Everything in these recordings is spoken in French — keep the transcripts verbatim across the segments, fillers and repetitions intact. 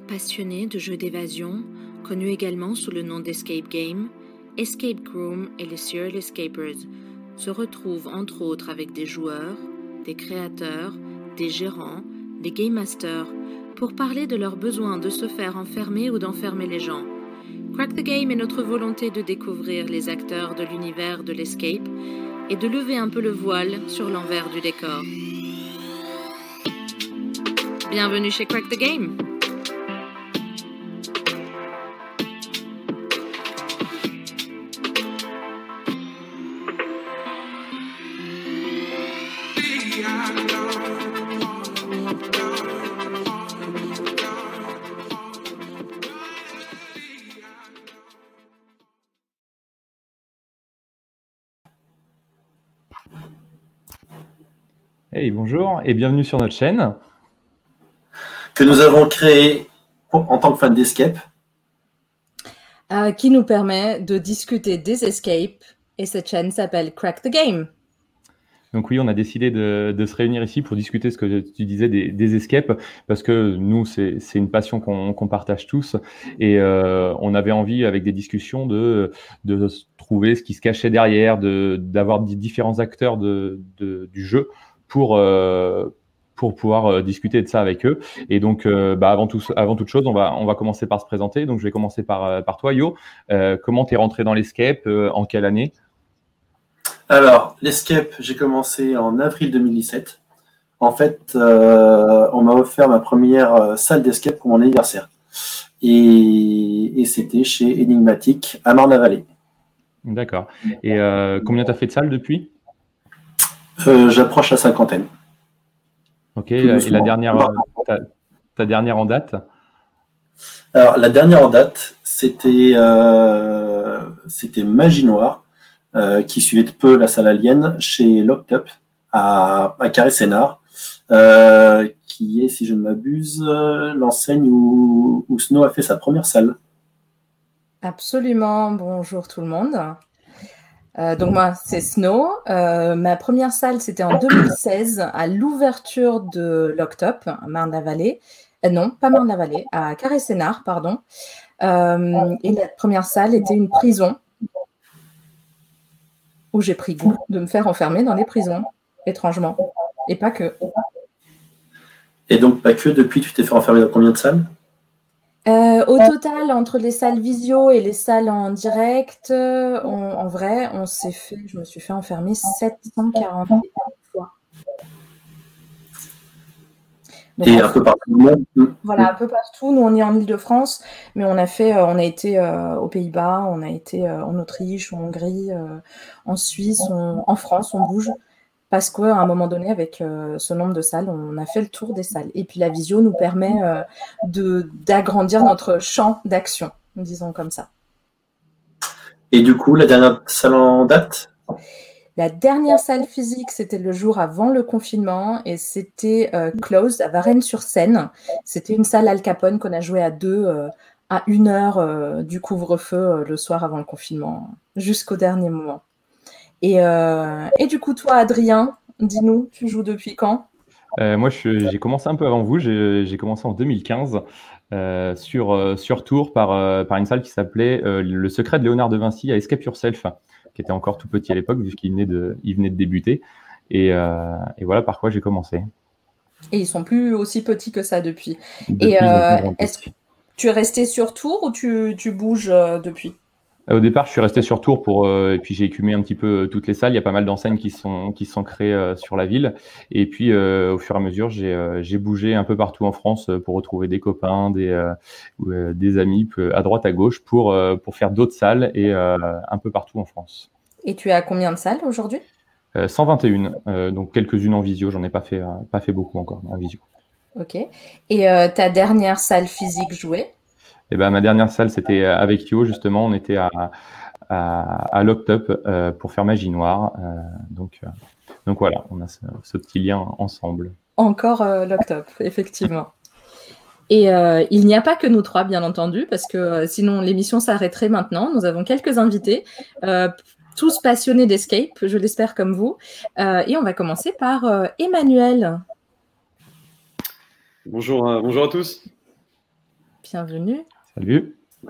Passionnés de jeux d'évasion, connus également sous le nom d'Escape Game, Escape Room et les Serial Escapers se retrouvent entre autres avec des joueurs, des créateurs, des gérants, des game masters pour parler de leur besoin de se faire enfermer ou d'enfermer les gens. Crack the Game est notre volonté de découvrir les acteurs de l'univers de l'escape et de lever un peu le voile sur l'envers du décor. Bienvenue chez Crack the Game! Hey, bonjour et bienvenue sur notre chaîne. Que nous avons créée en tant que fans d'escape. Euh, qui nous permet de discuter des escapes et cette chaîne s'appelle Crack the Game. Donc oui, on a décidé de, de se réunir ici pour discuter ce que tu disais des, des escapes parce que nous, c'est, c'est une passion qu'on, qu'on partage tous et euh, on avait envie avec des discussions de, de trouver ce qui se cachait derrière, de, d'avoir différents acteurs de, de, du jeu pour, euh, pour pouvoir euh, discuter de ça avec eux. Et donc, euh, bah, avant, tout, avant toute chose, on va, on va commencer par se présenter. Donc, je vais commencer par, par toi, Yo. Euh, comment tu es rentré dans l'escape? euh, En quelle année? Alors, l'escape, j'ai commencé en avril deux mille dix-sept. En fait, euh, on m'a offert ma première salle d'escape pour mon anniversaire. Et, et c'était chez Enigmatic à Marne-la-Vallée. D'accord. Et euh, combien tu as fait de salles depuis? euh, J'approche la cinquantaine. Ok. Et la dernière, ta, ta dernière en date? Alors, la dernière en date, c'était, euh, c'était Magie Noire, euh, qui suivait de peu la salle Alien chez Locked Up à, à Carré-Sénard, euh, qui est, si je ne m'abuse, l'enseigne où, où Snow a fait sa première salle. Absolument. Bonjour tout le monde. Euh, donc moi, c'est Snow. Euh, ma première salle, c'était en deux mille seize à l'ouverture de Locked Up à Marne-la-Vallée. Euh, non, pas Marne-la-Vallée, à Carré-Sénard, pardon. Euh, et la première salle était une prison où j'ai pris goût de me faire enfermer dans les prisons, étrangement. Et pas que. Et donc, pas que, depuis, tu t'es fait enfermer dans combien de salles? Euh, au total, entre les salles visio et les salles en direct, on, en vrai, on s'est fait, je me suis fait enfermer sept cent quarante fois. Donc, et un peu partout dans le monde. Voilà, un peu partout. Nous, on est en Île-de-France, mais on a fait, on a été euh, aux Pays-Bas, on a été euh, en Autriche, en Hongrie, euh, en Suisse, on, en France, on bouge. Parce qu'à un moment donné, avec euh, ce nombre de salles, on a fait le tour des salles. Et puis la visio nous permet euh, de, d'agrandir notre champ d'action, disons comme ça. Et du coup, la dernière salle en date? La dernière salle physique, c'était le jour avant le confinement et c'était euh, Close à Varennes-sur-Seine. C'était une salle Al Capone qu'on a joué à deux euh, à une heure euh, du couvre-feu euh, le soir avant le confinement, jusqu'au dernier moment. Et, euh, et du coup, toi, Adrien, dis-nous, tu joues depuis quand? euh, Moi, je, j'ai commencé un peu avant vous. J'ai, j'ai commencé en deux mille quinze euh, sur, euh, sur Tours par, euh, par une salle qui s'appelait euh, Le Secret de Léonard de Vinci à Escape Yourself, qui était encore tout petit à l'époque, vu qu'il venait de, il venait de débuter. Et, euh, et voilà par quoi j'ai commencé. Et ils sont plus aussi petits que ça depuis. Depuis, et euh, ils ont est-ce que tu es resté sur Tours ou tu, tu bouges euh, depuis? Au départ, je suis resté sur Tours pour, euh, et puis j'ai écumé un petit peu euh, toutes les salles. Il y a pas mal d'enseignes qui sont qui sont créées euh, sur la ville. Et puis, euh, au fur et à mesure, j'ai euh, j'ai bougé un peu partout en France euh, pour retrouver des copains, des euh, euh, des amis à droite à gauche pour euh, pour faire d'autres salles et euh, un peu partout en France. Et tu es à combien de salles aujourd'hui? euh, cent vingt et un, euh, donc quelques-unes en visio. J'en ai pas fait euh, pas fait beaucoup encore en visio. Ok. Et euh, ta dernière salle physique jouée? Et ben ma dernière salle, c'était avec Yo justement. On était à à, à Locked Up euh, pour faire Magie Noire. Euh, donc, euh, donc voilà, on a ce, ce petit lien ensemble. Encore euh, Locked Up, effectivement. Et euh, il n'y a pas que nous trois, bien entendu, parce que euh, sinon l'émission s'arrêterait maintenant. Nous avons quelques invités, euh, tous passionnés d'escape, je l'espère comme vous. Euh, et on va commencer par euh, Emmanuel. Bonjour, euh, bonjour à tous. bienvenue. Salut. Ouais.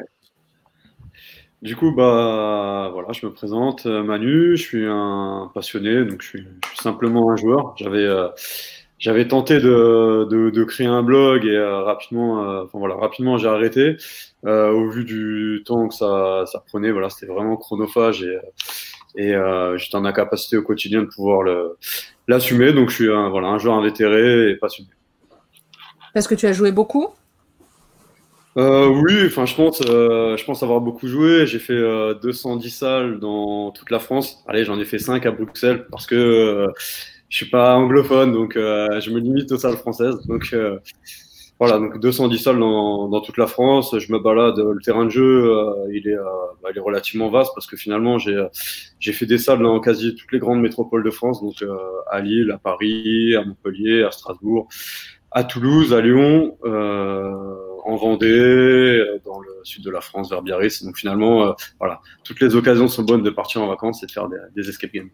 Du coup, bah, voilà, je me présente, euh, Manu, je suis un passionné, donc je suis, je suis simplement un joueur. J'avais euh, j'avais tenté de, de, de créer un blog et euh, rapidement, euh, enfin, voilà, rapidement j'ai arrêté euh, au vu du temps que ça, ça prenait. Voilà, c'était vraiment chronophage et, et euh, j'étais en incapacité au quotidien de pouvoir le, l'assumer. Donc je suis un, voilà, un joueur invétéré et passionné. Parce que tu as joué beaucoup? Euh, oui, enfin, je pense, euh, je pense avoir beaucoup joué. J'ai fait euh, deux cent dix salles dans toute la France. Allez, j'en ai fait cinq à Bruxelles parce que euh, je suis pas anglophone, donc euh, je me limite aux salles françaises. Donc euh, voilà, donc deux cent dix salles dans, dans toute la France. Je me balade. Le terrain de jeu, euh, il est, euh, bah, il est relativement vaste parce que finalement, j'ai, j'ai fait des salles dans quasi toutes les grandes métropoles de France, donc euh, à Lille, à Paris, à Montpellier, à Strasbourg, à Toulouse, à Lyon. Euh, en Vendée, dans le sud de la France, vers Biarritz. Donc finalement, euh, voilà, toutes les occasions sont bonnes de partir en vacances et de faire des, des escape games.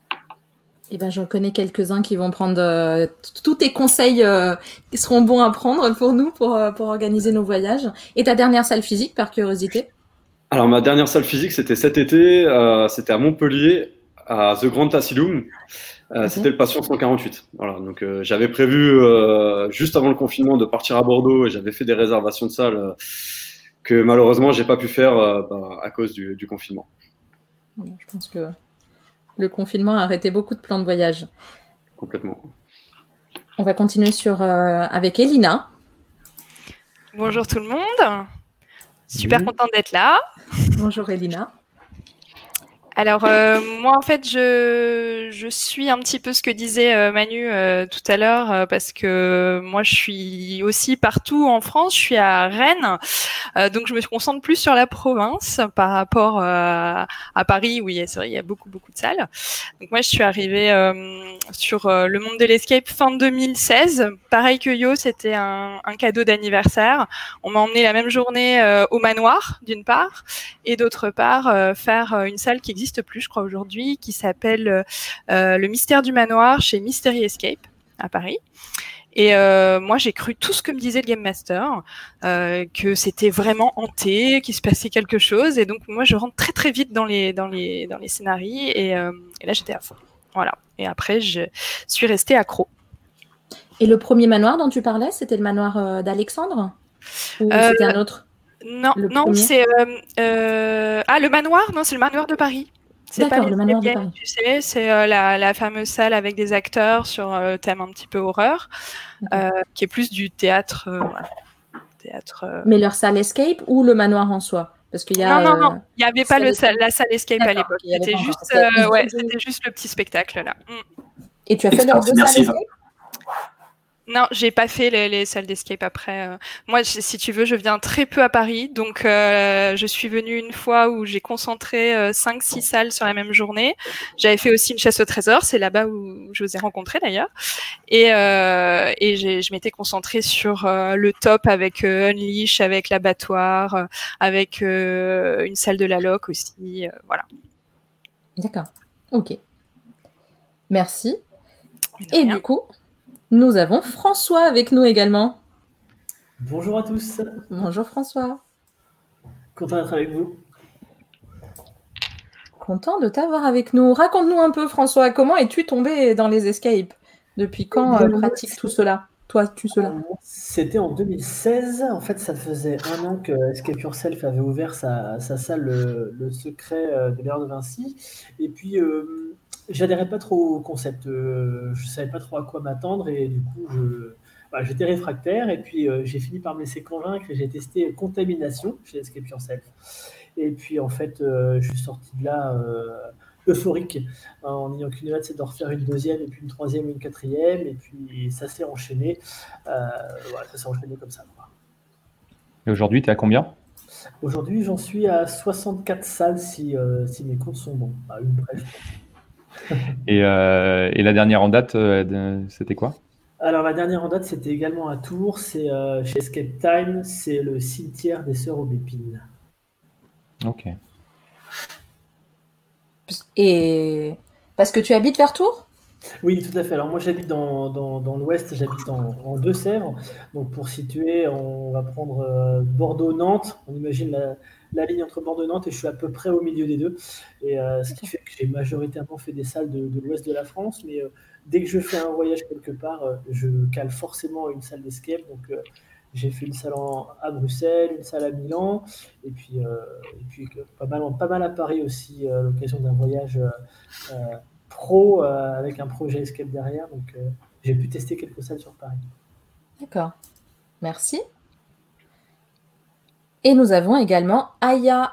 Eh ben, j'en connais quelques-uns qui vont prendre euh, tous tes conseils euh, qui seront bons à prendre pour nous, pour, euh, pour organiser nos voyages. Et ta dernière salle physique, par curiosité? Alors, ma dernière salle physique, c'était cet été, euh, c'était à Montpellier, à The Grand Asylum. Euh, Ok. C'était le patient cent quarante-huit. Voilà, donc euh, j'avais prévu euh, juste avant le confinement de partir à Bordeaux et j'avais fait des réservations de salles euh, que malheureusement j'ai pas pu faire euh, bah, à cause du, du confinement. Je pense que le confinement a arrêté beaucoup de plans de voyage. Complètement. On va continuer sur, euh, avec Elina. Bonjour tout le monde. Super Salut. contente d'être là. Bonjour Elina. Alors euh, moi en fait je je suis un petit peu ce que disait euh, Manu euh, tout à l'heure euh, parce que moi je suis aussi partout en France, je suis à Rennes, euh, donc je me concentre plus sur la province par rapport euh, à Paris où il y a, c'est vrai, il y a beaucoup beaucoup de salles. Donc moi je suis arrivée euh, sur euh, le monde de l'escape fin deux mille seize. Pareil que Yo, c'était un, un cadeau d'anniversaire. On m'a emmené la même journée euh, au manoir d'une part et d'autre part euh, faire euh, une salle qui existe plus, je crois, aujourd'hui, qui s'appelle euh, Le Mystère du Manoir chez Mystery Escape à Paris. Et euh, moi, j'ai cru tout ce que me disait le Game Master, euh, que c'était vraiment hanté, qu'il se passait quelque chose. Et donc, moi, je rentre très très vite dans les dans les dans les scénarios. Et, euh, et là, j'étais à fond. Voilà. Et après, je suis restée accro. Et le premier manoir dont tu parlais, c'était le manoir euh, d'Alexandre? Ou Euh, c'était un autre? Non, Le non, premier c'est euh, euh, ah le manoir. Non, c'est le manoir de Paris. C'est pas D'accord, les le manoir de Escape Games, Paris. tu sais, c'est euh, la, la fameuse salle avec des acteurs sur euh, thème un petit peu horreur, D'accord. euh, qui est plus du théâtre. Euh, voilà. théâtre euh. Mais leur salle escape ou le manoir en soi? Parce qu'il y a. Non, non, non, euh, il n'y avait pas salle le, escape. la salle Escape à D'accord, l'époque. ok, il y avait C'était pas encore. juste, Parce que euh, ils ouais, faisaient- c'était juste le petit spectacle là. Mm. Et tu as fait leurs Expérience deux salles immersive. escape? Non, j'ai pas fait les, les salles d'escape après. euh. Moi, je- si tu veux, je viens très peu à Paris, donc euh, je suis venue une fois où j'ai concentré euh, cinq six salles sur la même journée. J'avais fait aussi une chasse au trésor, c'est là-bas où je vous ai rencontré d'ailleurs. Et, euh, et j'ai, je m'étais concentrée sur euh, le top avec euh, Unleash, avec l'abattoir, euh, avec euh, une salle de la loc aussi. euh, voilà. D'accord. Ok. Merci. Mais de Et rien. du coup, nous avons François avec nous également. Bonjour à tous, Bonjour François. content d'être avec vous. Content de t'avoir avec nous. Raconte-nous un peu, François, comment es-tu tombé dans les escapes? Depuis quand Eh euh, bien, pratique tout cela? Toi, tu cela? C'était en deux mille seize. En fait, ça faisait un an que Escape Yourself avait ouvert sa, sa salle Le, le Secret euh, de l'Erreur de Vinci. Et puis, euh, j'adhérais pas trop au concept. Euh, je savais pas trop à quoi m'attendre. Et du coup, je, bah, j'étais réfractaire. Et puis, euh, j'ai fini par me laisser convaincre. Et j'ai testé Contamination chez Escape Yourself. Et puis, en fait, euh, je suis sorti de là euh, euphorique, en n'ayant qu'une hâte, c'est de refaire une deuxième, et puis une troisième, et une quatrième. Et puis, ça s'est enchaîné. Euh, voilà, ça s'est enchaîné comme ça. quoi. Et aujourd'hui, tu es à combien? Aujourd'hui, j'en suis à soixante-quatre salles si, euh, si mes comptes sont bons. À une près, je pense. Et, euh, et la dernière en date, euh, de- c'était quoi? Alors, la dernière en date, c'était également à Tours. C'est euh, chez Escape Time. C'est le cimetière des Sœurs Aubépines. Ok. Et parce que tu habites vers Tours? Oui, tout à fait. Alors moi j'habite dans, dans, dans l'ouest, j'habite en, en Deux-Sèvres. Donc pour situer, on va prendre euh, Bordeaux-Nantes. On imagine la, la ligne entre Bordeaux et Nantes et je suis à peu près au milieu des deux. Et euh, ce qui fait que j'ai majoritairement fait des salles de, de l'ouest de la France. Mais euh, dès que je fais un voyage quelque part, euh, je cale forcément une salle d'escape. Donc euh, j'ai fait une salle en- à Bruxelles, une salle à Milan, et puis, euh, et puis que- pas mal, en- pas mal à Paris aussi, euh, à l'occasion d'un voyage euh, euh, pro euh, avec un projet escape derrière. Donc euh, j'ai pu tester quelques salles sur Paris. D'accord. Merci. Et nous avons également Aya.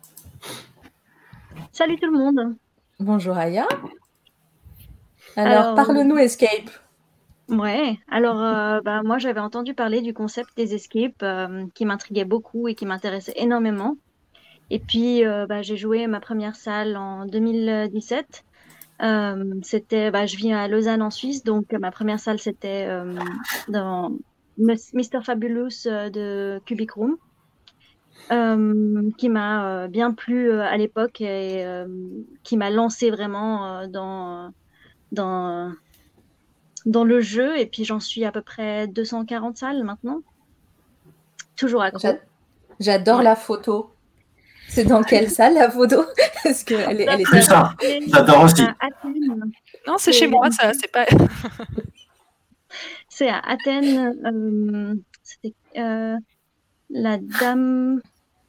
Salut tout le monde. Bonjour Aya. Alors, Alors, parle-nous escape. ouais, alors euh, bah, moi j'avais entendu parler du concept des escapes euh, qui m'intriguait beaucoup et qui m'intéressait énormément. Et puis euh, bah, j'ai joué ma première salle en deux mille dix-sept. Euh, c'était, bah, je vis à Lausanne en Suisse, donc euh, ma première salle c'était euh, dans Mister Fabulous euh, de Cubic Room, euh, qui m'a euh, bien plu euh, à l'époque et euh, qui m'a lancé vraiment euh, dans dans dans le jeu. Et puis j'en suis à peu près deux cent quarante salles maintenant, toujours accro. J'a- J'adore Ouais. la photo. C'est dans quelle salle la photo? Parce qu'elle est, elle est Plus ça, j'adore aussi. À Athènes. Non, c'est chez moi, ça, c'est pas. C'est à Athènes. euh, C'était euh, la dame,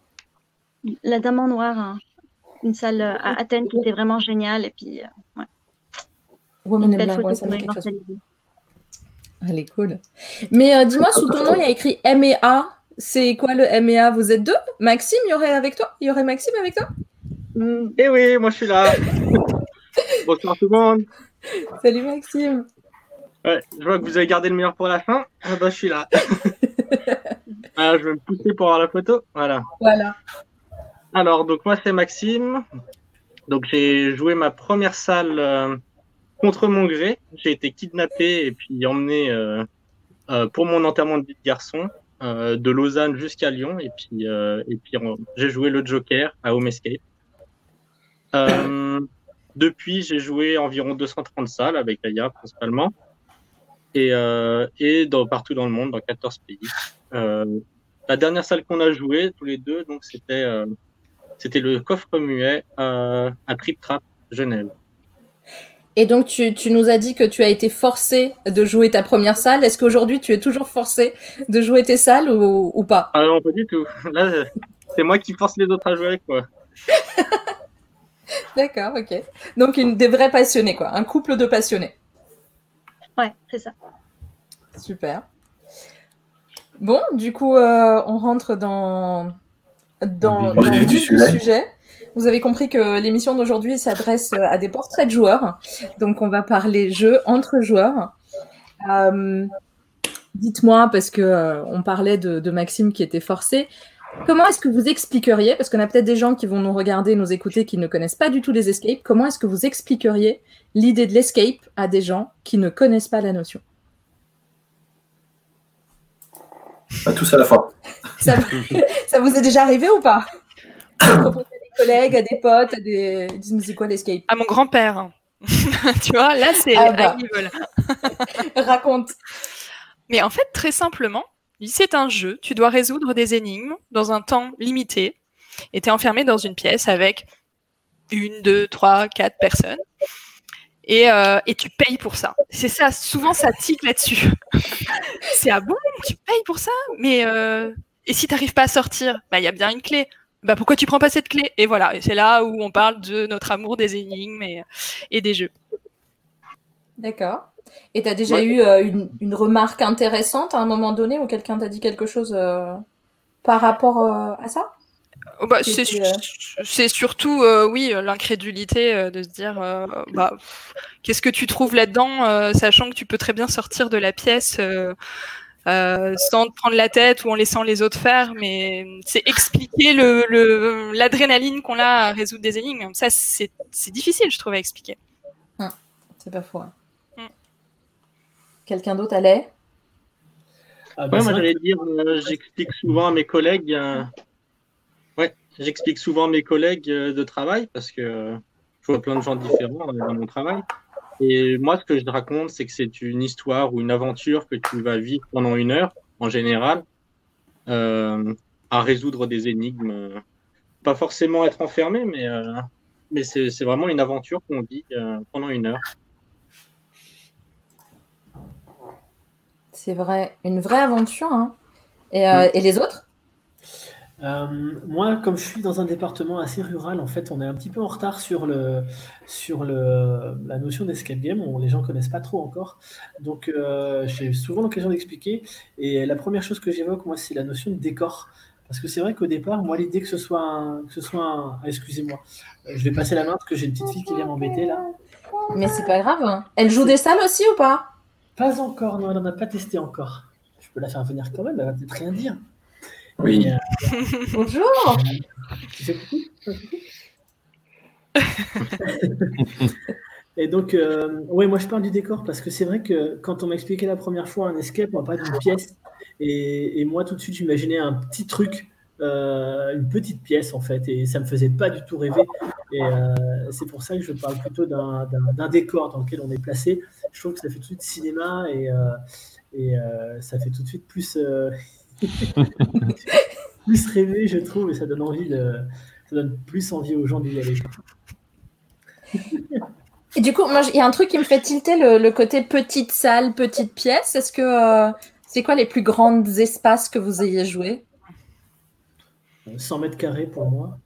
la dame en noir, hein. Une salle euh, à Athènes qui était vraiment géniale. Et puis, euh, ouais, Woman une in belle Black, photo ouais, ça qu'on me a dit quelque chose. immortalisée. Elle est cool. Mais euh, dis-moi, sous ton nom, il y a écrit M et A. C'est quoi le M et A? Vous êtes deux? Maxime, il y aurait avec toi? Il y aurait Maxime avec toi? Mm, eh oui, moi je suis là. Bonsoir tout le monde. Salut Maxime. Ouais, je vois que vous avez gardé le meilleur pour la fin. Ah bah, je suis là. Ah, je vais me pousser pour avoir la photo. Voilà. Voilà. Alors, donc moi c'est Maxime. Donc j'ai joué ma première salle euh, contre mon gré. J'ai été kidnappé et puis emmené euh, euh, pour mon enterrement de vie de garçon euh, de Lausanne jusqu'à Lyon. Et puis, euh, et puis on- j'ai joué le Joker à Home Escape. Euh, depuis, j'ai joué environ deux cent trente salles avec Aya principalement. Et, euh, et dans, partout dans le monde, dans quatorze pays. Euh, la dernière salle qu'on a jouée, tous les deux, donc c'était euh, c'était le coffre muet euh, à Trip Trap Genève. Et donc, tu, tu nous as dit que tu as été forcé de jouer ta première salle. Est-ce qu'aujourd'hui, tu es toujours forcé de jouer tes salles ou, ou pas? Ah non, pas du tout. Là, c'est moi qui force les autres à jouer, quoi. D'accord, ok. Donc, une, des vrais passionnés, quoi. Un couple de passionnés. Ouais, c'est ça. Super. Bon, du coup, euh, on rentre dans, dans, Dans le dans vif le du vif du sujet. sujet. Vous avez compris que l'émission d'aujourd'hui s'adresse à des portraits de joueurs. Donc, on va parler jeux entre joueurs. Euh, dites-moi, parce que euh, on parlait de, de Maxime qui était forcé, comment est-ce que vous expliqueriez, parce qu'on a peut-être des gens qui vont nous regarder, nous écouter, qui ne connaissent pas du tout les escapes, comment est-ce que vous expliqueriez l'idée de l'escape à des gens qui ne connaissent pas la notion? Pas tous à la fois. Ça, ça vous est déjà arrivé ou pas? De proposer à des collègues, à des potes, à des... Dis-nous, c'est quoi l'escape? À mon grand-père. Tu vois, là, c'est Ah bah. à niveau. Raconte. Mais en fait, très simplement, c'est un jeu. Tu dois résoudre des énigmes dans un temps limité. Et tu es enfermé dans une pièce avec une, deux, trois, quatre personnes. Et, euh, et tu payes pour ça. C'est ça, souvent ça tique là-dessus. C'est ah bon, tu payes pour ça? Mais euh, et si tu n'arrives pas à sortir, bah il y a bien une clé. Bah pourquoi tu prends pas cette clé? Et voilà, et c'est là où on parle de notre amour des énigmes et, et des jeux. D'accord. Et tu as déjà Ouais. eu euh, une, une remarque intéressante à un moment donné où quelqu'un t'a dit quelque chose euh, par rapport euh, à ça? Oh, bah, Qui c'est, était, euh, c'est surtout, euh, oui, l'incrédulité euh, de se dire, euh, bah, pff, qu'est-ce que tu trouves là-dedans, euh, sachant que tu peux très bien sortir de la pièce euh, euh, sans te prendre la tête ou en laissant les autres faire, mais c'est expliquer le, le, l'adrénaline qu'on a à résoudre des énigmes. Ça, c'est, c'est difficile, je trouve, à expliquer. C'est pas faux. hein. Mm. Quelqu'un d'autre allait? Ah, bah, Ouais, c'est moi vrai j'allais dire, euh, j'explique souvent à mes collègues. euh, Ouais, j'explique souvent à mes collègues euh, de travail parce que euh, je vois plein de gens différents euh, dans mon travail. Et moi, ce que je raconte, c'est que c'est une histoire ou une aventure que tu vas vivre pendant une heure, en général, euh, à résoudre des énigmes. Pas forcément être enfermé, mais, euh, mais c'est, c'est vraiment une aventure qu'on vit euh, pendant une heure. C'est vrai, une vraie aventure. Hein. Et, euh, Mm. et les autres? Euh, moi, comme je suis dans un département assez rural, en fait, on est un petit peu en retard sur, le, sur le, la notion d'escape game. On- les gens connaissent pas trop encore. Donc, euh, j'ai souvent l'occasion d'expliquer. Et la première chose que j'évoque, moi, c'est la notion de décor. Parce que c'est vrai qu'au départ, moi, l'idée que ce soit un, que ce soit un- ah, excusez-moi, Euh, je vais passer la main parce que j'ai une petite fille qui vient m'embêter là. Mais c'est pas grave. Hein. Elle joue des salles aussi ou pas? Pas encore, non, elle n'en a pas testé encore. Je peux la faire venir quand même, elle va peut-être rien dire. Oui. Mais, euh, Bonjour. tu fais coucou? Tu fais coucou Et donc, euh, ouais, moi je parle du décor parce que c'est vrai que quand on m'a expliqué la première fois un escape, on parle d'une pièce. Et, et moi, tout de suite, j'imaginais un petit truc, euh, une petite pièce en fait. Et ça me faisait pas du tout rêver. Et euh, c'est pour ça que je parle plutôt d'un, d'un- d'un décor dans lequel on est placé. Je trouve que ça fait tout de suite cinéma et, euh, et euh, ça fait tout de suite plus, euh, plus rêver, je trouve. Et ça donne envie de, ça donne plus envie aux gens d'y aller. Et du coup, moi, il y a un truc qui me fait tilter le, le côté petite salle, petite pièce. Est-ce que euh, c'est quoi les plus grands espaces que vous ayez joué? cent mètres carrés pour moi.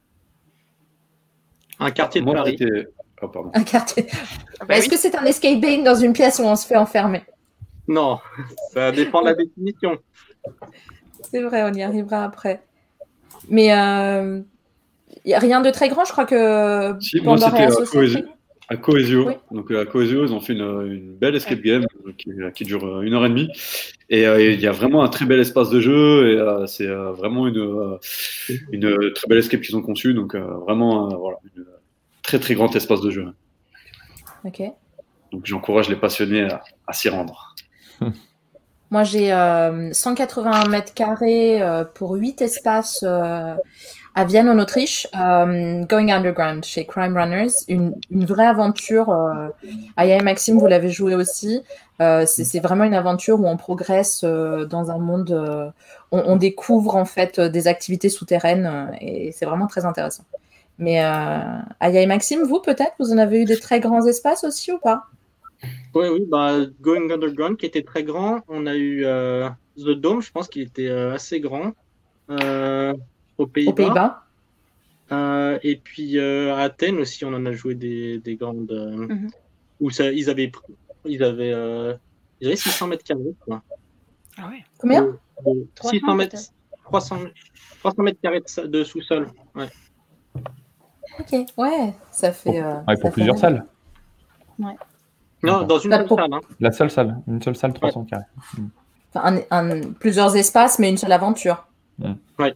Un quartier de Moi, Paris. c'était. Oh, pardon. Un quartier. Ah bah Est-ce oui. que c'est un escape game dans une pièce où on se fait enfermer? Non, ça dépend de la définition. C'est vrai, on y arrivera après. Mais il n'y a rien de très grand. Je crois que Si, moi, Pandore est c'était à associé. Coesio. À Coesio. Oui. Donc, à Coesio, ils ont fait une, une belle escape game euh, qui, qui dure euh, une heure et demie. Et euh, il y a vraiment un très bel espace de jeu. Et euh, c'est euh, vraiment une, euh, une très belle escape qu'ils ont conçue. Donc, euh, vraiment, euh, voilà, un très, très grand espace de jeu. Ok. Donc, j'encourage les passionnés à, à s'y rendre. Moi, j'ai euh, cent quatre-vingts mètres carrés euh, pour huit espaces euh, à Vienne, en Autriche. Euh, Going Underground chez Crime Runners. Une, une vraie aventure. Euh, Aya et Maxime, vous l'avez joué aussi. Euh, c'est, c'est vraiment une aventure où on progresse euh, dans un monde. Euh, on, on découvre en fait euh, des activités souterraines euh, et c'est vraiment très intéressant. Mais euh, Aya et Maxime, vous peut-être, vous en avez eu des très grands espaces aussi ou pas? Oui, oui, bah, Going Underground qui était très grand. On a eu euh, The Dome, je pense qu'il était euh, assez grand, euh, aux Aux Pays-Bas. Pays-Bas. Euh, et puis euh, à Athènes aussi, on en a joué des, des grandes. Euh, Mhm. où ça, ils avaient, pr- ils avaient, euh, ils avaient six cents mètres carrés. Quoi. Ah ouais. Combien? De- de trois six cents cents mètres, peut-être. trois cents, trois cents mètres carrés de, sa- de sous-sol. Ouais. Ok, ouais, ça fait. Euh, Ouais, ça pour fait plusieurs rêver. salles. Non, D'accord. dans une Bah, seule pour- salle. Hein. La seule salle, une seule salle, trois cents carrés. Enfin, un- un- plusieurs espaces, mais une seule aventure. Mm. Ouais.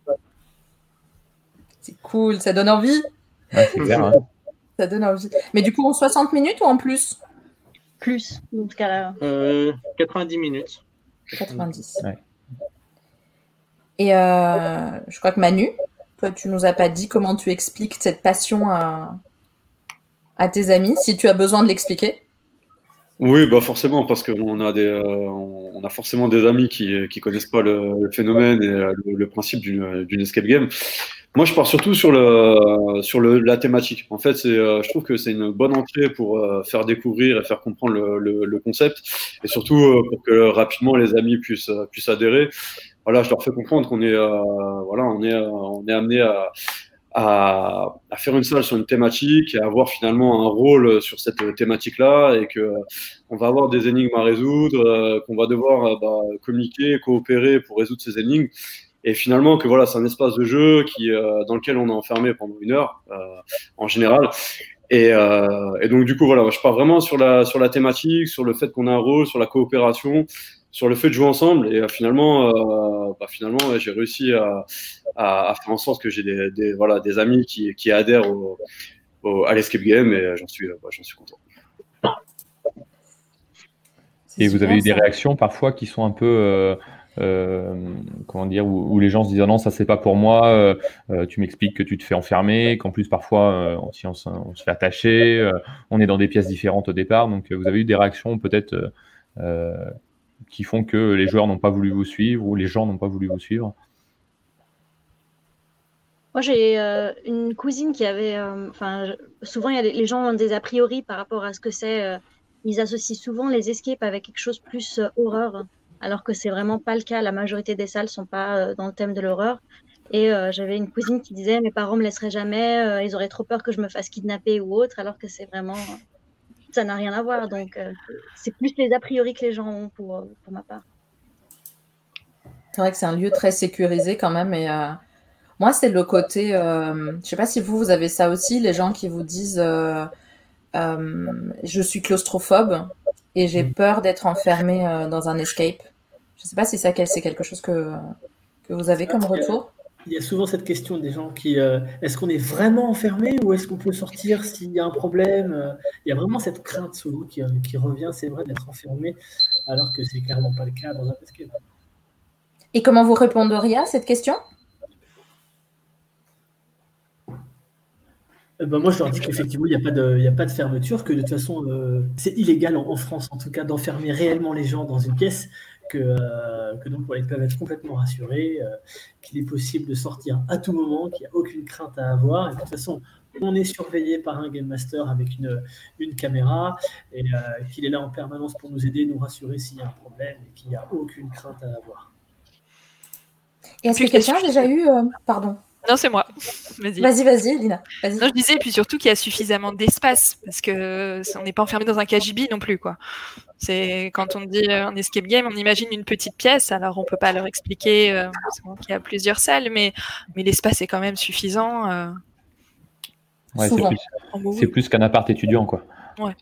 C'est cool, ça donne envie. Ouais, c'est clair. Hein. Ça donne envie. Mais du coup, en soixante minutes ou en plus? Plus, dans ce cas-là. Euh, quatre-vingt-dix minutes. quatre-vingt-dix. Ouais. Et euh, je crois que Manu, toi, tu nous as pas dit comment tu expliques cette passion à, à tes amis, si tu as besoin de l'expliquer. Oui, bah forcément, parce qu'on a des, euh, on a forcément des amis qui qui connaissent pas le, le phénomène et euh, le, le principe d'une d'une escape game. Moi, je pars surtout sur le sur le, la thématique. En fait, c'est, euh, je trouve que c'est une bonne entrée pour euh, faire découvrir et faire comprendre le, le, le concept, et surtout euh, pour que rapidement les amis puissent euh, puissent adhérer. Voilà, je leur fais comprendre qu'on est, euh, voilà, on est, euh, on est amené à à, à faire une salle sur une thématique et à avoir finalement un rôle sur cette thématique-là, et que euh, on va avoir des énigmes à résoudre, euh, qu'on va devoir euh, bah, communiquer, coopérer pour résoudre ces énigmes, et finalement que voilà, c'est un espace de jeu qui, euh, dans lequel on est enfermé pendant une heure euh, en général. Et, euh, et donc du coup voilà, je pars vraiment sur la sur la thématique, sur le fait qu'on a un rôle, sur la coopération, sur le fait de jouer ensemble. Et euh, finalement, euh, bah, finalement, ouais, j'ai réussi à, à, à faire en sorte que j'ai des, des voilà des amis qui, qui adhèrent au, au, à l'escape game, et j'en suis bah, j'en suis content. Et vous avez eu des réactions parfois qui sont un peu, euh, euh, comment dire, où, où les gens se disent ah non, ça c'est pas pour moi, euh, euh, tu m'expliques que tu te fais enfermer, qu'en plus parfois euh, on, si on, se- on se fait attacher, euh, on est dans des pièces différentes au départ, donc euh, vous avez eu des réactions peut-être euh, euh, qui font que les joueurs n'ont pas voulu vous suivre ou les gens n'ont pas voulu vous suivre. Moi, j'ai euh, une cousine qui avait. euh, Enfin, je- souvent, il y a des- les gens ont des a priori par rapport à ce que c'est. euh, ils associent souvent les escapes avec quelque chose plus euh, horreur, alors que c'est vraiment pas le cas. La majorité des salles sont pas euh, dans le thème de l'horreur. Et euh, j'avais une cousine qui disait mes parents me laisseraient jamais, euh, ils auraient trop peur que je me fasse kidnapper ou autre, alors que c'est vraiment. Ça n'a rien à voir. Donc, euh, c'est plus les a priori que les gens ont pour, euh, pour ma part. C'est vrai que c'est un lieu très sécurisé quand même. Et euh, moi, c'est le côté. Euh, je sais pas si vous, vous avez ça aussi, les gens qui vous disent euh, euh, je suis claustrophobe et j'ai peur d'être enfermé euh, dans un escape. Je sais pas si ça, quel- c'est quelque chose que, que vous avez comme retour. Il y a souvent cette question des gens qui euh, est-ce qu'on est vraiment enfermé ou est-ce qu'on peut sortir s'il y a un problème euh, Il y a vraiment cette crainte souvent qui, euh, qui revient, c'est vrai, d'être enfermé, alors que c'est clairement pas le cas dans un escape. Et comment vous répondriez à cette question? Euh, ben moi, je leur dis qu'effectivement, il n'y a, pas de- il y a pas de fermeture, que de toute façon, euh, c'est illégal en, en France, en tout cas, d'enfermer réellement les gens dans une pièce, que, euh, que donc voilà, ils peuvent être complètement rassurés, euh, qu'il est possible de sortir à tout moment, qu'il n'y a aucune crainte à avoir. Et de toute façon, on est surveillé par un Game Master avec une, une caméra, et euh, qu'il est là en permanence pour nous aider, nous rassurer s'il y a un problème, et qu'il n'y a aucune crainte à avoir. Et est-ce que quelqu'un a déjà eu... euh, Pardon. Non, c'est moi. Vas-y. Vas-y, vas-y, Lina. Vas-y. Non, je disais, et puis surtout qu'il y a suffisamment d'espace, parce que on n'est pas enfermé dans un K G B non plus, quoi. C'est quand on dit euh, un escape game, on imagine une petite pièce. Alors, on peut pas leur expliquer euh, qu'il y a plusieurs salles, mais mais l'espace est quand même suffisant. Euh... Ouais, c'est plus, c'est plus qu'un appart étudiant, quoi. Ouais.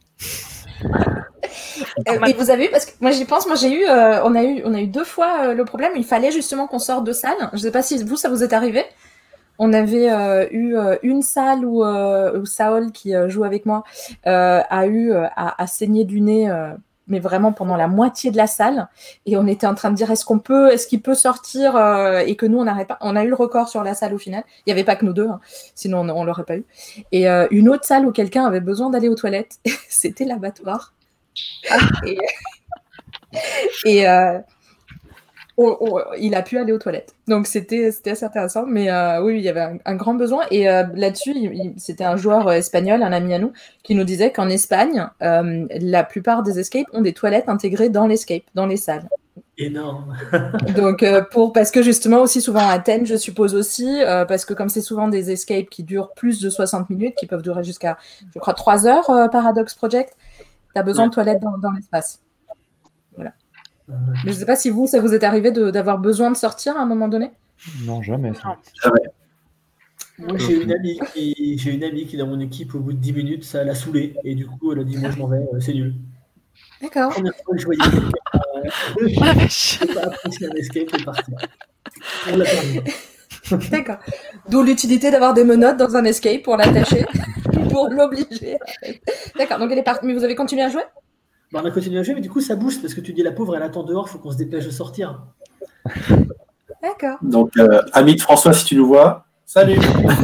Euh, et vous avez eu, parce que moi j'y pense, moi j'ai eu, euh, on a eu, on a eu deux fois euh, le problème. Il fallait justement qu'on sorte de salle. Je sais pas si vous, ça vous est arrivé. On avait euh, eu euh, une salle où, euh, où Saul, qui euh, joue avec moi, euh, a eu euh, à, à saigner du nez, euh, mais vraiment pendant la moitié de la salle. Et on était en train de dire est-ce qu'on peut, est-ce qu'il peut sortir euh, et que nous on n'arrête pas. On a eu le record sur la salle au final. Il n'y avait pas que nous deux, hein, sinon on, on l'aurait pas eu. Et euh, une autre salle où quelqu'un avait besoin d'aller aux toilettes, c'était l'abattoir. et et euh, on, on, il a pu aller aux toilettes. Donc c'était c'était assez intéressant. Mais euh, oui, il y avait un, un grand besoin. Et euh, là-dessus, il, il, c'était un joueur euh, espagnol, un ami à nous, qui nous disait qu'en Espagne, euh, la plupart des escapes ont des toilettes intégrées dans l'escape, dans les salles. Énorme. Donc euh, pour parce que justement aussi souvent à Athènes, je suppose aussi, euh, parce que comme c'est souvent des escapes qui durent plus de soixante minutes, qui peuvent durer jusqu'à, je crois, trois heures, euh, Paradox Project, tu as besoin ouais. de toilettes dans, dans l'espace. Voilà. Euh... Mais je ne sais pas si vous, ça vous est arrivé de, d'avoir besoin de sortir à un moment donné? Non, jamais. Ça. Jamais. Moi, j'ai une amie qui, j'ai une amie qui dans mon équipe, au bout de dix minutes, ça l'a saoulée. Et du coup, elle a dit, moi, je m'en vais, c'est nul. D'accord. La première fois que je voyais quelqu'un, euh, je n'ai pas apprécié un escape et parti. On l'a perdu. D'accord. D'où l'utilité d'avoir des menottes dans un escape pour l'attacher, pour l'obliger. D'accord. Donc elle est partie. Mais vous avez continué à jouer? Bah, on a continué à jouer, mais du coup ça booste parce que tu dis la pauvre, elle attend dehors, il faut qu'on se dépêche de sortir. D'accord. Donc, euh, ami de François, si tu nous vois, salut.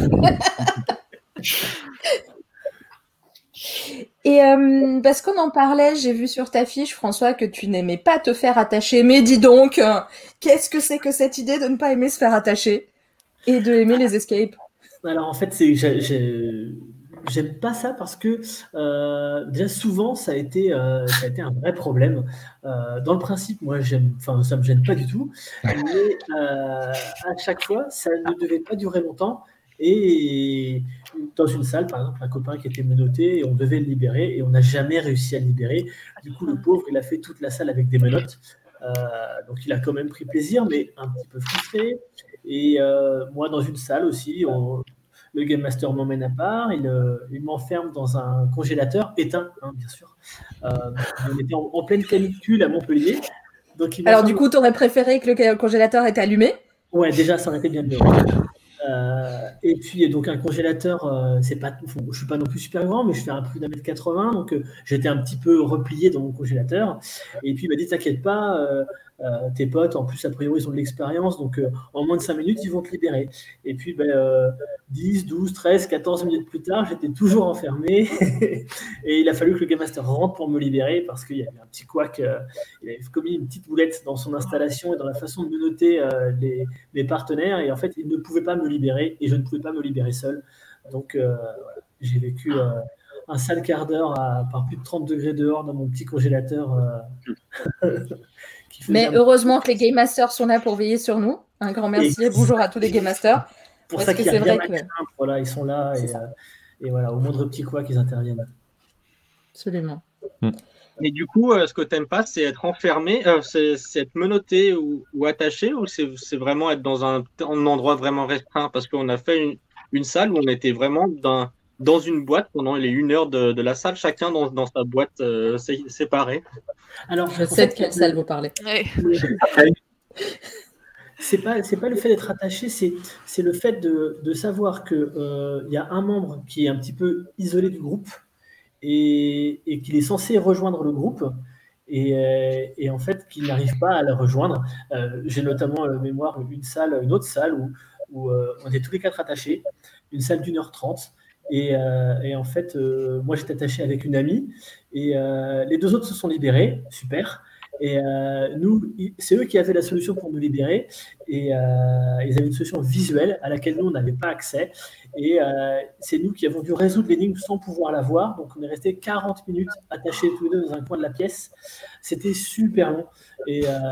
Et euh, parce qu'on en parlait, j'ai vu sur ta fiche, François, que tu n'aimais pas te faire attacher. Mais dis donc, euh, qu'est-ce que c'est que cette idée de ne pas aimer se faire attacher et de aimer les escapes? Alors en fait, c'est, j'ai, j'ai, j'aime pas ça parce que euh, déjà souvent ça a été, euh, ça a été un vrai problème. Euh, dans le principe, moi, j'aime, enfin, ça me gêne pas du tout, mais euh, à chaque fois, ça ne devait pas durer longtemps. Et dans une salle, par exemple, un copain qui était menotté et on devait le libérer et on n'a jamais réussi à le libérer. Du coup, le pauvre, il a fait toute la salle avec des menottes. Euh, donc, il a quand même pris plaisir, mais un petit peu frustré. Et euh, moi, dans une salle aussi, on, le Game Master m'emmène à part, il, euh, il m'enferme dans un congélateur éteint, hein, bien sûr. Euh, on était en, en pleine canicule à Montpellier. Donc, il Alors, du coup, tu aurais préféré que le congélateur était allumé? Ouais, déjà, ça aurait été bien mieux. Euh, et puis donc un congélateur, euh, c'est pas, je suis pas non plus super grand, mais je fais un plus d'un mètre quatre-vingts, donc euh, j'étais un petit peu replié dans mon congélateur. Et puis il m'a dit t'inquiète pas, euh, euh, tes potes, en plus a priori ils ont de l'expérience, donc euh, en moins de cinq minutes ils vont te libérer. Et puis ben, euh, dix, douze, treize, quatorze minutes plus tard, j'étais toujours enfermé et il a fallu que le Game Master rentre pour me libérer parce qu'il y avait un petit couac, euh, il avait commis une petite boulette dans son installation et dans la façon de menotter euh, les, les partenaires, et en fait il ne pouvait pas me libérer et je ne pouvais pas me libérer seul. Donc euh, voilà, j'ai vécu euh, un sale quart d'heure à, par plus de trente degrés dehors dans mon petit congélateur. Euh, Mais un... heureusement que les Game Masters sont là pour veiller sur nous. Un grand merci et bonjour à tous les Game Masters. Pour parce ça qu'il y a rien à craindre, voilà, ils sont là et, euh, et voilà, au moindre petit quoi qu'ils interviennent. Absolument. Et du coup, euh, ce que tu n'aimes pas, c'est être enfermé, euh, c'est, c'est être menotté ou, ou attaché, ou c'est, c'est vraiment être dans un, un endroit vraiment restreint? Parce qu'on a fait une, une salle où on était vraiment dans, dans une boîte pendant les une heure de, de la salle, chacun dans, dans sa boîte euh, séparée. Alors, je sais de quelle salle vous parlez. Ouais. C'est pas, c'est pas le fait d'être attaché, c'est, c'est le fait de, de savoir qu'il euh, y a un membre qui est un petit peu isolé du groupe et, et qu'il est censé rejoindre le groupe et, et en fait qu'il n'arrive pas à le rejoindre. Euh, j'ai notamment le mémoire une salle, une autre salle où, où euh, on était tous les quatre attachés, une salle d'une heure trente. Et, euh, et en fait, euh, moi j'étais attaché avec une amie et euh, les deux autres se sont libérés, super. Et euh, nous, c'est eux qui avaient la solution pour nous libérer. Et euh, ils avaient une solution visuelle à laquelle nous, on n'avait pas accès. Et euh, c'est nous qui avons dû résoudre l'énigme sans pouvoir la voir. Donc, on est resté quarante minutes attachés tous les deux dans un coin de la pièce. C'était super long. Et, euh,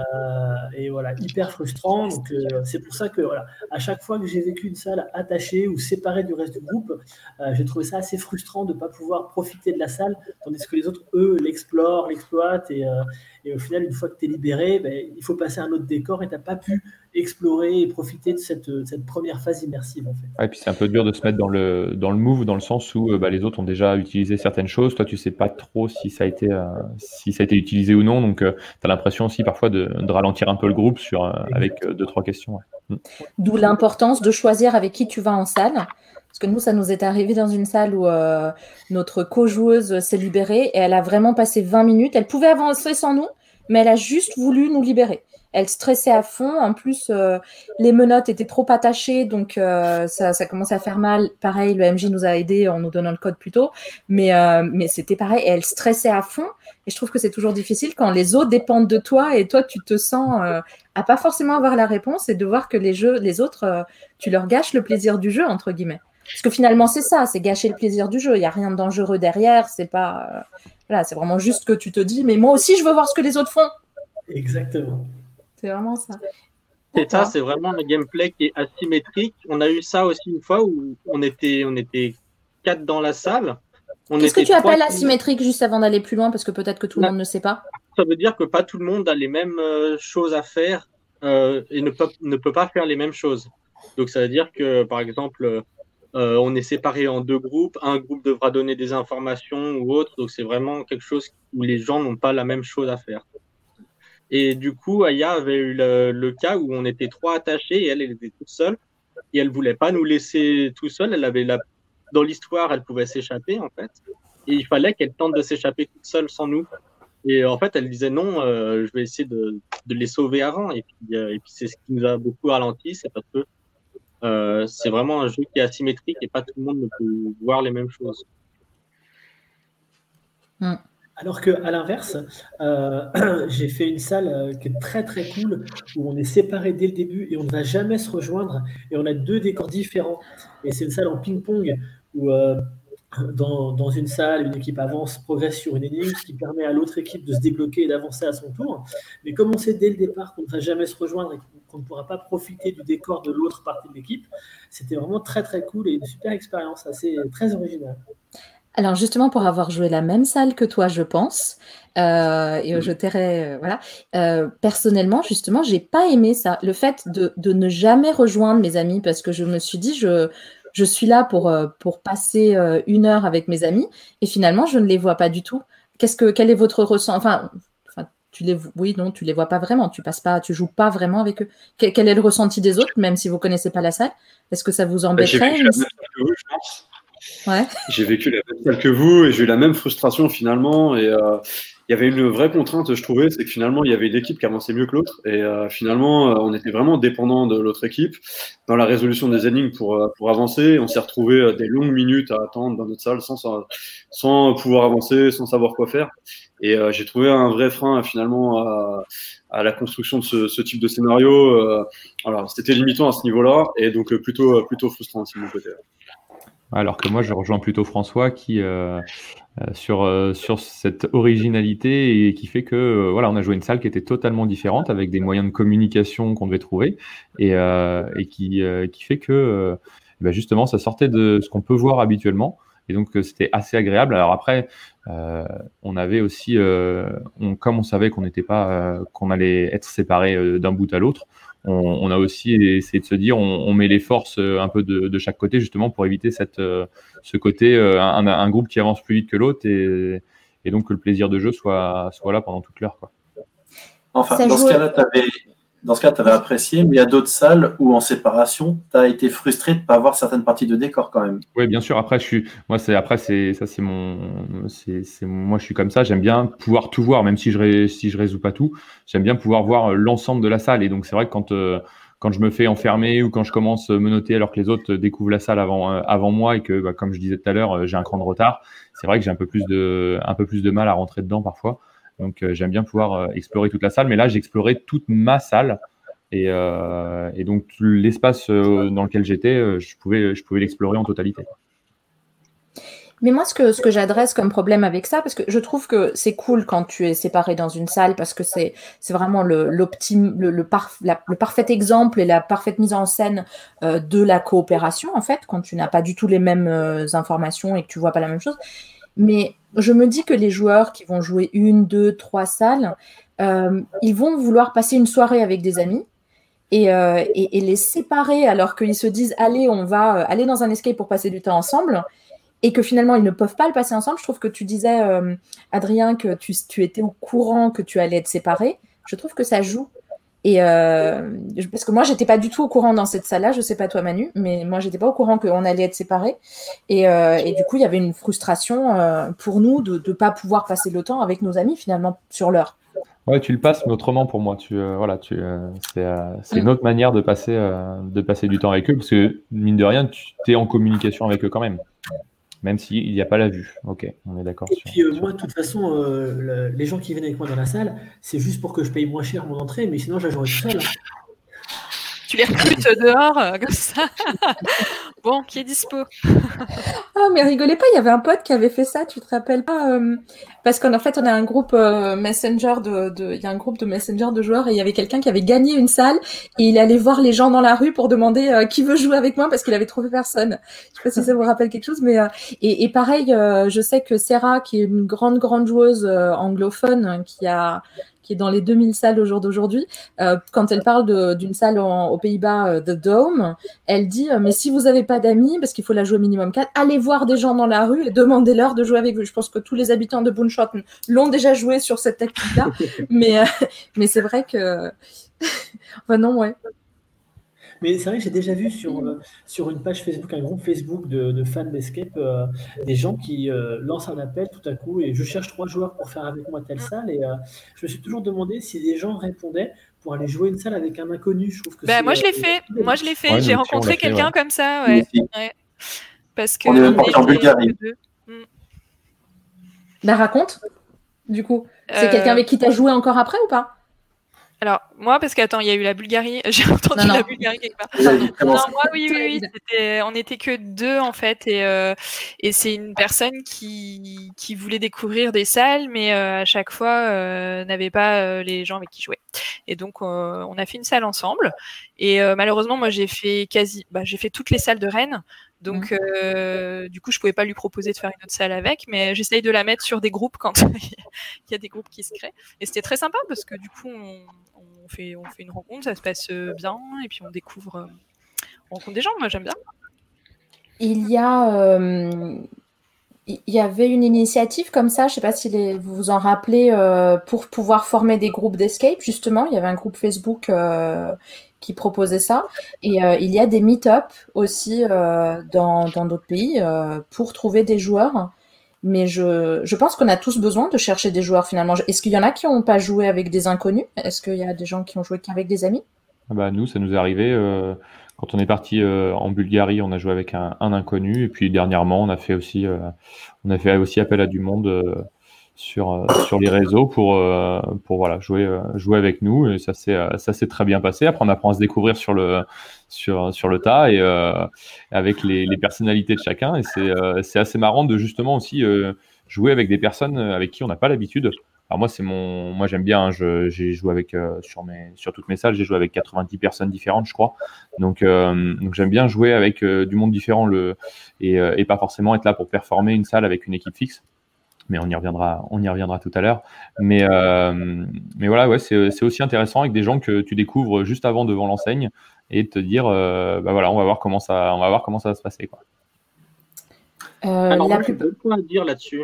et voilà, hyper frustrant. Donc, euh, c'est pour ça que, voilà, à chaque fois que j'ai vécu une salle attachée ou séparée du reste du groupe, euh, j'ai trouvé ça assez frustrant de ne pas pouvoir profiter de la salle, tandis que les autres, eux, l'explorent, l'exploitent. Et, euh, et au final, une fois que tu es libéré, ben, il faut passer à un autre décor et tu n'as pas pu explorer et profiter de cette, de cette première phase immersive. En fait. Ouais, et puis c'est un peu dur de se mettre dans le, dans le move, dans le sens où bah, les autres ont déjà utilisé certaines choses. Toi, tu ne sais pas trop si ça a été, euh, si ça a été utilisé ou non. Donc, euh, tu as l'impression aussi parfois de, de ralentir un peu le groupe sur, euh, avec euh, deux, trois questions. Ouais. D'où l'importance de choisir avec qui tu vas en salle. Parce que nous, ça nous est arrivé dans une salle où euh, notre co-joueuse s'est libérée et elle a vraiment passé vingt minutes. Elle pouvait avancer sans nous, mais elle a juste voulu nous libérer. Elle stressait à fond. En plus, euh, les menottes étaient trop attachées, donc euh, ça, ça commençait à faire mal. Pareil, le M J nous a aidés en nous donnant le code plus tôt, mais, euh, mais c'était pareil. Et elle stressait à fond. Et je trouve que c'est toujours difficile quand les autres dépendent de toi et toi, tu te sens euh, à pas forcément avoir la réponse et de voir que les, jeux, les autres, euh, tu leur gâches le plaisir du jeu, entre guillemets. Parce que finalement, c'est ça, c'est gâcher le plaisir du jeu. Il n'y a rien de dangereux derrière. C'est pas, euh, voilà, c'est vraiment juste que tu te dis, mais moi aussi, je veux voir ce que les autres font. Exactement. C'est vraiment ça. C'est ça, c'est vraiment un gameplay qui est asymétrique. On a eu ça aussi une fois où on était, on était quatre dans la salle. On Qu'est-ce que tu appelles qui... asymétrique, juste avant d'aller plus loin, parce que peut-être que tout le monde ne sait pas? Ça veut dire que pas tout le monde a les mêmes euh, choses à faire euh, et ne peut, ne peut pas faire les mêmes choses. Donc ça veut dire que, par exemple, euh, on est séparé en deux groupes. Un groupe devra donner des informations ou autre. Donc c'est vraiment quelque chose où les gens n'ont pas la même chose à faire. Et du coup, Aya avait eu le, le cas où on était trois attachés et elle, elle était toute seule. Et elle voulait pas nous laisser tout seul. Elle avait la... Dans l'histoire, elle pouvait s'échapper, en fait. Et il fallait qu'elle tente de s'échapper toute seule sans nous. Et en fait, elle disait non, euh, je vais essayer de, de les sauver avant. Et puis, euh, et puis c'est ce qui nous a beaucoup ralenti, c'est parce que euh, c'est vraiment un jeu qui est asymétrique et pas tout le monde ne peut voir les mêmes choses. Mm. Alors qu'à l'inverse, euh, j'ai fait une salle euh, qui est très très cool, où on est séparés dès le début et on ne va jamais se rejoindre, et on a deux décors différents. Et c'est une salle en ping-pong où euh, dans, dans une salle, une équipe avance, progresse sur une énigme, ce qui permet à l'autre équipe de se débloquer et d'avancer à son tour. Mais comme on sait dès le départ qu'on ne va jamais se rejoindre et qu'on ne pourra pas profiter du décor de l'autre partie de l'équipe, c'était vraiment très très cool et une super expérience, assez très originale. Alors justement, pour avoir joué la même salle que toi, je pense, euh, et je t'irai, euh, voilà, euh, personnellement, justement, j'ai pas aimé ça, le fait de, de ne jamais rejoindre mes amis, parce que je me suis dit, je, je suis là pour, pour passer une heure avec mes amis, et finalement, je ne les vois pas du tout. Qu'est-ce que, quel est votre ressenti, enfin, enfin, Tu les, oui, non, tu les vois pas vraiment. Tu passes pas, tu joues pas vraiment avec eux. Quel, quel est le ressenti des autres, même si vous connaissez pas la salle? Est-ce que ça vous Bah, j'ai embêterait? vécu la même salle que vous, je pense. Ouais. J'ai vécu la même salle que vous et j'ai eu la même frustration finalement. Et euh, il y avait une vraie contrainte, je trouvais, c'est que finalement il y avait une équipe qui avançait mieux que l'autre. Et euh, finalement, euh, on était vraiment dépendant de l'autre équipe dans la résolution des énigmes pour, euh, pour avancer. On s'est retrouvé euh, des longues minutes à attendre dans notre salle sans, sans, sans pouvoir avancer, sans savoir quoi faire. Et euh, j'ai trouvé un vrai frein finalement à, à la construction de ce, ce type de scénario. Euh, alors, c'était limitant à ce niveau-là et donc euh, plutôt, plutôt frustrant aussi de mon côté. Alors que moi, je rejoins plutôt François qui euh, euh, sur euh, sur cette originalité et qui fait que euh, voilà, on a joué une salle qui était totalement différente avec des moyens de communication qu'on devait trouver et, euh, et qui euh, qui fait que euh, bah, justement, ça sortait de ce qu'on peut voir habituellement et donc euh, c'était assez agréable. Alors après, euh, on avait aussi, euh, on, comme on savait qu'on n'était pas, euh, qu'on allait être séparés euh, d'un bout à l'autre. On, on a aussi essayé de se dire, on, on met les forces un peu de, de chaque côté justement pour éviter cette, euh, ce côté, euh, un, un groupe qui avance plus vite que l'autre et, et donc que le plaisir de jeu soit, soit là pendant toute l'heure, quoi. Enfin, Ça dans joue- ce cas-là, tu avais, dans ce cas, tu avais apprécié, mais il y a d'autres salles où en séparation, tu as été frustré de ne pas avoir certaines parties de décor quand même. Oui, bien sûr. Après, je suis, moi, c'est après, c'est ça, c'est mon, c'est, c'est moi, je suis comme ça. J'aime bien pouvoir tout voir, même si je ré, si je résous pas tout. J'aime bien pouvoir voir euh, l'ensemble de la salle. Et donc, c'est vrai que quand euh, quand je me fais enfermer ou quand je commence à menotter alors que les autres découvrent la salle avant euh, avant moi et que, bah, comme je disais tout à l'heure, euh, j'ai un cran de retard. C'est vrai que j'ai un peu plus de un peu plus de mal à rentrer dedans parfois. Donc, euh, j'aime bien pouvoir euh, explorer toute la salle. Mais là, j'ai exploré toute ma salle. Et, euh, et donc l'espace euh, dans lequel j'étais, euh, je pouvais, je pouvais l'explorer en totalité. Mais moi, ce que, ce que j'adresse comme problème avec ça, parce que je trouve que c'est cool quand tu es séparé dans une salle, parce que c'est, c'est vraiment le, l'optim, le, le, parf, la, le parfait exemple et la parfaite mise en scène euh, de la coopération, en fait, quand tu n'as pas du tout les mêmes euh, informations et que tu vois pas la même chose. Mais je me dis que les joueurs qui vont jouer une, deux, trois salles, euh, ils vont vouloir passer une soirée avec des amis. Et, euh, et, et les séparer alors qu'ils se disent allez, on va aller dans un escape pour passer du temps ensemble et que finalement ils ne peuvent pas le passer ensemble. Je trouve que tu disais, euh, Adrien, que tu, tu étais au courant que tu allais être séparé. Je trouve que ça joue. Et euh, parce que moi, j'étais pas du tout au courant dans cette salle-là. Je sais pas toi, Manu, mais moi, j'étais pas au courant qu'on allait être séparés. Et, euh, et du coup, il y avait une frustration euh, pour nous de ne pas pouvoir passer le temps avec nos amis finalement sur l'heure. Ouais, tu le passes, mais autrement pour moi. Tu, euh, voilà, tu, euh, c'est, euh, c'est Mm. une autre manière de passer, euh, de passer du temps avec eux, parce que mine de rien, tu es en communication avec eux quand même, même s'il n'y a pas la vue. Ok, on est d'accord Et sur. puis euh, sur- moi, de toute façon, euh, le- les gens qui viennent avec moi dans la salle, c'est juste pour que je paye moins cher mon entrée, mais sinon, je la jouerai tout seul. Tu les recrutes dehors, euh, comme ça. Bon, qui est dispo? Ah, mais rigolez pas, il y avait un pote qui avait fait ça, tu te rappelles pas euh, parce qu'en fait, on a un groupe euh, Messenger de, de, il y a un groupe de Messenger de joueurs et il y avait quelqu'un qui avait gagné une salle et il allait voir les gens dans la rue pour demander euh, qui veut jouer avec moi parce qu'il avait trouvé personne. Je sais pas si ça vous rappelle quelque chose, mais euh, et, et pareil, euh, je sais que Sarah, qui est une grande grande joueuse euh, anglophone, hein, qui a qui est dans les deux mille salles au jour d'aujourd'hui, euh, quand elle parle de, d'une salle en, aux Pays-Bas, euh, The Dome, elle dit euh, mais si vous n'avez pas d'amis, parce qu'il faut la jouer minimum quatre, allez voir des gens dans la rue et demandez-leur de jouer avec vous. Je pense que tous les habitants de Boonshotten l'ont déjà joué sur cette tactique-là, mais, euh, mais c'est vrai que... enfin non, ouais. Mais c'est vrai que j'ai déjà vu sur, euh, sur une page Facebook, un groupe Facebook de, de fans d'Escape, euh, des gens qui euh, lancent un appel tout à coup et je cherche trois joueurs pour faire avec moi telle salle. Et euh, je me suis toujours demandé si des gens répondaient pour aller jouer une salle avec un inconnu. Je trouve que Bah, c'est, moi, je l'ai euh, fait. Moi, je l'ai fait. Ouais, J'ai nous aussi, on rencontré l'a fait, quelqu'un ouais. comme ça, Nous ouais. aussi. Ouais. Parce que On est même on parti en était Bulgarie. que deux. Mm. Bah raconte, du coup. C'est Euh, quelqu'un avec qui t'as joué encore après ou pas? Alors, moi, parce qu'attends, il y a eu la Bulgarie. J'ai entendu Non, non. la Bulgarie quelque part. Vous avez Non, commencé. moi, oui, oui, oui. C'était, on n'était que deux, en fait. Et, euh, et c'est une personne qui, qui voulait découvrir des salles, mais euh, à chaque fois, euh, n'avait pas euh, les gens avec qui jouer. Et donc, euh, on a fait une salle ensemble. Et euh, malheureusement, moi, j'ai fait quasi, bah, j'ai fait toutes les salles de Rennes. Donc, euh, du coup, je pouvais pas lui proposer de faire une autre salle avec, mais j'essaye de la mettre sur des groupes quand il y a des groupes qui se créent. Et c'était très sympa parce que du coup, on, on fait, on fait une rencontre, ça se passe bien, et puis on découvre, euh, on rencontre des gens. Moi, j'aime bien. Il y a... euh, Il y avait une initiative comme ça, je ne sais pas si les, vous vous en rappelez, euh, pour pouvoir former des groupes d'escape, justement. Il y avait un groupe Facebook euh, qui proposait ça. Et euh, il y a des meet-up aussi euh, dans, dans d'autres pays euh, pour trouver des joueurs. Mais je, je pense qu'on a tous besoin de chercher des joueurs finalement. Est-ce qu'il y en a qui n'ont pas joué avec des inconnus? Est-ce qu'il y a des gens qui ont joué qu'avec des amis? Ah bah, nous, ça nous est arrivé. Euh, quand on est parti euh, en Bulgarie, on a joué avec un, un inconnu. Et puis dernièrement, on a fait aussi, euh, on a fait aussi appel à du monde euh, sur, euh, sur les réseaux pour, euh, pour voilà, jouer, euh, jouer avec nous. Et ça s'est, euh, ça s'est très bien passé. Après, on apprend à se découvrir sur le, sur, sur le tas et euh, avec les, les personnalités de chacun. Et c'est, euh, c'est assez marrant de justement aussi euh, jouer avec des personnes avec qui on n'a pas l'habitude. Alors moi, c'est mon, moi j'aime bien. Hein, je, j'ai joué avec euh, sur mes, sur toutes mes salles, j'ai joué avec quatre-vingt-dix personnes différentes, je crois. Donc, euh, donc j'aime bien jouer avec euh, du monde différent, le et, euh, et pas forcément être là pour performer une salle avec une équipe fixe. Mais on y reviendra, on y reviendra tout à l'heure. Mais, euh, mais voilà, ouais, c'est, c'est aussi intéressant avec des gens que tu découvres juste avant devant l'enseigne et de te dire, euh, bah voilà, on va voir comment ça, on va voir comment ça va se passer, quoi. Euh, Alors moi, j'ai deux points à dire là-dessus.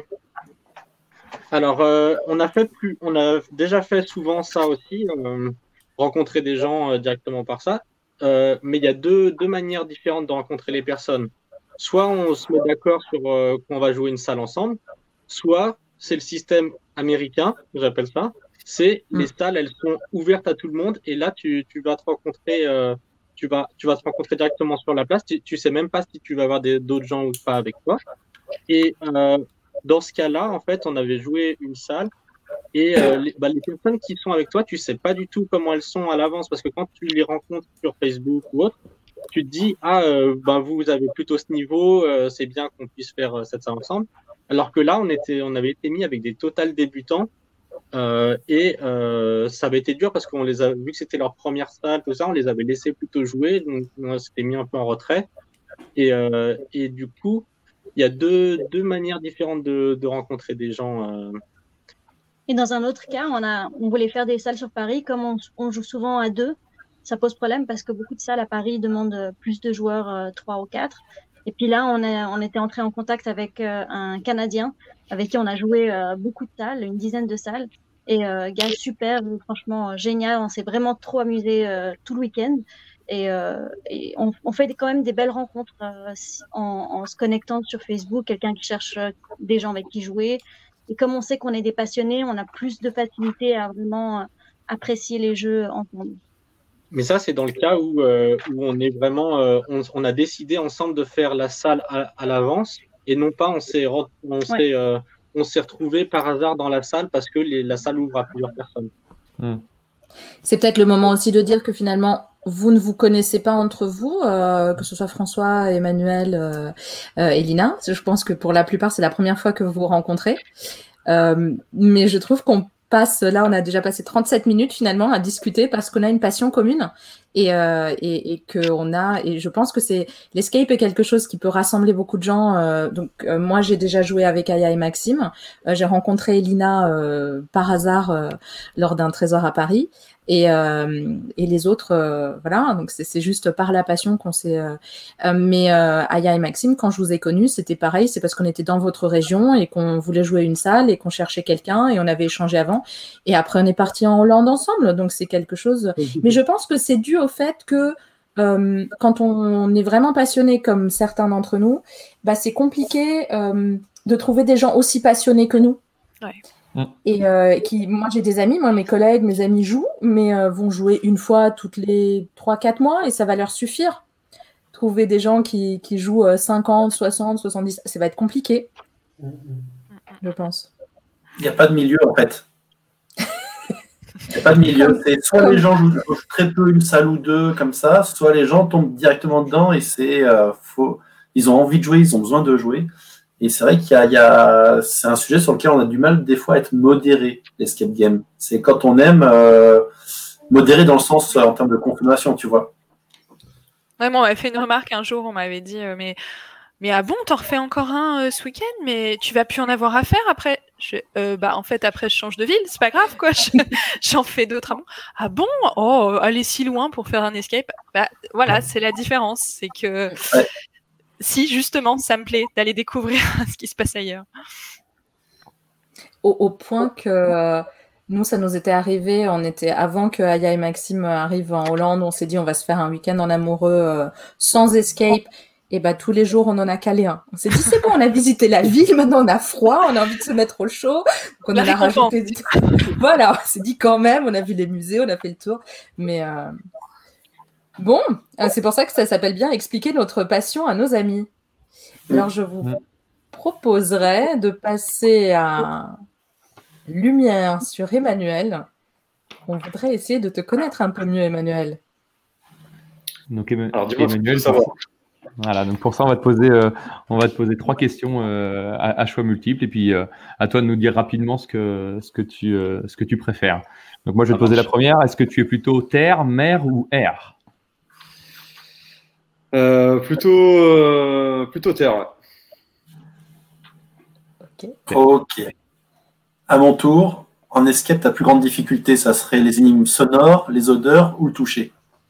Alors, euh, on a fait plus, on a déjà fait souvent ça aussi, euh, rencontrer des gens euh, directement par ça. Euh, mais il y a deux, deux manières différentes de rencontrer les personnes. Soit on se met d'accord sur euh, qu'on va jouer une salle ensemble, soit c'est le système américain, j'appelle ça. C'est les salles, elles sont ouvertes à tout le monde et là tu, tu vas te rencontrer, euh, tu vas, tu vas te rencontrer directement sur la place. Tu, tu sais même pas si tu vas avoir des, d'autres gens ou pas avec toi. Et euh, dans ce cas-là, en fait, on avait joué une salle et euh, les, bah, les personnes qui sont avec toi, tu sais pas du tout comment elles sont à l'avance parce que quand tu les rencontres sur Facebook ou autre, tu te dis ah euh, ben vous avez plutôt ce niveau, euh, c'est bien qu'on puisse faire euh, cette salle ensemble. Alors que là, on était, on avait été mis avec des totales débutants euh, et euh, ça avait été dur parce qu'on les a vu que c'était leur première salle, tout ça, on les avait laissés plutôt jouer, donc on s'était mis un peu en retrait et euh, et du coup. Il y a deux, deux manières différentes de, de rencontrer des gens. Euh... Et dans un autre cas, on, a, on voulait faire des salles sur Paris. Comme on, on joue souvent à deux, ça pose problème parce que beaucoup de salles à Paris demandent plus de joueurs, euh, trois ou quatre. Et puis là, on, a, on était entré en contact avec euh, un Canadien avec qui on a joué euh, beaucoup de salles, une dizaine de salles. Et euh, gars super, franchement euh, génial. On s'est vraiment trop amusé euh, tout le week-end. Et, euh, et on, on fait quand même des belles rencontres euh, en, en se connectant sur Facebook, quelqu'un qui cherche euh, des gens avec qui jouer. Et comme on sait qu'on est des passionnés, on a plus de facilité à vraiment euh, apprécier les jeux ensemble. Mais ça, c'est dans le cas où, euh, où on est vraiment, euh, on, on a décidé ensemble de faire la salle à, à l'avance et non pas on s'est, on ouais. s'est, euh, on s'est retrouvé par hasard dans la salle parce que les, la salle ouvre à plusieurs personnes. Mmh. C'est peut-être le moment aussi de dire que finalement, vous ne vous connaissez pas entre vous, euh, que ce soit François, Emmanuel euh, euh, et Lina. Je pense que pour la plupart, c'est la première fois que vous vous rencontrez. Euh, mais je trouve qu'on passe, là, on a déjà passé trente-sept minutes finalement à discuter parce qu'on a une passion commune et, euh, et, et que on a, et je pense que c'est, l'escape est quelque chose qui peut rassembler beaucoup de gens. Euh, donc, euh, moi, j'ai déjà joué avec Aya et Maxime. Euh, j'ai rencontré Lina euh, par hasard euh, lors d'un trésor à Paris. Et, euh, et les autres, euh, voilà, donc c'est, c'est juste par la passion qu'on s'est... Euh, euh, mais euh, Aya et Maxime, quand je vous ai connus, c'était pareil, c'est parce qu'on était dans votre région et qu'on voulait jouer une salle et qu'on cherchait quelqu'un et on avait échangé avant. Et après, on est parti en Hollande ensemble, donc c'est quelque chose... Mais je pense que c'est dû au fait que euh, quand on est vraiment passionné comme certains d'entre nous, bah, c'est compliqué euh, de trouver des gens aussi passionnés que nous. Ouais. Et euh, qui, moi, j'ai des amis, moi, mes collègues, mes amis jouent, mais euh, vont jouer une fois toutes les trois quatre mois et ça va leur suffire. Trouver des gens qui, qui jouent cinquante, soixante, soixante-dix, ça va être compliqué, je pense. Il n'y a pas de milieu, en fait. Il n'y a pas de milieu. C'est soit les gens jouent très peu une salle ou deux, comme ça, soit les gens tombent directement dedans et c'est euh, faux. Ils ont envie de jouer, ils ont besoin de jouer. Et c'est vrai qu'il y a, il y a, c'est un sujet sur lequel on a du mal des fois à être modéré, l'escape game. C'est quand on aime euh, modéré dans le sens euh, en termes de consommation, tu vois. Vraiment, on m'avait fait une remarque un jour, on m'avait dit euh, mais, mais ah bon, t'en refais encore un euh, ce week-end, mais tu vas plus en avoir à faire après. Je, euh, bah en fait après je change de ville, c'est pas grave quoi, je, j'en fais d'autres avant. Ah bon, oh aller si loin pour faire un escape, bah voilà, c'est la différence, c'est que. Ouais. si, justement, ça me plaît d'aller découvrir ce qui se passe ailleurs. Au, au point que euh, nous, ça nous était arrivé, on était avant que Aya et Maxime arrivent en Hollande, on s'est dit on va se faire un week-end en amoureux euh, sans escape. Et bah tous les jours on en a calé un. On s'est dit c'est bon, on a visité la ville, maintenant on a froid, on a envie de se mettre au chaud. Donc on La en a récompense. rajouté. Voilà, on s'est dit quand même, on a vu les musées, on a fait le tour. Mais euh... bon, euh, c'est pour ça que ça s'appelle bien expliquer notre passion à nos amis. Alors je vous proposerais de passer à lumière sur Emmanuel. On voudrait essayer de te connaître un peu mieux, Emmanuel. Donc Emma- Alors, dis-moi ce que tu Emmanuel, veux savoir. pour... voilà, donc pour ça on va te poser, euh, on va te poser trois questions euh, à, à choix multiples et puis euh, à toi de nous dire rapidement ce que ce que tu euh, ce que tu préfères. Donc moi je vais te poser la première. Est-ce que tu es plutôt terre, mer ou air? Euh, plutôt, euh, plutôt terre, ouais. Ok. Ok. À mon tour, en escape, ta plus grande difficulté, ça serait les énigmes sonores, les odeurs ou le toucher.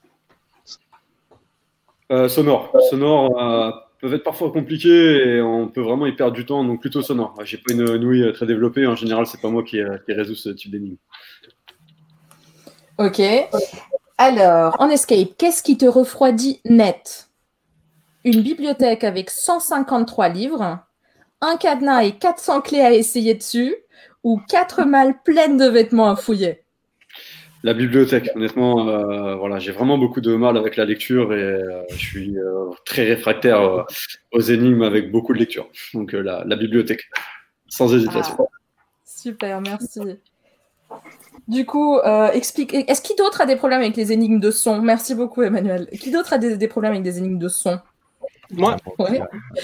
Euh, sonore. Sonore euh, peuvent être parfois compliqués et on peut vraiment y perdre du temps, donc plutôt sonore. Ouais, j'ai pas une nouille très développée, en général, c'est pas moi qui, euh, qui résous ce type d'énigme. Ok. Alors, en escape, qu'est-ce qui te refroidit net? Une bibliothèque avec cent cinquante-trois livres, un cadenas et quatre cents clés à essayer dessus, ou quatre malles pleines de vêtements à fouiller? La bibliothèque, honnêtement, euh, voilà, j'ai vraiment beaucoup de mal avec la lecture et euh, je suis euh, très réfractaire euh, aux énigmes avec beaucoup de lecture. Donc euh, la, la bibliothèque, sans hésitation. Ah, super, merci. Du coup, euh, explique. Est-ce qui d'autre a des problèmes avec les énigmes de son? Merci beaucoup, Emmanuel. Qui d'autre a des, des problèmes avec des énigmes de son? Moi, Ouais.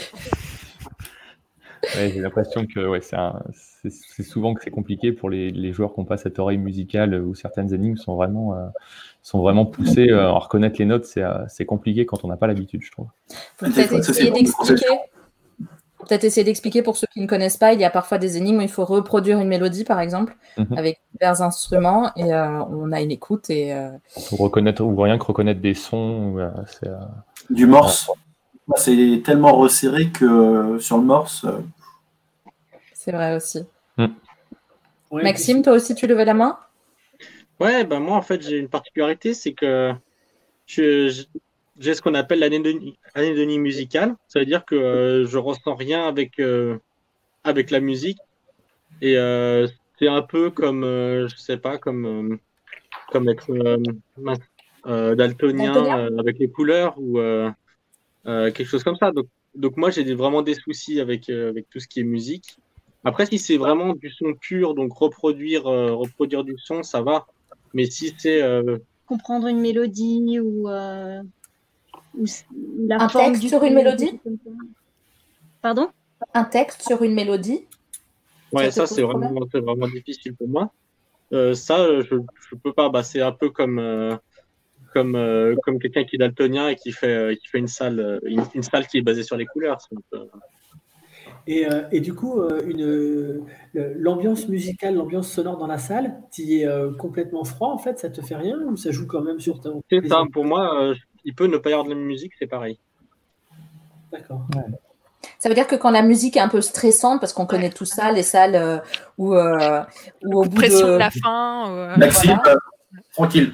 Ouais, j'ai l'impression que ouais, c'est, un- c'est, c'est souvent que c'est compliqué pour les, les joueurs qui n'ont pas cette oreille musicale où certaines énigmes sont vraiment, euh, sont vraiment poussées. Euh, à reconnaître les notes, c'est, euh, c'est compliqué quand on n'a pas l'habitude, je trouve. Faut peut-être essayer d'expliquer. Faut Peut-être essayer d'expliquer pour ceux qui ne connaissent pas. Il y a parfois des énigmes où il faut reproduire une mélodie, par exemple, Mhm. avec divers instruments, et euh, on a une écoute. Et euh, Ou reconnaître, ou rien que reconnaître des sons, euh, c'est, euh, Du morse. Moi, c'est tellement resserré que euh, sur le morse, euh, c'est vrai aussi. Ouais, Maxime, toi aussi, tu levais la main? ouais, ben moi, en fait, j'ai une particularité, c'est que je- je- j'ai ce qu'on appelle l'anédonie anédonie musicale. Ça veut dire que euh, je ressens rien avec, euh, avec la musique. Et euh, c'est un peu comme, euh, je sais pas, comme, euh, comme être euh, mince, euh, daltonien Daltonien euh, avec les couleurs ou euh, euh, quelque chose comme ça. Donc, donc moi, j'ai des- vraiment des soucis avec, euh, avec tout ce qui est musique. Après, si c'est vraiment du son pur, donc reproduire, euh, reproduire du son, ça va. Mais si c'est euh, Comprendre une mélodie ou, euh, ou s- la Un forme texte du sur une son, mélodie? quelque chose comme ça. Pardon? Un texte sur une mélodie? ouais, te ça, pose c'est problème? vraiment, c'est vraiment difficile pour moi. Euh, ça, euh, je je peux pas. Bah, c'est un peu comme euh, comme euh, comme quelqu'un qui est daltonien et qui fait euh, qui fait une salle euh, une, une salle qui est basée sur les couleurs. C'est un peu- Et, euh, et du coup, euh, une, euh, le- l'ambiance musicale, l'ambiance sonore dans la salle, tu es euh, complètement froid en fait, ça te fait rien ou ça joue quand même sur ton C'est plaisir? ça. Pour moi, euh, il peut ne pas y avoir de la musique, c'est pareil. D'accord. Ça veut dire que quand la musique est un peu stressante, parce qu'on connaît tout ça, les salles euh, où, euh, où au bout Pression de de... la fin. ou, euh, Maxime, Voilà. euh, tranquille.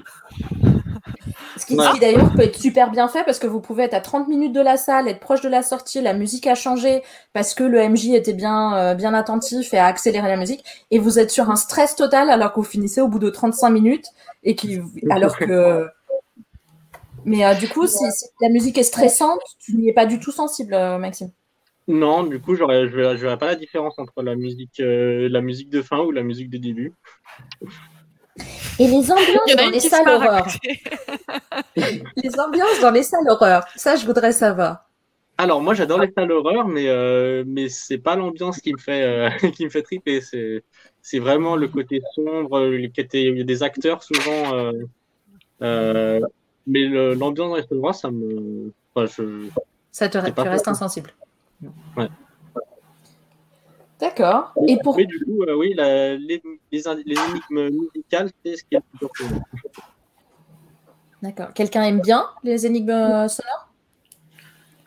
Ce qui, Ouais. ce qui d'ailleurs peut être super bien fait parce que vous pouvez être à trente minutes de la salle, être proche de la sortie, la musique a changé parce que le M J était bien, euh, bien attentif et a accéléré la musique et vous êtes sur un stress total alors que vous finissez au bout de trente-cinq minutes et qui, alors que... Mais euh, du coup, si, si la musique est stressante, tu n'y es pas du tout sensible, euh, Maxime. Non, du coup, j'aurais, je verrais, je verrais pas la différence entre la musique, euh, la musique de fin ou la musique de début. Et les ambiances Il y en a dans une les qui se salles marre à horreur. côté. Les ambiances dans les salles horreur. Ça, je voudrais savoir. Alors moi, j'adore les salles horreur, mais euh, mais c'est pas l'ambiance qui me fait euh, qui me fait triper. C'est c'est vraiment le côté sombre, le côté il y a des acteurs souvent. Euh, euh, mais le- l'ambiance dans les salles horreur, ça me, enfin, je, Ça te, c'est pas tu restes facile. insensible. Ouais. D'accord. Et pour... Mais du coup, euh, oui, la- les, les, indi- les énigmes musicales, c'est ce qui est le plus dur pour moi. D'accord. Quelqu'un aime bien les énigmes euh, sonores?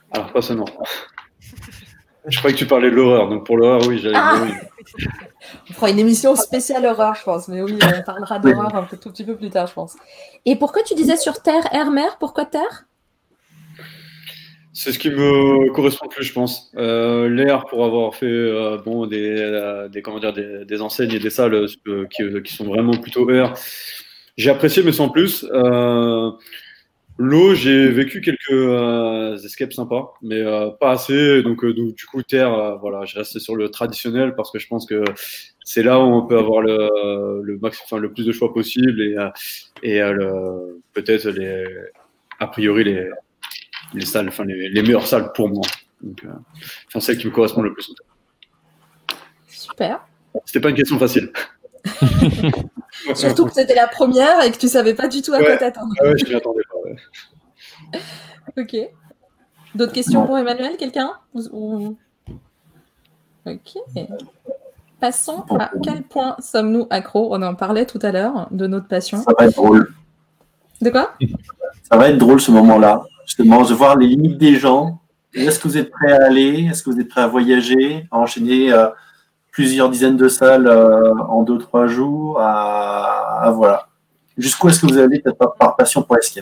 Alors, pas seulement. Je croyais que tu parlais de l'horreur, donc pour l'horreur, oui, j'allais Ah dire oui. On fera une émission spéciale horreur, je pense. Mais oui, on parlera d'horreur un peu, tout petit peu plus tard, je pense. Et pourquoi tu disais sur Terre, Air, Mer? Pourquoi Terre? C'est ce qui me correspond le plus, je pense. Euh, L'air, pour avoir fait euh, bon, des, euh, des, comment dire, des, des enseignes et des salles euh, qui, qui sont vraiment plutôt air. J'ai apprécié, mais sans plus. Euh, L'eau, j'ai vécu quelques euh, escapes sympas, mais euh, pas assez. Donc, euh, donc, du coup, terre, euh, voilà, je reste sur le traditionnel parce que je pense que c'est là où on peut avoir le, le, max, enfin, le plus de choix possible et, euh, et euh, le, peut-être les, a priori les, les salles, enfin les, les meilleures salles pour moi. Donc, euh, enfin, celles qui me correspondent le plus. Super. C'était pas une question facile. Surtout que c'était la première et que tu savais pas du tout à ouais. quoi t'attendre. Ouais, je m'y attendais pas. Ouais. Ok. D'autres questions pour Emmanuel, quelqu'un ou... Ok. Passons à quel point sommes-nous accros? On en parlait tout à l'heure de notre passion. Ça va être drôle. De quoi? Ça va être drôle ce moment-là. Justement, de voir les limites des gens. Est-ce que vous êtes prêts à aller? Est-ce que vous êtes prêts à voyager, à enchaîner euh, plusieurs dizaines de salles euh, en deux, trois jours, à, à voilà. Jusqu'où est-ce que vous allez par, par passion pour Escape?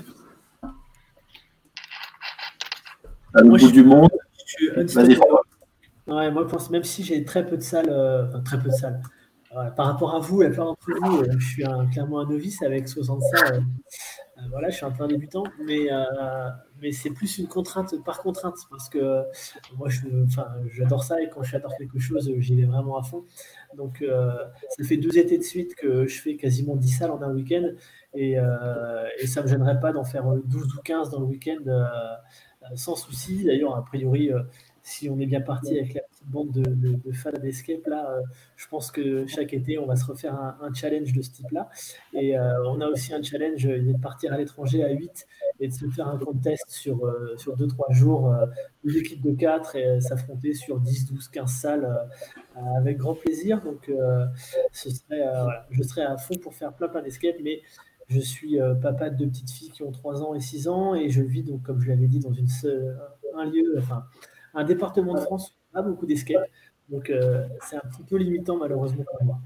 À l'autre bout du monde. Vas-y, ouais, moi, je pense, même si j'ai très peu de salles, euh, enfin, très peu de salles, euh, par rapport à vous, la plupart d'entre vous, euh, je suis un, clairement un novice avec soixante salles. Euh, euh, voilà, je suis un peu un débutant, mais, euh, mais c'est plus une contrainte par contrainte parce que euh, moi, je, enfin, j'adore ça et quand j'adore quelque chose, j'y vais vraiment à fond. Donc, euh, ça fait douze étés de suite que je fais quasiment dix salles en un week-end et, euh, et ça ne me gênerait pas d'en faire douze ou quinze dans le week-end euh, sans souci. D'ailleurs, a priori, euh, si on est bien parti avec la petite bande de, de, de fans d'Escape, là, euh, je pense que chaque été, on va se refaire un, un challenge de ce type-là. Et euh, on a aussi un challenge de partir à l'étranger à huit et de se faire un contest sur, euh, sur deux trois jours, euh, deux équipes de quatre et euh, s'affronter sur dix, douze, quinze salles euh, avec grand plaisir. Donc, euh, ce serait, euh, voilà, je serais à fond pour faire plein plein d'Escape, mais je suis euh, papa de deux petites filles qui ont trois ans et six ans et je vis, donc, comme je l'avais dit, dans une seule, un lieu, enfin, un département de France où il n'y a pas beaucoup d'escape. Donc, euh, c'est un petit peu limitant, malheureusement, pour moi.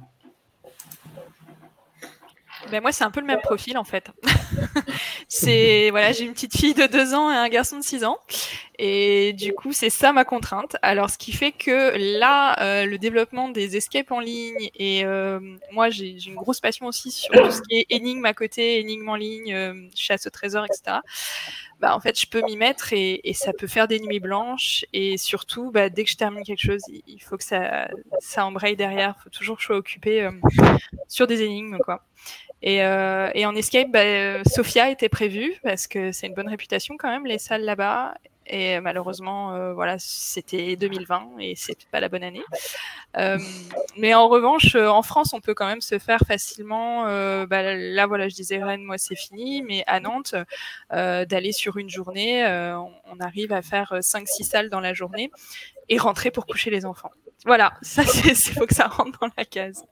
Ben moi, c'est un peu le même profil, en fait. c'est voilà, j'ai une petite fille de deux ans et un garçon de six ans. Et du coup, c'est ça ma contrainte. Alors, ce qui fait que là, euh, le développement des escapes en ligne et euh, moi, j'ai, j'ai une grosse passion aussi sur tout ce qui est énigmes à côté, énigmes en ligne, euh, chasse au trésor, et cetera. Bah, en fait, je peux m'y mettre et, et ça peut faire des nuits blanches. Et surtout, bah, dès que je termine quelque chose, il faut que ça, ça embraye derrière. Il faut toujours que je sois occupée euh, sur des énigmes, quoi. Et, euh, et en escape, bah, Sophia était prévue parce que c'est une bonne réputation quand même, les salles là-bas. Et malheureusement, euh, voilà, c'était deux mille vingt et c'est pas la bonne année. Euh, mais en revanche, en France, on peut quand même se faire facilement. Euh, bah, là, voilà, je disais Rennes, moi c'est fini, mais à Nantes, euh, d'aller sur une journée, euh, on, on arrive à faire cinq six salles dans la journée et rentrer pour coucher les enfants. Voilà, ça, c'est, il faut que ça rentre dans la case.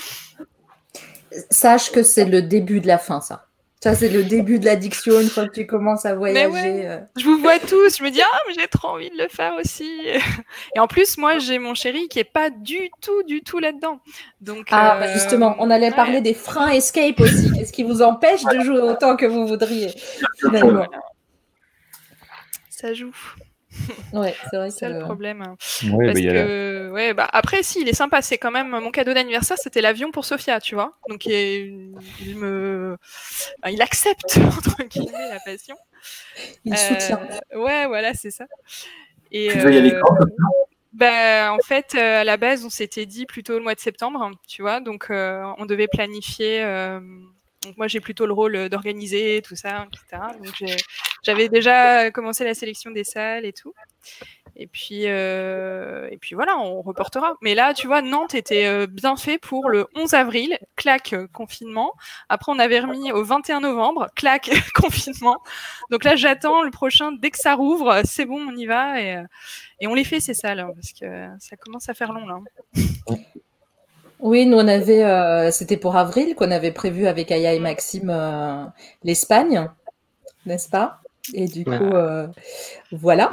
Sache que c'est le début de la fin, ça. Ça, c'est le début de l'addiction une fois que tu commences à voyager. Mais ouais, je vous vois tous, je me dis, ah, mais j'ai trop envie de le faire aussi. Et en plus, moi, j'ai mon chéri qui est pas du tout, du tout là-dedans. Donc, ah, euh... bah justement, on allait ouais. parler des freins escape aussi. Qu'est-ce qui vous empêche de jouer autant que vous voudriez, finalement? Ça joue. Ouais, c'est vrai. C'est que... le problème. Ouais, Parce bah, que, ouais, bah, après, si, il est sympa. C'est quand même mon cadeau d'anniversaire, c'était l'avion pour Sophia, tu vois. Donc, il, il me, enfin, il accepte, entre guillemets, la passion. Il euh, soutient. Ouais, voilà, c'est ça. Et, tu veux y aller quand? bah, en fait, euh, à la base, on s'était dit plutôt le mois de septembre, tu vois. Donc, euh, on devait planifier. Euh, donc, moi, j'ai plutôt le rôle d'organiser tout ça, et cetera. Donc, j'ai, j'avais déjà commencé la sélection des salles et tout. Et puis, euh, et puis voilà, on reportera. Mais là, tu vois, Nantes était euh, bien fait pour le onze avril, clac, euh, confinement. Après, on avait remis au vingt et un novembre, clac, confinement. Donc là, j'attends le prochain, dès que ça rouvre, c'est bon, on y va. Et, et on les fait, ces salles, hein, parce que ça commence à faire long, là. Oui, nous, on avait, euh, c'était pour avril qu'on avait prévu avec Aya et Maxime euh, l'Espagne, n'est-ce pas? Et du coup, euh, voilà.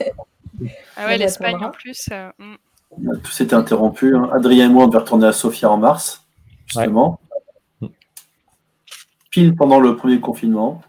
Ah ouais, l'Espagne en plus. Euh, mm. Tout s'était interrompu. Hein. Adrien et moi, on devait retourner à Sofia en mars, justement. Ouais. Pile pendant le premier confinement.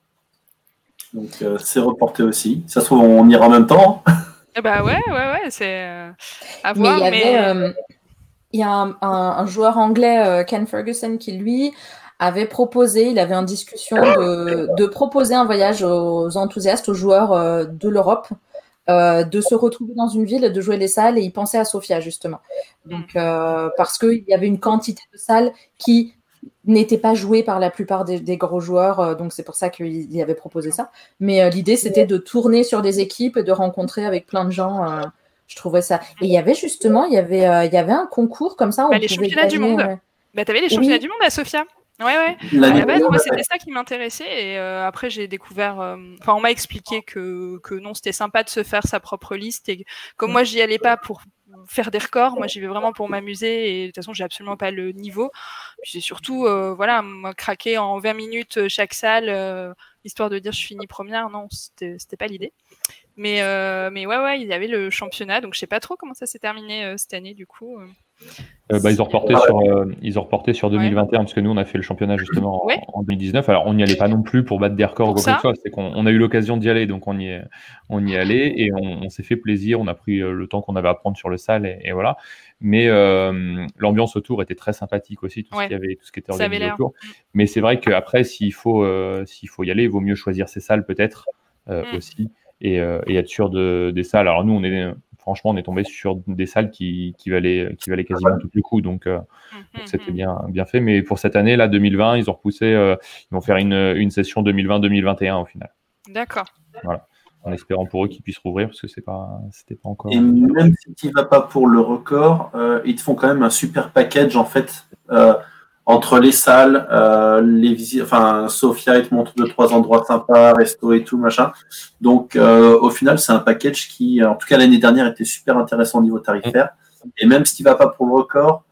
Donc, euh, c'est reporté aussi. Ça se trouve, on ira en même temps. Eh bah ouais, ouais, ouais, c'est euh, à mais voir. Il y, mais... avait, euh, il y a un, un, un joueur anglais, euh, Ken Ferguson, qui lui avait proposé, il avait en discussion de, de proposer un voyage aux enthousiastes, aux joueurs euh, de l'Europe, euh, de se retrouver dans une ville, de jouer les salles, et il pensait à Sofia, justement. Donc, euh, parce qu'il y avait une quantité de salles qui n'étaient pas jouées par la plupart des, des gros joueurs, euh, donc c'est pour ça qu'il avait proposé ça. Mais euh, l'idée, c'était de tourner sur des équipes et de rencontrer avec plein de gens. Euh, je trouvais ça. Et il y avait justement, il y avait, euh, il y avait un concours comme ça. Où bah, on les pouvait championnats gagner, du monde. Euh... Bah, t'avais les championnats oui. du monde à Sofia. Ouais, ouais. À la base, moi, c'était ça qui m'intéressait. Et euh, après, j'ai découvert. Enfin, euh, on m'a expliqué que, que non, c'était sympa de se faire sa propre liste. Et comme moi, j'y allais pas pour faire des records, moi, j'y vais vraiment pour m'amuser. Et de toute façon, j'ai absolument pas le niveau. Puis j'ai surtout, euh, voilà, craqué en vingt minutes chaque salle, euh, histoire de dire je finis première. Non, c'était, c'était pas l'idée. Mais, euh, mais ouais, ouais, il y avait le championnat. Donc, je sais pas trop comment ça s'est terminé euh, cette année, du coup. Euh, bah, ils ont reporté sur euh, ils ont reporté sur deux mille vingt et un ouais. parce que nous on a fait le championnat justement ouais. en, en deux mille dix-neuf. Alors on n'y allait pas non plus pour battre des records ou quoi que ce soit, c'est qu'on on a eu l'occasion d'y aller, donc on y est, on y est allé et on, on s'est fait plaisir. On a pris euh, le temps qu'on avait à prendre sur le salle et, et voilà. Mais euh, l'ambiance autour était très sympathique aussi, tout ouais. ce qui avait tout ce qui était organisé autour. Mais c'est vrai qu'après s'il faut euh, s'il faut y aller, il vaut mieux choisir ses salles peut-être euh, mm. aussi et, euh, et être sûr de des salles. Alors nous on est Franchement, on est tombé sur des salles qui, qui, valaient, qui valaient quasiment tous les coups, donc, euh, mm-hmm. donc c'était bien, bien fait. Mais pour cette année, là, deux mille vingt, ils ont repoussé, euh, ils vont faire une, une session deux mille vingt deux mille vingt et un au final. D'accord. Voilà. En espérant pour eux qu'ils puissent rouvrir, parce que c'est pas, c'était pas encore. Et même si tu n'y vas pas pour le record, euh, ils te font quand même un super package en fait. Euh, Entre les salles, euh, les visites, enfin, Sofia, il te montre deux, trois endroits sympas, resto et tout, machin. Donc, euh, au final, c'est un package qui, en tout cas, l'année dernière, était super intéressant au niveau tarifaire. Et même si tu vas pas pour le record,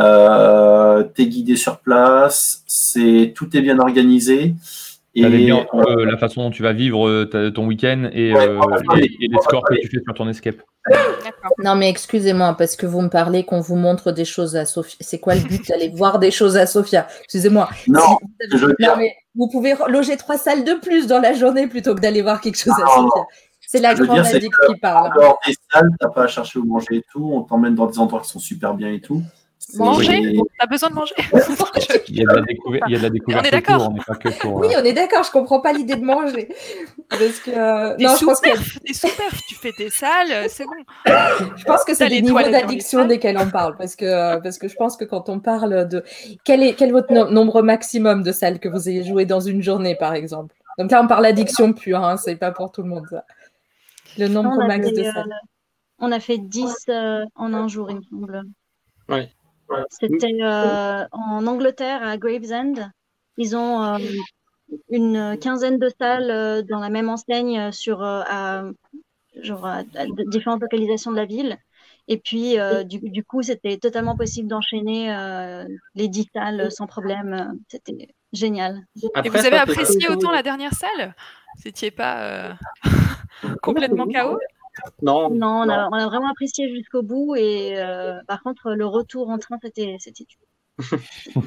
euh, t'es guidé sur place, c'est, tout est bien organisé. Et bien euh, la façon dont tu vas vivre ta, ton week-end et, ouais, euh, et, et les scores que tu fais sur ton escape. Non, mais excusez-moi, parce que vous me parlez qu'on vous montre des choses à Sofia. C'est quoi le but d'aller voir des choses à Sofia? Excusez-moi. Non, si vous, avez... non mais vous pouvez loger trois salles de plus dans la journée plutôt que d'aller voir quelque chose à Sofia. C'est la grande addict qui parle. Dans des salles, t'as pas à chercher où manger et tout. On t'emmène dans des endroits qui sont super bien et tout. Manger oui. T'as besoin de manger Il y a de la, découver- il y a de la découverte. On est d'accord. Autour, on est pas que pour, oui, on est d'accord. Je comprends pas l'idée de manger. Parce que euh, t'es non, je pense que t'es super. Tu fais tes salles, c'est bon. Je pense que c'est des niveaux d'addiction desquels on parle, parce que euh, parce que je pense que quand on parle de quel est quel est votre no- nombre maximum de salles que vous ayez joué dans une journée, par exemple. Donc là, on parle d'addiction pure. Hein, c'est pas pour tout le monde ça. Le nombre on max fait, de euh, salles. On a fait dix euh, en un jour, il me semble. Ouais. C'était euh, en Angleterre, à Gravesend. Ils ont euh, une quinzaine de salles euh, dans la même enseigne sur euh, à, genre, à, à différentes localisations de la ville. Et puis, euh, du, du coup, c'était totalement possible d'enchaîner euh, les dix salles sans problème. C'était génial. Après, et vous avez apprécié autant la dernière salle? Vous n'étiez pas euh, complètement K O? Non, non, on a, on a vraiment apprécié jusqu'au bout et euh, par contre le retour en train c'était c'était dur.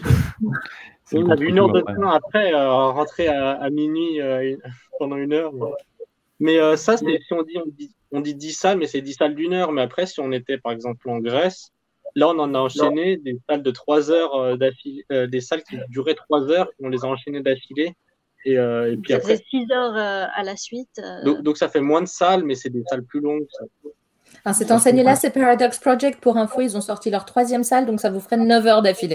On avait une heure de train après, euh, rentrer à, à minuit euh, pendant une heure. Mais euh, ça, c'est si on dit, on dit on dit dix salles, mais c'est dix salles d'une heure. Mais après, si on était par exemple en Grèce, là on en a enchaîné des salles de trois heures euh, d'affilée, euh, des salles qui duraient trois heures, on les a enchaînées d'affilée. Et, euh, et puis ça après, faisait six heures euh, à la suite. Euh... Donc, donc ça fait moins de salles, mais c'est des salles plus longues. Ça. Alors, cette enseigne-là, c'est Paradox Project. Pour info, ils ont sorti leur troisième salle, donc ça vous ferait neuf heures d'affilée.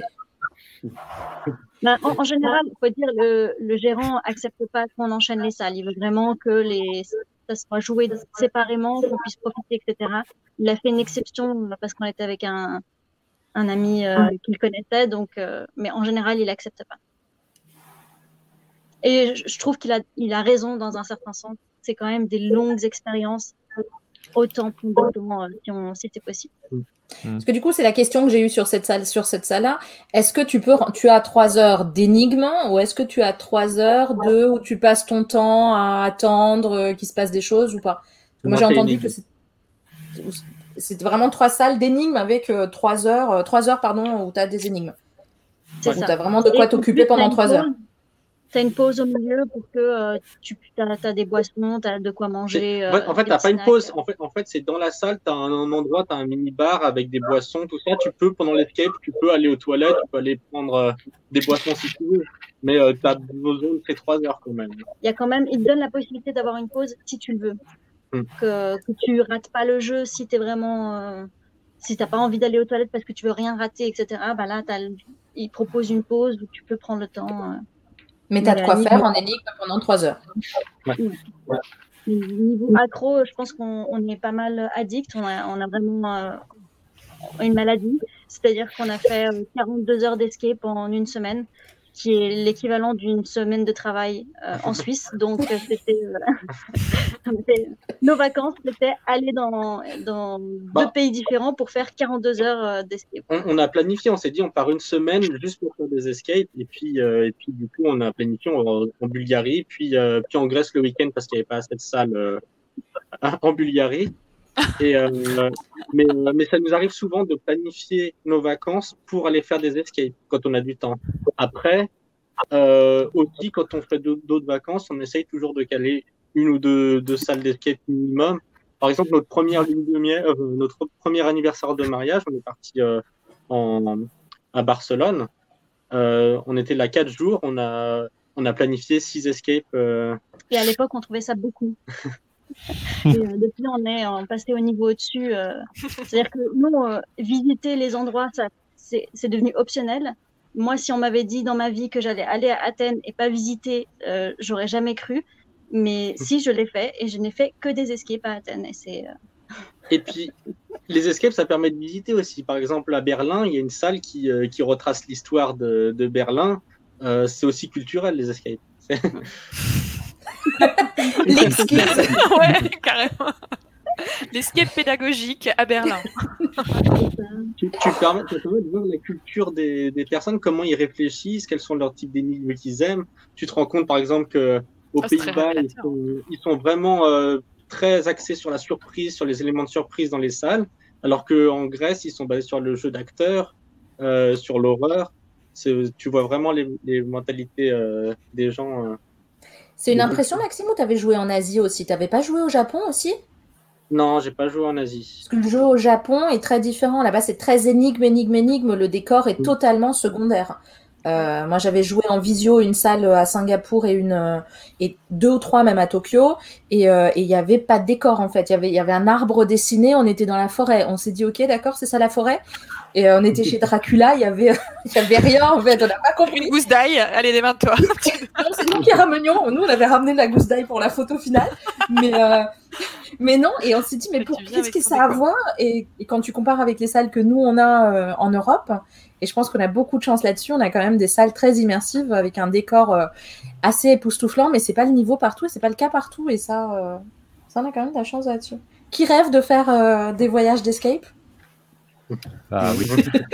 Ben, en, en général, il faut dire le, le gérant accepte pas qu'on enchaîne les salles. Il veut vraiment que les ça soit joué séparément, qu'on puisse profiter, et cetera. Il a fait une exception parce qu'on était avec un, un ami euh, qu'il connaissait, donc, euh, mais en général, il accepte pas. Et je trouve qu'il a, il a raison dans un certain sens. C'est quand même des longues expériences. autant plus de temps euh, si, on, si c'est possible. Parce que du coup, c'est la question que j'ai eue sur cette salle, sur cette salle-là. Est-ce que tu peux, tu as trois heures d'énigmes ou est-ce que tu as trois heures de où tu passes ton temps à attendre euh, qu'il se passe des choses ou pas? Parce que moi, j'ai entendu que c'est, c'est vraiment trois salles d'énigmes avec euh, trois heures, euh, trois heures pardon, où tu as des énigmes. C'est Où ça. tu as vraiment de quoi Et t'occuper pendant trois heures. Tu as une pause au milieu pour que euh, tu as des boissons, tu as de quoi manger. Euh, en fait, tu n'as pas une snacks. pause. En fait, en fait c'est dans la salle, tu as un, un endroit, tu as un mini-bar avec des boissons, tout ça. Tu peux, pendant l'escape, tu peux aller aux toilettes, tu peux aller prendre euh, des boissons si tu veux. Mais euh, tu as besoin de ces trois heures quand même. Il y a quand même, il te donne la possibilité d'avoir une pause si tu le veux. Hmm. Que, que tu rates pas le jeu si tu es vraiment. Euh, si tu n'as pas envie d'aller aux toilettes parce que tu veux rien rater, et cetera. Bah là, t'as, il propose une pause où tu peux prendre le temps. Euh, Mais tu as de quoi faire en énigme pendant trois heures. Ouais. Ouais. Niveau accro, je pense qu'on on est pas mal addict. On a, on a vraiment euh, une maladie. C'est-à-dire qu'on a fait euh, quarante-deux heures d'escape en une semaine, qui est l'équivalent d'une semaine de travail euh, en Suisse. Donc, euh, c'était, euh, nos vacances, c'était aller dans, dans bah, deux pays différents pour faire quarante-deux heures euh, d'escape. On, on a planifié, on s'est dit on part une semaine juste pour faire des escapes. Et puis, euh, et puis du coup, on a planifié en, en Bulgarie, puis, euh, puis en Grèce le week-end parce qu'il n'y avait pas assez de salles euh, en Bulgarie. Et, euh, mais, euh, mais ça nous arrive souvent de planifier nos vacances pour aller faire des escapes quand on a du temps. Après, euh, aussi, quand on fait d'autres vacances, on essaye toujours de caler une ou deux, deux salles d'escape minimum. Par exemple, notre première lune de miel, euh, notre premier anniversaire de mariage, on est parti euh, en, à Barcelone. Euh, on était là quatre jours. On a, on a planifié six escapes. Euh... Et à l'époque, on trouvait ça beaucoup. Et, euh, depuis, on est on passé au niveau au-dessus. Euh, c'est-à-dire que nous, euh, visiter les endroits, ça, c'est, c'est devenu optionnel. Moi, si on m'avait dit dans ma vie que j'allais aller à Athènes et pas visiter, euh, j'aurais jamais cru. Mais si, je l'ai fait et je n'ai fait que des escapes à Athènes. Et, c'est, euh... et puis, les escapes, ça permet de visiter aussi. Par exemple, à Berlin, il y a une salle qui, euh, qui retrace l'histoire de, de Berlin. Euh, c'est aussi culturel, les escapes. L'escape. Ouais, carrément. L'escape pédagogique à Berlin. tu, tu permets, ça permet de voir la culture des, des personnes, comment ils réfléchissent, quels sont leurs types d'énigmes qu'ils aiment. Tu te rends compte, par exemple, qu'aux oh, Pays-Bas, ils sont, ils sont vraiment euh, très axés sur la surprise, sur les éléments de surprise dans les salles, alors qu'en Grèce, ils sont basés sur le jeu d'acteurs, euh, sur l'horreur. C'est, tu vois vraiment les, les mentalités euh, des gens. Euh, C'est une impression, Maxime, ou tu avais joué en Asie aussi? Tu n'avais pas joué au Japon aussi? Non, j'ai pas joué en Asie. Parce que le jeu au Japon est très différent. Là-bas, c'est très énigme, énigme, énigme. Le décor est totalement secondaire. Euh, moi, j'avais joué en visio une salle à Singapour et une et deux ou trois même à Tokyo, et euh, et il y avait pas de décor en fait. Il y avait il y avait un arbre dessiné. On était dans la forêt. On s'est dit ok, d'accord, c'est ça la forêt. Et euh, on était chez Dracula. Il y avait il y avait rien en fait. On n'a pas compris. Une gousse d'ail. Allez, démarre-toi. C'est nous qui ramenions. Nous, on avait ramené la gousse d'ail pour la photo finale, mais euh, mais non. Et on s'est dit mais pour qu'est-ce que ça a à voir? Et, et quand tu compares avec les salles que nous on a euh, en Europe. Et je pense qu'on a beaucoup de chance là-dessus. On a quand même des salles très immersives avec un décor euh, assez époustouflant, mais c'est pas le niveau partout et c'est pas le cas partout. Et ça, euh, ça on a quand même de la chance là-dessus. Qui rêve de faire euh, des voyages d'escape? Ah oui.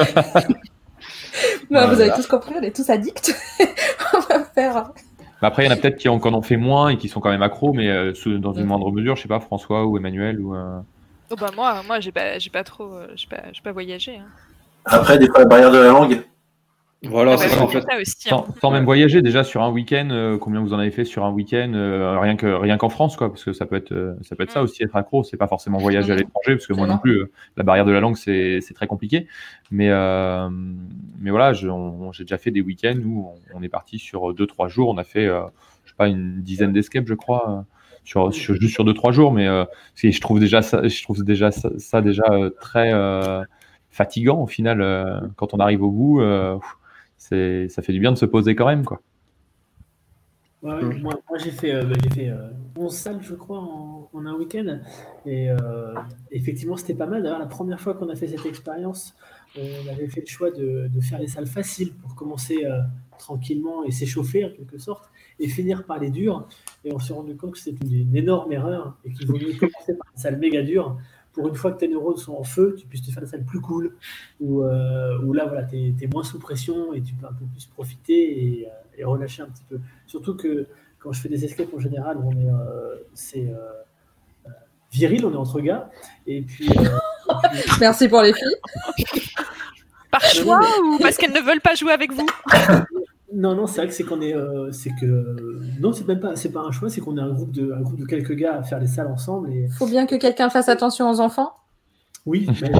Non, ah, vous avez tous compris, on est tous addicts. On va faire. Après, il y en a peut-être qui en, qui en ont fait moins et qui sont quand même accros, mais euh, dans une moindre mesure. Je sais pas, François ou Emmanuel ou. Euh... Oh bah moi, moi, j'ai pas, j'ai pas trop, j'ai pas, j'ai pas voyagé. Hein. Après, des fois, la barrière de la langue. Voilà, ah bah, c'est ouais, en fait. Ça aussi, sans, hein. sans même voyager, déjà sur un week-end, euh, combien vous en avez fait sur un week-end, euh, rien que rien qu'en France, quoi, parce que ça peut être, euh, ça peut être mmh. ça aussi, être accro. C'est pas forcément voyager à l'étranger, parce que moi non plus, euh, la barrière de la langue, c'est, c'est très compliqué. Mais, euh, mais voilà, je, on, j'ai déjà fait des week-ends où on, on est parti sur deux, trois jours. On a fait, euh, je sais pas, une dizaine d'escapes, je crois. Euh, Sur, sur, juste sur deux trois jours, mais euh, je trouve déjà ça, je trouve déjà ça, ça déjà euh, très euh, fatigant au final euh, quand on arrive au bout. Euh, c'est, ça fait du bien de se poser quand même, quoi. Ouais, mmh. moi, moi j'ai fait, euh, bah, j'ai fait euh, onze salles, je crois, en, en un week-end, et euh, effectivement c'était pas mal. D'ailleurs, la première fois qu'on a fait cette expérience, on avait fait le choix de, de faire les salles faciles pour commencer euh, tranquillement et s'échauffer en quelque sorte. et finir par les durs. Et on s'est rendu compte que c'était une, une énorme erreur et qu'il vaut mieux commencer par une salle méga dure pour une fois que tes neurones sont en feu, tu puisses te faire une salle plus cool où, euh, où là, voilà, tu es moins sous pression et tu peux un peu plus profiter et, euh, et relâcher un petit peu. Surtout que quand je fais des escapes en général, on est, euh, c'est euh, viril, on est entre gars. Et puis, euh, et puis... Merci pour les filles. Par choix ou parce qu'elles ne veulent pas jouer avec vous? Non, non, c'est vrai que c'est qu'on est, euh, c'est que non, c'est même pas, c'est pas un choix, c'est qu'on est un groupe de, un groupe de quelques gars à faire les salles ensemble. Et faut bien que quelqu'un fasse attention aux enfants. Oui. Mais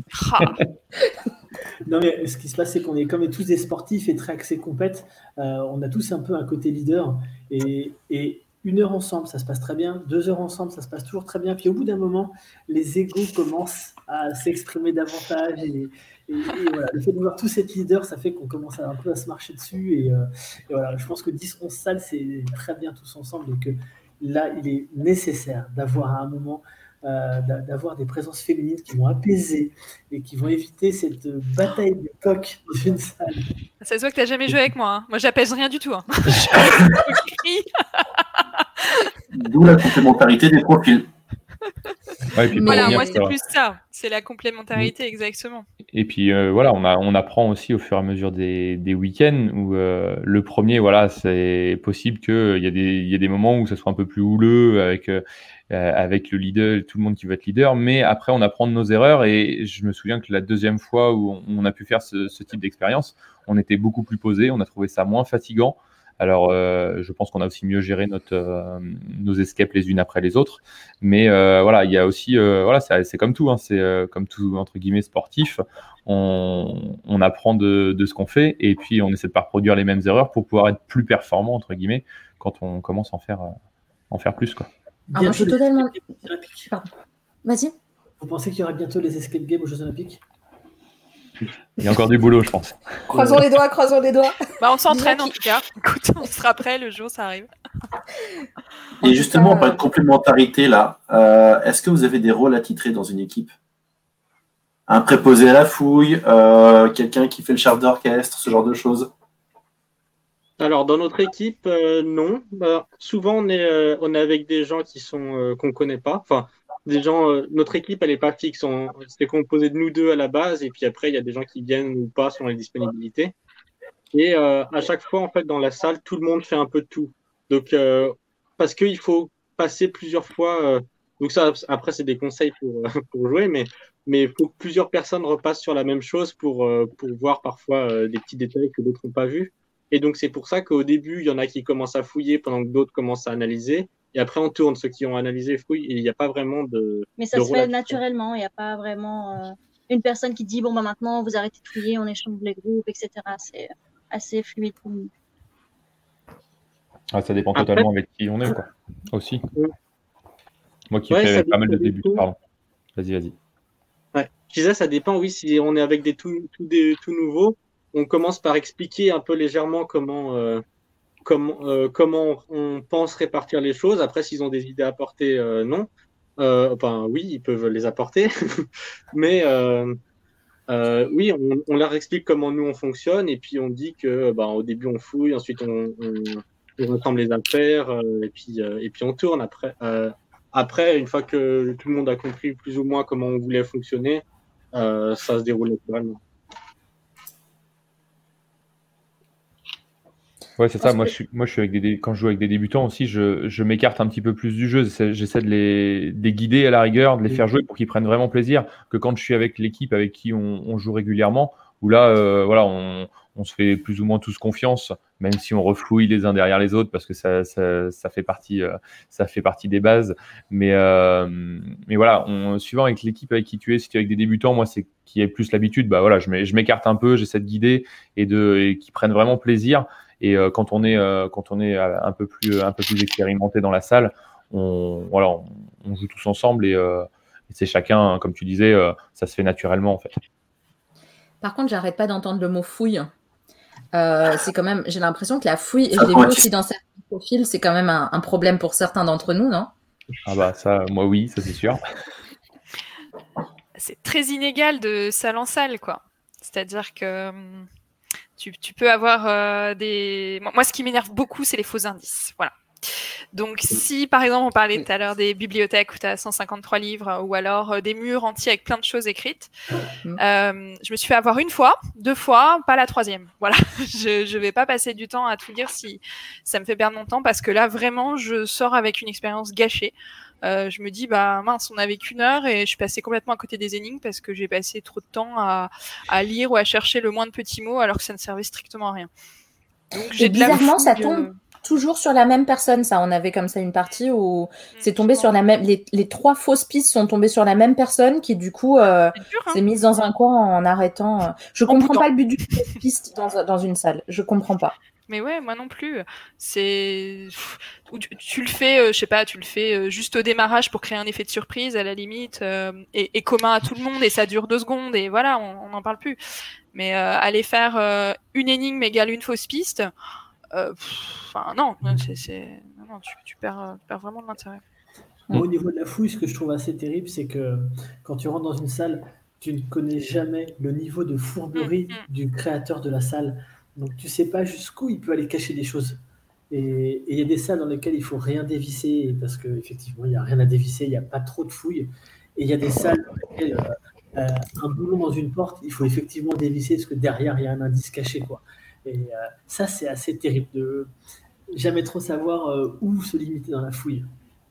non, mais ce qui se passe, c'est qu'on est comme tous des sportifs et très axés compète. Euh, on a tous un peu un côté leader et, et une heure ensemble, ça se passe très bien. Deux heures ensemble, ça se passe toujours très bien. Puis au bout d'un moment, les égos commencent à s'exprimer davantage et Et, et voilà, le fait de voir tous être leaders, ça fait qu'on commence à, un peu à se marcher dessus. Et, euh, et voilà, je pense que dix onze salles, c'est très bien tous ensemble. Et que là, il est nécessaire d'avoir à un moment, euh, d'avoir des présences féminines qui vont apaiser et qui vont éviter cette bataille de coq d'une salle. Ça se voit que tu n'as jamais joué avec moi. Hein. Moi, j'apaise rien du tout. Hein. D'où la complémentarité des profils. Ouais, et puis voilà, revenir, moi c'est plus ça, c'est la complémentarité, exactement. Et puis euh, voilà, on, a, on apprend aussi au fur et à mesure des, des week-ends où euh, le premier, voilà, c'est possible qu'il y, a des, y a des moments où ça soit un peu plus houleux avec, euh, avec le leader, tout le monde qui veut être leader, mais après on apprend de nos erreurs et je me souviens que la deuxième fois où on, on a pu faire ce, ce type d'expérience, on était beaucoup plus posé, on a trouvé ça moins fatigant. Alors, euh, je pense qu'on a aussi mieux géré notre, euh, nos escapes les unes après les autres. Mais euh, voilà, il y a aussi, euh, voilà, c'est, c'est comme tout, hein, c'est euh, comme tout, entre guillemets, sportif. On, on apprend de, de ce qu'on fait et puis on essaie de ne pas reproduire les mêmes erreurs pour pouvoir être plus performant, entre guillemets, quand on commence à en faire, euh, en faire plus, quoi. Ah, moi, je suis totalement... Pardon. Vas-y. Vous pensez qu'il y aura bientôt les escape games aux Jeux Olympiques ? Il y a encore du boulot, je pense. Croisons les doigts, croisons les doigts. Bah, on s'entraîne en tout cas. Écoute, on sera prêt le jour, ça arrive. Et justement, on parle de complémentarité là. Euh, est-ce que vous avez des rôles attitrés dans une équipe ? Un préposé à la fouille, euh, quelqu'un qui fait le chef d'orchestre, ce genre de choses ? Alors, dans notre équipe, euh, non. Bah, souvent, on est, euh, on est avec des gens qui sont euh, qu'on ne connaît pas. Enfin, des gens, euh, notre équipe, elle n'est pas fixe. On, c'est composé de nous deux à la base, et puis après, il y a des gens qui viennent ou pas selon les disponibilités. Et euh, à chaque fois, en fait, dans la salle, tout le monde fait un peu de tout. Donc, euh, parce qu'il faut passer plusieurs fois. Euh, donc ça, après, c'est des conseils pour pour jouer, mais mais il faut que plusieurs personnes repassent sur la même chose pour euh, pour voir parfois euh, des petits détails que d'autres n'ont pas vus. Et donc, c'est pour ça qu'au début, il y en a qui commencent à fouiller pendant que d'autres commencent à analyser. Et après, on tourne. Ceux qui ont analysé fouillent. Et il n'y a pas vraiment de. Mais ça de se fait naturellement. Il n'y a pas vraiment euh, une personne qui dit bon, bah maintenant, vous arrêtez de fouiller, on échange les groupes, et cetera. C'est assez fluide pour nous. Ah, ça dépend après, totalement avec qui on est, quoi. Aussi. Ouais. Moi qui Ouais, fais ça pas mal de dépend débuts. beaucoup. Pardon. Vas-y, vas-y. Ouais. Je disais, ça dépend, oui, si on est avec des tout, tout, des, tout nouveaux, on commence par expliquer un peu légèrement comment, euh, comment, euh, comment on pense répartir les choses. Après, s'ils ont des idées à apporter, euh, non. Euh, enfin, oui, ils peuvent les apporter. Mais euh, euh, oui, on, on leur explique comment nous, on fonctionne. Et puis, on dit que bah, au début, on fouille. Ensuite, on, on, on rassemble les affaires. Euh, et, puis, euh, et puis, on tourne après. Euh, Après, une fois que tout le monde a compris plus ou moins comment on voulait fonctionner, euh, ça se déroule naturellement. Ouais, c'est ça. Moi, je suis, moi, je suis avec des, quand je joue avec des débutants aussi, je, je m'écarte un petit peu plus du jeu. J'essaie, j'essaie de les, de les guider à la rigueur, de les faire jouer pour qu'ils prennent vraiment plaisir. Que quand je suis avec l'équipe avec qui on, on joue régulièrement, où là, euh, voilà, on, on se fait plus ou moins tous confiance, même si on reflouille les uns derrière les autres parce que ça, ça, ça fait partie, euh, ça fait partie des bases. Mais, euh, mais voilà, on, suivant avec l'équipe avec qui tu es, si tu es avec des débutants, moi, c'est qui ai plus l'habitude, bah voilà, je, m'é- je m'écarte un peu, j'essaie de guider et de, et qu'ils prennent vraiment plaisir. Et euh, quand on est, euh, quand on est euh, un peu plus, un peu plus expérimenté dans la salle, on, voilà, on, on joue tous ensemble et, euh, et c'est chacun, comme tu disais, euh, ça se fait naturellement en fait. Par contre, j'arrête pas d'entendre le mot fouille. Euh, c'est quand même, j'ai l'impression que la fouille, et Ça je l'ai vu pointe. aussi dans certains profils, c'est quand même un, un problème pour certains d'entre nous, non? Ah bah ça, moi oui, ça c'est sûr. C'est très inégal de salle en salle, quoi. C'est-à-dire que hum, Tu, tu peux avoir euh, des... Moi, ce qui m'énerve beaucoup, c'est les faux indices. Voilà. Donc, si par exemple, on parlait tout à l'heure des bibliothèques où tu as cent cinquante-trois livres ou alors euh, des murs entiers avec plein de choses écrites, euh, je me suis fait avoir une fois, deux fois, pas la troisième. Voilà, je ne vais pas passer du temps à tout lire si ça me fait perdre mon temps parce que là, vraiment, je sors avec une expérience gâchée. Euh, je me dis, bah mince, on avait qu'une heure et je suis passée complètement à côté des énigmes parce que j'ai passé trop de temps à, à lire ou à chercher le moins de petits mots alors que ça ne servait strictement à rien. Donc, j'ai Et de la bizarrement, ça fouille, tombe euh, toujours sur la même personne. Ça, on avait comme ça une partie où c'est tombé sur la même. Les, les trois fausses pistes sont tombées sur la même personne qui du coup euh, C'est dur, hein. s'est mise dans un coin en arrêtant. euh. Je En comprends boudant. pas le but du fausse piste dans, dans une salle. Je comprends pas. Mais ouais, moi non plus. C'est ou tu, tu le fais, euh, je sais pas, tu le fais euh, juste au démarrage pour créer un effet de surprise à la limite, euh, et, et commun à tout le monde et ça dure deux secondes et voilà, on n'en parle plus. Mais euh, aller faire euh, une énigme égale une fausse piste, euh, pff, enfin non, c'est, c'est... non, non, tu, tu perds, euh, tu perds vraiment de l'intérêt. Moi, au niveau de la fouille, ce que je trouve assez terrible, c'est que quand tu rentres dans une salle, tu ne connais jamais le niveau de fourberie du créateur de la salle. Donc, tu sais pas jusqu'où il peut aller cacher des choses. Et il y a des salles dans lesquelles il faut rien dévisser parce qu'effectivement, il n'y a rien à dévisser, il n'y a pas trop de fouilles. Et il y a des salles dans lesquelles euh, euh, un boulon dans une porte, il faut effectivement dévisser parce que derrière, il y a un indice caché, quoi. Et euh, ça, c'est assez terrible de jamais trop savoir euh, où se limiter dans la fouille.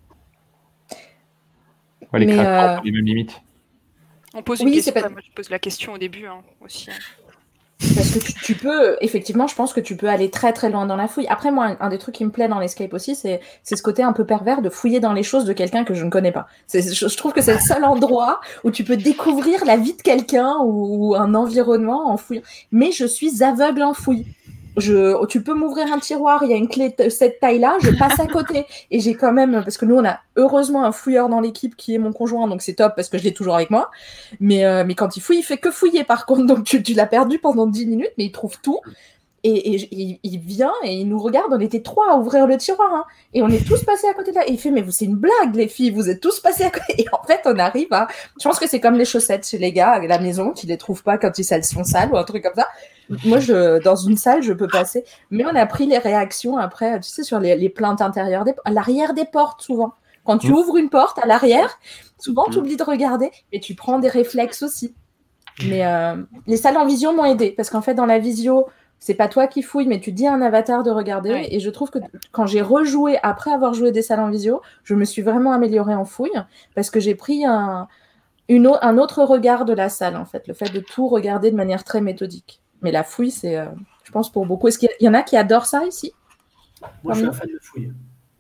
Ouais, les Mais, créateurs euh, ont les mêmes limites. On pose Oui, une c'est question. pas- Moi, je pose la question au début hein, aussi. hein. Parce que tu, tu peux, effectivement, je pense que tu peux aller très très loin dans la fouille. Après, moi, un, un des trucs qui me plaît dans l'escape aussi, c'est c'est ce côté un peu pervers de fouiller dans les choses de quelqu'un que je ne connais pas. C'est, je, je trouve que c'est le seul endroit où tu peux découvrir la vie de quelqu'un ou, ou un environnement en fouillant. Mais je suis aveugle en fouille. Je, tu peux m'ouvrir un tiroir, il y a une clé de cette taille-là, je passe à côté. Et j'ai quand même, parce que nous, on a heureusement un fouilleur dans l'équipe qui est mon conjoint, donc c'est top parce que je l'ai toujours avec moi. Mais, euh, mais quand il fouille, il fait que fouiller par contre. Donc tu, tu l'as perdu pendant dix minutes, mais il trouve tout. Et, et il, il vient et il nous regarde. On était trois à ouvrir le tiroir. Hein, et on est tous passés à côté de là. Et il fait, mais vous, c'est une blague, les filles. Vous êtes tous passés à côté. Et en fait, on arrive à. Je pense que c'est comme les chaussettes chez les gars à la maison qui les trouvent pas quand ils sont sales ou un truc comme ça. Moi, je, dans une salle, je peux passer. Mais on a pris les réactions après, tu sais, sur les, les plaintes intérieures, des, à l'arrière des portes, souvent. Quand tu Mmh. ouvres une porte à l'arrière, souvent, tu oublies de regarder et tu prends des réflexes aussi. Mais euh, les salles en visio m'ont aidé parce qu'en fait, dans la visio, c'est pas toi qui fouilles, mais tu dis à un avatar de regarder. Ouais. Et je trouve que quand j'ai rejoué, après avoir joué des salles en visio, je me suis vraiment améliorée en fouille parce que j'ai pris un, une au- un autre regard de la salle, en fait. Le fait de tout regarder de manière très méthodique. Mais la fouille, c'est, euh, je pense, pour beaucoup. Est-ce qu'il y, a- il y en a qui adorent ça ici? Moi, je suis un Pardon fan de fouille.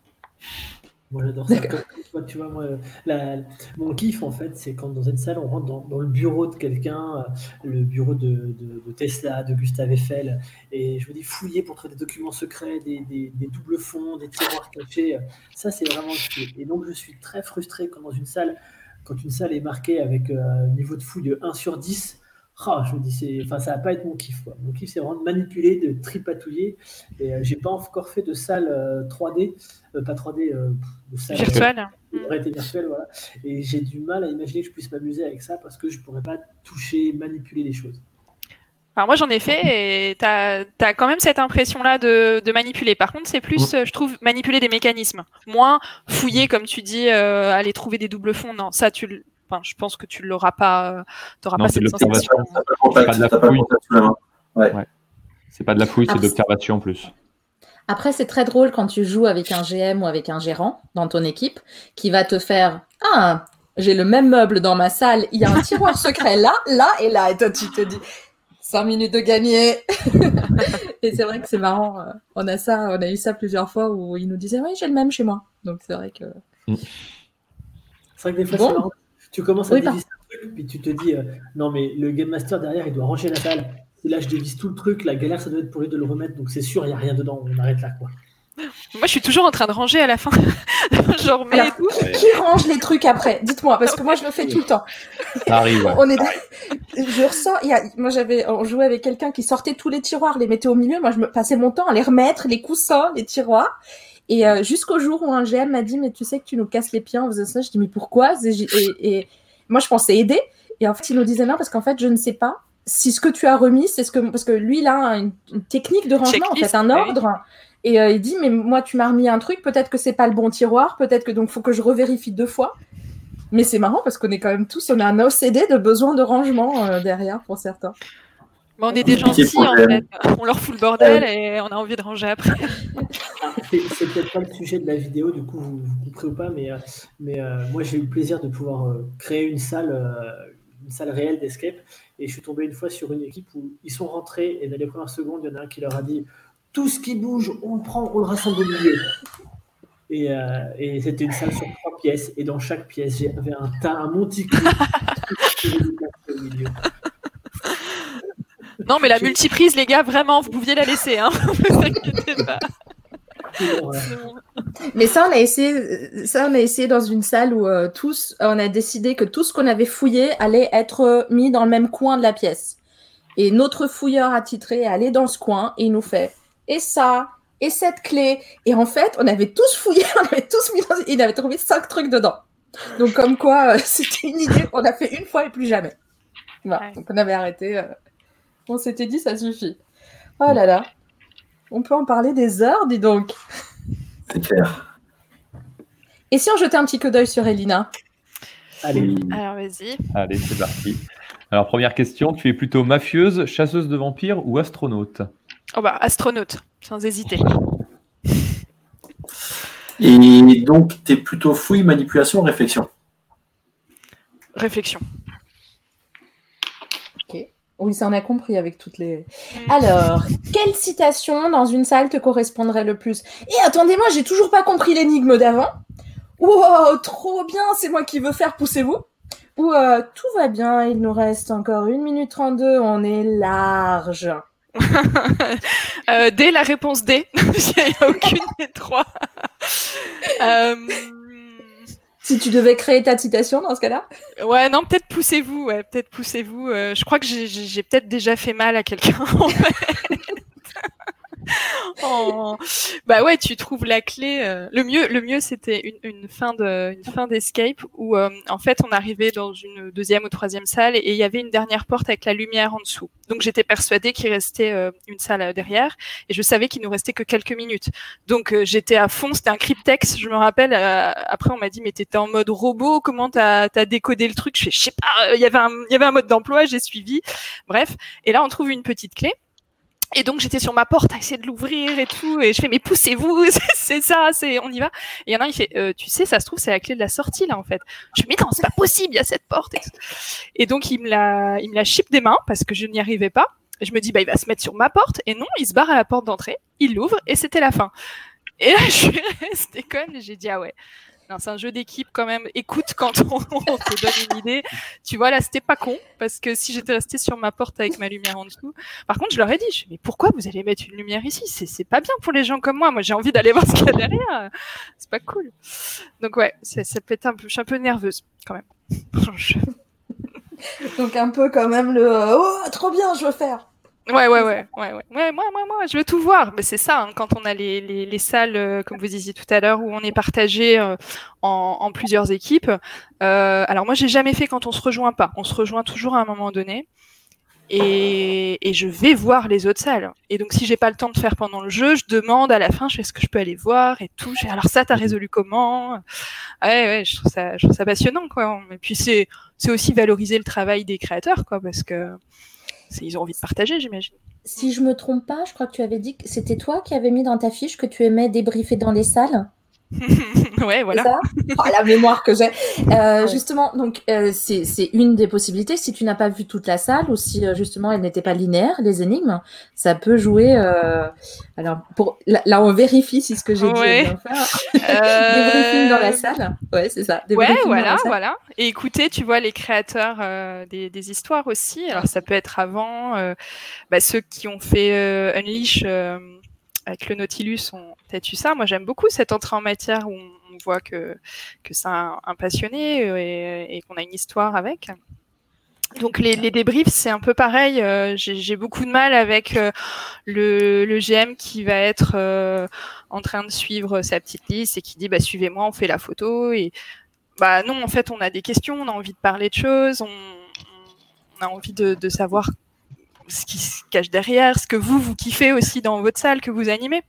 Moi, j'adore ça. D'accord. Comme toi, tu vois, moi, la- mon kiff, en fait, c'est quand dans une salle, on rentre dans, dans le bureau de quelqu'un, euh, le bureau de, de- de Tesla, de Gustave Eiffel, et je me dis fouiller pour trouver des documents secrets, des, des- des doubles fonds, des tiroirs cachés. euh, Ça, c'est vraiment le kiff. Et donc, je suis très frustré quand dans une salle, quand une salle est marquée avec euh, un niveau de fouille de un sur dix. Ah, je me dis, c'est, enfin, ça va pas être mon kiff, quoi. Mon kiff, c'est vraiment de manipuler, de tripatouiller. Et euh, j'ai pas encore fait de salle euh, trois D, euh, pas trois D, euh, de salle Virtuel. de réalité virtuelle, voilà. Et j'ai du mal à imaginer que je puisse m'amuser avec ça parce que je pourrais pas toucher, manipuler les choses. Alors moi j'en ai fait et t'as as quand même cette impression-là de, de manipuler. Par contre c'est plus, euh, je trouve, manipuler des mécanismes. Moins fouiller comme tu dis, euh, aller trouver des doubles fonds. Non, ça tu, le- enfin je pense que tu l'auras pas, euh, t'auras Non, pas c'est de cette sensation. l'observation. T'as pas le C'est pas contact, de la t'as pas le fouille. contact sous la main. Ouais. Ouais. C'est pas de la fouille, c'est de Après, l'observation en plus. Après, c'est très drôle quand tu joues avec un G M ou avec un gérant dans ton équipe qui va te faire « Ah, j'ai le même meuble dans ma salle, il y a un tiroir secret là, là et là. » Et toi, tu te dis « cinq minutes de gagné !» Et c'est vrai que c'est marrant. euh, On a ça, on a eu ça plusieurs fois où ils nous disaient « Oui, j'ai le même chez moi. » Donc c'est vrai que... C'est vrai que des fois, Bon. c'est marrant. Tu commences à Oui, par- déviser un truc, puis tu te dis, euh, non, mais le Game Master derrière, il doit ranger la salle. Et là, je dévisse tout le truc, la galère, ça doit être pour lui de le remettre, donc c'est sûr, il n'y a rien dedans, on arrête là, quoi. Moi je suis toujours en train de ranger à la fin. Je remets Alors, et tout. qui range les trucs après? Dites-moi, parce que moi, je le fais tout le temps. Ça arrive, ouais. On est... Je ressens, il y a... moi j'avais, on jouait avec quelqu'un qui sortait tous les tiroirs, les mettait au milieu. Moi je me passais mon temps à les remettre, les coussins, les tiroirs. Et euh, jusqu'au jour où un G M m'a dit, mais tu sais que tu nous casses les pieds en faisant ça. Je dis, mais pourquoi? Et, et, et moi je pensais aider. Et en fait, il nous disait non, parce qu'en fait, je ne sais pas si ce que tu as remis, c'est ce que parce que lui il a une, une technique de rangement, en Checklist, fait, un oui. ordre. Et euh, il dit mais moi tu m'as remis un truc, peut-être que c'est pas le bon tiroir, peut-être que donc faut que je revérifie deux fois. Mais c'est marrant parce qu'on est quand même tous, on a un O C D de besoin de rangement euh, derrière pour certains. Mais on est des gentils en fait. On leur fout le bordel et on a envie de ranger après. C'est, c'est peut-être pas le sujet de la vidéo, du coup vous vous couperez ou pas, mais, euh, mais euh, moi j'ai eu le plaisir de pouvoir euh, créer une salle, euh, une salle réelle d'escape, et je suis tombé une fois sur une équipe où ils sont rentrés et dans les premières secondes, il y en a un qui leur a dit tout ce qui bouge, on le prend, on le rassemble au milieu. Et, euh, et c'était une salle sur trois pièces, et dans chaque pièce, j'avais un tas, un monticule au milieu. Non, mais la multiprise, les gars, vraiment, vous pouviez la laisser. Hein. Ne vous inquiétez pas. Mais ça, on a essayé, ça, on a essayé dans une salle où euh, tous, on a décidé que tout ce qu'on avait fouillé allait être mis dans le même coin de la pièce. Et notre fouilleur attitré allait dans ce coin et il nous fait et ça, et cette clé. Et en fait, on avait tous fouillé, on avait tous mis dans... Il avait trouvé cinq trucs dedans. Donc, comme quoi, euh, c'était une idée qu'on a fait une fois et plus jamais. Voilà. Ouais. Donc, on avait arrêté. Euh... On s'était dit, ça suffit. Oh là là. On peut en parler des heures, dis donc. C'est clair. Et si on jetait un petit coup d'œil sur Elina? Allez. Alors, vas-y. Allez, c'est parti. Alors, première question, tu es plutôt mafieuse, chasseuse de vampires ou astronaute? Oh bah, astronaute, sans hésiter. Et donc, tu es plutôt fouille, manipulation, réflexion? Réflexion. Ok. Oui, ça on a compris avec toutes les... Alors, quelle citation dans une salle te correspondrait le plus? Et attendez-moi, j'ai toujours pas compris l'énigme d'avant. Wow, trop bien, c'est moi qui veux faire, poussez-vous. Ou euh, tout va bien, il nous reste encore une minute trente-deux, on est large. euh, D, la réponse D. Il n'y a aucune des trois. euh... Si tu devais créer ta citation dans ce cas-là? Ouais, non, peut-être poussez-vous. Ouais, peut-être poussez-vous. Euh, je crois que j'ai, j'ai peut-être déjà fait mal à quelqu'un. En fait. Oh. Bah ouais, tu trouves la clé. Euh, le mieux, le mieux, c'était une, une fin de, une fin d'escape où euh, en fait on arrivait dans une deuxième ou troisième salle et il y avait une dernière porte avec la lumière en dessous. Donc j'étais persuadée qu'il restait euh, une salle derrière et je savais qu'il nous restait que quelques minutes. Donc euh, j'étais à fond. C'était un cryptex. Je me rappelle. Euh, après on m'a dit mais t'étais en mode robot. Comment t'as, t'as décodé le truc? Je fais je sais pas. Il y avait un, il y avait un mode d'emploi. J'ai suivi. Bref. Et là on trouve une petite clé. Et donc j'étais sur ma porte à essayer de l'ouvrir et tout, et je fais mais poussez-vous, c'est, c'est ça, c'est on y va. Et il y en a un il fait euh, tu sais ça se trouve c'est la clé de la sortie là en fait. Je fais mais non c'est pas possible, il y a cette porte. Et, et donc il me la il me la chip des mains parce que je n'y arrivais pas. Et je me dis bah il va se mettre sur ma porte et non il se barre à la porte d'entrée, il l'ouvre et c'était la fin. Et là je suis restée conne et j'ai dit ah ouais. Non, c'est un jeu d'équipe quand même. Écoute quand on, on te donne une idée. Tu vois, là, c'était pas con parce que si j'étais restée sur ma porte avec ma lumière en dessous. Par contre, je leur ai dit, je dis, mais pourquoi vous allez mettre une lumière ici? C'est, c'est pas bien pour les gens comme moi. Moi, j'ai envie d'aller voir ce qu'il y a derrière. C'est pas cool. Donc ouais, ça, ça peut être un peu. Je suis un peu nerveuse quand même. Je... Donc un peu quand même le oh trop bien, je veux faire. Ouais, ouais, ouais, ouais, ouais, ouais, moi, moi, moi, je veux tout voir. Mais c'est ça, hein, quand on a les, les, les salles, euh, comme vous disiez tout à l'heure, où on est partagé euh, en, en plusieurs équipes. Euh, alors moi, j'ai jamais fait quand on se rejoint pas. On se rejoint toujours à un moment donné. Et, et je vais voir les autres salles. Et donc, si j'ai pas le temps de faire pendant le jeu, je demande à la fin, je fais, est-ce que je peux aller voir et tout. Je fais, alors ça, t'as résolu comment? Ouais, ouais, je trouve ça, je trouve ça passionnant, quoi. Et puis c'est, c'est aussi valoriser le travail des créateurs, quoi, parce que c'est, ils ont envie de partager, j'imagine. Si je me trompe pas, je crois que tu avais dit que c'était toi qui avais mis dans ta fiche que tu aimais débriefer dans les salles. Ouais, voilà. C'est ça oh, la mémoire que j'ai. Euh, ouais. Justement, donc euh, c'est, c'est une des possibilités. Si tu n'as pas vu toute la salle ou si euh, justement elle n'était pas linéaire, les énigmes, ça peut jouer. Euh... Alors pour là, là, on vérifie si ce que j'ai ouais. dit est bien fait. Euh... Débriefing dans la salle. Ouais, c'est ça. Ouais, voilà, voilà. Et écoutez, tu vois les créateurs euh, des, des histoires aussi. Alors ça peut être avant euh, bah, ceux qui ont fait euh, Unleash. Euh, avec le Nautilus, on peut-être eu ça. Moi, j'aime beaucoup cette entrée en matière où on voit que, que c'est un, un passionné et, et qu'on a une histoire avec. Donc, les, les débriefs, c'est un peu pareil. Euh, j'ai, j'ai beaucoup de mal avec euh, le, le G M qui va être euh, en train de suivre sa petite liste et qui dit bah, « suivez-moi, on fait la photo ». Et bah non, en fait, on a des questions, on a envie de parler de choses, on, on a envie de, de savoir ce qui se cache derrière, ce que vous, vous kiffez aussi dans votre salle, que vous animez.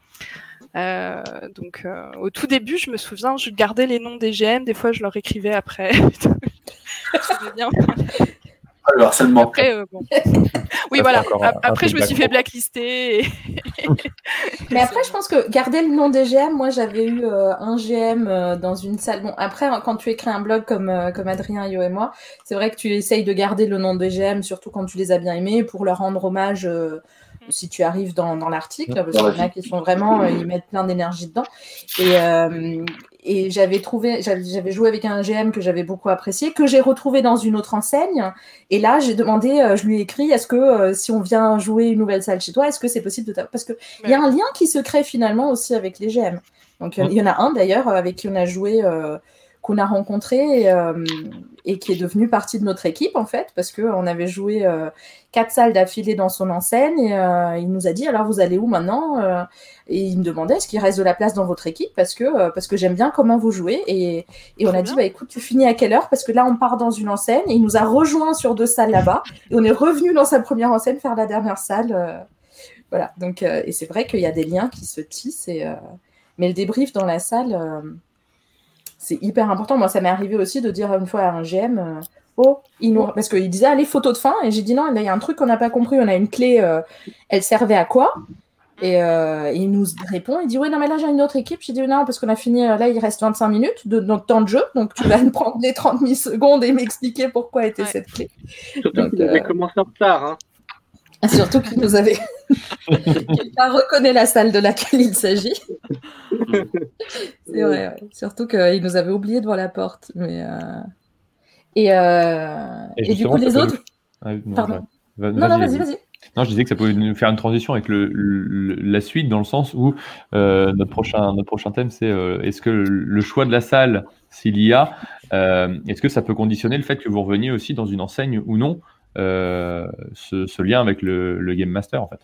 Euh, donc, euh, au tout début, je me souviens, je gardais les noms des G M, des fois, je leur écrivais après. bien. Le harcèlement. Après, euh, bon. Oui, Ça, voilà. c'est encore un- Après, un je me truc suis fait d'accord. blacklister. Et... Mais après, je pense que garder le nom des G M, moi j'avais eu euh, un G M euh, dans une salle. Bon, après, hein, quand tu écris un blog comme, euh, comme Adrien, Yo et moi, c'est vrai que tu essayes de garder le nom des G M, surtout quand tu les as bien aimés, pour leur rendre hommage euh, si tu arrives dans, dans l'article, parce Dans la qu'il y en a qui sont vraiment, euh, ils mettent plein d'énergie dedans. Et, euh, et j'avais trouvé, j'avais, j'avais joué avec un G M que j'avais beaucoup apprécié, que j'ai retrouvé dans une autre enseigne. Et là, j'ai demandé, euh, je lui ai écrit, est-ce que euh, si on vient jouer une nouvelle salle chez toi, est-ce que c'est possible de... Parce qu'il y a un lien qui se crée finalement aussi avec les G M. Donc, il y, y en a un d'ailleurs avec qui on a joué, euh, qu'on a rencontré et, euh, et qui est devenu partie de notre équipe en fait, parce qu'on avait joué euh, quatre salles d'affilée dans son enseigne et euh, il nous a dit, alors vous allez où maintenant euh, Et il me demandait, est-ce qu'il reste de la place dans votre équipe parce que, euh, parce que j'aime bien comment vous jouez. Et, et on a dit, bah, écoute, tu finis à quelle heure parce que là, on part dans une enseigne. Et il nous a rejoints sur deux salles là-bas. Et on est revenu dans sa première enseigne faire la dernière salle. Euh, voilà. Donc, euh, et c'est vrai qu'il y a des liens qui se tissent. Et, euh, mais le débrief dans la salle, euh, c'est hyper important. Moi, ça m'est arrivé aussi de dire une fois à un G M, euh, oh, il nous... parce qu'il disait, allez, photo de fin. Et j'ai dit, non, là, il y a un truc qu'on n'a pas compris. On a une clé, euh, elle servait à quoi? Et euh, il nous répond, il dit, ouais, non, mais là, j'ai une autre équipe. J'ai dit, non, parce qu'on a fini, là, il reste vingt-cinq minutes de notre temps de jeu. Donc, tu vas me prendre les trente secondes et m'expliquer pourquoi était Ouais. cette clé. Surtout Donc, qu'il avait euh, commencé en retard. Hein. Surtout qu'il nous avait... Quelqu'un reconnaît la salle de laquelle il s'agit. C'est vrai, ouais. Surtout qu'il nous avait oublié devant la porte. Mais, euh... Et, euh... Et et du justement, coup, ça les peut autres... nous- Ouais, non, Pardon. ouais. Va- Non, non, vas-y, vas-y, vas-y. Non, je disais que ça pouvait nous faire une transition avec le, le- la suite, dans le sens où euh, notre prochain, notre prochain thème, c'est euh, est-ce que le, le choix de la salle, s'il y a, euh, est-ce que ça peut conditionner le fait que vous reveniez aussi dans une enseigne ou non, euh, ce, ce lien avec le, le Game Master, en fait.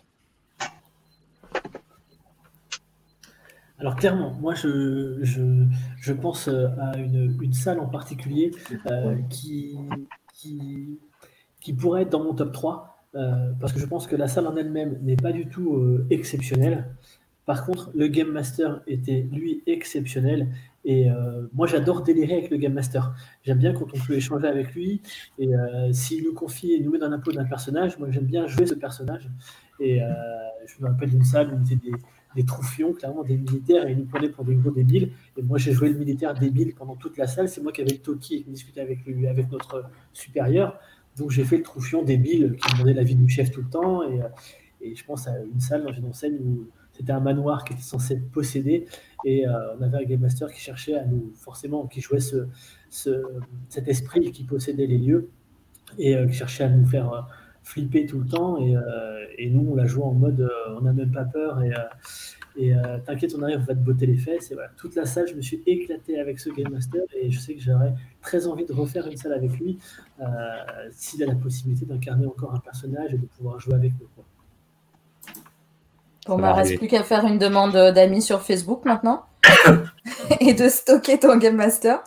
Alors clairement, moi je, je, je pense euh, à une, une salle en particulier euh, qui, qui, qui pourrait être dans mon top trois, euh, parce que je pense que la salle en elle-même n'est pas du tout euh, exceptionnelle. Par contre, le Game Master était, lui, exceptionnel. Et euh, moi, j'adore délirer avec le Game Master. J'aime bien quand on peut échanger avec lui. Et euh, s'il nous confie et nous met dans la peau d'un personnage, moi, j'aime bien jouer ce personnage. Et euh, je me rappelle d'une salle où on était des, des troufions, clairement des militaires, et ils nous prenaient pour des gros débiles. Et moi, j'ai joué le militaire débile pendant toute la salle. C'est moi qui avais le talkie et qui discutais avec, lui, avec notre supérieur. Donc, j'ai fait le troufion débile qui demandait l'avis du chef tout le temps. Et, et je pense à une salle dans une enseigne où c'était un manoir qui était censé être possédé et euh, on avait un Game Master qui cherchait à nous, forcément, qui jouait ce, ce, cet esprit qui possédait les lieux et euh, qui cherchait à nous faire euh, flipper tout le temps. Et, euh, et nous, on l'a joué en mode euh, on n'a même pas peur et, euh, et euh, t'inquiète, on arrive, on va te botter les fesses. Et voilà, toute la salle, je me suis éclaté avec ce Game Master et je sais que j'aurais très envie de refaire une salle avec lui euh, s'il a la possibilité d'incarner encore un personnage et de pouvoir jouer avec nous, quoi. Bon, il ne reste plus qu'à faire une demande d'amis sur Facebook maintenant et de stocker ton Game Master.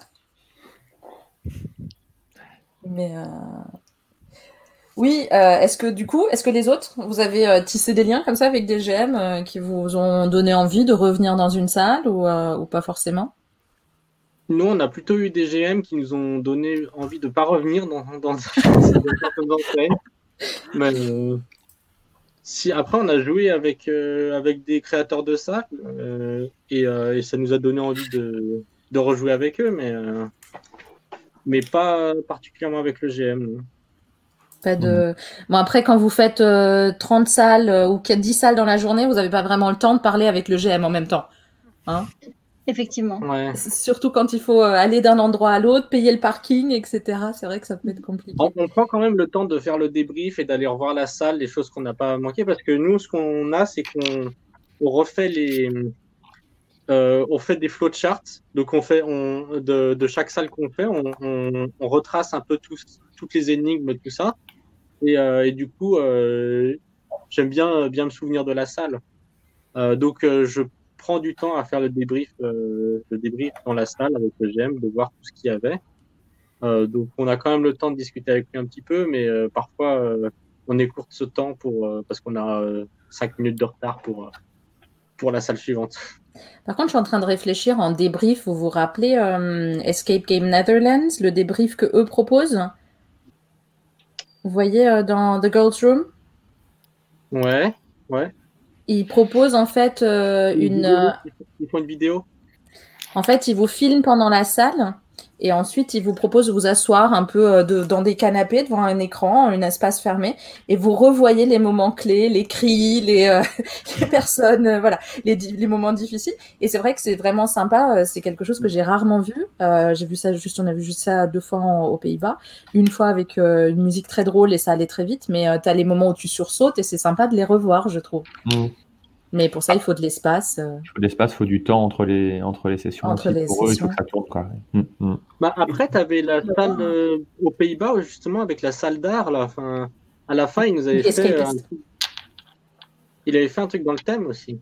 Mais euh... oui, euh, est-ce que du coup, est-ce que les autres, vous avez euh, tissé des liens comme ça avec des G M euh, qui vous ont donné envie de revenir dans une salle ou, euh, ou pas forcément? Nous, on a plutôt eu des G M qui nous ont donné envie de ne pas revenir dans, dans, dans certaines enseignes. Mais euh, si, après, on a joué avec, euh, avec des créateurs de salles euh, et, euh, et ça nous a donné envie de, de rejouer avec eux, mais, euh, mais pas particulièrement avec le G M. Pas de... Bon, après, quand vous faites euh, trente salles euh, ou dix salles dans la journée, vous n'avez pas vraiment le temps de parler avec le G M en même temps. Hein? Effectivement. Ouais. Surtout quand il faut aller d'un endroit à l'autre, payer le parking, et cetera. C'est vrai que ça peut être compliqué. On, on prend quand même le temps de faire le débrief et d'aller revoir la salle, les choses qu'on n'a pas manquées, parce que nous, ce qu'on a, c'est qu'on on refait les, euh, on fait des flowcharts. Donc on fait, on, de, de chaque salle qu'on fait, on, on, on retrace un peu tout, toutes les énigmes, tout ça. Et, euh, et du coup, euh, j'aime bien, bien me souvenir de la salle. Euh, donc euh, je prends du temps à faire le débrief, euh, le débrief dans la salle avec le G M, de voir tout ce qu'il y avait. Euh, donc on a quand même le temps de discuter avec lui un petit peu, mais euh, parfois euh, on écourte ce temps pour, euh, parce qu'on a euh, cinq minutes de retard pour, euh, pour la salle suivante. Par contre, je suis en train de réfléchir en débrief. Vous vous rappelez euh, Escape Game Netherlands, le débrief que eux proposent? Vous voyez euh, dans The Girls Room? Ouais, ouais. Ils proposent en fait euh, Une une. vidéo, euh, ils font une vidéo. En fait, ils vous filment pendant la salle et ensuite ils vous proposent de vous asseoir un peu euh, de, dans des canapés devant un écran, un espace fermé, et vous revoyez les moments clés, les cris, les, euh, les personnes, euh, voilà, les, di- les moments difficiles. Et c'est vrai que c'est vraiment sympa. euh, C'est quelque chose que j'ai rarement vu. Euh, j'ai vu ça juste, on a vu juste ça deux fois en- aux Pays-Bas, une fois avec euh, une musique très drôle et ça allait très vite. Mais euh, t'as les moments où tu sursautes et c'est sympa de les revoir, je trouve. Mmh. Mais pour ça, il faut de l'espace euh, Il faut de l'espace, il faut du temps entre les, entre les sessions entre aussi. les Pour eux, il faut sessions. que ça tourne, quoi. Mmh, mmh. Bah, après, tu avais la salle euh, aux Pays-Bas, justement, avec la salle d'art. Là. Enfin, à la fin, il nous avait The fait, euh, un... Escapist. il avait fait un truc dans le thème aussi.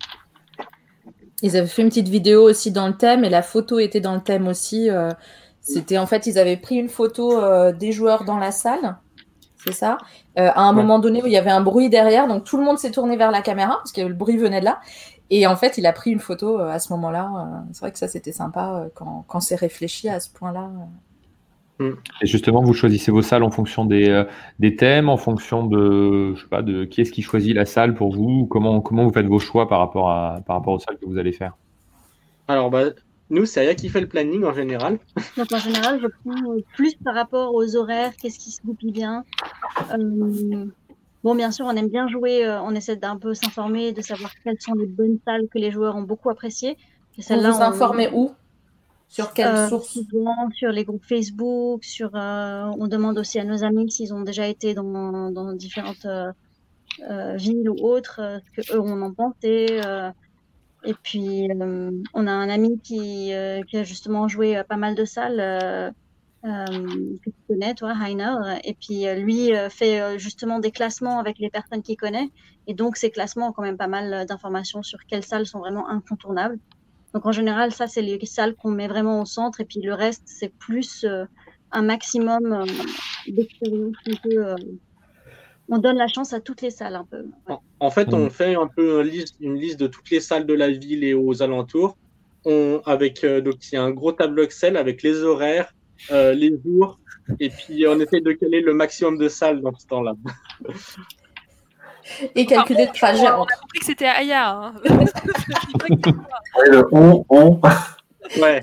Ils avaient fait une petite vidéo aussi dans le thème et la photo était dans le thème aussi. euh, C'était en fait, ils avaient pris une photo euh, des joueurs dans la salle, c'est ça, euh, à un Ouais. moment donné où il y avait un bruit derrière, donc tout le monde s'est tourné vers la caméra parce que le bruit venait de là. Et en fait, il a pris une photo euh, à ce moment-là. euh, C'est vrai que ça, c'était sympa euh, quand, quand c'est réfléchi à ce point-là. euh. Et justement, vous choisissez vos salles en fonction des, euh, des thèmes, en fonction de, je sais pas, de qui est-ce qui choisit la salle pour vous, comment, comment vous faites vos choix par rapport à, par rapport aux salles que vous allez faire. Alors, bah, nous, c'est Aya qui fait le planning en général. Donc en général, je prends euh, plus par rapport aux horaires, qu'est-ce qui se goupille bien. Euh, bon, bien sûr, on aime bien jouer, euh, on essaie d'un peu s'informer, de savoir quelles sont les bonnes salles que les joueurs ont beaucoup appréciées. Et Vous celles-là, vous on- informez où? Sur quelle Euh, source? souvent sur les groupes Facebook, sur, euh, on demande aussi à nos amis s'ils ont déjà été dans, dans différentes euh, euh, villes ou autres, euh, ce que eux on en pensait. euh. Et puis, euh, on a un ami qui, euh, qui a justement joué à pas mal de salles, euh, euh, que tu connais, toi, Heiner. Et puis, euh, lui euh, fait euh, justement des classements avec les personnes qu'il connaît. Et donc, ces classements ont quand même pas mal euh, d'informations sur quelles salles sont vraiment incontournables. Donc, en général, ça, c'est les salles qu'on met vraiment au centre. Et puis, le reste, c'est plus euh, un maximum euh, d'expérience. un peu, euh, On donne la chance à toutes les salles, un peu. Ouais. En, en fait, Mm. on fait un peu une liste, une liste de toutes les salles de la ville et aux alentours. On, avec, euh, donc, il y a un gros tableau Excel avec les horaires, euh, les jours, et puis on essaie de caler le maximum de salles dans ce temps-là. Et calculer le trajet On a entre. compris que c'était Aya. Hein. Ouais, le on, on. Ouais.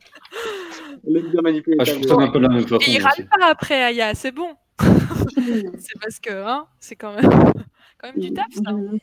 On aime bien manipuler Ah, les je tableaux. fonctionne un peu de la même façon. Et il moi râle aussi. pas après Aya, c'est bon. C'est parce que hein, c'est quand même, quand même du taf ça.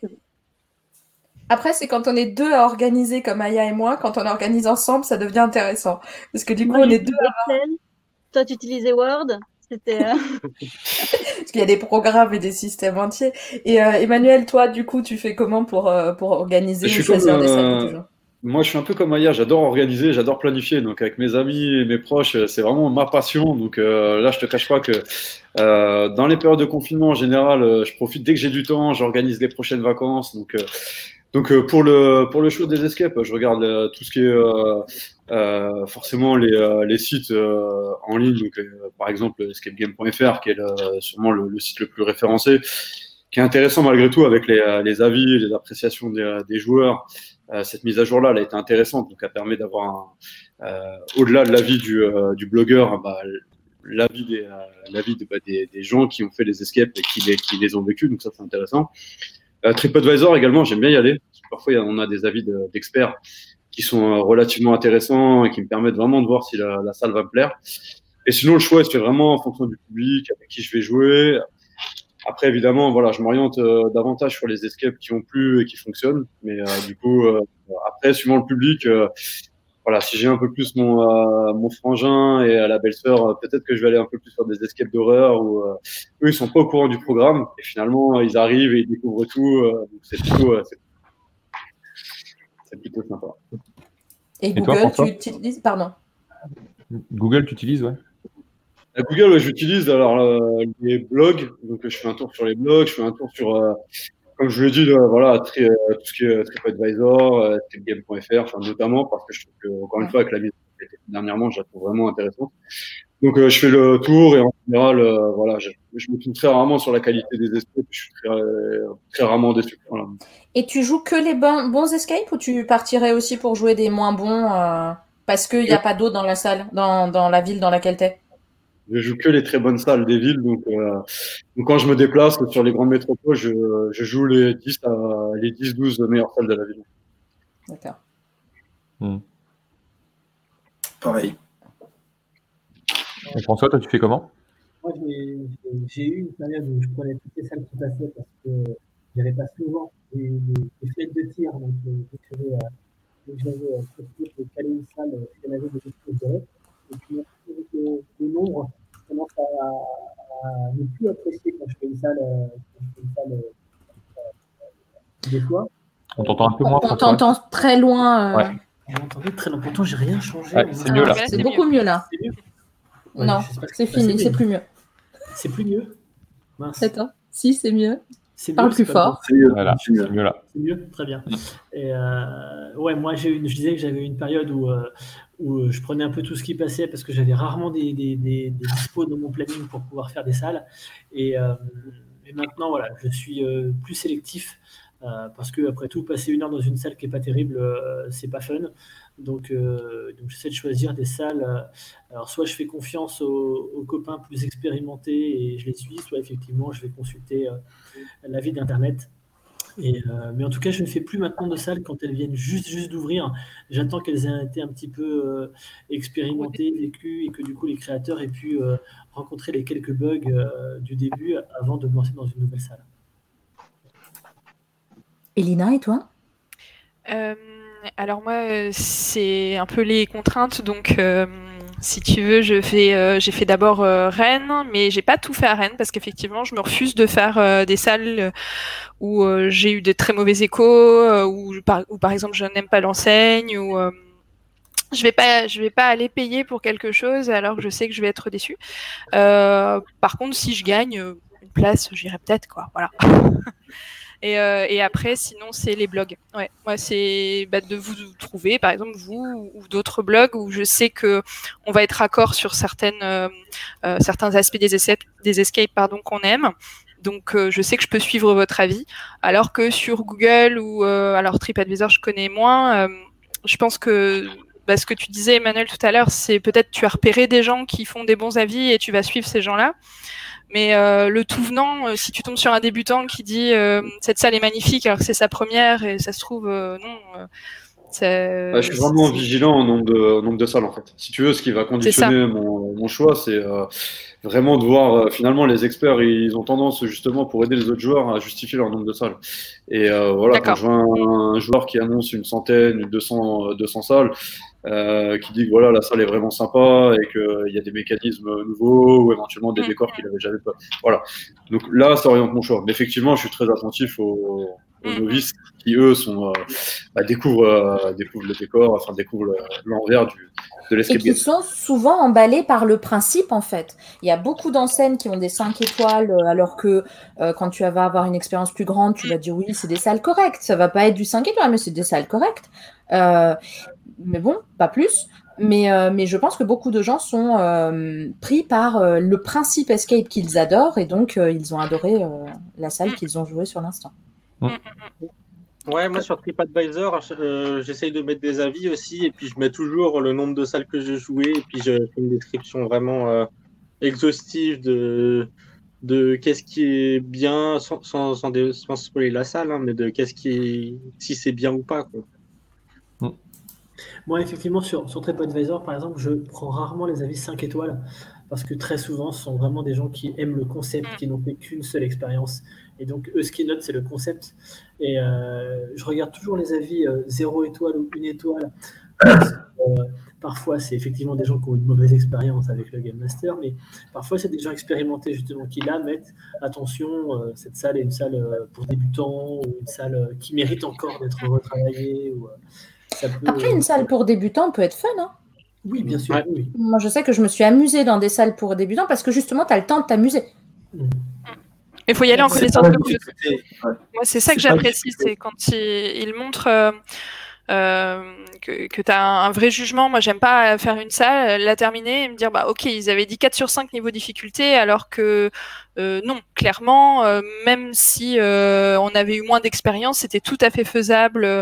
Après, c'est quand on est deux à organiser comme Aya et moi, quand on organise ensemble, ça devient intéressant. Parce que du coup, Moi, on est j'utilise deux à... Excel. Toi, tu utilisais Word. C'était. euh, Parce qu'il y a des programmes et des systèmes entiers. Et euh, Emmanuel, toi, du coup, tu fais comment pour, euh, pour organiser Je ou suis comme, choisir des salles euh, pour tes joueurs? Moi, je suis un peu comme Aya, j'adore organiser, j'adore planifier. Donc, avec mes amis et mes proches, euh, c'est vraiment ma passion. Donc, euh, là, je te cache pas que euh, dans les périodes de confinement, en général, euh, je profite dès que j'ai du temps, j'organise les prochaines vacances. Donc, euh, donc euh, pour le pour le show des escapes, je regarde euh, tout ce qui est euh, euh, forcément les, euh, les sites euh, en ligne. Donc, euh, par exemple, escape game point f r, qui est le- sûrement le, le site le plus référencé, qui est intéressant malgré tout avec les, euh, les avis et les appréciations des, des joueurs. Euh, cette mise à jour-là, elle a été intéressante, donc elle permet d'avoir, un, euh, au-delà de l'avis du, euh, du blogueur, bah, l'avis, des, euh, l'avis de, bah, des, des gens qui ont fait les escapes et qui les, qui les ont vécus, donc ça c'est intéressant. Euh, TripAdvisor également, j'aime bien y aller, parce que parfois on a des avis de, d'experts qui sont euh, relativement intéressants et qui me permettent vraiment de voir si la, la salle va me plaire. Et sinon, le choix se fait vraiment en fonction du public, avec qui je vais jouer. Après, évidemment, voilà, je m'oriente euh, davantage sur les escapes qui ont plu et qui fonctionnent. Mais euh, du coup, euh, après, suivant le public, euh, voilà, si j'ai un peu plus mon euh, mon frangin et euh, la belle-sœur, euh, peut-être que je vais aller un peu plus sur des escapes d'horreur où euh, eux, ils sont pas au courant du programme et finalement, ils arrivent et ils découvrent tout. Euh, donc c'est plutôt, euh, c'est, c'est plutôt sympa. Et Et toi, Google, François tu utilises... Pardon. Google, tu utilises, ouais. À Google, ouais, j'utilise alors euh, les blogs, donc euh, je fais un tour sur les blogs, je fais un tour sur, euh, comme je l'ai dit, euh, voilà, tri, euh, tout ce qui est TripAdvisor, euh, escapegame point f r, enfin notamment parce que je trouve que encore une fois avec la mise dernièrement, je la trouve vraiment intéressante. Donc euh, je fais le tour et en général, euh, voilà, je, je me trompe très rarement sur la qualité des escapes. Je suis très, très rarement déçu. Voilà. Et tu joues que les bons, bons escapes ou tu partirais aussi pour jouer des moins bons euh, parce qu'il n'y a pas d'autres dans la salle, dans, dans la ville dans laquelle t'es? Je joue que les très bonnes salles des villes, donc, euh, donc quand je me déplace sur les grandes métropoles, je, je joue les dix à les dix douze meilleures salles de la ville. D'accord. Hmm. Pareil. Et François, toi, tu fais comment? Moi, j'ai, j'ai eu une période où je prenais toutes les salles qui passaient parce que j'avais pas souvent des, des, des fenêtres de tir. Donc, euh, dès que j'avais, euh, dès que j'avais euh, préféré de caler une salle, euh, il y en avait des choses que j'avais. Et puis, avec le, le nombre, je commence à, à ne plus apprécier quand je fais une salle, euh, quand je fais une salle euh, euh, des fois. On t'entend un peu moins. On t'entend très loin. Euh... Ouais. Vous m'entendez très loin. Pourtant, j'ai rien changé. Ouais, c'est mieux là. Ah, c'est beaucoup mieux là. C'est mieux. Ouais, non, c'est fini, c'est, c'est plus mieux. C'est plus mieux. Mince. Attends, si, c'est mieux. C'est mieux, Parle plus fort. C'est mieux. Voilà, c'est mieux. mieux là. C'est mieux, très bien. Et euh, ouais, moi, j'ai une, je disais que j'avais une période où, euh, où je prenais un peu tout ce qui passait parce que j'avais rarement des, des, des, des dispos dans mon planning pour pouvoir faire des salles. Et, euh, et maintenant, voilà, je suis euh, plus sélectif euh, parce que après tout, passer une heure dans une salle qui est pas terrible, euh, c'est pas fun. Donc, euh, donc j'essaie de choisir des salles. Euh, alors, soit je fais confiance aux, aux copains plus expérimentés et je les suis, soit effectivement, je vais consulter euh, l'avis d'Internet. Et, euh, mais en tout cas, je ne fais plus maintenant de salles quand elles viennent juste, juste d'ouvrir. J'attends qu'elles aient été un petit peu euh, expérimentées, vécues, et que du coup, les créateurs aient pu euh, rencontrer les quelques bugs euh, du début avant de me lancer dans une nouvelle salle. Elina, et toi? euh... Alors moi, c'est un peu les contraintes. Donc, euh, si tu veux, je fais, euh, j'ai fait d'abord euh, Rennes, mais j'ai pas tout fait à Rennes parce qu'effectivement, je me refuse de faire euh, des salles où euh, j'ai eu de très mauvais échos, euh, où, par, où par exemple, je n'aime pas l'enseigne, ou euh, je vais pas, je vais pas aller payer pour quelque chose alors que je sais que je vais être déçue. Euh, par contre, si je gagne une place, j'irai peut-être, quoi. Voilà. Et, euh, et après, sinon, c'est les blogs. Ouais, moi, c'est bah, de vous trouver, par exemple, vous ou, ou d'autres blogs où je sais que on va être raccord sur certaines, euh, euh, certains aspects des, essais, des escapes pardon, qu'on aime. Donc, euh, je sais que je peux suivre votre avis. Alors que sur Google ou euh, alors TripAdvisor, je connais moins. Euh, je pense que bah, ce que tu disais, Emmanuel, tout à l'heure, c'est peut-être tu as repéré des gens qui font des bons avis et tu vas suivre ces gens-là. Mais euh, le tout venant, euh, si tu tombes sur un débutant qui dit euh, cette salle est magnifique alors que c'est sa première et ça se trouve euh, non, euh, c'est, bah, je suis vraiment c'est... vigilant au nombre de, au nombre de salles en fait. Si tu veux, ce qui va conditionner mon, mon choix, c'est euh, vraiment de voir euh, finalement les experts, ils ont tendance justement pour aider les autres joueurs à justifier leur nombre de salles. Et euh, voilà, D'accord. quand je vois un, un joueur qui annonce une centaine, deux cents, deux cents salles. Euh, qui dit que voilà, la salle est vraiment sympa et qu'il euh, y a des mécanismes nouveaux ou éventuellement des décors qu'il n'avait jamais pas. Voilà. Donc là, ça oriente mon choix. Mais effectivement, je suis très attentif aux, aux novices qui, eux, sont, euh, bah, découvrent, euh, découvrent le décor, enfin, découvrent le, l'envers du, de l'escape game. Et qui sont souvent emballés par le principe, en fait. Il y a beaucoup d'enseignes qui ont des cinq étoiles, alors que euh, quand tu vas avoir une expérience plus grande, tu vas dire oui, c'est des salles correctes. Ça va pas être du cinq étoiles, mais c'est des salles correctes. Euh, mais bon, pas plus. Mais, euh, mais je pense que beaucoup de gens sont euh, pris par euh, le principe escape qu'ils adorent et donc euh, ils ont adoré euh, la salle qu'ils ont jouée sur l'instant. Mmh. Ouais, moi sur TripAdvisor, euh, j'essaye de mettre des avis aussi et puis je mets toujours le nombre de salles que j'ai jouées et puis je fais une description vraiment euh, exhaustive de, de qu'est-ce qui est bien, sans, sans, sans, dé, sans spoiler la salle, hein, mais de qu'est-ce qui est, si c'est bien ou pas, quoi. Moi, effectivement, sur, sur TripAdvisor, par exemple, je prends rarement les avis cinq étoiles parce que très souvent, ce sont vraiment des gens qui aiment le concept, qui n'ont fait qu'une seule expérience. Et donc, eux, ce qu'ils notent, c'est le concept. Et euh, je regarde toujours les avis euh, zéro étoile ou une étoile. Parce que, euh, parfois, c'est effectivement des gens qui ont une mauvaise expérience avec le Game Master, mais parfois, c'est des gens expérimentés, justement, qui là mettent attention, euh, cette salle est une salle euh, pour débutants ou une salle euh, qui mérite encore d'être retravaillée. Ou, euh, Ça peut... Après, une salle pour débutants peut être fun, hein. Oui, bien sûr. Ouais. Oui. Moi, je sais que je me suis amusée dans des salles pour débutants parce que justement, tu as le temps de t'amuser. Il faut y aller en connaissance de cause. Ouais. Moi, c'est ça que c'est j'apprécie, c'est quand il, il montre euh, euh, que, que tu as un, un vrai jugement. Moi, j'aime pas faire une salle, la terminer et me dire, bah, ok, ils avaient dit quatre sur cinq niveau difficulté, alors que euh, non, clairement, euh, même si euh, on avait eu moins d'expérience, c'était tout à fait faisable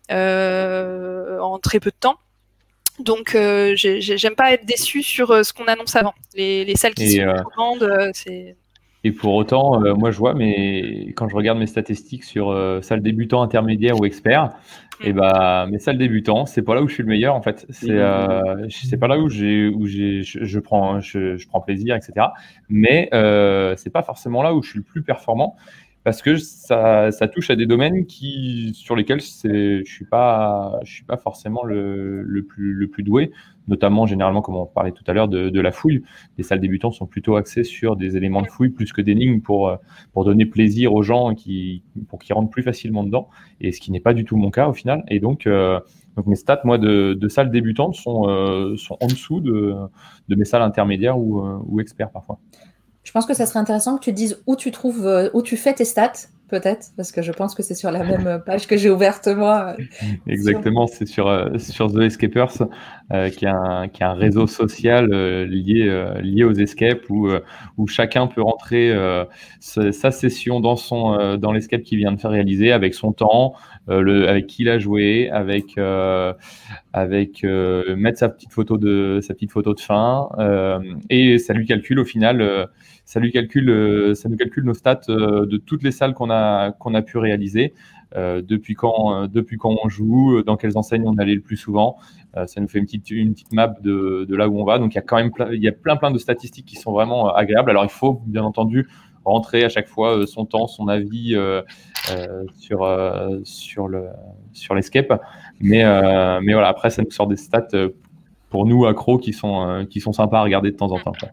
euh, en très peu de temps. Donc, euh, j'ai, j'aime pas être déçue sur euh, ce qu'on annonce avant. Les, les salles qui Et, sont euh, grandes, euh, c'est... Et pour autant, euh, moi je vois, mais quand je regarde mes statistiques sur euh, salle débutant, intermédiaire ou expert, et bah mes salles débutants, c'est pas là où je suis le meilleur en fait. C'est euh, c'est pas là où j'ai où j'ai je, je prends je, je prends plaisir, et cetera. Mais euh, c'est pas forcément là où je suis le plus performant parce que ça ça touche à des domaines qui sur lesquels c'est je suis pas je suis pas forcément le le plus le plus doué. Notamment, généralement, comme on parlait tout à l'heure, de, de la fouille. Les salles débutants sont plutôt axées sur des éléments de fouille plus que d'énigmes pour, pour donner plaisir aux gens qui, pour qu'ils rentrent plus facilement dedans, et ce qui n'est pas du tout mon cas au final. Et donc, euh, donc mes stats, moi, de, de salles débutantes sont, euh, sont en dessous de, de mes salles intermédiaires ou, ou experts parfois. Je pense que ça serait intéressant que tu dises où tu trouves, où tu fais tes stats, peut-être, parce que je pense que c'est sur la même page que j'ai ouverte moi. Exactement, c'est sur, euh, sur The Escapers, euh, qui, est un, qui est un réseau social euh, lié, euh, lié aux escapes où, euh, où chacun peut rentrer euh, sa, sa session dans, son, euh, dans l'escape qu'il vient de faire réaliser avec son temps, euh, le, avec qui il a joué, avec, euh, avec euh, mettre sa petite photo de, sa petite photo de fin euh, et ça lui calcule au final. Euh, Ça lui calcule, euh, ça nous calcule nos stats euh, de toutes les salles qu'on a qu'on a pu réaliser, euh, depuis quand euh, depuis quand on joue, dans quelles enseignes on allait le plus souvent. Euh, ça nous fait une petite une petite map de, de là où on va. Donc il y a quand même plein, il y a plein plein de statistiques qui sont vraiment agréables. Alors il faut bien entendu rentrer à chaque fois euh, son temps, son avis euh, euh, sur euh, sur le sur l'escape. Mais euh, mais voilà, après ça nous sort des stats euh, pour nous accros qui sont euh, qui sont sympas à regarder de temps en temps, quoi.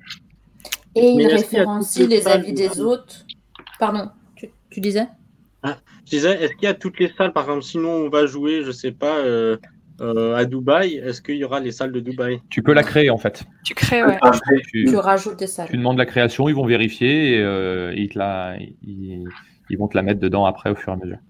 Et il référencie les avis des autres. Pardon, tu, tu disais ah, Je disais, est-ce qu'il y a toutes les salles, par exemple, sinon on va jouer, je sais pas, euh, euh, à Dubaï, est-ce qu'il y aura les salles de Dubaï? Tu peux la créer en fait. Tu crées, ouais. Tu, tu rajoutes des salles. Tu demandes la création, ils vont vérifier et, euh, et ils, te la, ils, ils vont te la mettre dedans après au fur et à mesure.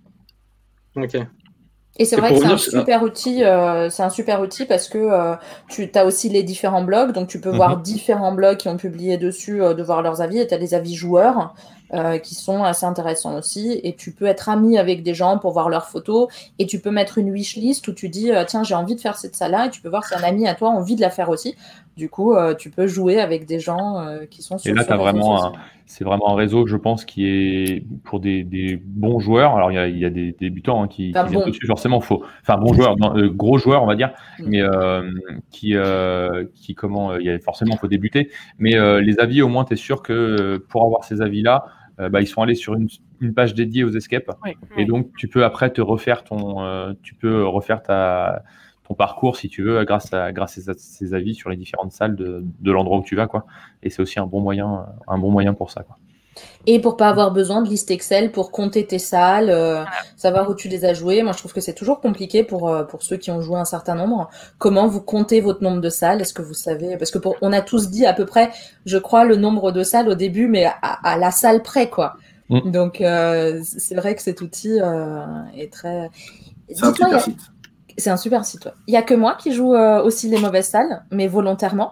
Ok. Et c'est et vrai que c'est un super outil, euh, c'est un super outil parce que euh, tu as aussi les différents blogs, donc tu peux mm-hmm. voir différents blogs qui ont publié dessus, euh, de voir leurs avis, et tu as des avis joueurs euh, qui sont assez intéressants aussi, et tu peux être ami avec des gens pour voir leurs photos, et tu peux mettre une wishlist où tu dis euh, tiens, j'ai envie de faire cette salle-là, et tu peux voir si un ami à toi a envie de la faire aussi. Du coup, euh, tu peux jouer avec des gens euh, qui sont sur. Et là, t'as vraiment un, c'est vraiment un réseau, je pense, qui est pour des, des bons joueurs. Alors, il y a, il y a des débutants hein, qui, enfin, qui bon. viennent dessus, forcément, faux. Enfin, bons joueurs, non, euh, gros joueurs, on va dire, mmh. mais euh, qui, euh, qui, comment, il y a forcément, faut débuter. Mais euh, les avis, au moins, t'es sûr que pour avoir ces avis-là, euh, bah, ils sont allés sur une, une page dédiée aux escapes. Oui, et oui. donc, tu peux après te refaire ton, euh, tu peux refaire ta ton parcours si tu veux grâce à grâce à ces avis sur les différentes salles de, de l'endroit où tu vas, quoi. Et c'est aussi un bon moyen un bon moyen pour ça, quoi. Et pour pas avoir besoin de liste Excel pour compter tes salles, euh, savoir où tu les as jouées. Moi, je trouve que c'est toujours compliqué pour euh, pour ceux qui ont joué un certain nombre. Comment vous comptez votre nombre de salles? Est-ce que vous savez? Parce que pour, on a tous dit à peu près, je crois, le nombre de salles au début, mais à, à la salle près, quoi. Mmh. Donc euh, c'est vrai que cet outil euh, est très. C'est un super site. C'est un super site. Ouais. Il n'y a que moi qui joue euh, aussi les mauvaises salles, mais volontairement.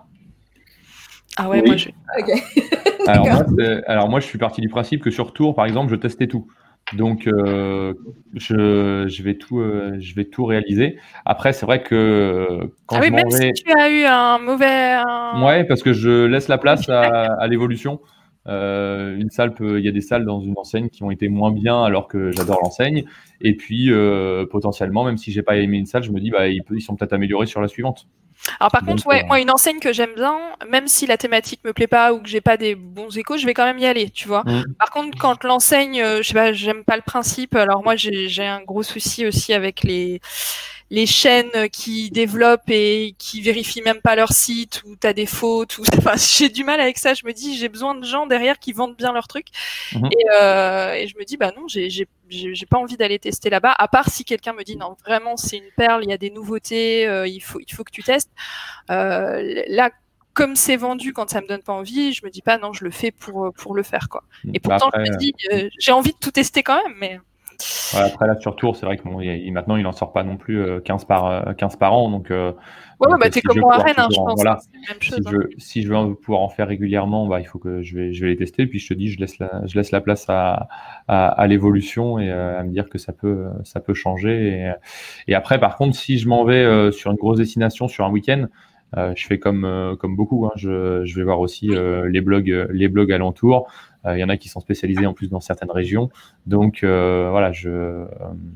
Ah ouais, oui. moi je. Ok. alors, moi, alors moi, je suis parti du principe que sur Tour, par exemple, je testais tout. Donc, euh, je, je, vais tout, euh, je vais tout réaliser. Après, c'est vrai que quand ah je oui, m'en même vais... si tu as eu un mauvais. Un... Ouais, parce que je laisse la place à, à l'évolution. Euh, une salle peut, il y a des salles dans une enseigne qui ont été moins bien alors que j'adore l'enseigne. Et puis euh, potentiellement, même si j'ai pas aimé une salle, je me dis bah ils, ils sont peut-être améliorés sur la suivante. Alors par Donc, contre, ouais, euh... moi une enseigne que j'aime bien, même si la thématique me plaît pas ou que j'ai pas des bons échos, je vais quand même y aller, tu vois. Mmh. Par contre, quand l'enseigne, euh, je sais pas, j'aime pas le principe. Alors moi, j'ai, j'ai un gros souci aussi avec les les chaînes qui développent et qui vérifient même pas leur site, où t'as des fautes, ou enfin, j'ai du mal avec ça. Je me dis, j'ai besoin de gens derrière qui vendent bien leur truc. Mmh. Et, euh, et je me dis, bah non, j'ai, j'ai, j'ai pas envie d'aller tester là-bas. À part si quelqu'un me dit, non, vraiment, c'est une perle, il y a des nouveautés, euh, il faut, il faut que tu testes. Euh, là, comme c'est vendu quand ça me donne pas envie, je me dis pas, non, je le fais pour, pour le faire, quoi. Et pourtant, après, je me dis, euh, j'ai envie de tout tester quand même, mais. Ouais, après là sur Tours, c'est vrai que bon, il, maintenant il en sort pas non plus euh, quinze par euh, quinze par an, donc. Euh, Ouais, donc bah euh, t'es si comme je veux moi à pouvoir Rennes, hein, je toujours en- pense. voilà, C'est la même si chose. je hein. veux, si je veux pouvoir en faire régulièrement, bah il faut que je vais je vais les tester. Puis je te dis, je laisse la je laisse la place à à, à l'évolution et euh, à me dire que ça peut ça peut changer. Et, et après, par contre, si je m'en vais euh, sur une grosse destination sur un week-end. Euh, je fais comme euh, comme beaucoup. Hein. Je, je vais voir aussi euh, les blogs euh, les blogs alentours. Euh, Il y en a qui sont spécialisés en plus dans certaines régions. Donc euh, voilà, je euh,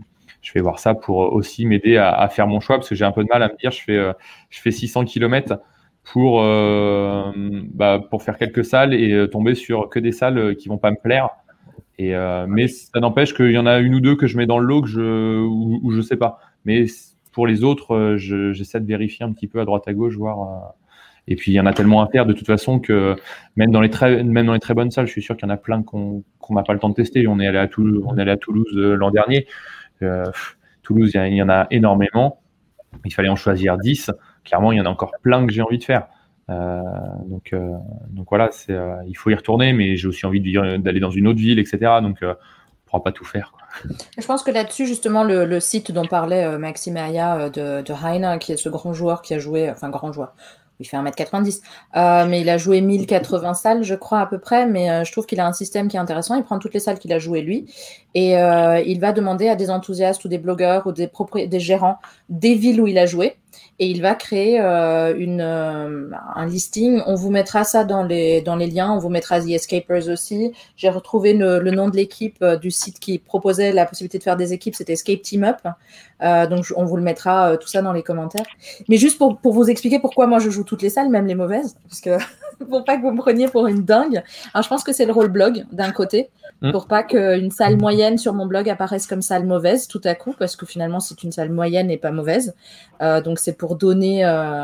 je vais voir ça pour aussi m'aider à, à faire mon choix parce que j'ai un peu de mal à me dire je fais euh, je fais six cents kilomètres pour euh, bah, pour faire quelques salles et euh, tomber sur que des salles qui vont pas me plaire. Et euh, mais ça n'empêche qu'il y en a une ou deux que je mets dans le lot que je ou, ou je sais pas. Mais pour les autres, euh, je, j'essaie de vérifier un petit peu à droite à gauche, voir. euh, Et puis il y en a tellement à faire de toute façon que même dans les très même dans les très bonnes salles, je suis sûr qu'il y en a plein qu'on qu'on n'a pas le temps de tester. On est allé à Toulouse, on est allé à Toulouse euh, l'an dernier. Euh, pff, Toulouse, il y, a- il y en a énormément. Il fallait en choisir dix. Clairement, il y en a encore plein que j'ai envie de faire. Euh, donc, euh, donc voilà, c'est, euh, il faut y retourner, mais j'ai aussi envie de vivre- d'aller dans une autre ville, et cetera. Donc, euh, on ne pourra pas tout faire, quoi. Je pense que là-dessus, justement, le, le site dont parlait euh, Maxime et Aya euh, de, de Heine, qui est ce grand joueur qui a joué, enfin grand joueur, il fait un mètre quatre-vingt-dix, euh, mais il a joué mille quatre-vingts salles, je crois, à peu près, mais euh, je trouve qu'il a un système qui est intéressant. Il prend toutes les salles qu'il a jouées, lui, et euh, il va demander à des enthousiastes ou des blogueurs ou des, propri- des gérants des villes où il a joué, et il va créer euh, une, euh, un listing. On vous mettra ça dans les, dans les liens, on vous mettra The Escapers aussi. J'ai retrouvé le, le nom de l'équipe euh, du site qui proposait la possibilité de faire des équipes, c'était Escape Team Up. Euh, donc je- on vous le mettra euh, tout ça dans les commentaires. Mais juste pour, pour vous expliquer pourquoi moi je joue toutes les salles, même les mauvaises, parce que pour pas que vous me preniez pour une dingue. Alors je pense que c'est le rôle blog d'un côté, Mm. pour pas qu'une salle moyenne sur mon blog apparaisse comme salle mauvaise tout à coup, parce que finalement c'est une salle moyenne et pas mauvaise. Euh, donc c'est pour donner euh,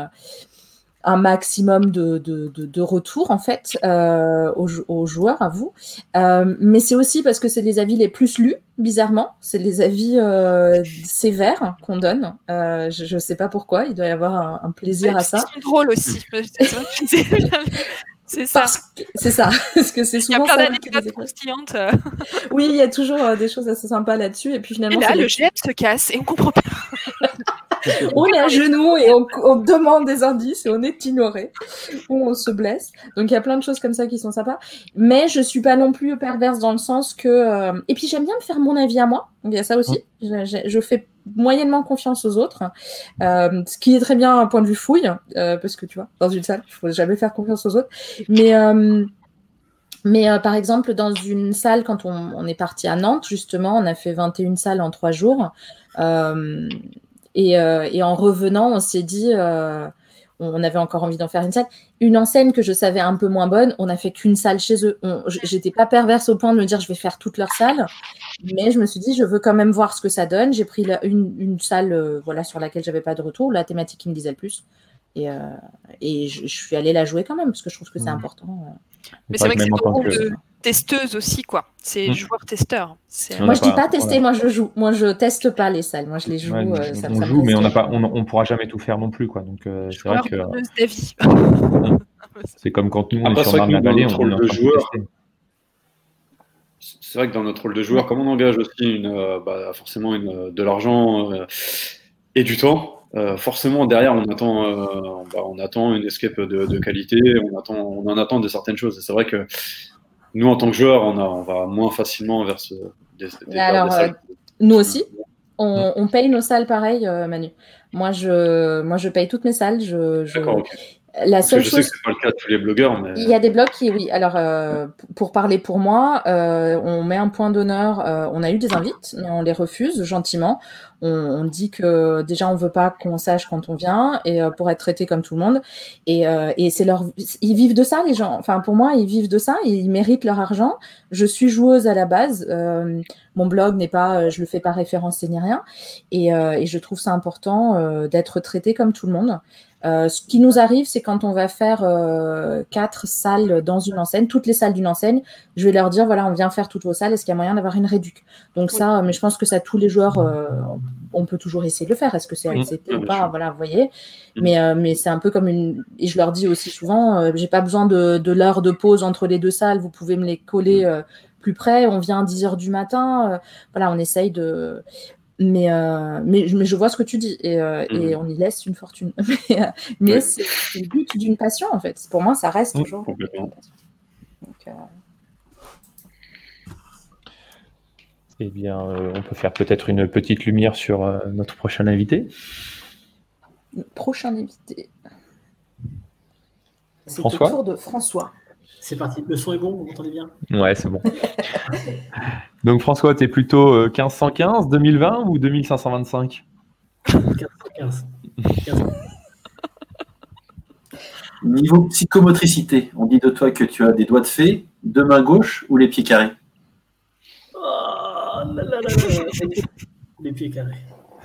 un maximum de, de, de, de retours en fait euh, aux, jou- aux joueurs, à vous. Euh, mais c'est aussi parce que c'est les avis les plus lus, bizarrement. C'est les avis euh, sévères qu'on donne. Euh, je ne sais pas pourquoi, il doit y avoir un, un plaisir à C'est ça. drôle aussi. C'est ça. C'est ça. Parce que- C'est ça, parce que c'est Il y a souvent plein ça qui les d'anecdotes écoute. croustillantes. euh. Oui, il y a toujours euh, des choses assez sympas là-dessus. Et puis Et finalement, là, c'est le les- G M se casse et on comprend pas. on est à genoux et on, on demande des indices et on est ignoré ou on se blesse. Donc il y a plein de choses comme ça qui sont sympas. Mais je suis pas non plus perverse dans le sens que. euh, Et puis j'aime bien me faire mon avis à moi. Donc il y a ça aussi. Je, je- je fais moyennement confiance aux autres, euh, ce qui est très bien un point de vue fouille, euh, parce que tu vois, dans une salle, il faut jamais faire confiance aux autres. Mais euh, Mais euh, par exemple, dans une salle, quand on, on est parti à Nantes, justement, on a fait vingt et une salles en trois jours. Euh, et, euh, et en revenant, on s'est dit, euh, on avait encore envie d'en faire une salle. Une enseigne que je savais un peu moins bonne, on n'a fait qu'une salle chez eux. On- j- J'étais pas perverse au point de me dire, je vais faire toute leur salle. Mais je me suis dit, je veux quand même voir ce que ça donne. J'ai pris la- une, une salle euh, voilà, sur laquelle j'avais pas de retour, la thématique qui me disait le plus. Et, euh, et je, je suis allée la jouer quand même, parce que je trouve que c'est Mmh. important. euh. Mais c'est vrai que c'est même en ton tant rôle que- de testeuse aussi, quoi. C'est Mm. joueur-testeur. C'est- On Moi, n'a je dis pas- pas tester, voilà. moi je joue. Moi, je teste pas les salles. Moi, je les joue. Ouais, euh, ça, on ça me joue, mais on n'a reste- pas, on, on pourra jamais tout faire non plus, quoi. Donc euh, c'est vrai Joueur que donneuse d'avis. c'est comme quand nous on Après, est sur c'est vrai que nous, dans Marne-la-Vallée, notre on est rôle en de train de joueur, tester. c'est vrai que dans notre rôle de joueur, comme on engage aussi une, euh, bah, forcément une, de l'argent euh, et du temps, euh, forcément derrière on attend, euh, bah, on attend une escape de, de qualité, on, attend, on en attend de certaines choses. Et c'est vrai que nous, en tant que joueurs, on, a, on va moins facilement vers, ce, des, des, vers Alors, des salles. euh, nous aussi, on, on paye nos salles pareil, euh, Manu. Moi je, moi, je paye toutes mes salles. Je, je... D'accord, ok. La Parce que seule je sais chose. que c'est pas le cas de tous les blogueurs, mais Il y a des blogs qui, oui. Alors, euh, p- pour parler pour moi, euh, on met un point d'honneur. euh, on a eu des invites, mais on les refuse gentiment. On, on dit que déjà, on veut pas qu'on sache quand on vient et euh, pour être traité comme tout le monde. Et, euh, et c'est leur, ils vivent de ça, les gens. Enfin, pour moi, ils vivent de ça. Et ils méritent leur argent. Je suis joueuse à la base. Euh, mon blog n'est pas, euh, je le fais pas référencer ni rien. Et, euh, et je trouve ça important euh, d'être traité comme tout le monde. Euh, ce qui nous arrive, c'est quand on va faire euh, quatre salles dans une enseigne, toutes les salles d'une enseigne, je vais leur dire, voilà, on vient faire toutes vos salles, est-ce qu'il y a moyen d'avoir une réduc? Donc ça, mais je pense que ça, tous les joueurs, euh, on peut toujours essayer de le faire. Est-ce que c'est Oui, accepté bien ou pas? sûr. Voilà, vous voyez. Mais, euh, mais c'est un peu comme une... Et je leur dis aussi souvent, euh, j'ai pas besoin de, de l'heure de pause entre les deux salles, vous pouvez me les coller euh, plus près, on vient à dix heures du matin. Euh, voilà, on essaye de. Mais, euh, mais, mais je vois ce que tu dis et, euh, mmh. et on y laisse une fortune. mais euh, mais oui. c'est, c'est le but d'une passion, en fait. Pour moi, ça reste toujours. Mmh, complètement. Donc, euh... Eh bien, euh, on peut faire peut-être une petite lumière sur euh, notre prochain invité. Prochain invité. C'est François. le tour de François. C'est parti. Le son est bon, vous m'entendez bien? Ouais, c'est bon. Donc, François, tu es plutôt euh, quinze cent quinze, deux mille vingt ou deux mille cinq cent vingt-cinq? quinze cent quinze. Niveau psychomotricité, on dit de toi que tu as des doigts de fée, deux mains gauches ou les pieds carrés? Oh là là là là. Les pieds carrés.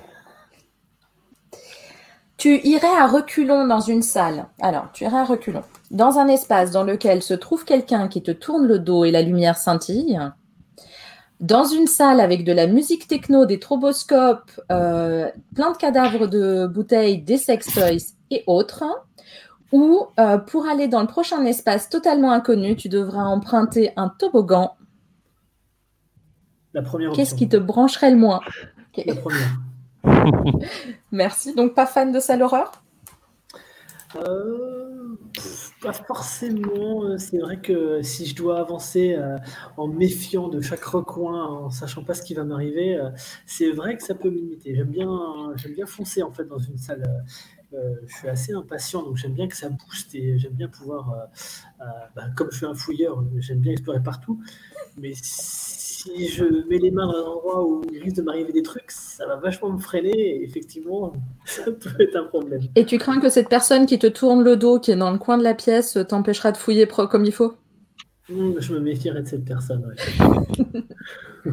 Tu irais à reculons dans une salle. Alors, tu irais à reculons. Dans un espace dans lequel se trouve quelqu'un qui te tourne le dos et la lumière scintille. Dans une salle avec de la musique techno, des stroboscopes, euh, plein de cadavres de bouteilles, des sex toys et autres. Ou euh, pour aller dans le prochain espace totalement inconnu, tu devras emprunter un toboggan. La première Qu'est-ce option. qui te brancherait le moins? Okay. La première. Merci. Donc, pas fan de salle horreur? euh, Pas forcément. C'est vrai que si je dois avancer euh, en méfiant de chaque recoin, en sachant pas ce qui va m'arriver, euh, c'est vrai que ça peut me limiter. J'aime bien, j'aime bien foncer en fait dans une salle. Euh, je suis assez impatient, donc j'aime bien que ça booste et j'aime bien pouvoir, euh, euh, bah, comme je suis un fouilleur, j'aime bien explorer partout. Mais si je mets les mains dans un endroit où il risque de m'arriver des trucs, ça va vachement me freiner et effectivement, ça peut être un problème. Et tu crains que cette personne qui te tourne le dos, qui est dans le coin de la pièce, t'empêchera de fouiller pro comme il faut? mmh, Je me méfierais de cette personne, ouais.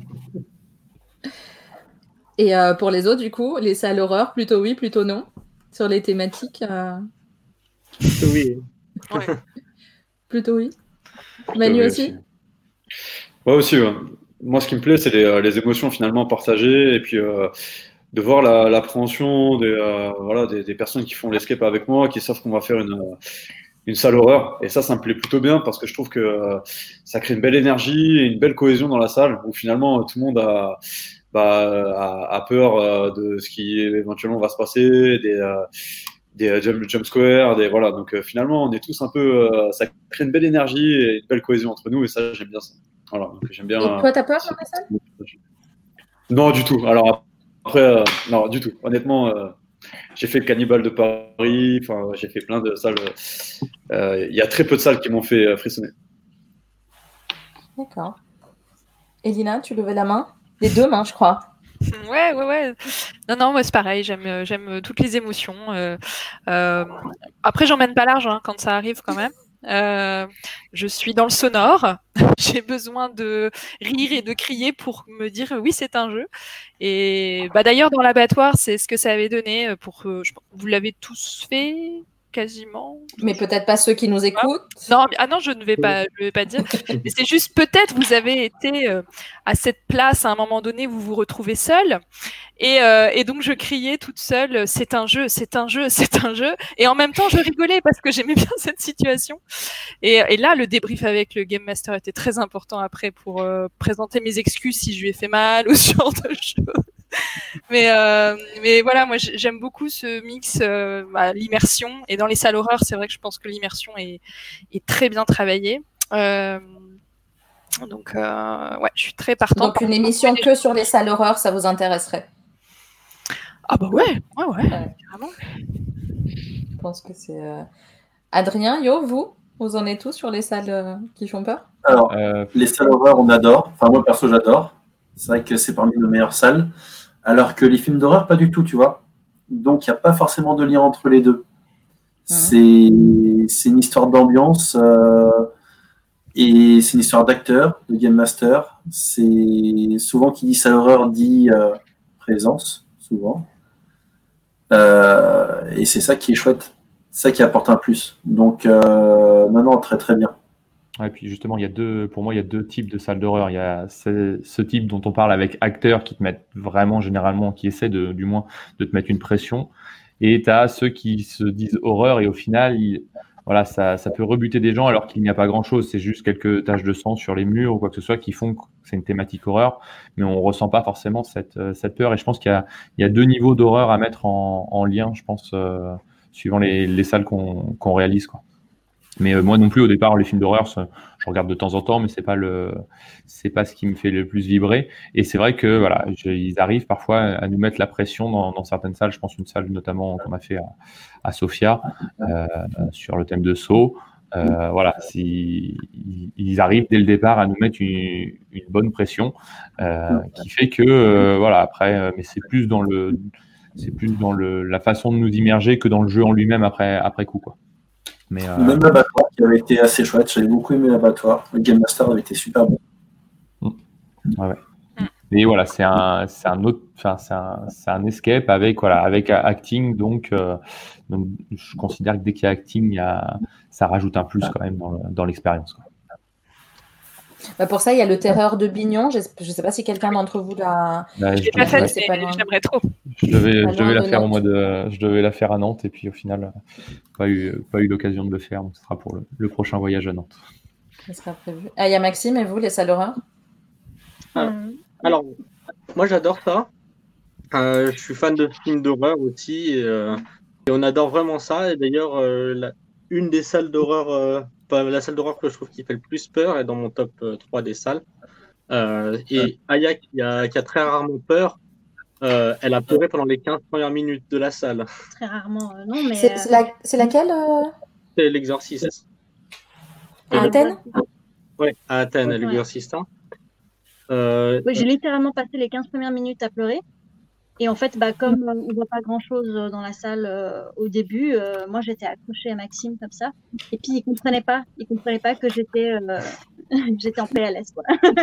Et euh, pour les autres, du coup, les salles horreur, plutôt oui, plutôt non? Sur les thématiques euh... Plutôt oui. Ouais. Plutôt oui. Manu oui, aussi, aussi. Ouais, aussi. Ouais. Moi, ce qui me plaît, c'est les, les émotions finalement partagées et puis euh, de voir la, l'appréhension des, euh, voilà, des, des personnes qui font l'escape avec moi, qui savent qu'on va faire une, une salle horreur. Et ça, ça me plaît plutôt bien parce que je trouve que euh, ça crée une belle énergie et une belle cohésion dans la salle où finalement tout le monde a, bah, a, a peur euh, de ce qui éventuellement va se passer, des, euh, des jump, jump squares, des, voilà. Donc euh, finalement, on est tous un peu. Euh, ça crée une belle énergie et une belle cohésion entre nous et ça, j'aime bien ça. Voilà, donc j'aime bien. Et toi, t'as peur dans la salle? Non, du tout. Alors après, euh, non, du tout. Honnêtement, euh, j'ai fait le Cannibal de Paris. Enfin, j'ai fait plein de salles. Il euh, y a très peu de salles qui m'ont fait euh, frissonner. D'accord. Elina, tu levais la main? Les deux mains, je crois. Ouais, ouais, ouais. Non, non, moi c'est pareil. J'aime, j'aime toutes les émotions. Euh, euh, après, j'emmène pas large hein, quand ça arrive quand même. Euh, je suis dans le sonore. J'ai besoin de rire et de crier pour me dire oui, c'est un jeu. Et bah d'ailleurs dans l'abattoir, c'est ce que ça avait donné. Pour je, vous l'avez tous fait quasiment. Mais peut-être pas ceux qui nous écoutent. Non, ah non, je ne vais pas, je vais pas dire. Mais c'est juste peut-être vous avez été euh, à cette place à un moment donné, vous vous retrouvez seul. Et, euh, et donc je criais toute seule, c'est un jeu, c'est un jeu, c'est un jeu. Et en même temps, je rigolais parce que j'aimais bien cette situation. Et, et là, le débrief avec le Game Master était très important après pour euh, présenter mes excuses si je lui ai fait mal ou ce genre de choses. Mais, euh, mais voilà, moi j'aime beaucoup ce mix, euh, bah, l'immersion. Et dans les salles horreur, c'est vrai que je pense que l'immersion est, est très bien travaillée. Euh, donc, euh, ouais, je suis très partante. Donc, une émission que sur les salles horreur, ça vous intéresserait? Ah bah ouais, ouais, ouais, ouais. Carrément. Je pense que c'est... Euh... Adrien, Yo, vous Vous en êtes tous sur les salles euh, qui font peur? Alors, euh... les salles horreur, on adore. Enfin, moi, perso, j'adore. C'est vrai que c'est parmi nos meilleures salles. Alors que les films d'horreur, pas du tout, tu vois. Donc, il n'y a pas forcément de lien entre les deux. Mmh. C'est... c'est une histoire d'ambiance euh... et c'est une histoire d'acteur, de game master. C'est souvent qui dit salle horreur dit euh, présence, souvent. Euh, et c'est ça qui est chouette, c'est ça qui apporte un plus. Donc, euh, non, non, très très bien. Et puis justement, il y a deux, pour moi, il y a deux types de salles d'horreur. Il y a ce, ce type dont on parle avec acteurs qui te mettent vraiment, généralement, qui essaient de, du moins de te mettre une pression. Et tu as ceux qui se disent horreur et au final, ils, voilà, ça, ça peut rebuter des gens alors qu'il n'y a pas grand-chose. C'est juste quelques taches de sang sur les murs ou quoi que ce soit qui font que c'est une thématique horreur, mais on ressent pas forcément cette, cette peur. Et je pense qu'il y a, il y a deux niveaux d'horreur à mettre en, en lien, je pense, euh, suivant les, les salles qu'on qu'on réalise, quoi. Mais euh, moi non plus, au départ, les films d'horreur, ça, je regarde de temps en temps, mais c'est pas le, c'est pas ce qui me fait le plus vibrer. Et c'est vrai que voilà, je, ils arrivent parfois à nous mettre la pression dans, dans certaines salles. Je pense une salle notamment qu'on a fait à, à Sofia euh, sur le thème de Saw. Euh, voilà, si, ils arrivent dès le départ à nous mettre une, une bonne pression, euh, qui fait que euh, voilà. Après, mais c'est plus dans le, c'est plus dans le, la façon de nous immerger que dans le jeu en lui-même après, après coup, quoi. Mais, euh... Même l'abattoir qui avait été assez chouette, j'avais beaucoup aimé l'abattoir. Le Game Master avait été super bon. Mmh. Ouais, ouais. Mais voilà, c'est un, c'est un autre, enfin, c'est un, c'est un escape avec, voilà, avec acting. Donc, euh, donc, je considère que dès qu'il y a acting, il y a, ça rajoute un plus quand même dans, dans l'expérience, quoi. Bah pour ça, il y a le Terreur de Bignon. Je ne sais pas si quelqu'un d'entre vous l'a. Bah, je l'ai pas fait, mais j'aimerais trop. Je devais, je devais la faire au mois de, je devais la faire à Nantes et puis au final, pas eu, pas eu l'occasion de le faire. Donc ce sera pour le, le prochain voyage à Nantes. Ça sera prévu. Ah, il y a Maxime et vous, les salles d'horreur. Ah, alors, moi j'adore ça. Euh, je suis fan de films d'horreur aussi et, euh, et on adore vraiment ça. Et d'ailleurs, euh, la, une des salles d'horreur. Euh, la salle d'horreur que je trouve qui fait le plus peur est dans mon top trois des salles. Euh, et Aya, qui a, qui a très rarement peur, euh, elle a pleuré pendant les quinze premières minutes de la salle. Très rarement, euh, non, mais. C'est, c'est, la, c'est laquelle euh... C'est l'Exorciste. À Athènes ? Oui, à Athènes, ouais. L'Exorciste. Hein. Euh, oui, j'ai littéralement passé les quinze premières minutes à pleurer. Et en fait, bah, comme euh, on ne voit pas grand-chose dans la salle euh, au début, euh, moi, j'étais accrochée à Maxime comme ça. Et puis, il ne comprenait pas. Il ne comprenait pas que j'étais, euh, j'étais en P L S. Quoi.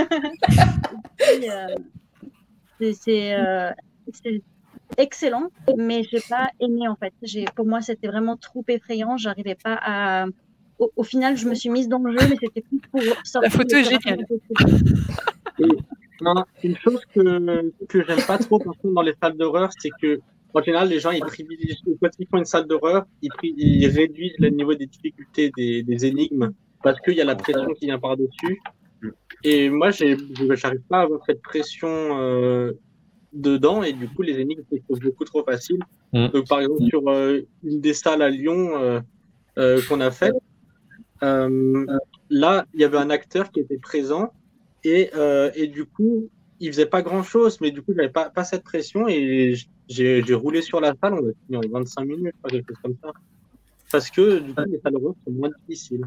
puis, euh, c'est, c'est, euh, c'est excellent, mais je n'ai pas aimé, en fait. J'ai, pour moi, c'était vraiment trop effrayant. Je n'arrivais pas à... Au, au final, je me suis mise dans le jeu, mais c'était plus pour sortir. La photo est géniale. Non, une chose que, que j'aime pas trop par contre, dans les salles d'horreur, c'est que en général, les gens ils privilégient, quand ils font une salle d'horreur, ils, ils réduisent le niveau des difficultés des, des énigmes parce qu'il y a la pression qui vient par-dessus. Et moi, j'ai, j'arrive pas à avoir cette pression euh, dedans et du coup, les énigmes je trouve beaucoup trop faciles. Mmh. Donc, par exemple, sur euh, une des salles à Lyon euh, euh, qu'on a faite, euh, là, il y avait un acteur qui était présent. Et, euh, et du coup, il faisait pas grand chose, mais du coup, j'avais pas, pas cette pression et j'ai, j'ai roulé sur la salle, on a fini en vingt-cinq minutes, quelque chose comme ça. Parce que du coup, les salles d'horreur sont moins difficiles.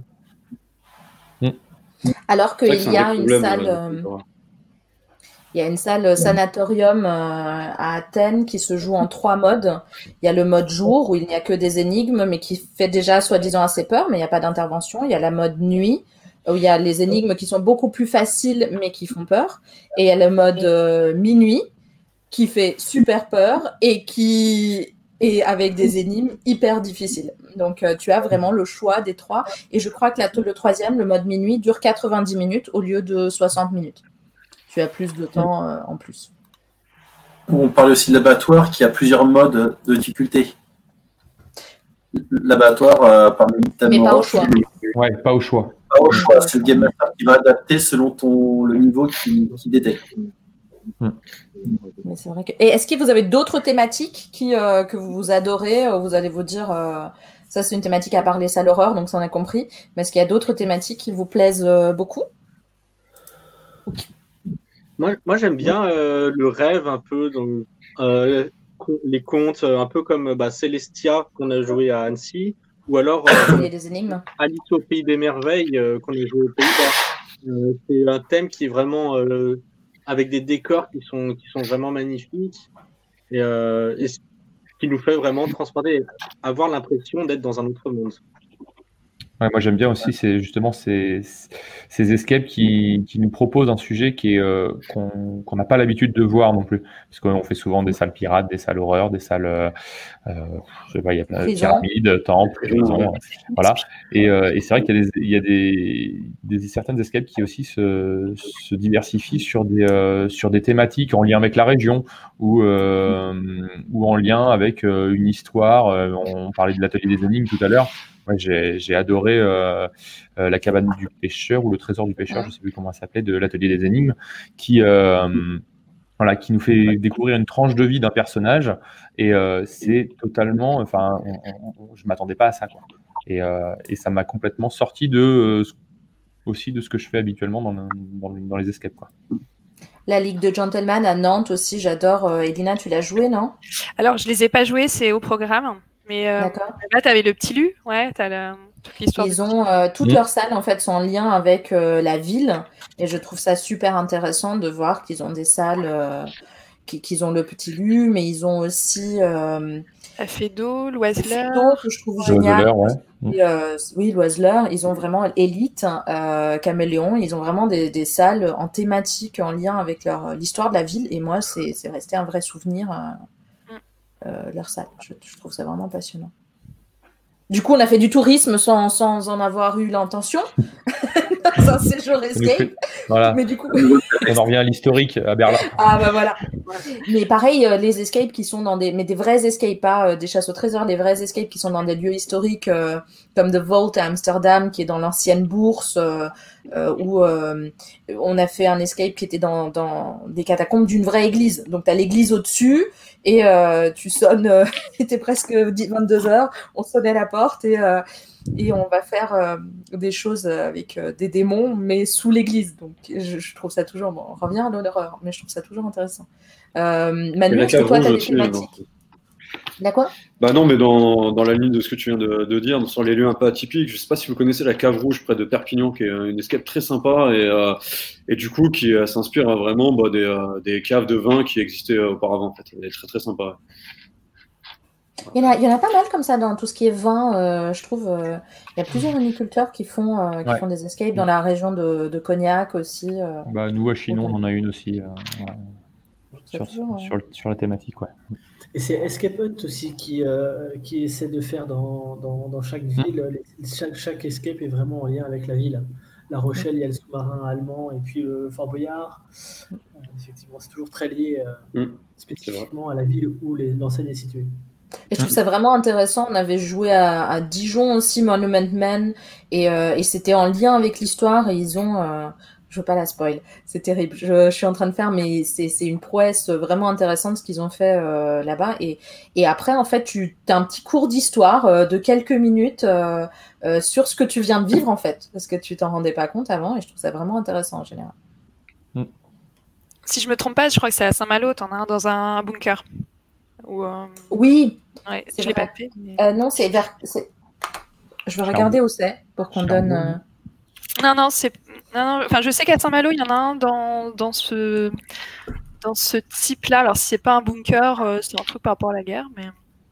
Alors qu'il y a une salle, euh, il y a une salle sanatorium euh, à Athènes qui se joue en trois modes. Il y a le mode jour où il n'y a que des énigmes, mais qui fait déjà soi-disant assez peur, mais il n'y a pas d'intervention. Il y a la mode nuit, où il y a les énigmes qui sont beaucoup plus faciles, mais qui font peur. Et il y a le mode euh, minuit, qui fait super peur et qui est avec des énigmes hyper difficiles. Donc, euh, tu as vraiment le choix des trois. Et je crois que la, le troisième, le mode minuit, dure quatre-vingt-dix minutes au lieu de soixante minutes. Tu as plus de temps euh, en plus. On parle aussi de l'abattoir qui a plusieurs modes de difficulté. L'abattoir, euh, parmi Mais pas au choix. Ouais, pas au choix. Pas au choix, c'est le Game Master qui va adapter selon ton, le niveau qu'il qui détecte. Hmm. Mais c'est vrai que... Et est-ce que vous avez d'autres thématiques qui, euh, que vous adorez? Vous allez vous dire, euh, ça c'est une thématique à part les salles horreur, donc ça on a compris. Mais est-ce qu'il y a d'autres thématiques qui vous plaisent euh, beaucoup? Okay. Moi, moi j'aime bien euh, le rêve un peu, donc, euh, les contes, un peu comme bah, Celestia qu'on a joué à Annecy. Ou alors euh, des énigmes. Alice au pays des merveilles euh, qu'on a joué au Pays-Bas. Euh, c'est un thème qui est vraiment euh, avec des décors qui sont qui sont vraiment magnifiques et, euh, et qui nous fait vraiment transporter, avoir l'impression d'être dans un autre monde. Ouais, moi j'aime bien aussi c'est justement ces, ces escapes qui, qui nous proposent un sujet qui est euh, qu'on qu'on n'a pas l'habitude de voir non plus, parce qu'on fait souvent des salles pirates, des salles horreur, des salles euh, je sais pas, il y a plein de pyramides, temples, prisons, voilà. Et, euh, et c'est vrai qu'il y a des il y a des, des certaines escapes qui aussi se, se diversifient sur des euh, sur des thématiques en lien avec la région ou euh, ou en lien avec euh, une histoire. On parlait de l'atelier des énigmes tout à l'heure. Ouais, j'ai, j'ai adoré euh, euh, la cabane du pêcheur ou le trésor du pêcheur, je sais plus comment ça s'appelait, de l'atelier des énigmes, qui euh, voilà, qui nous fait découvrir une tranche de vie d'un personnage et euh, c'est totalement, enfin, on, on, on, je m'attendais pas à ça, quoi. Et, euh, et ça m'a complètement sorti de euh, aussi de ce que je fais habituellement dans, le, dans, dans les escapes, quoi. La Ligue de Gentlemen à Nantes aussi, j'adore. Euh, Elina, tu l'as joué, non? Alors, je les ai pas joués, c'est au programme. Mais euh, là, tu avais le petit Lu, ouais, tu as le, toute l'histoire. Ils ont euh, toutes Mmh. leurs salles en fait sont en lien avec euh, la ville et je trouve ça super intéressant de voir qu'ils ont des salles, euh, qui- qu'ils ont le petit Lu, mais ils ont aussi euh, La Fédo, l'Oiseleur. Fédo que je trouve génial. L'Oiseleur, ouais. Et, euh, oui, l'Oiseleur. Ils ont vraiment Élite, euh, Caméléon. Ils ont vraiment des, des salles en thématique en lien avec leur l'histoire de la ville et moi c'est c'est resté un vrai souvenir. Euh, euh, leur salle. Je, je trouve ça vraiment passionnant. Du coup, on a fait du tourisme sans, sans en avoir eu l'intention. C'est un séjour escape. Voilà. Mais du coup... on en revient à l'historique à Berlin. Ah bah voilà. Mais pareil, euh, les escapes qui sont dans des... Mais des vrais escapes, pas euh, des chasses au trésor, des vrais escapes qui sont dans des lieux historiques euh, comme The Vault à Amsterdam, qui est dans l'ancienne bourse, euh, euh, où euh, on a fait un escape qui était dans, dans des catacombes d'une vraie église. Donc tu as l'église au-dessus et euh, tu sonnes... Euh, c'était presque vingt-deux heures, on sonnait à la porte et... Euh, et on va faire euh, des choses avec euh, des démons, mais sous l'église. Donc, je, je trouve ça toujours... Bon, on revient à l'horreur, mais je trouve ça toujours intéressant. Euh, Manu, est-ce que toi, tu as des thématiques? La quoi? Bah non, mais dans, dans la ligne de ce que tu viens de, de dire, sur les lieux un peu atypiques, je ne sais pas si vous connaissez la Cave Rouge près de Perpignan, qui est une escape très sympa et, euh, et du coup qui euh, s'inspire euh, vraiment bah, des, euh, des caves de vin qui existaient euh, auparavant. En fait. Elle est très très sympa. Il y, en a, il y en a pas mal comme ça dans tout ce qui est vin, euh, je trouve. Euh, il y a plusieurs viniculteurs qui font, euh, qui Ouais. font des escapes dans la région de, de Cognac aussi. Euh. Bah, nous, à Chinon, on en a une aussi euh, ouais, sur, toujours, sur, sur la thématique. Ouais. Et c'est Escape Hunt aussi qui, euh, qui essaie de faire dans, dans, dans chaque ville. Les, chaque, chaque escape est vraiment en lien avec la ville. La Rochelle, il y a le sous-marin allemand et puis le Fort Boyard. Euh, effectivement, c'est toujours très lié euh, Mmh. spécifiquement à la ville où les- l'enseigne est située. Et je trouve ça vraiment intéressant. On avait joué à, à Dijon aussi, Monument Man, et, euh, et c'était en lien avec l'histoire. Et ils ont, euh, je veux pas la spoil, c'est terrible. Je, je suis en train de faire, mais c'est c'est une prouesse vraiment intéressante ce qu'ils ont fait euh, là-bas. Et, et après, en fait, tu as un petit cours d'histoire euh, de quelques minutes euh, euh, sur ce que tu viens de vivre en fait, parce que tu t'en rendais pas compte avant. Et je trouve ça vraiment intéressant en général. Si je me trompe pas, je crois que c'est à Saint-Malo, t'en as un dans un bunker. Ou, euh... Oui, ouais, c'est je l'ai vrai. pas fait. Mais... Euh, non, c'est vers. c'est- Je vais regarder où c'est pour qu'on donne. euh, Non, non, c'est. Non, non, enfin, je sais qu'à Saint-Malo, il y en a un dans, dans ce dans ce type-là. Alors, si c'est pas un bunker, euh, c'est un truc par rapport à la guerre, mais.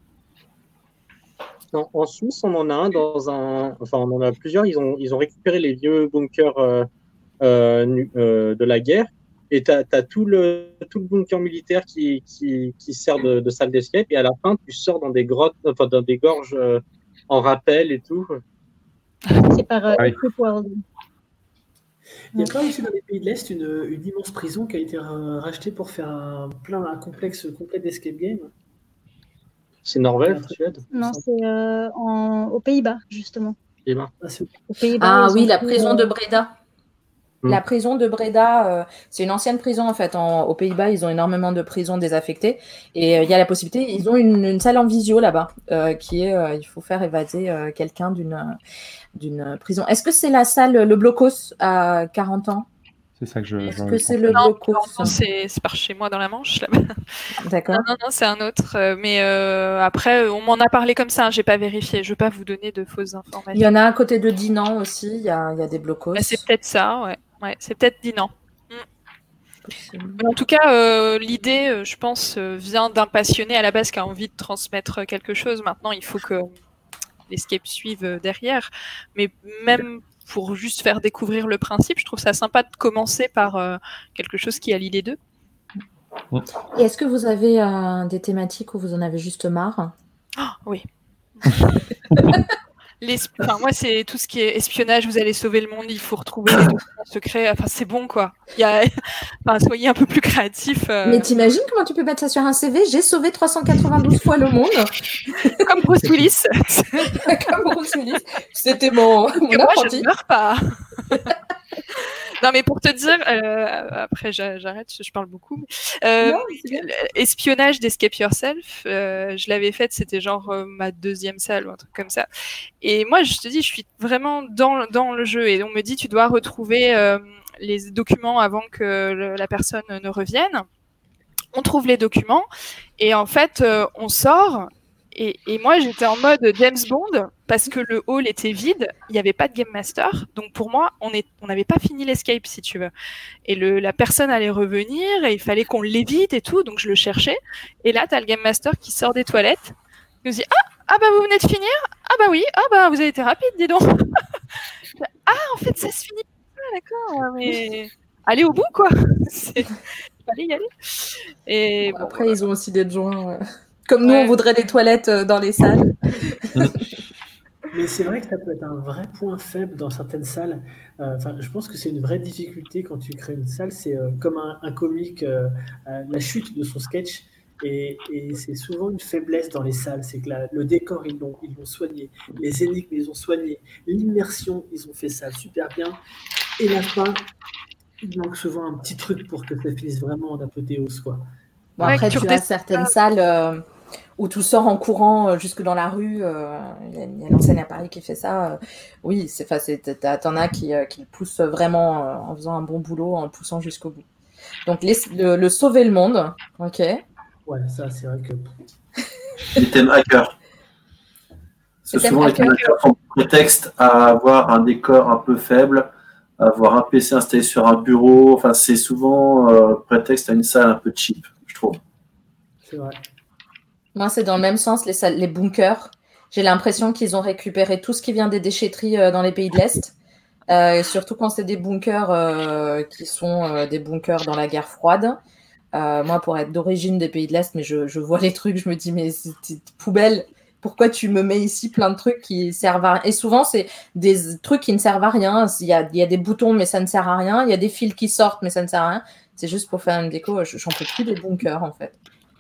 En, en Suisse, on en a un dans un. Enfin, on en a plusieurs. Ils ont, ils ont récupéré les vieux bunkers euh, euh, nu- euh, de la guerre. Et tu as tout le, tout le bunker militaire qui, qui, qui sert de, de salle d'escape. Et à la fin, tu sors dans des grottes, enfin, dans des gorges euh, en rappel et tout. C'est par euh, Ah oui. Epic World. Il n'y a pas aussi dans les pays de l'Est une, une immense prison qui a été ra- rachetée pour faire un, plein, un complexe complet d'escape game. C'est Norvège, Suède. Non, c'est euh, en- aux Pays-Bas, justement. Eh ben. Ah, c'est- Aux Pays-Bas, Ah ils oui, ont la fait, prison euh, de Breda. Mm. La prison de Breda, euh, c'est une ancienne prison en fait. En- aux Pays-Bas, ils ont énormément de prisons désaffectées et euh, il y a la possibilité. Ils ont une, une salle en visio là-bas euh, qui est. Euh, il faut faire évader euh, quelqu'un d'une euh, d'une prison. Est-ce que c'est la salle Le Blocos à quarante ans? C'est ça que je. Est-ce je- que c'est le Non, Blocos? non, c'est c'est par chez moi dans la Manche, là-bas. D'accord. Non, non, non, c'est un autre. euh, Mais euh, après, on m'en a parlé comme ça, hein, j'ai pas vérifié. Je veux pas vous donner de fausses Il informations. y en a à côté de Dinan aussi. Il y a, il y a des Blocos. Bah, c'est peut-être ça, ouais. Ouais, c'est peut-être Dinan. Possible. Mais en tout cas, euh, l'idée, euh, je pense, euh, vient d'un passionné à la base qui a envie de transmettre quelque chose. Maintenant, il faut que l'escape suive euh, derrière. Mais même pour juste faire découvrir le principe, je trouve ça sympa de commencer par euh, quelque chose qui allie les deux. Et est-ce que vous avez euh, des thématiques où vous en avez juste marre? Oh, oui. Les, enfin, moi, c'est tout ce qui est espionnage, vous allez sauver le monde, il faut retrouver les documents secrets. Enfin, c'est bon, quoi. Il y a... enfin, soyez un peu plus créatifs. Euh... Mais t'imagines comment tu peux mettre ça sur un C V? J'ai sauvé trois cent quatre-vingt-douze fois le monde. Comme Bruce Willis. Comme Bruce Willis. C'était mon, mon moi, apprenti. je ne meurs pas. Non, mais pour te dire, euh, après j'arrête, je parle beaucoup. Euh, non, espionnage d'Escape Yourself, euh, je l'avais faite, c'était genre euh, ma deuxième salle ou un truc comme ça. Et moi, je te dis, je suis vraiment dans, dans le jeu. Et on me dit, tu dois retrouver euh, les documents avant que le, la personne ne revienne. On trouve les documents et en fait, euh, on sort. Et, et moi, j'étais en mode James Bond parce que le hall était vide, il n'y avait pas de Game Master. Donc pour moi, on est, on n'avait pas fini l'escape, si tu veux. Et le, la personne allait revenir et il fallait qu'on l'évite et tout. Donc je le cherchais. Et là, tu as le Game Master qui sort des toilettes. Il nous dit ah, ah bah vous venez de finir? Ah bah oui, ah bah vous avez été rapide, dis donc. Ah, en fait, ça se finit. Ah, d'accord, mais allez au bout, quoi. Il fallait y aller. Et bon, après, voilà. Ils ont aussi des joints. Ouais. Comme nous, ouais. On voudrait des toilettes dans les salles. Mais c'est vrai que ça peut être un vrai point faible dans certaines salles. Euh, je pense que c'est une vraie difficulté quand tu crées une salle. C'est euh, comme un, un comique, euh, euh, la chute de son sketch. Et, et c'est souvent une faiblesse dans les salles. C'est que la, le décor, ils l'ont, ils l'ont soigné. Les énigmes, ils ont soigné. L'immersion, ils ont fait ça super bien. Et la fin, il manque souvent un petit truc pour que ça finisse vraiment en apothéose, quoi. Bon, après, ouais, tu as certaines salles euh, où tu sors en courant euh, jusque dans la rue. Il euh, y, y a une enseigne à Paris qui fait ça. Euh, oui, c'est, c'est, t'en as qui, euh, qui le poussent vraiment euh, en faisant un bon boulot, en le poussant jusqu'au bout. Donc, les, le, le sauver le monde, ok. Ouais, ça, c'est vrai que... Les thèmes hackers. C'est souvent les thèmes hackers sont prétexte à avoir un décor un peu faible, à avoir un P C installé sur un bureau. Enfin, c'est souvent euh, prétexte à une salle un peu cheap. C'est vrai. Moi, c'est dans le même sens, les, salles, les bunkers. J'ai l'impression qu'ils ont récupéré tout ce qui vient des déchetteries euh, dans les pays de l'Est. Euh, surtout quand c'est des bunkers euh, qui sont euh, des bunkers dans la guerre froide. Euh, moi, pour être d'origine des pays de l'Est, mais je, je vois les trucs, je me dis, mais c'est, c'est poubelle. Pourquoi tu me mets ici plein de trucs qui servent à rien? Et souvent, c'est des trucs qui ne servent à rien. Il y a, il y a des boutons, mais ça ne sert à rien. Il y a des fils qui sortent, mais ça ne sert à rien. C'est juste pour faire une déco. J'en peux plus des bunkers, en fait.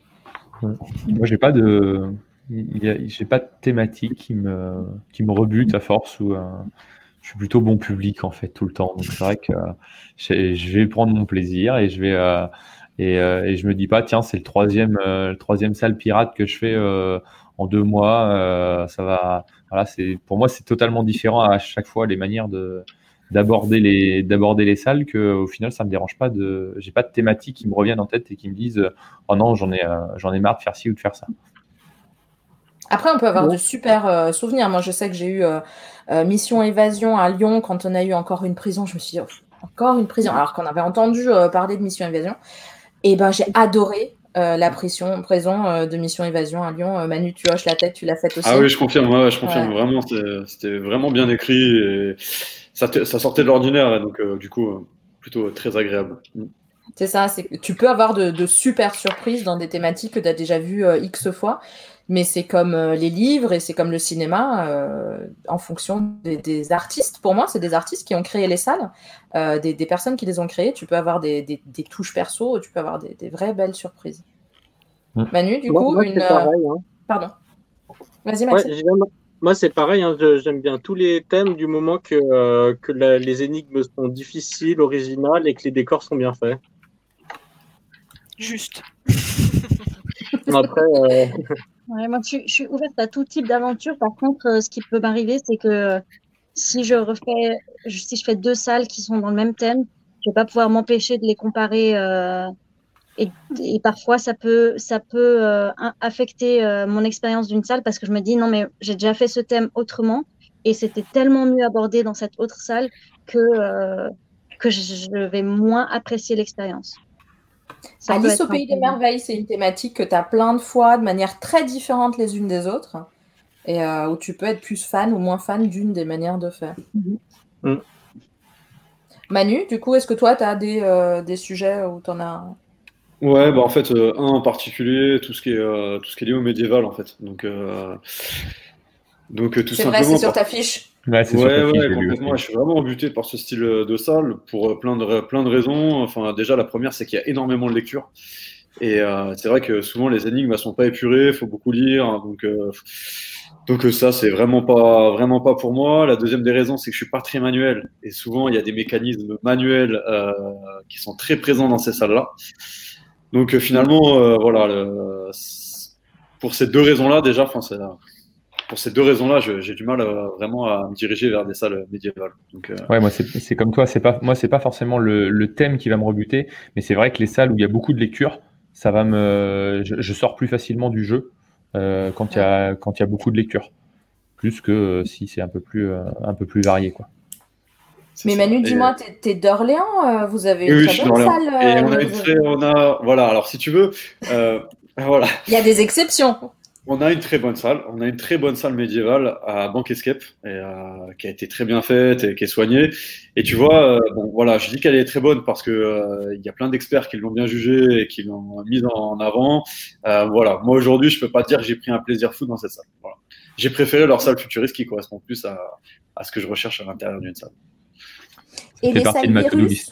Moi, j'ai pas de, j'ai pas de thématique qui me, qui me rebute à force ou, euh, je suis plutôt bon public en fait tout le temps. Donc c'est vrai que euh, je vais prendre mon plaisir et je vais, euh, et, euh, et je me dis pas tiens c'est le troisième, euh, le troisième salle pirate que je fais euh, en deux mois. Euh, ça va, voilà, c'est pour moi c'est totalement différent à chaque fois les manières de d'aborder les d'aborder les salles que au final ça me dérange pas de j'ai pas de thématique qui me reviennent en tête et qui me disent oh non j'en ai euh, j'en ai marre de faire ci ou de faire ça. Après on peut avoir bon. de super euh, souvenirs. Moi je sais que j'ai eu euh, euh, Mission Évasion à Lyon quand on a eu encore une prison. Je me suis dit oh, encore une prison alors qu'on avait entendu euh, parler de Mission Évasion. Et ben j'ai adoré euh, la prison prison euh, de Mission Évasion à Lyon. Euh, Manu tu hoches la tête, tu l'as faite aussi. Ah oui je confirme, ouais, je confirme ouais. Vraiment c'était, c'était vraiment bien écrit et Ça, ça sortait de l'ordinaire, donc euh, du coup, euh, plutôt euh, très agréable. C'est ça, c'est que tu peux avoir de, de super surprises dans des thématiques que tu as déjà vues euh, X fois, mais c'est comme euh, les livres et c'est comme le cinéma, euh, en fonction des, des artistes. Pour moi, c'est des artistes qui ont créé les salles, euh, des, des personnes qui les ont créées. Tu peux avoir des, des, des touches perso, tu peux avoir des, des vraies belles surprises. Mmh. Manu, du moi, coup, moi, une... c'est pareil, hein. Pardon. Vas-y, Maxime. Ouais, Moi, c'est pareil, hein, j'aime bien tous les thèmes du moment que, euh, que la, les énigmes sont difficiles, originales et que les décors sont bien faits. Juste. Après, euh... ouais, moi, je, je suis ouverte à tout type d'aventure. Par contre, euh, ce qui peut m'arriver, c'est que si je refais, si je fais deux salles qui sont dans le même thème, je vais pas pouvoir m'empêcher de les comparer. Euh, Et, et parfois, ça peut, ça peut euh, affecter euh, mon expérience d'une salle parce que je me dis non, mais j'ai déjà fait ce thème autrement et c'était tellement mieux abordé dans cette autre salle que, euh, que je vais moins apprécier l'expérience. Ça Alice au Pays des Merveilles, c'est une thématique que tu as plein de fois de manière très différente les unes des autres et euh, où tu peux être plus fan ou moins fan d'une des manières de faire. Mm-hmm. Mm. Manu, du coup, est-ce que toi, tu as des, euh, des sujets où tu en as... Ouais, bah en fait, euh, un en particulier, tout ce qui est euh, tout ce qui est lié au médiéval en fait. Donc, euh, Donc, tout C'est simplement. vrai, c'est sur par- ta fiche. Ouais, c'est Ouais, sur ta fiche, ouais, j'ai vu complètement. aussi. Je suis vraiment embuté par ce style de salle pour euh, plein de, plein de raisons. Enfin, déjà, la première, c'est qu'il y a énormément de lecture. Et euh, c'est vrai que souvent, les énigmes ne sont pas épurées, il faut beaucoup lire. Hein, donc, euh, donc euh, ça, c'est vraiment pas, vraiment pas pour moi. La deuxième des raisons, c'est que je suis pas très manuel. Et souvent, il y a des mécanismes manuels euh, qui sont très présents dans ces salles-là. Donc euh, finalement, euh, voilà, le- pour ces deux raisons-là, déjà, enfin, c'est pour ces deux raisons-là, je- j'ai du mal euh, vraiment à me diriger vers des salles médiévales. Donc, euh, Ouais, moi c'est c'est comme toi, c'est pas moi c'est pas forcément le, le thème qui va me rebuter, mais c'est vrai que les salles où il y a beaucoup de lecture, ça va me je, je sors plus facilement du jeu euh, quand il y a quand il y a beaucoup de lecture, plus que euh, si c'est un peu plus euh, un peu plus varié quoi. c'est Mais ça. Manu, Et, dis-moi, t'es, t'es d'Orléans, euh, vous avez oui, une oui, je très suis bonne dans Orléans. salle. Et euh, on a vous une avez- très, on a, voilà. Alors si tu veux, euh, voilà. Il y a des exceptions. On a une très bonne salle. On a une très bonne salle médiévale à Banque Escape et, euh, qui a été très bien faite et qui est soignée. Et tu vois, euh, bon, voilà, je dis qu'elle est très bonne parce que euh, il y a plein d'experts qui l'ont bien jugée et qui l'ont mise en avant. Euh, voilà. Moi aujourd'hui, je peux pas dire que j'ai pris un plaisir fou dans cette salle. Voilà. J'ai préféré leur salle futuriste qui correspond plus à, à ce que je recherche à l'intérieur d'une salle. Et fait les partie salles de ma to-do virus. list.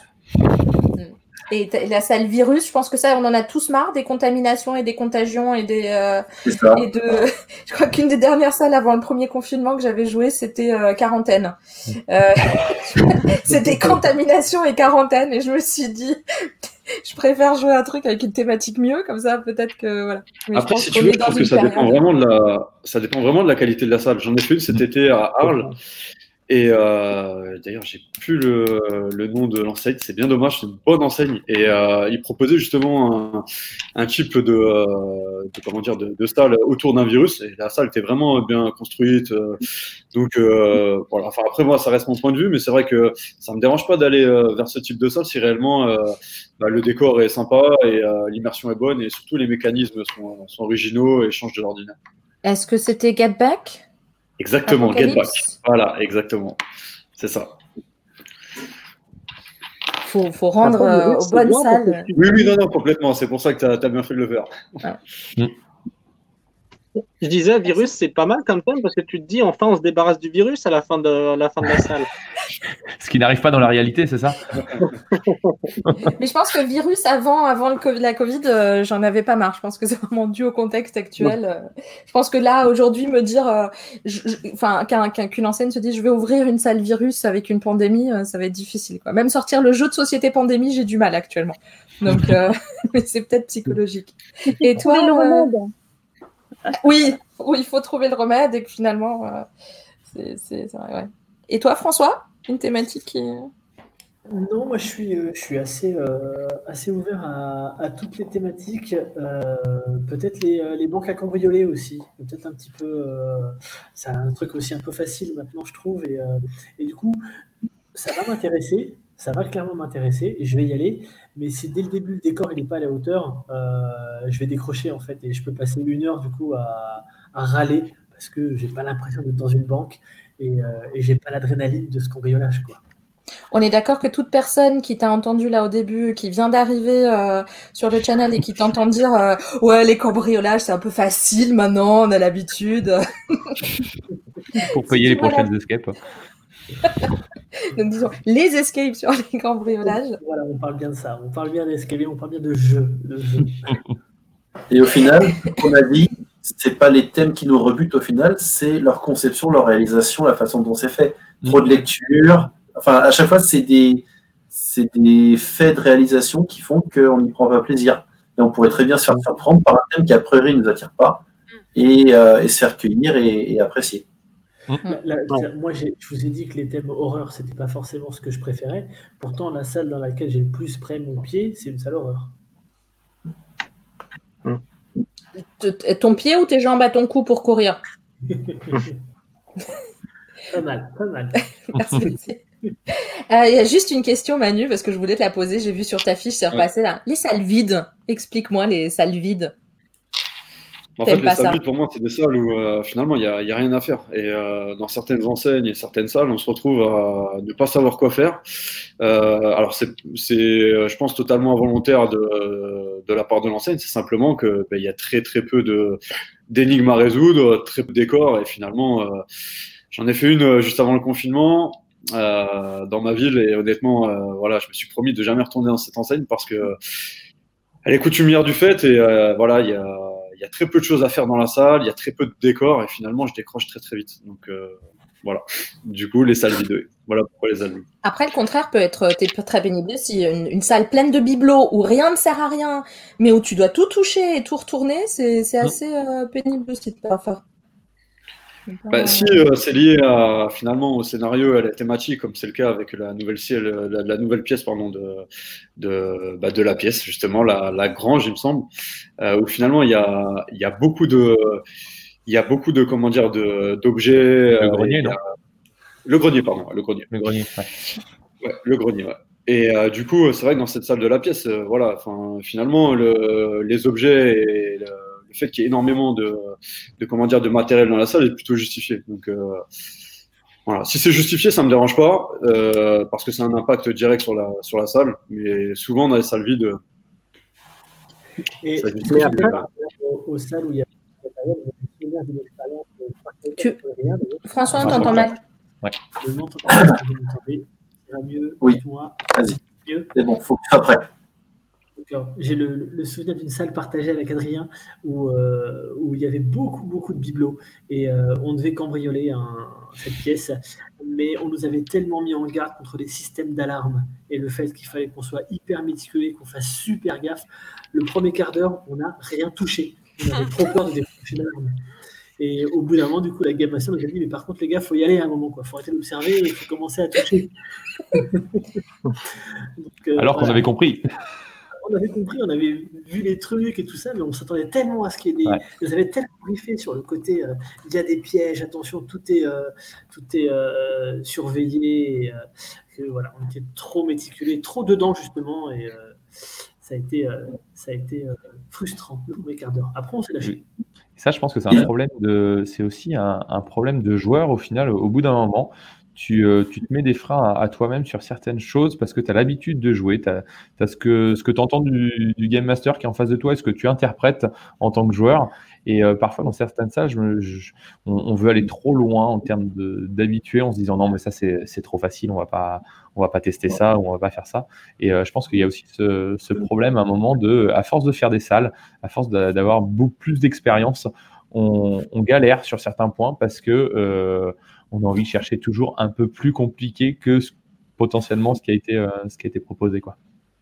Et t- la salle virus, je pense que ça, on en a tous marre des contaminations et des contagions et des euh, C'est ça. et de. Je crois qu'une des dernières salles avant le premier confinement que j'avais joué, c'était euh, quarantaine. Euh, c'était contamination et quarantaine, et je me suis dit, je préfère jouer à un truc avec une thématique mieux, comme ça, peut-être que voilà. Mais Après, je pense si qu'on tu veux, est je dans trouve que une ça dépend période. vraiment de la, ça dépend vraiment de la qualité de la salle. J'en ai fait une cet été à Arles. Et euh, d'ailleurs, j'ai plus le, le nom de l'enseigne. C'est bien dommage, c'est une bonne enseigne. Et euh, ils proposaient justement un, un type de, euh, de comment dire de, de salle autour d'un virus. Et la salle était vraiment bien construite. euh, donc euh, voilà. Enfin après moi, ça reste mon point de vue, mais c'est vrai que ça me dérange pas d'aller euh, vers ce type de salle si réellement euh, bah, le décor est sympa et euh, l'immersion est bonne et surtout les mécanismes sont, sont originaux et changent de l'ordinaire. Est-ce que c'était Get Back? Exactement, Get Back. Apocalypse. Voilà, exactement. C'est ça. Faut, faut rendre Après, euh, Virus, aux c'est bonnes bien parce que salles. tu- Oui, oui, non, non, complètement. C'est pour ça que tu as, bien fait de le faire. Je disais, virus, c'est pas mal comme thème parce que tu te dis, enfin, on se débarrasse du virus à la fin de, à la, fin de la salle. Ce qui n'arrive pas dans la réalité, c'est ça? Mais je pense que virus avant, avant le COVID, la Covid, euh, j'en avais pas marre. Je pense que c'est vraiment dû au contexte actuel. Euh, je pense que là, aujourd'hui, me dire, euh, je- je- enfin, qu'un, qu'un- qu'une enseigne se dise, je vais ouvrir une salle virus avec une pandémie, euh, ça va être difficile, quoi. Même sortir le jeu de société pandémie, j'ai du mal actuellement. Donc, euh, mais c'est peut-être psychologique. Et toi, Trouver le euh, remède. oui, oui, il faut trouver le remède et que finalement, euh, c'est, c'est, c'est vrai, ouais. Et toi, François, une thématique qui... Non, moi je suis, euh, je suis assez, euh, assez ouvert à, à toutes les thématiques. Euh, peut-être les, euh, les banques à cambrioler aussi. Peut-être un petit peu. Euh, c'est un truc aussi un peu facile maintenant, je trouve. Et, euh, et du coup, ça va m'intéresser. Ça va clairement m'intéresser et je vais y aller. Mais si dès le début le décor il n'est pas à la hauteur, euh, je vais décrocher en fait. Et je peux passer une heure du coup à, à râler parce que j'ai pas l'impression d'être dans une banque et, euh, et j'ai pas l'adrénaline de ce cambriolage, quoi. On est d'accord que toute personne qui t'a entendu là au début, qui vient d'arriver euh, sur le channel et qui t'entend dire euh, ouais, les cambriolages c'est un peu facile maintenant, on a l'habitude. Pour payer les prochaines escapes. Donc disons les escapes sur les cambriolages. Voilà, on parle bien de ça. On parle bien d'escalier, on parle bien de jeu. De jeu. Et au final, comme on a dit, c'est pas les thèmes qui nous rebutent au final, c'est leur conception, leur réalisation, la façon dont c'est fait. Trop de lecture. Enfin, à chaque fois, c'est des, c'est des faits de réalisation qui font qu'on n'y prend pas plaisir. Et on pourrait très bien se faire surprendre par un thème qui, a priori, ne nous attire pas et, euh, et se faire cueillir et, et apprécier. La- la- moi, j'ai- je vous ai dit que les thèmes horreur, c'était pas forcément ce que je préférais. Pourtant, la salle dans laquelle j'ai le plus près mon pied, c'est une salle horreur. T- Ton pied ou tes jambes à ton cou pour courir? Pas mal, pas mal. Merci. Euh, Il y a juste une question, Manu, parce que je voulais te la poser. J'ai vu sur ta fiche, c'est repassé là. Les salles vides. Explique-moi les salles vides. En fait, les salles vides, pour moi, c'est des salles où euh, finalement, il n'y a, y a rien à faire. Et euh, dans certaines enseignes et certaines salles, on se retrouve à ne pas savoir quoi faire. Euh, alors, c'est, c'est, je pense, totalement involontaire de, de la part de l'enseigne. C'est simplement qu'il ben, y a très, très peu de, d'énigmes à résoudre, très peu de décors. Et finalement, euh, j'en ai fait une juste avant le confinement euh, dans ma ville. Et honnêtement, euh, voilà, je me suis promis de jamais retourner dans cette enseigne parce que elle est coutumière du fait. Et euh, voilà, il y a Il y a très peu de choses à faire dans la salle, il y a très peu de décors et finalement je décroche très très vite. Donc euh, voilà, du coup les salles vides, voilà pourquoi les salles vides. Après le contraire peut être très pénible aussi, une, une salle pleine de bibelots où rien ne sert à rien, mais où tu dois tout toucher et tout retourner, c'est, c'est assez euh, pénible aussi de pas faire. Bah, si euh, c'est lié à, finalement au scénario et à la thématique, comme c'est le cas avec la nouvelle, la, la nouvelle pièce pardon, de, de, bah, de la pièce, justement, la, la grange, il me semble, euh, où finalement il y a, il y a beaucoup de, il y a beaucoup de, comment dire, de, d'objets. Le grenier, euh, non a, Le grenier, pardon, le grenier. Le grenier, ouais. Ouais, le grenier, ouais. Et euh, du coup, c'est vrai que dans cette salle de la pièce, euh, voilà, enfin, finalement, le, les objets et le, le fait qu'il y ait énormément de, de, comment dire, de matériel dans la salle est plutôt justifié. Donc, euh, voilà. Si c'est justifié, ça me dérange pas, euh, parce que c'est un impact direct sur la, sur la salle. Mais souvent, dans les salles vides, et ça justifie pas. Aux, aux salles où il y a une expérience. Tu... François, on t'entend mal. Ouais. Je m'entends pas, vous m'entendez. Ça va mieux. Oui. Moi. Vas-y. Mieux. C'est bon, faut que tu sois prêt. J'ai le, le souvenir d'une salle partagée avec Adrien où, euh, où il y avait beaucoup, beaucoup de bibelots et euh, on devait cambrioler un, cette pièce, mais on nous avait tellement mis en garde contre les systèmes d'alarme et le fait qu'il fallait qu'on soit hyper méticulé, qu'on fasse super gaffe. Le premier quart d'heure, on n'a rien touché. On avait trop peur de déclencher l'alarme. Et au bout d'un moment, du coup, la Game Master nous a dit mais par contre, les gars, il faut y aller à un moment. Il faut arrêter d'observer et il faut commencer à toucher. Donc, euh, Alors voilà. qu'on avait compris. On avait compris, on avait vu les trucs et tout ça, mais on s'attendait tellement à ce qu'il y ait des. Ouais. Ils avaient tellement briefé sur le côté, euh, il y a des pièges, attention, tout est, euh, tout est euh, surveillé. Et, euh, que, voilà, on était trop méticulés, trop dedans justement, et euh, ça a été, euh, ça a été euh, frustrant le premier quart d'heure. Après, on s'est lâché. Ça, je pense que c'est un problème de, c'est aussi un, un problème de joueur au final. Au bout d'un moment, tu, euh, tu te mets des freins à, à toi-même sur certaines choses parce que tu as l'habitude de jouer. Tu as ce que, ce que tu entends du, du Game Master qui est en face de toi et ce que tu interprètes en tant que joueur. Et euh, parfois, dans certaines salles, je me, je, on, on veut aller trop loin en termes de, d'habituer en se disant non, mais ça, c'est, c'est trop facile, on va pas, on va pas tester ça ou on va pas faire ça. Et euh, je pense qu'il y a aussi ce, ce problème à un moment de, à force de faire des salles, à force d'avoir beaucoup plus d'expérience, on, on galère sur certains points parce que euh, on a envie de chercher toujours un peu plus compliqué que ce, potentiellement ce qui a été, euh, ce qui a été proposé, quoi.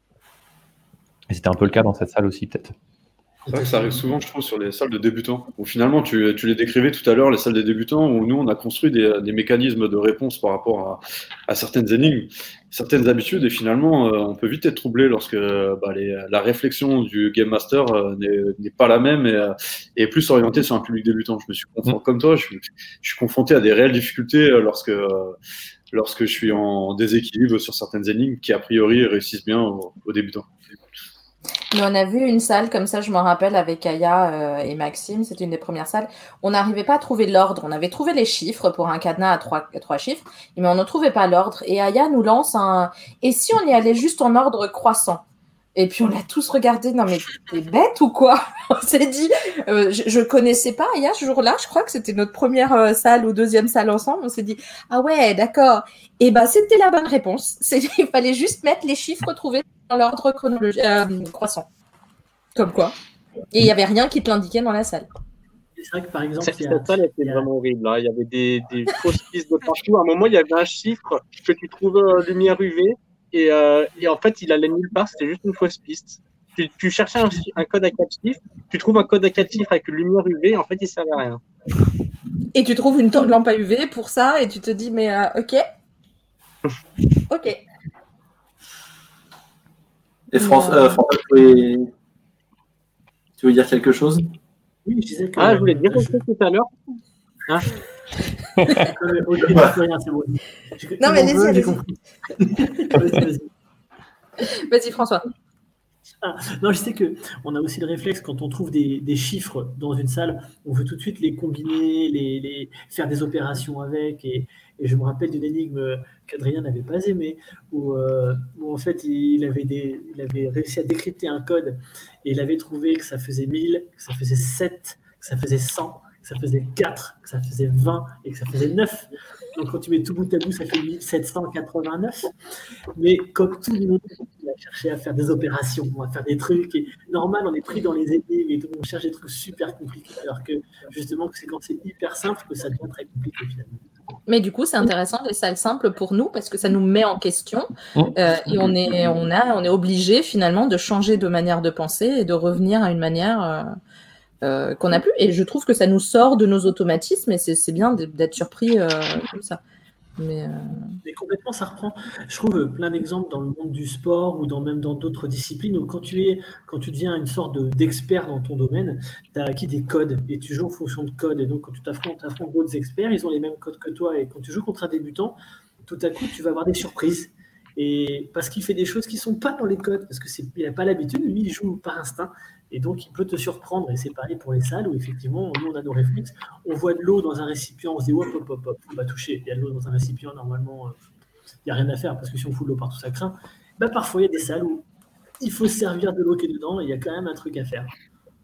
Et c'était un peu le cas dans cette salle aussi, peut-être. C'est vrai que ça arrive souvent, je trouve, sur les salles de débutants, où finalement, tu, tu les décrivais tout à l'heure, les salles des débutants, où nous, on a construit des, des mécanismes de réponse par rapport à, à certaines énigmes, certaines habitudes, et finalement, euh, on peut vite être troublé lorsque bah, les, la réflexion du Game Master euh, n'est, n'est pas la même et euh, est plus orientée sur un public débutant. Je me suis confronté, mmh. comme toi, je, je suis confronté à des réelles difficultés lorsque, euh, lorsque je suis en déséquilibre sur certaines énigmes qui, a priori, réussissent bien aux, aux débutants. Mais on a vu une salle comme ça, je m'en rappelle, avec Aya euh, et Maxime, c'était une des premières salles. On n'arrivait pas à trouver l'ordre. On avait trouvé les chiffres pour un cadenas à trois, trois chiffres, mais on ne trouvait pas l'ordre. Et Aya nous lance un « Et si on y allait juste en ordre croissant ?» Et puis on a tous regardé, non mais t'es bête ou quoi? On s'est dit, euh, je, je connaissais pas Aya ce jour-là, je crois que c'était notre première euh, salle ou deuxième salle ensemble. On s'est dit, ah ouais, d'accord. Et ben c'était la bonne réponse. C'est, il fallait juste mettre les chiffres trouvés dans l'ordre chronologique euh, croissant. Comme quoi. Et il n'y avait rien qui te l'indiquait dans la salle. C'est vrai que par exemple, cette, cette salle était vraiment horrible. Hein. Il y avait des, des fausses pistes de partout. À un moment, il y avait un chiffre que tu trouvais en lumière U V. Et, euh, et en fait, il allait nulle part, c'était juste une fausse piste. Tu, tu cherchais un, un code à quatre chiffres, tu trouves un code à quatre chiffres avec une lumière U V, et en fait, il ne servait à rien. Et tu trouves une lampe à U V pour ça, et tu te dis, mais euh, ok. Ok. Et François, euh, François tu, veux... tu veux dire quelque chose? Oui, je disais que... Ah, je voulais dire quelque chose tout à l'heure. Hein okay, rien, c'est bon. Non, mais allez-y, allez-y. Vas-y, vas-y. Vas-y, François. Ah, non, je sais qu'on a aussi le réflexe, quand on trouve des, des chiffres dans une salle, on veut tout de suite les combiner, les, les, faire des opérations avec. Et, et je me rappelle d'une énigme qu'Adrien n'avait pas aimée, où, euh, où en fait il avait, des, il avait réussi à décrypter un code et il avait trouvé que ça faisait mille, que ça faisait sept, que ça faisait cent, que ça faisait quatre, que ça faisait vingt et que ça faisait neuf. Donc quand tu mets tout bout à bout, ça fait mille sept cent quatre-vingt-neuf. Mais comme tout le monde, il a cherché à faire des opérations, à faire des trucs. Et normal, on est pris dans les énigmes et on cherche des trucs super compliqués. Alors que justement, c'est quand c'est hyper simple que ça devient très compliqué finalement. Mais du coup, c'est intéressant les salles simples pour nous parce que ça nous met en question euh, et on est, on a, on est obligé finalement de changer de manière de penser et de revenir à une manière euh, euh, qu'on n'a plus. Et je trouve que ça nous sort de nos automatismes et c'est, c'est bien d'être surpris euh, comme ça. Mais, euh... Mais complètement, ça reprend. Je trouve plein d'exemples dans le monde du sport ou dans, même dans d'autres disciplines où quand tu, es, quand tu deviens une sorte de, d'expert dans ton domaine, tu as acquis des codes et tu joues en fonction de codes. Et donc, quand tu t'affrontes, t'affrontes d'autres experts, ils ont les mêmes codes que toi. Et quand tu joues contre un débutant, tout à coup, tu vas avoir des surprises. Et parce qu'il fait des choses qui ne sont pas dans les codes, parce qu'il n'a pas l'habitude, lui, il joue par instinct. Et donc, il peut te surprendre. Et c'est pareil pour les salles où, effectivement, nous, on a nos réflexes. On voit de l'eau dans un récipient, on se dit, hop, hop, hop, hop, on va toucher. Il y a de l'eau dans un récipient, normalement, il euh, n'y a rien à faire, parce que si on fout de l'eau partout, ça craint. Bah, parfois, il y a des salles où il faut se servir de l'eau qui est dedans, et il y a quand même un truc à faire.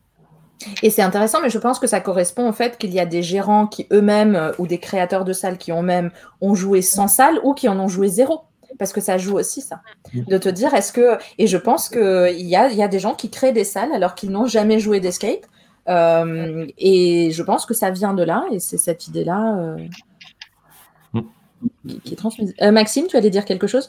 Et c'est intéressant, mais je pense que ça correspond au fait qu'il y a des gérants qui eux-mêmes, euh, ou des créateurs de salles qui eux-mêmes ont joué sans salle, ou qui en ont joué zéro. Parce que ça joue aussi, ça. De te dire, est-ce que... Et je pense qu'il y a, y a des gens qui créent des salles alors qu'ils n'ont jamais joué d'escape. Euh, et je pense que ça vient de là, et c'est cette idée-là euh, mm. qui, qui est transmise. Euh, Maxime, tu allais dire quelque chose ?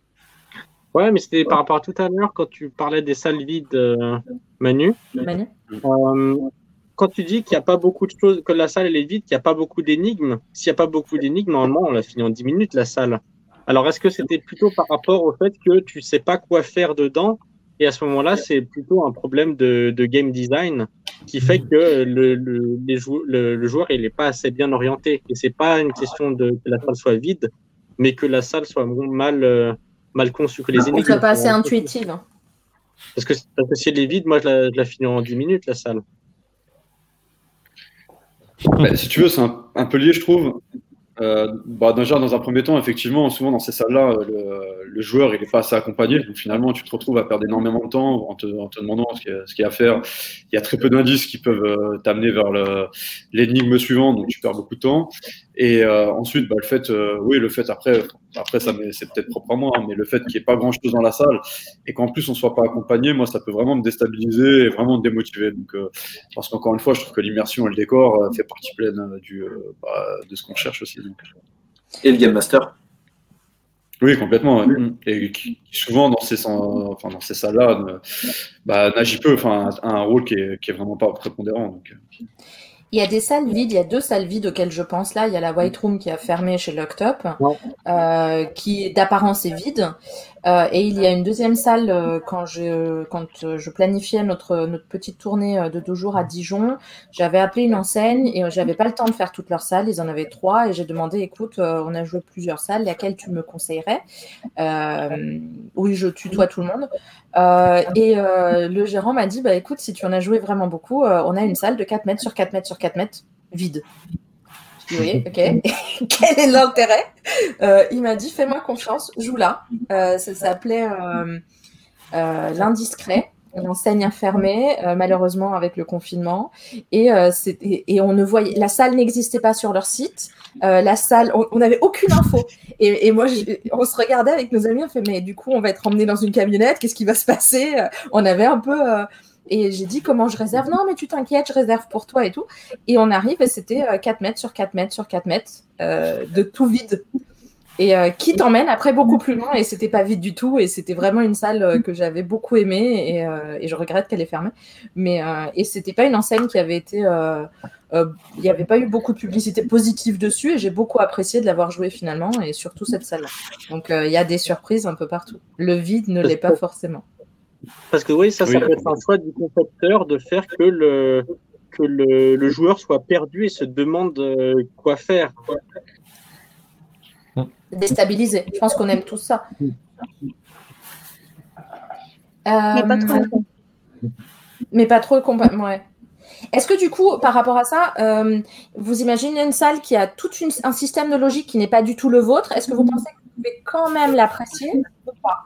Ouais, mais c'était par rapport à tout à l'heure, quand tu parlais des salles vides, euh, Manu. Manu euh, Quand tu dis qu'il n'y a pas beaucoup de choses, que la salle elle est vide, qu'il n'y a pas beaucoup d'énigmes, s'il n'y a pas beaucoup d'énigmes, normalement, on l'a fini en dix minutes, la salle. Alors, est-ce que c'était plutôt par rapport au fait que tu ne sais pas quoi faire dedans et à ce moment-là, c'est plutôt un problème de, de game design qui fait que le, le, les jou- le, le joueur il n'est pas assez bien orienté. Et ce n'est pas une question de que la salle soit vide, mais que la salle soit mal, euh, mal conçue. Que les énigmes ne soit pas assez intuitive. Parce que, parce que si elle est vide, moi, je la, je la finis en dix minutes, la salle. Bah, si tu veux, c'est un, un peu lié, je trouve. Euh, bah, déjà, dans un premier temps, effectivement, souvent dans ces salles-là, le, le joueur il n'est pas assez accompagné. Donc finalement, tu te retrouves à perdre énormément de temps en te, en te demandant ce qu'il y a, ce qu'il y a à faire. Il y a très peu d'indices qui peuvent euh, t'amener vers le, l'énigme suivante, donc tu perds beaucoup de temps. Et euh, ensuite, bah, le fait, euh, oui, le fait après, après ça, c'est peut-être propre à moi, hein, mais le fait qu'il n'y ait pas grand-chose dans la salle et qu'en plus on ne soit pas accompagné, moi, ça peut vraiment me déstabiliser et vraiment me démotiver. Donc, euh, parce qu'encore une fois, je trouve que l'immersion et le décor euh, fait partie pleine euh, du, euh, bah, de ce qu'on cherche aussi. Donc. Et le Game Master. Oui, complètement. Ouais. Mmh. Et qui, qui souvent dans ces, enfin, dans ces salles-là, ne, bah, n'agit peu, enfin, a un rôle qui est, qui est vraiment pas prépondérant. Donc. Il y a des salles vides, il y a deux salles vides auxquelles je pense là. Il y a la White Room qui a fermé chez Locked Up, euh, qui d'apparence est vide. Euh, et il y a une deuxième salle euh, quand je quand euh, je planifiais notre notre petite tournée euh, de deux jours à Dijon. J'avais appelé une enseigne et euh, j'avais pas le temps de faire toutes leurs salles. Ils en avaient trois et j'ai demandé, écoute, euh, on a joué plusieurs salles, laquelle tu me conseillerais ? euh, Oui, je tutoie tout le monde. Euh, et euh, le gérant m'a dit, bah écoute, si tu en as joué vraiment beaucoup, euh, on a une salle de quatre mètres sur quatre mètres sur quatre mètres vide. Je dis, oui, ok. Quel est l'intérêt ? euh, Il m'a dit, fais-moi confiance, joue là. Euh, ça s'appelait euh, euh, L'Indiscret. L'enseigne a fermé, euh, malheureusement avec le confinement, et, euh, et, et on ne voyait, la salle n'existait pas sur leur site. Euh, la salle, on n'avait aucune info. Et, et moi, je, on se regardait avec nos amis, on fait, mais du coup, on va être emmené dans une camionnette. Qu'est-ce qui va se passer ? On avait un peu. Euh, Et j'ai dit, comment je réserve ? Non, mais tu t'inquiètes, je réserve pour toi et tout. Et on arrive et c'était euh, quatre mètres sur quatre mètres sur quatre mètres euh, de tout vide. Et euh, qui t'emmène après beaucoup plus loin et c'était pas vide du tout. Et c'était vraiment une salle euh, que j'avais beaucoup aimée et, euh, et je regrette qu'elle ait fermé. Mais, euh, et c'était pas une enseigne qui avait été... Il euh, euh, n'y avait pas eu beaucoup de publicité positive dessus et j'ai beaucoup apprécié de l'avoir joué finalement et surtout cette salle-là. Donc il euh, y a des surprises un peu partout. Le vide ne l'est pas forcément. Parce que oui, ça, ça oui, peut être un choix du concepteur de faire que le, que le, le joueur soit perdu et se demande euh, quoi faire. Déstabilisé. Je pense qu'on aime tous ça. Mais pas trop. Euh, mais pas trop complètement, ouais. Est-ce que du coup, par rapport à ça, euh, vous imaginez une salle qui a tout une, un système de logique qui n'est pas du tout le vôtre? Est-ce que vous pensez que vous pouvez quand même l'apprécier ou pas?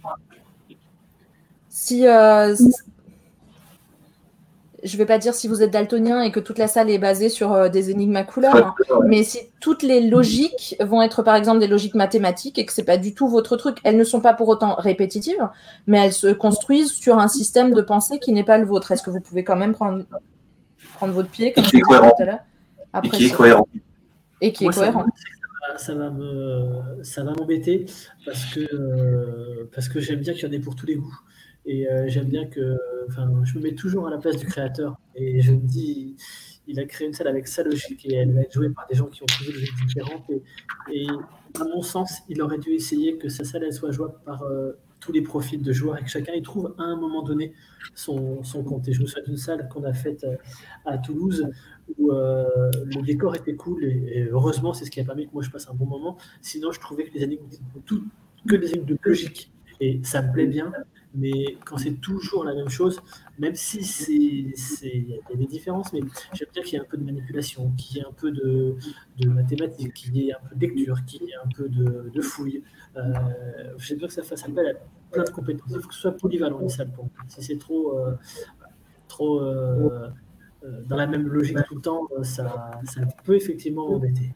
Si, euh, je ne vais pas dire si vous êtes daltonien et que toute la salle est basée sur euh, des énigmes à couleurs, hein, mais si toutes les logiques vont être par exemple des logiques mathématiques et que ce n'est pas du tout votre truc, elles ne sont pas pour autant répétitives, mais elles se construisent sur un système de pensée qui n'est pas le vôtre. Est-ce que vous pouvez quand même prendre, prendre votre pied comme et qui est je disais cohérent. tout à l'heure? Et qui est cohérent. Et qui est Moi, ça cohérent. va- Ça va me, ça va m'embêter parce que, euh, parce que j'aime bien qu'il y en ait pour tous les goûts. Et euh, j'aime bien que, enfin, je me mets toujours à la place du créateur. Et je me dis, il a créé une salle avec sa logique et elle va être jouée par des gens qui ont toujours des logiques différentes. Et, et à mon sens, il aurait dû essayer que sa salle elle soit jouable par euh, tous les profils de joueurs et que chacun y trouve à un moment donné son, son compte. Et je me souviens d'une salle qu'on a faite euh, à Toulouse où euh, le décor était cool et, et heureusement, c'est ce qui a permis que moi je passe un bon moment. Sinon, je trouvais que les énigmes étaient tout, que des énigmes de logique et ça me plaît bien. Mais quand c'est toujours la même chose, même si c'est, c'est, il y a des différences, mais j'aime bien qu'il y ait un peu de manipulation, qu'il y ait un peu de, de mathématiques, qu'il y ait un peu de lecture, qu'il y ait un peu de, de fouille. Euh, j'aime bien que ça fasse appel à plein de compétences. Il faut que ce soit polyvalent, les salles pour moi. Si c'est trop, euh, trop euh, euh, dans la même logique tout le temps, ça, ça peut effectivement embêter.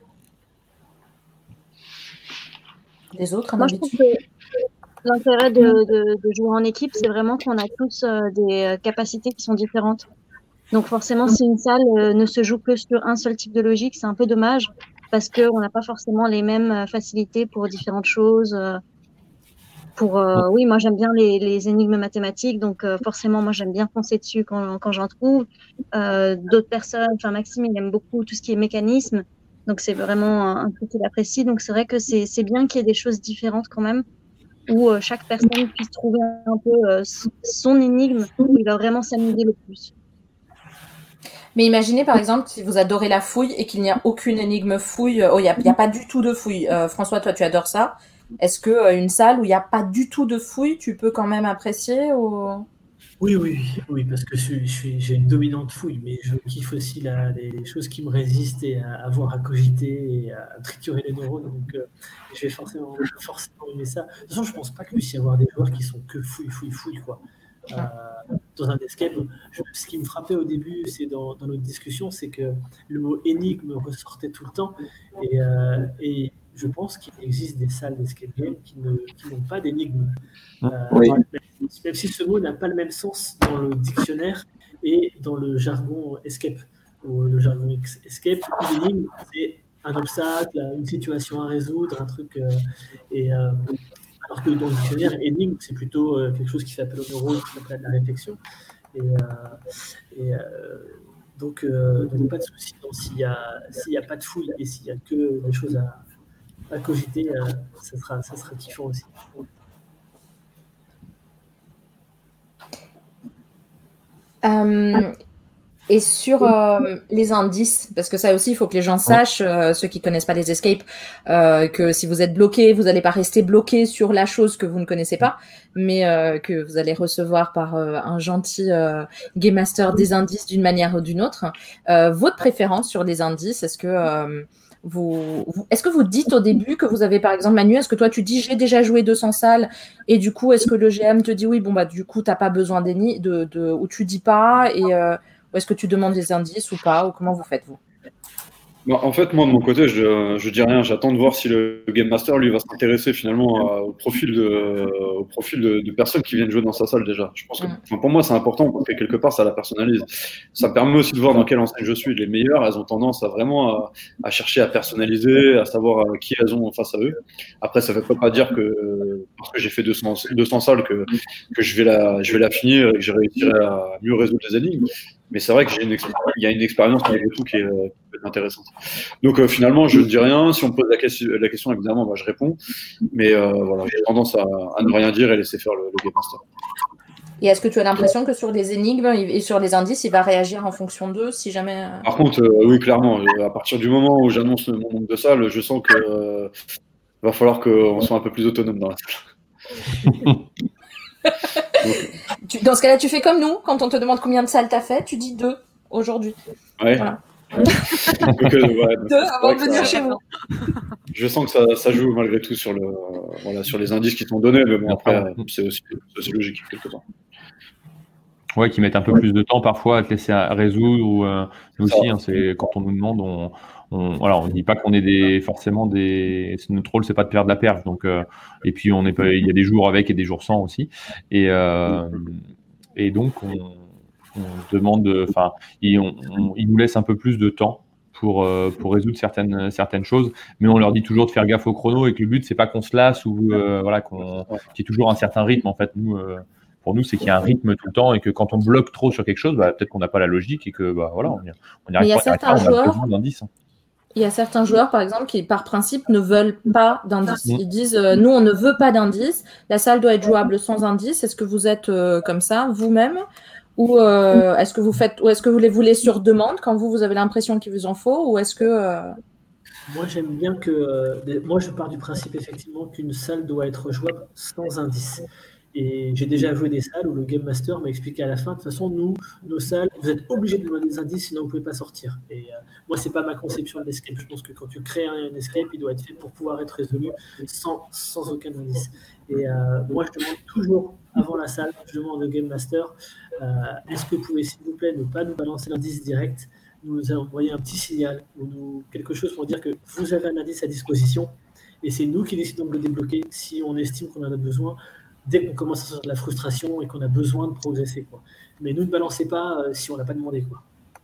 Les autres, un Moi, je avis trouve dessus? que l'intérêt de, de, de jouer en équipe, c'est vraiment qu'on a tous euh, des euh, capacités qui sont différentes. Donc forcément, si une salle euh, ne se joue que sur un seul type de logique, c'est un peu dommage parce qu'on n'a pas forcément les mêmes euh, facilités pour différentes choses. euh, Pour, euh, oui, moi j'aime bien les, les énigmes mathématiques, donc euh, forcément moi j'aime bien foncer dessus quand, quand j'en trouve. Euh, d'autres personnes, enfin Maxime il aime beaucoup tout ce qui est mécanisme, donc c'est vraiment un, un truc qu'il apprécie. Donc c'est vrai que c'est c'est bien qu'il y ait des choses différentes quand même, où euh, chaque personne puisse trouver un peu euh, son énigme où il va vraiment s'amuser le plus. Mais imaginez par exemple si vous adorez la fouille et qu'il n'y a aucune énigme fouille. Oh, il n'y a, y a pas du tout de fouille. Euh, François, toi tu adores ça. Est-ce que euh, une salle où il n'y a pas du tout de fouille, tu peux quand même apprécier ou... Oui, oui, oui, parce que je, je suis, j'ai une dominante fouille, mais je kiffe aussi la, les choses qui me résistent et à avoir à cogiter et à triturer les neurones. Donc, euh, je vais forcément, forcément aimer ça. De toute façon, je pense pas qu'il puisse y avoir des joueurs qui sont que fouille, fouille, fouille, quoi. Euh, dans un escape, je, ce qui me frappait au début, c'est dans, dans notre discussion, c'est que le mot énigme ressortait tout le temps. Et, euh, et je pense qu'il existe des salles d'escape game qui, ne, qui n'ont pas d'énigme. Euh, Oui. Même si ce mot n'a pas le même sens dans le dictionnaire et dans le jargon escape. Ou le jargon escape, une énigme, c'est un obstacle, une situation à résoudre, un truc. Euh, et, euh, alors que dans le dictionnaire, énigme, c'est plutôt euh, quelque chose qui s'appelle au neurone, qui s'appelle la réflexion. Et, euh, et euh, donc, euh, donc, pas de souci. Donc, s'il n'y a, s'il y a pas de fouille et s'il n'y a que des choses à, à cogiter, euh, ça, sera, ça sera kiffant aussi. Euh, et sur euh, les indices, parce que ça aussi, il faut que les gens sachent, euh, ceux qui connaissent pas les escapes, euh, que si vous êtes bloqué, vous n'allez pas rester bloqué sur la chose que vous ne connaissez pas, mais euh, que vous allez recevoir par euh, un gentil euh, game master des indices d'une manière ou d'une autre. Euh, votre préférence sur les indices, est-ce que euh, vous, vous, est-ce que vous dites au début que vous avez, par exemple, Manu, est-ce que toi tu dis j'ai déjà joué deux cents salles et du coup, est-ce que le G M te dit oui, bon bah du coup t'as pas besoin d'éni de, de ou tu dis pas et euh, ou est-ce que tu demandes des indices ou pas, ou comment vous faites vous? Bah, en fait, moi de mon côté, je je dis rien. J'attends de voir si le game master lui va s'intéresser finalement à- au profil de au profil de, de personnes qui viennent jouer dans sa salle déjà. Je pense que, Mm. enfin, pour moi, c'est important parce que quelque part, ça la personnalise. Ça me permet aussi de voir dans quelle enseigne je suis. Les meilleures, elles ont tendance à vraiment à, à chercher à personnaliser, à savoir euh, qui elles ont face à eux. Après, ça ne veut pas dire que euh, parce que j'ai fait deux cents, deux cents salles que que je vais la je vais la finir et que je réussirai à mieux résoudre les énigmes. Mais c'est vrai que j'ai une expé- il y a une expérience malgré tout qui est, euh, qui peut être intéressante. Donc euh, finalement, je ne dis rien. Si on me pose la question, la question évidemment, bah, je réponds. Mais euh, voilà, j'ai tendance à, à ne rien dire et laisser faire le, le game master. Et est-ce que tu as l'impression que sur les énigmes et sur les indices, il va réagir en fonction d'eux si jamais. euh, Par contre, euh, oui, clairement, euh, à partir du moment où j'annonce mon nombre de salles, je sens que euh, va falloir qu'on soit un peu plus autonome dans la salle. Donc, Tu- dans ce cas-là, tu fais comme nous. Quand on te demande combien de salles t'as fait, tu dis deux aujourd'hui. ouais. Voilà. Donc, euh, ouais, donc, Deux c'est avant vrai de que venir ça- chez vous. Je sens que ça, ça joue malgré tout sur, le, voilà, sur les indices qui t'ont donnés, mais bon, Bien après, sûr. c'est aussi, c'est aussi logique, quelque part. Ouais, qui mettent un peu plus de temps parfois à te laisser à résoudre. Ou, euh, nous Ça. aussi, hein, c'est quand on nous demande, on, on, voilà, on dit pas qu'on est des, forcément des. Notre rôle, c'est pas de faire de la perf. Donc, euh, et puis, on est pas, il y a des jours avec et des jours sans aussi. Et, euh, et donc, on, on demande, enfin, ils, on, on- ils nous laissent un peu plus de temps pour, euh, pour résoudre certaines, certaines choses. Mais on leur dit toujours de faire gaffe au chrono et que le but, c'est pas qu'on se lasse ou euh, voilà, qu'on, qu'il y ait toujours un certain rythme. En fait, nous. Euh, Pour nous, c'est qu'il y a un rythme tout le temps et que quand on bloque trop sur quelque chose, bah, peut-être qu'on n'a pas la logique et que bah, voilà, on n'y on n'y Mais il y arrive a pas, on n'y arrive certains pas, on a joueurs- besoin d'indices. hein. Il y a certains joueurs, par exemple, qui, par principe, ne veulent pas d'indices. Mm. Ils disent euh, nous, on ne veut pas d'indices. La salle doit être jouable sans indices. Est-ce que vous êtes euh, comme ça vous-même, ou euh, est-ce que vous faites, ou est-ce que vous les voulez sur demande quand vous vous avez l'impression qu'il vous en faut, ou est-ce que euh, Moi, j'aime bien que. euh, des- moi, je pars du principe effectivement qu'une salle doit être jouable sans indice. Et j'ai déjà joué des salles où le Game Master m'a expliqué à la fin, de toute façon, nous, nos salles, vous êtes obligés de nous donner des indices, sinon vous ne pouvez pas sortir. Et euh, moi, c'est pas ma conception de l'escape. Je pense que quand tu crées un, un escape, il doit être fait pour pouvoir être résolu sans, sans aucun indice. Et euh, moi, je demande toujours, avant la salle, je demande au Game Master, euh, est-ce que vous pouvez, s'il vous plaît, ne pas nous balancer l'indice direct, nous envoyer un petit signal ou nous, quelque chose pour dire que vous avez un indice à disposition et c'est nous qui décidons de le débloquer si on estime qu'on en a besoin dès qu'on commence à sortir de la frustration et qu'on a besoin de progresser, quoi. Mais nous ne balancez pas euh, si on n'a pas demandé, quoi.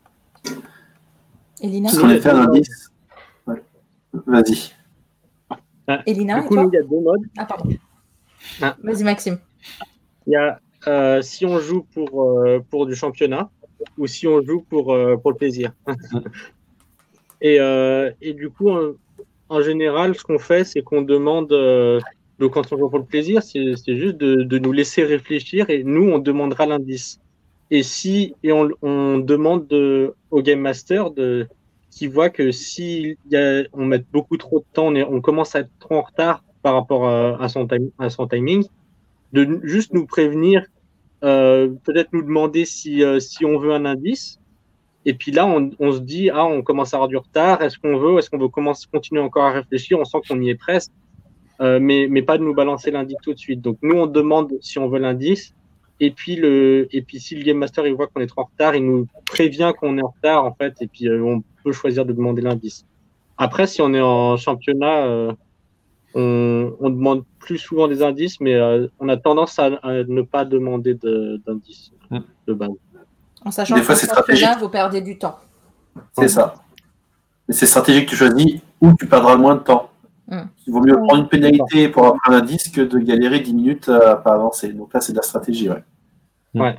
Elina Si on voulait faire un indice. Ouais. Vas-y. Elina, Du et coup, toi nous, il y a deux modes. Ah, pardon. Ah. Vas-y, Maxime. Il y a euh, si on joue pour, euh, pour du championnat ou si on joue pour, euh, pour le plaisir. et, euh, et du coup, en, en général, ce qu'on fait, c'est qu'on demande, euh, donc quand on joue pour le plaisir, c'est c'est juste de, de nous laisser réfléchir et nous, on demandera l'indice. Et si et on, on demande de, au Game Master de, qui voit que si y a, on met beaucoup trop de temps, on, est, on commence à être trop en retard par rapport à, à, son, time, à son timing, de juste nous prévenir, euh, peut-être nous demander si, euh, si on veut un indice. Et puis là, on, on se dit, ah, on commence à avoir du retard. Est-ce qu'on veut, est-ce qu'on veut commencer, continuer encore à réfléchir? On sent qu'on y est presque, euh, mais, mais pas de nous balancer l'indice tout de suite. Donc nous, on demande si on veut l'indice. Et puis le, et puis si le Game Master il voit qu'on est trop en retard, il nous prévient qu'on est en retard en fait. Et puis euh, on peut choisir de demander l'indice. Après, si on est en championnat, euh, on, on demande plus souvent des indices, mais euh, on a tendance à, à ne pas demander de, d'indices Mm. de base. En sachant Des que fois, en c'est championnat, stratégique. vous perdez du temps. C'est ça. Et c'est stratégique que tu choisis où tu perdras le moins de temps. Mm. Il vaut mieux prendre une pénalité pour avoir un indice que de galérer dix minutes à pas avancer. Donc là, c'est de la stratégie, ouais. Ouais.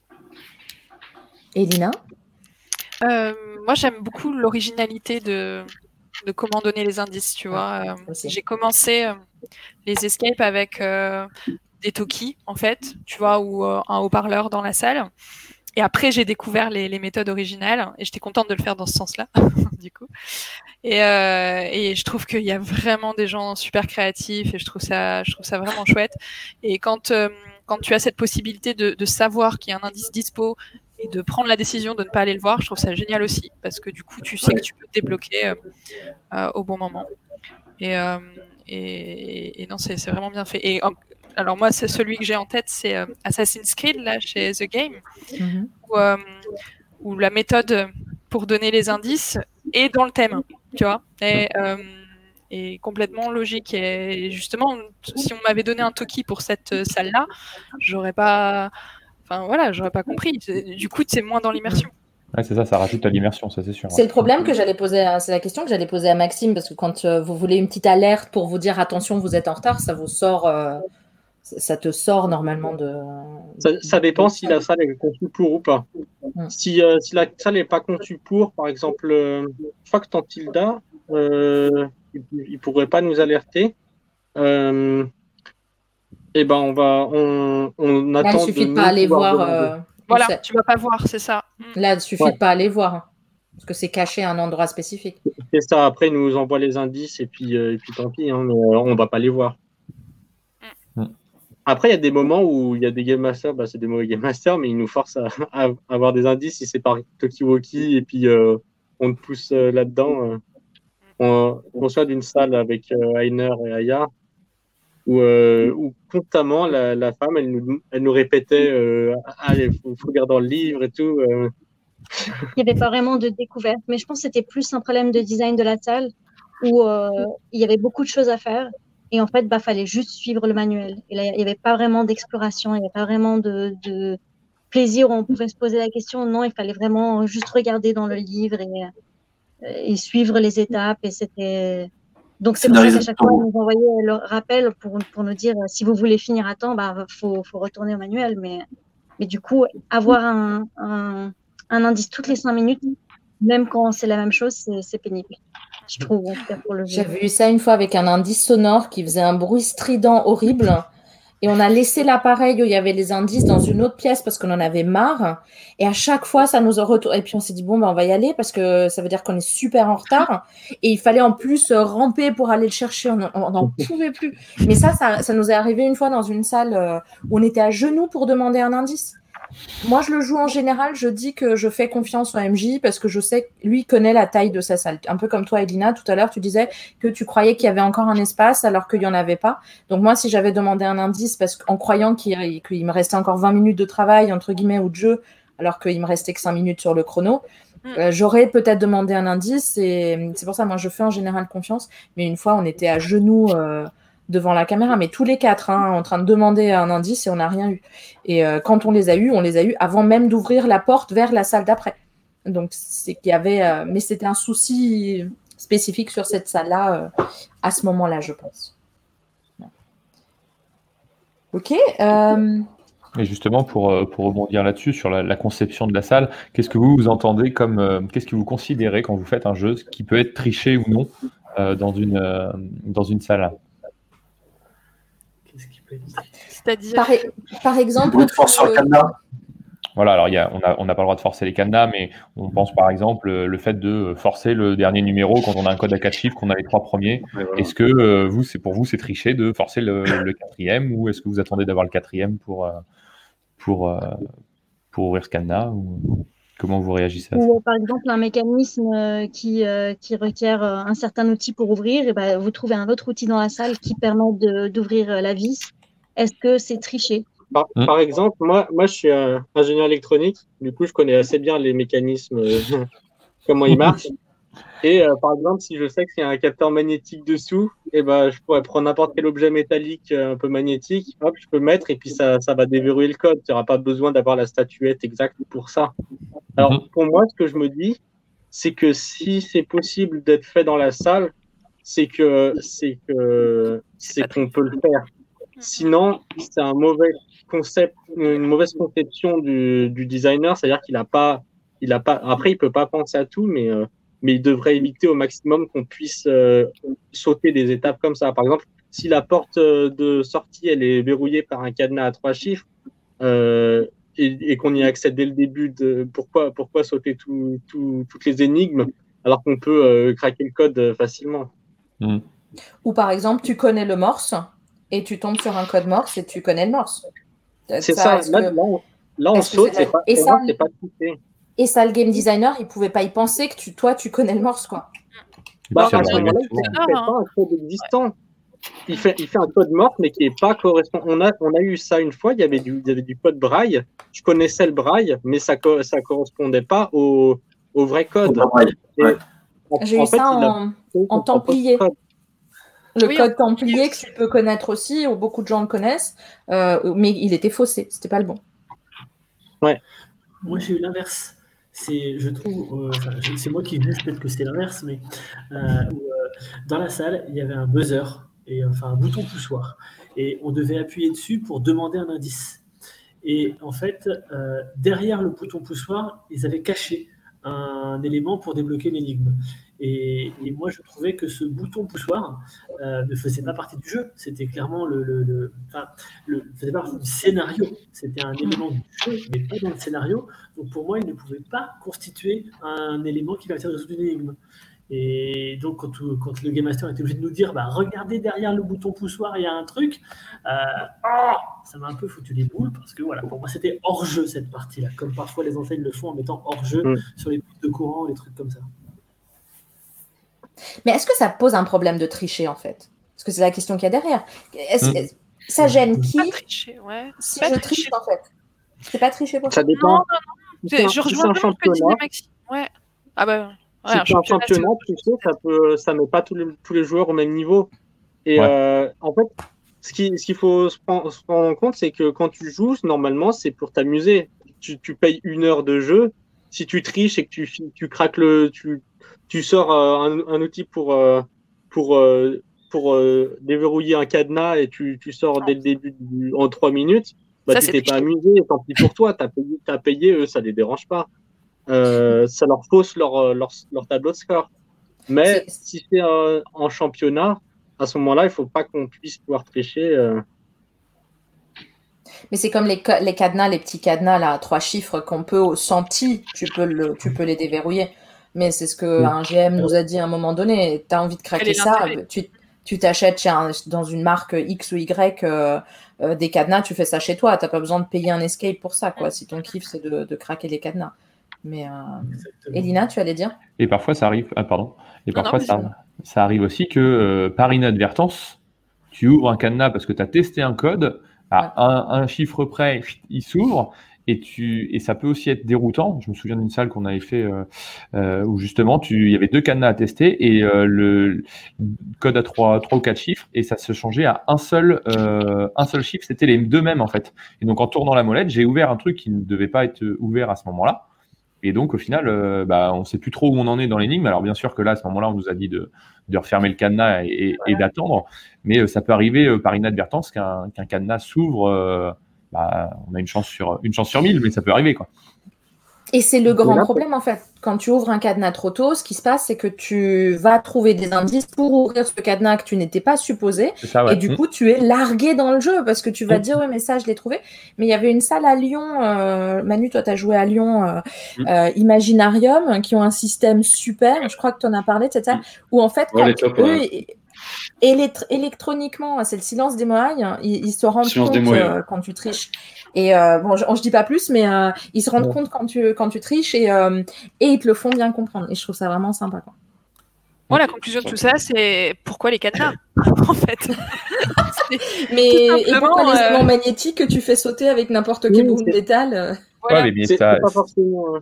Elina Euh, moi, j'aime beaucoup l'originalité de, de comment donner les indices, tu vois. Euh, aussi. j'ai commencé euh, les escapes avec euh, des talkies, en fait, tu vois, ou euh, un haut-parleur dans la salle. Et après, j'ai découvert les, les méthodes originales et j'étais contente de le faire dans ce sens-là, du coup. Et, euh, et je trouve qu'il y a vraiment des gens super créatifs et je trouve ça, je trouve ça vraiment chouette. Et quand, euh, quand tu as cette possibilité de, de savoir qu'il y a un indice dispo et de prendre la décision de ne pas aller le voir, je trouve ça génial aussi parce que du coup, tu sais que tu peux te débloquer euh, euh, au bon moment. Et, euh, et, et non, c'est, c'est vraiment bien fait. Et en, alors moi, c'est celui que j'ai en tête, c'est euh, Assassin's Creed là chez The Game, Mhm. où, euh, où la méthode pour donner les indices est dans le thème, tu vois, et, euh, est complètement logique. Et justement, si on m'avait donné un Toki pour cette euh, salle-là, j'aurais pas, enfin voilà, j'aurais pas compris. C'est- Du coup, c'est moins dans l'immersion. Ouais, c'est ça, ça rajoute à l'immersion, ça c'est sûr. C'est le problème que j'allais poser, à- c'est la question que j'allais poser à Maxime, parce que quand euh, vous voulez une petite alerte pour vous dire attention, vous êtes en retard, ça vous sort, euh, ça ça te sort normalement de. Ça, ça dépend si la salle est conçue pour ou pas. Mm. Si, euh, si la salle n'est pas conçue pour, par exemple, euh, je crois que Tantilda, euh, il ne pourrait pas nous alerter. Euh, et ben on va, on, on Là, attend il suffit de nous pas aller pouvoir voir. demander. euh, Voilà, où c'est. tu vas pas voir, c'est ça. Mm. Là, il suffit Ouais. de pas aller voir, hein, parce que c'est caché à un endroit spécifique. C'est ça. Après, ils nous envoient les indices et puis, euh, et puis tant pis, hein, mais euh, on va pas les voir. Après, il y a des moments où il y a des game masters, bah, c'est des mauvais game masters, mais ils nous forcent à, à avoir des indices si c'est par Tokiwoki et puis euh, on te pousse euh, là-dedans. Euh. On, on soit d'une salle avec euh, Ainer et Aya où, euh, où constamment la, la femme, elle nous, elle nous répétait euh, allez, faut, faut lire dans le livre et tout. Euh. Il n'y avait pas vraiment de découverte, mais je pense que c'était plus un problème de design de la salle où euh, il y avait beaucoup de choses à faire. Et en fait, bah, fallait juste suivre le manuel. Et là, il n'y avait pas vraiment d'exploration, il n'y avait pas vraiment de, de plaisir où on pouvait se poser la question. Non, il fallait vraiment juste regarder dans le livre et, et suivre les étapes. Et c'était donc c'est pour ça qu'à chaque fois, ils nous envoyaient le rappel pour, pour nous dire si vous voulez finir à temps, bah faut, faut retourner au manuel. Mais, mais du coup, avoir un, un, un indice toutes les cinq minutes, même quand c'est la même chose, c'est, c'est pénible. Je trouve, en tout cas pour le jeu. J'avais eu ça une fois avec un indice sonore qui faisait un bruit strident horrible. Et on a laissé l'appareil où il y avait les indices dans une autre pièce parce qu'on en avait marre. Et à chaque fois, ça nous a retourné. Et puis on s'est dit, bon, ben, on va y aller parce que ça veut dire qu'on est super en retard. Et il fallait en plus ramper pour aller le chercher. On n'en pouvait plus. Mais ça, ça, ça nous est arrivé une fois dans une salle où on était à genoux pour demander un indice. Moi, je le joue en général, je dis que je fais confiance au M J parce que je sais que lui connaît la taille de sa salle. Un peu comme toi, Elina, tout à l'heure, tu disais que tu croyais qu'il y avait encore un espace alors qu'il n'y en avait pas. Donc moi, si j'avais demandé un indice parce qu'en croyant qu'il, qu'il me restait encore vingt minutes de travail, entre guillemets, ou de jeu, alors qu'il me restait que cinq minutes sur le chrono, euh, j'aurais peut-être demandé un indice. Et c'est pour ça, moi, je fais en général confiance. Mais une fois, on était à genoux... Euh, devant la caméra, mais tous les quatre, hein, en train de demander un indice et on n'a rien eu. Et euh, quand on les a eus, on les a eus avant même d'ouvrir la porte vers la salle d'après. Donc, c'est qu'il y avait... Euh, mais c'était un souci spécifique sur cette salle-là, euh, à ce moment-là, je pense. OK. Euh... Et justement, pour, pour rebondir là-dessus, sur la, la conception de la salle, qu'est-ce que vous, vous entendez comme... Euh, qu'est-ce que vous considérez quand vous faites un jeu qui peut être triché ou non euh, dans, une, euh, dans une salle ? C'est-à-dire par, par exemple, le force sur le cadenas. Voilà, alors y a, on n'a on a pas le droit de forcer les cadenas, mais on pense par exemple le fait de forcer le dernier numéro quand on a un code à quatre chiffres, qu'on a les trois premiers. Ouais, voilà. Est-ce que euh, vous, c'est pour vous, c'est tricher de forcer le, le quatrième, ou est-ce que vous attendez d'avoir le quatrième pour, euh, pour, euh, pour ouvrir ce cadenas, ou comment vous réagissez à ça ? Ou par exemple un mécanisme qui, euh, qui requiert un certain outil pour ouvrir, et ben, vous trouvez un autre outil dans la salle qui permet de, d'ouvrir la vis. Est-ce que c'est triché ? Par, mmh. par exemple, moi, moi, je suis un ingénieur électronique. Du coup, je connais assez bien les mécanismes, euh, comment ils marchent. Et euh, par exemple, si je sais qu'il y a un capteur magnétique dessous, et ben, je pourrais prendre n'importe quel objet métallique euh, un peu magnétique, hop, je peux mettre et puis ça, ça va déverrouiller le code. Tu n'auras pas besoin d'avoir la statuette exacte pour ça. Alors, mmh. pour moi, ce que je me dis, c'est que si c'est possible d'être fait dans la salle, c'est que c'est que c'est qu'on peut le faire. Sinon, c'est un mauvais concept, une mauvaise conception du, du designer, c'est-à-dire qu'il a pas, il a pas. Après, il peut pas penser à tout, mais euh, mais il devrait éviter au maximum qu'on puisse euh, sauter des étapes comme ça. Par exemple, si la porte de sortie elle est verrouillée par un cadenas à trois chiffres euh, et, et qu'on y accède dès le début, de pourquoi pourquoi sauter tout, tout, toutes les énigmes alors qu'on peut euh, craquer le code facilement. Mmh. Ou par exemple, tu connais le morse. Et tu tombes sur un code morse et tu connais le morse. C'est ça, ça là, que... là, on, là on saute, c'est, c'est pas, et ça, c'est pas touché. Et ça, le game designer, il pouvait pas y penser que tu, toi, tu connais le morse, quoi. Bah, à ce moment-là, il ne fait pas un code existant. Il fait, il fait un code morse, mais qui n'est pas correspondant. On a, on a eu ça une fois, il y avait du, il y avait du code braille. Je connaissais le braille, mais ça ne correspondait pas au, au vrai code. Et, ouais. J'ai en eu fait, ça en, en templier. Le oui, code templier que tu peux connaître aussi, ou beaucoup de gens le connaissent, euh, mais il était faussé, c'était pas le bon. Ouais. Moi, j'ai eu l'inverse. C'est, je trouve, euh, c'est moi qui juge peut-être que c'est l'inverse, mais euh, où, euh, dans la salle, il y avait un buzzer, et, enfin un bouton poussoir, et on devait appuyer dessus pour demander un indice. Et en fait, euh, derrière le bouton poussoir, ils avaient caché un élément pour débloquer l'énigme. Et, et moi, je trouvais que ce bouton poussoir euh, ne faisait pas partie du jeu. C'était clairement le, le, le, enfin, le faisait partie du scénario. C'était un élément du jeu, mais pas dans le scénario. Donc pour moi, il ne pouvait pas constituer un élément qui va faire résoudre une énigme. Et donc, quand, quand le Game Master était obligé de nous dire bah, regardez derrière le bouton poussoir, il y a un truc, euh, oh, ça m'a un peu foutu les boules parce que voilà, pour moi, c'était hors jeu cette partie-là, comme parfois les enseignes le font en mettant hors jeu mm. sur les bouts de courant, les trucs comme ça. Mais est-ce que ça pose un problème de tricher en fait? Parce que c'est la question qu'il y a derrière. Est-ce, mm. est-ce, ça gêne qui pas tricher, ouais. si pas je tricher. triche en fait? C'est pas tricher pour ça. Dépend. Non, non, non. Je, je rejoins un championnat. Que disait Maxime. Ouais. Ah bah. Ouais, si un c'est un championnat, tu sais, ça peut, ça met pas tous les, tous les joueurs au même niveau. Et ouais. euh, en fait, ce qui, ce qu'il faut se prendre, se prendre en compte, c'est que quand tu joues, normalement, c'est pour t'amuser. Tu, tu payes une heure de jeu. Si tu triches et que tu, tu craques le, tu, tu sors euh, un, un outil pour, euh, pour, euh, pour euh, déverrouiller un cadenas et tu, tu sors dès le début du, en trois minutes, bah, ça, tu t'es pas amusé. Tant pis pour toi, t'as payé, t'as payé, eux, ça les dérange pas. Euh, ça leur fausse leur, leur, leur tableau de score. Mais c'est... si c'est euh, en championnat, à ce moment-là, il ne faut pas qu'on puisse pouvoir tricher. Euh... Mais c'est comme les, les cadenas, les petits cadenas là, à trois chiffres qu'on peut au centi, tu peux, le, tu peux les déverrouiller. Mais c'est ce qu'un oui. G M nous a dit à un moment donné. Tu as envie de craquer ça, tu, tu t'achètes chez un, dans une marque X ou Y euh, euh, des cadenas, tu fais ça chez toi. Tu n'as pas besoin de payer un escape pour ça, quoi, si ton kiff c'est de, de craquer les cadenas. Mais euh... Elina, tu allais dire? Et parfois ça arrive. Ah pardon. Et parfois non, non, ça, ça arrive aussi que euh, par inadvertance, tu ouvres un cadenas parce que tu as testé un code à ouais. un, un chiffre près, il s'ouvre et tu et ça peut aussi être déroutant. Je me souviens d'une salle qu'on avait fait euh, euh, où justement tu il y avait deux cadenas à tester et euh, le, le code à trois trois ou quatre chiffres et ça se changeait à un seul euh, un seul chiffre. C'était les deux mêmes en fait. Et donc en tournant la molette, j'ai ouvert un truc qui ne devait pas être ouvert à ce moment-là. Et donc, au final, euh, bah, on ne sait plus trop où on en est dans l'énigme. Alors, bien sûr que là, à ce moment-là, on nous a dit de, de refermer le cadenas et, et, et d'attendre. Mais euh, ça peut arriver euh, par inadvertance qu'un, qu'un cadenas s'ouvre. Euh, bah, on a une chance sur une chance sur mille, mais ça peut arriver, quoi. Et c'est le grand problème, en fait. Quand tu ouvres un cadenas trop tôt, ce qui se passe, c'est que tu vas trouver des indices pour ouvrir ce cadenas que tu n'étais pas supposé. Ça, ouais. Et du mmh. coup, tu es largué dans le jeu parce que tu vas mmh. dire, oui, mais ça, je l'ai trouvé. Mais il y avait une salle à Lyon, euh, Manu, toi, tu as joué à Lyon, euh, mmh. euh, Imaginarium, qui ont un système super. Je crois que tu en as parlé de cette salle, où en fait, quand top, eux, ouais. élect- électroniquement, c'est le silence des moailles, ils, ils se rendent silence compte euh, quand tu triches. Et euh, bon, je, je dis pas plus, mais euh, ils se rendent ouais. compte quand tu quand tu triches et euh, et ils te le font bien comprendre. Et je trouve ça vraiment sympa, quoi. Bon, la conclusion de tout ça, c'est pourquoi les cadenas, en fait. Mais et pourquoi les aimants euh... magnétiques que tu fais sauter avec n'importe quel bout de métal euh... Voilà. Ouais, les c'est, c'est pas forcément. Euh...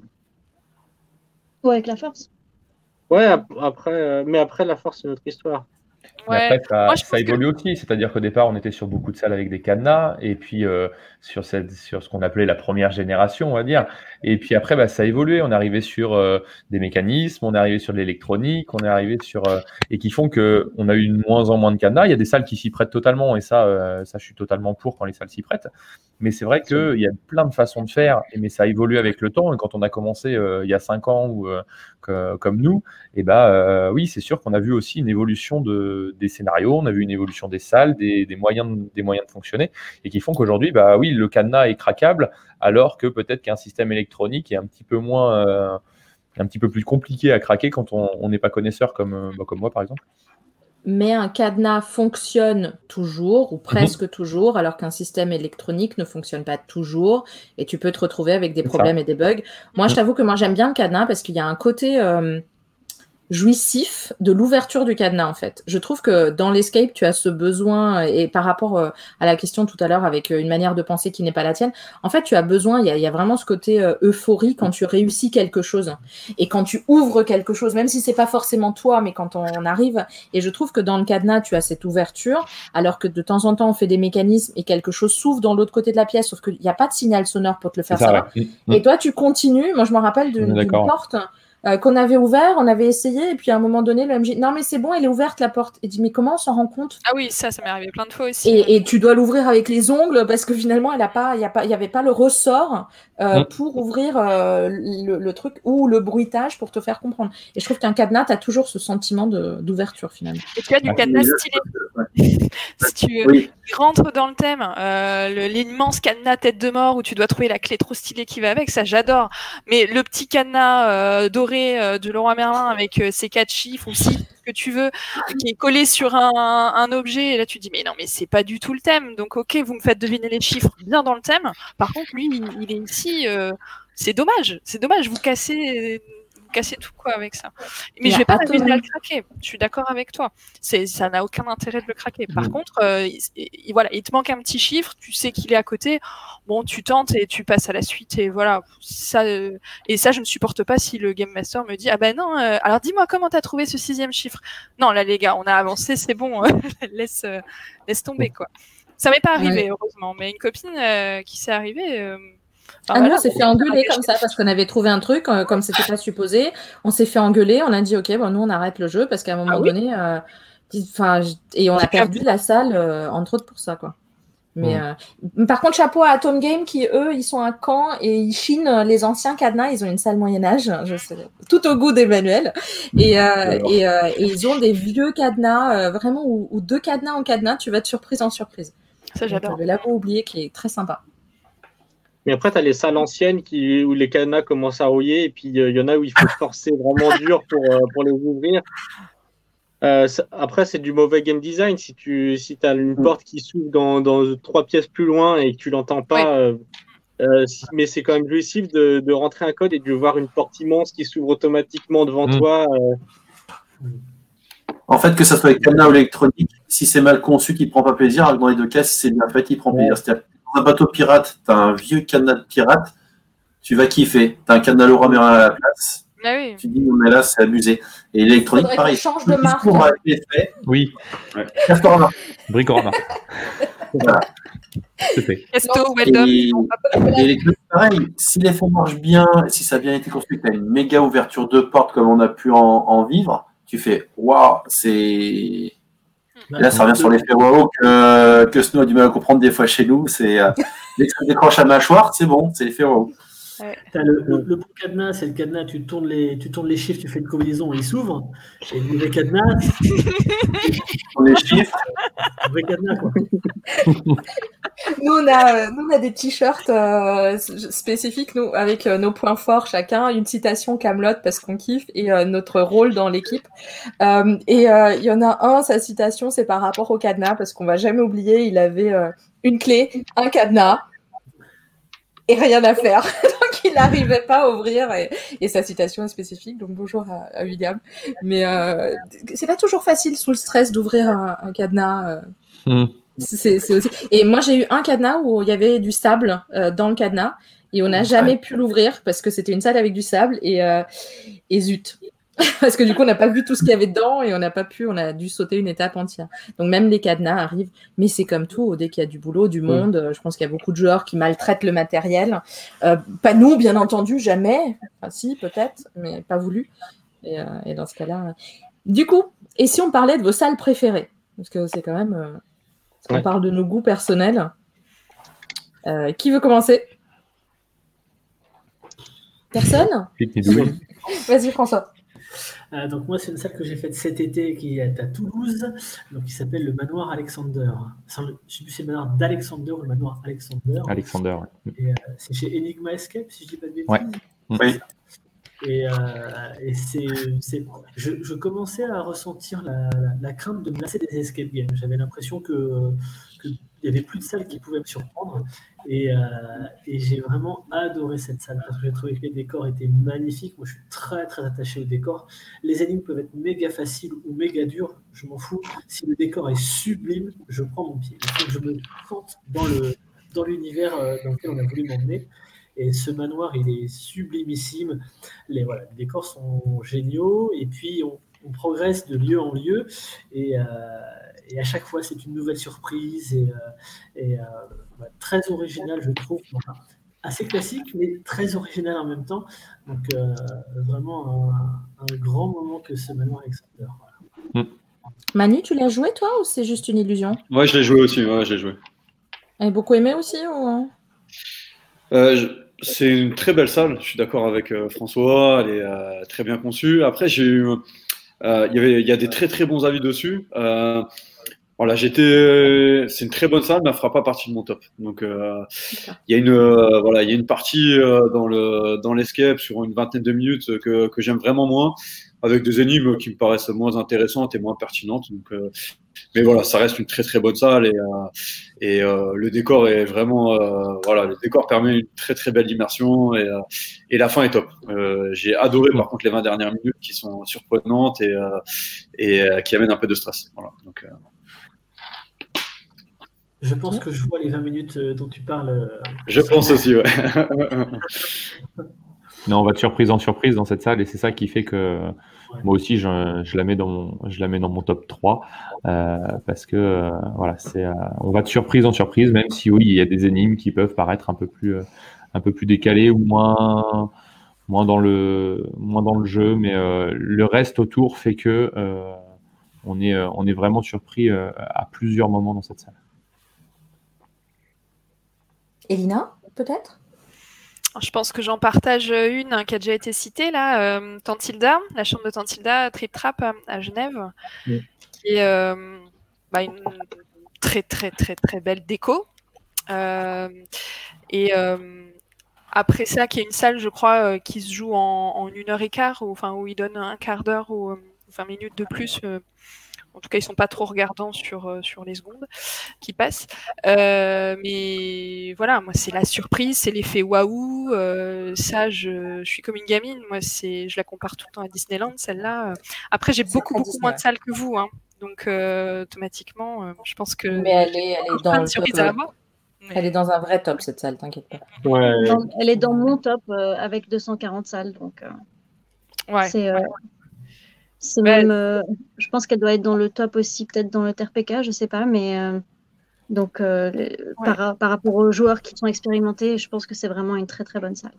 Ouais, avec la force. Ouais, après, euh, mais après la force, c'est notre histoire. Mais ouais. Après, ça, Moi, ça évolue que... aussi. C'est-à-dire qu'au départ, on était sur beaucoup de salles avec des cadenas, et puis euh, sur, cette, sur ce qu'on appelait la première génération, on va dire. Et puis après, bah, ça a évolué. On est arrivé sur euh, des mécanismes, on est arrivé sur de l'électronique, on est arrivé sur euh, et qui font que on a eu de moins en moins de cadenas. Il y a des salles qui s'y prêtent totalement, et ça, euh, ça, je suis totalement pour quand les salles s'y prêtent. Mais c'est vrai qu'il y a plein de façons de faire, mais ça a évolué avec le temps. Et quand on a commencé euh, il y a cinq ans ou euh, que, comme nous, et bah euh, oui, c'est sûr qu'on a vu aussi une évolution de, des scénarios, on a vu une évolution des salles, des, des moyens, de, des moyens de fonctionner, et qui font qu'aujourd'hui, bah oui, le cadenas est craquable, alors que peut-être qu'un système électronique est un petit peu moins, euh, un petit peu plus compliqué à craquer quand on n'est pas connaisseur comme, bah, comme moi par exemple. Mais un cadenas fonctionne toujours ou presque mmh. toujours, alors qu'un système électronique ne fonctionne pas toujours et tu peux te retrouver avec des problèmes et des bugs. Moi, mmh. je t'avoue que moi, j'aime bien le cadenas parce qu'il y a un côté euh, jouissif de l'ouverture du cadenas, en fait. Je trouve que dans l'escape, tu as ce besoin, et par rapport euh, à la question tout à l'heure avec euh, une manière de penser qui n'est pas la tienne, en fait, tu as besoin, il y a, il y a vraiment ce côté euh, euphorie quand tu réussis quelque chose et quand tu ouvres quelque chose, même si c'est pas forcément toi, mais quand on, on arrive, et je trouve que dans le cadenas, tu as cette ouverture, alors que de temps en temps, on fait des mécanismes et quelque chose s'ouvre dans l'autre côté de la pièce, sauf qu'il n'y a pas de signal sonore pour te le faire ça, savoir. Ouais. Et toi, tu continues, moi je me rappelle d'une, d'une porte Euh, qu'on avait ouvert, on avait essayé, et puis à un moment donné, le M J, non mais c'est bon, elle est ouverte la porte. Et dit, mais comment on s'en rend compte? Ah oui, ça, ça m'est arrivé plein de fois aussi. Et, et tu dois l'ouvrir avec les ongles, parce que finalement, elle a pas, il y a pas, il y avait pas le ressort euh, mmh. pour ouvrir euh, le, le truc, ou le bruitage pour te faire comprendre. Et je trouve qu'un cadenas, tu as toujours ce sentiment de, d'ouverture finalement. Et tu as du cadenas stylé. Si tu Oui. tu rentres dans le thème, euh, le- l'immense cadenas tête de mort où tu dois trouver la clé trop stylée qui va avec, ça j'adore. Mais le petit cadenas euh, doré euh, de Leroy Merlin avec euh, ses quatre chiffres ou six, ce que tu veux, qui est collé sur un, un objet, et là tu te dis mais non mais c'est pas du tout le thème. Donc ok, vous me faites deviner les chiffres bien dans le thème. Par contre lui il, il est ici, euh, c'est dommage, c'est dommage, vous cassez. vous cassez tout quoi avec ça. Mais Il y je a vais pas Atom- m'amuser à le craquer. Je suis d'accord avec toi. C'est, ça n'a aucun intérêt de le craquer. Par Mm. contre, euh, il, il- voilà, il te manque un petit chiffre, tu sais qu'il est à côté. Bon, tu tentes et tu passes à la suite et voilà. Ça, euh, et ça, je ne supporte pas si le game master me dit ah ben non. euh, alors dis-moi comment t'as trouvé ce sixième chiffre. Non, là les gars, on a avancé, c'est bon. laisse, euh, laisse tomber quoi. Ça m'est pas arrivé heureusement, mais une copine euh, qui s'est arrivée. euh, Ah enfin, nous, voilà, on s'est fait engueuler comme ça parce qu'on avait trouvé un truc, euh, comme c'était pas supposé. On s'est fait engueuler, on a dit ok, bon, nous on arrête le jeu parce qu'à un moment Ah oui donné, euh, enfin, j- et on a perdu la salle euh, entre autres pour ça quoi. Mais Mm. euh, par contre, chapeau à Atom Game qui eux, ils sont à Caen et ils chinent euh, les anciens cadenas. Ils ont une salle Moyen Âge, je sais, tout au goût d'Emmanuel, et, euh, et, euh, et ils ont des vieux cadenas euh, vraiment où, où deux cadenas en cadenas, tu vas de surprise en surprise. Ça j'adore. Donc, le labo oublié qui est très sympa. Mais après, tu as les salles anciennes qui, où les cadenas commencent à rouiller, et puis il euh, y en a où il faut forcer vraiment dur pour, euh, pour les ouvrir. Euh, ça- après, c'est du mauvais game design. Si tu si as une porte qui s'ouvre dans, dans trois pièces plus loin et que tu l'entends pas, euh, euh, si- mais c'est quand même jouissif de, de rentrer un code et de voir une porte immense qui s'ouvre automatiquement devant Mm. toi. euh. En fait, que ça soit avec cadenas ou électronique, si c'est mal conçu, il prend pas plaisir. Alors que dans les deux cas, si c'est bien fait, il prend plaisir. C'est-à-dire que dans un bateau pirate, tu as un vieux cadenas de pirate, tu vas kiffer. Tu as un cadenas Leroy Merlin à la place. Ah oui. Tu dis, non, mais là, c'est abusé. Et l'électronique, Faudrait pareil. qu'on change de Le marque. discours a été fait. Oui, Castorama. Bricorama. Voilà. C'est fait. Resto, Et, Weldon. et les trucs, pareil, si l'effet marche bien, si ça a bien été construit, tu as une méga ouverture de porte comme on a pu en, en vivre, tu fais waouh, c'est. Et là, ça revient sur l'effet waouh que, que Snow a du mal à comprendre des fois chez nous. C'est euh, dès que ça décroche la mâchoire, c'est bon, c'est l'effet waouh. T'as le, le, le bon cadenas, c'est le cadenas, tu tournes les, tu tournes les chiffres, tu fais une combinaison, il s'ouvre. Et le mauvais cadenas, Pour les chiffres, le vrai cadenas, quoi. Nous, on a, euh, nous, on a des t-shirts euh, spécifiques, nous, avec euh, nos points forts chacun, une citation Kaamelott parce qu'on kiffe et euh, notre rôle dans l'équipe. Euh, et euh, il y en a un, sa citation, c'est par rapport au cadenas parce qu'on va jamais oublier, il avait euh, une clé, un cadenas et rien à faire. Donc, il n'arrivait pas à ouvrir et, et sa citation est spécifique. Donc, bonjour à, à William. Mais euh, c'est pas toujours facile sous le stress d'ouvrir un, un cadenas. Euh. Mm. C'est, c'est aussi... Et moi, j'ai eu un cadenas où il y avait du sable euh, dans le cadenas et on n'a jamais pu l'ouvrir parce que c'était une salle avec du sable et, euh, et zut. Parce que du coup, on n'a pas vu tout ce qu'il y avait dedans et on n'a pas pu, on a dû sauter une étape entière. Donc, même les cadenas arrivent, mais c'est comme tout, dès qu'il y a du boulot, du monde, euh, je pense qu'il y a beaucoup de joueurs qui maltraitent le matériel. Euh, pas nous, bien entendu, jamais. Enfin, si, peut-être, mais pas voulu. Et, euh, et dans ce cas-là. euh, Du coup, et si on parlait de vos salles préférées? Parce que c'est quand même. Euh... On Ouais. parle de nos goûts personnels. Euh, qui veut commencer? Personne? Pitney-Douille. Vas-y, François. Euh, donc moi, c'est une salle que j'ai faite cet été qui est à Toulouse, donc qui s'appelle le Manoir Alexander. Enfin, le- je ne sais plus si c'est le Manoir d'Alexander ou le Manoir Alexander. Alexander. ouais. Et, euh, c'est chez Enigma Escape, si je dis pas de bêtises. Ouais. oui. Et, euh, et c'est, c'est, je, je commençais à ressentir la, la, la crainte de me lasser des escape games. J'avais l'impression que qu'il n'y avait plus de salles qui pouvaient me surprendre. Et, euh, et j'ai vraiment adoré cette salle parce que j'ai trouvé que les décors étaient magnifiques. Moi, je suis très très attaché aux décors. Les énigmes peuvent être méga faciles ou méga dures, je m'en fous. Si le décor est sublime, je prends mon pied. Il faut que je me sente dans, le, dans l'univers euh, dans lequel on a voulu m'emmener. Et ce manoir, il est sublimissime. Les, voilà, les décors sont géniaux. Et puis, on, on progresse de lieu en lieu. Et, euh, et à chaque fois, c'est une nouvelle surprise. Et, euh, et euh, bah, très original, je trouve. Enfin, assez classique, mais très original en même temps. Donc, euh, vraiment un, un grand moment que ce manoir Alexander. Voilà. Manu, tu l'as joué, toi, ou c'est juste une illusion? Ouais, je l'ai joué aussi. Ouais, je l'ai joué. Elle a beaucoup aimé aussi ou... Euh, je- c'est une très belle salle, je suis d'accord avec euh, François, elle est euh, très bien conçue. Après, j'ai eu, euh, il y avait, il y a des très très bons avis dessus. Euh, Voilà, j'étais, c'est une très bonne salle, mais elle fera pas partie de mon top. Donc, euh, il y a une, euh, voilà, il y a une partie euh, dans le dans l'escape sur une vingtaine de minutes que que j'aime vraiment moins, avec des énigmes qui me paraissent moins intéressantes et moins pertinentes. Donc, euh, mais voilà, ça reste une très très bonne salle et euh, et euh, le décor est vraiment, euh, voilà, le décor permet une très très belle immersion et euh, et la fin est top. Euh, j'ai adoré par contre les vingt dernières minutes qui sont surprenantes et euh, et euh, qui amènent un peu de stress. Voilà, donc. Euh, Je pense que je vois les vingt minutes dont tu parles. Je pense aussi, ouais. Non, on va de surprise en surprise dans cette salle et c'est ça qui fait que ouais. Moi aussi je, je la mets dans mon je la mets dans mon top trois euh, parce que euh, voilà, c'est euh, on va de surprise en surprise, même si oui, il y a des énigmes qui peuvent paraître un peu plus euh, un peu plus décalées ou moins moins dans le moins dans le jeu, mais euh, le reste autour fait que euh, on est on est vraiment surpris euh, à plusieurs moments dans cette salle. Elina, peut-être? Je pense que j'en partage une hein, qui a déjà été citée, là, euh, Tantilda, la chambre de Tantilda, Trip Trap à Genève, oui. Qui est euh, bah, une très, très, très, très belle déco. Euh, et euh, après ça, qui est une salle, je crois, euh, qui se joue en, en une heure et quart, ou, enfin, où ils donnent un quart d'heure ou vingt minutes de plus. Euh, En tout cas, ils sont pas trop regardants sur euh, sur les secondes qui passent. Euh, mais voilà, moi, c'est la surprise, c'est l'effet waouh. Euh, ça, je, je suis comme une gamine. Moi, c'est, je la compare tout le temps à Disneyland, celle-là. Après, j'ai c'est beaucoup beaucoup Disney. Moins de salles que vous, hein. Donc euh, automatiquement, euh, je pense que. Mais elle est, elle est dans le top. À mais... Elle est dans un vrai top cette salle, t'inquiète pas. Ouais. Elle est dans mon top euh, avec deux cent quarante salles, donc. Euh, ouais. C'est. Euh... ouais. C'est ouais. même, euh, je pense qu'elle doit être dans le top aussi, peut-être dans le T R P K, je sais pas, mais euh, donc euh, ouais. par, par rapport aux joueurs qui sont expérimentés, je pense que c'est vraiment une très très bonne salle.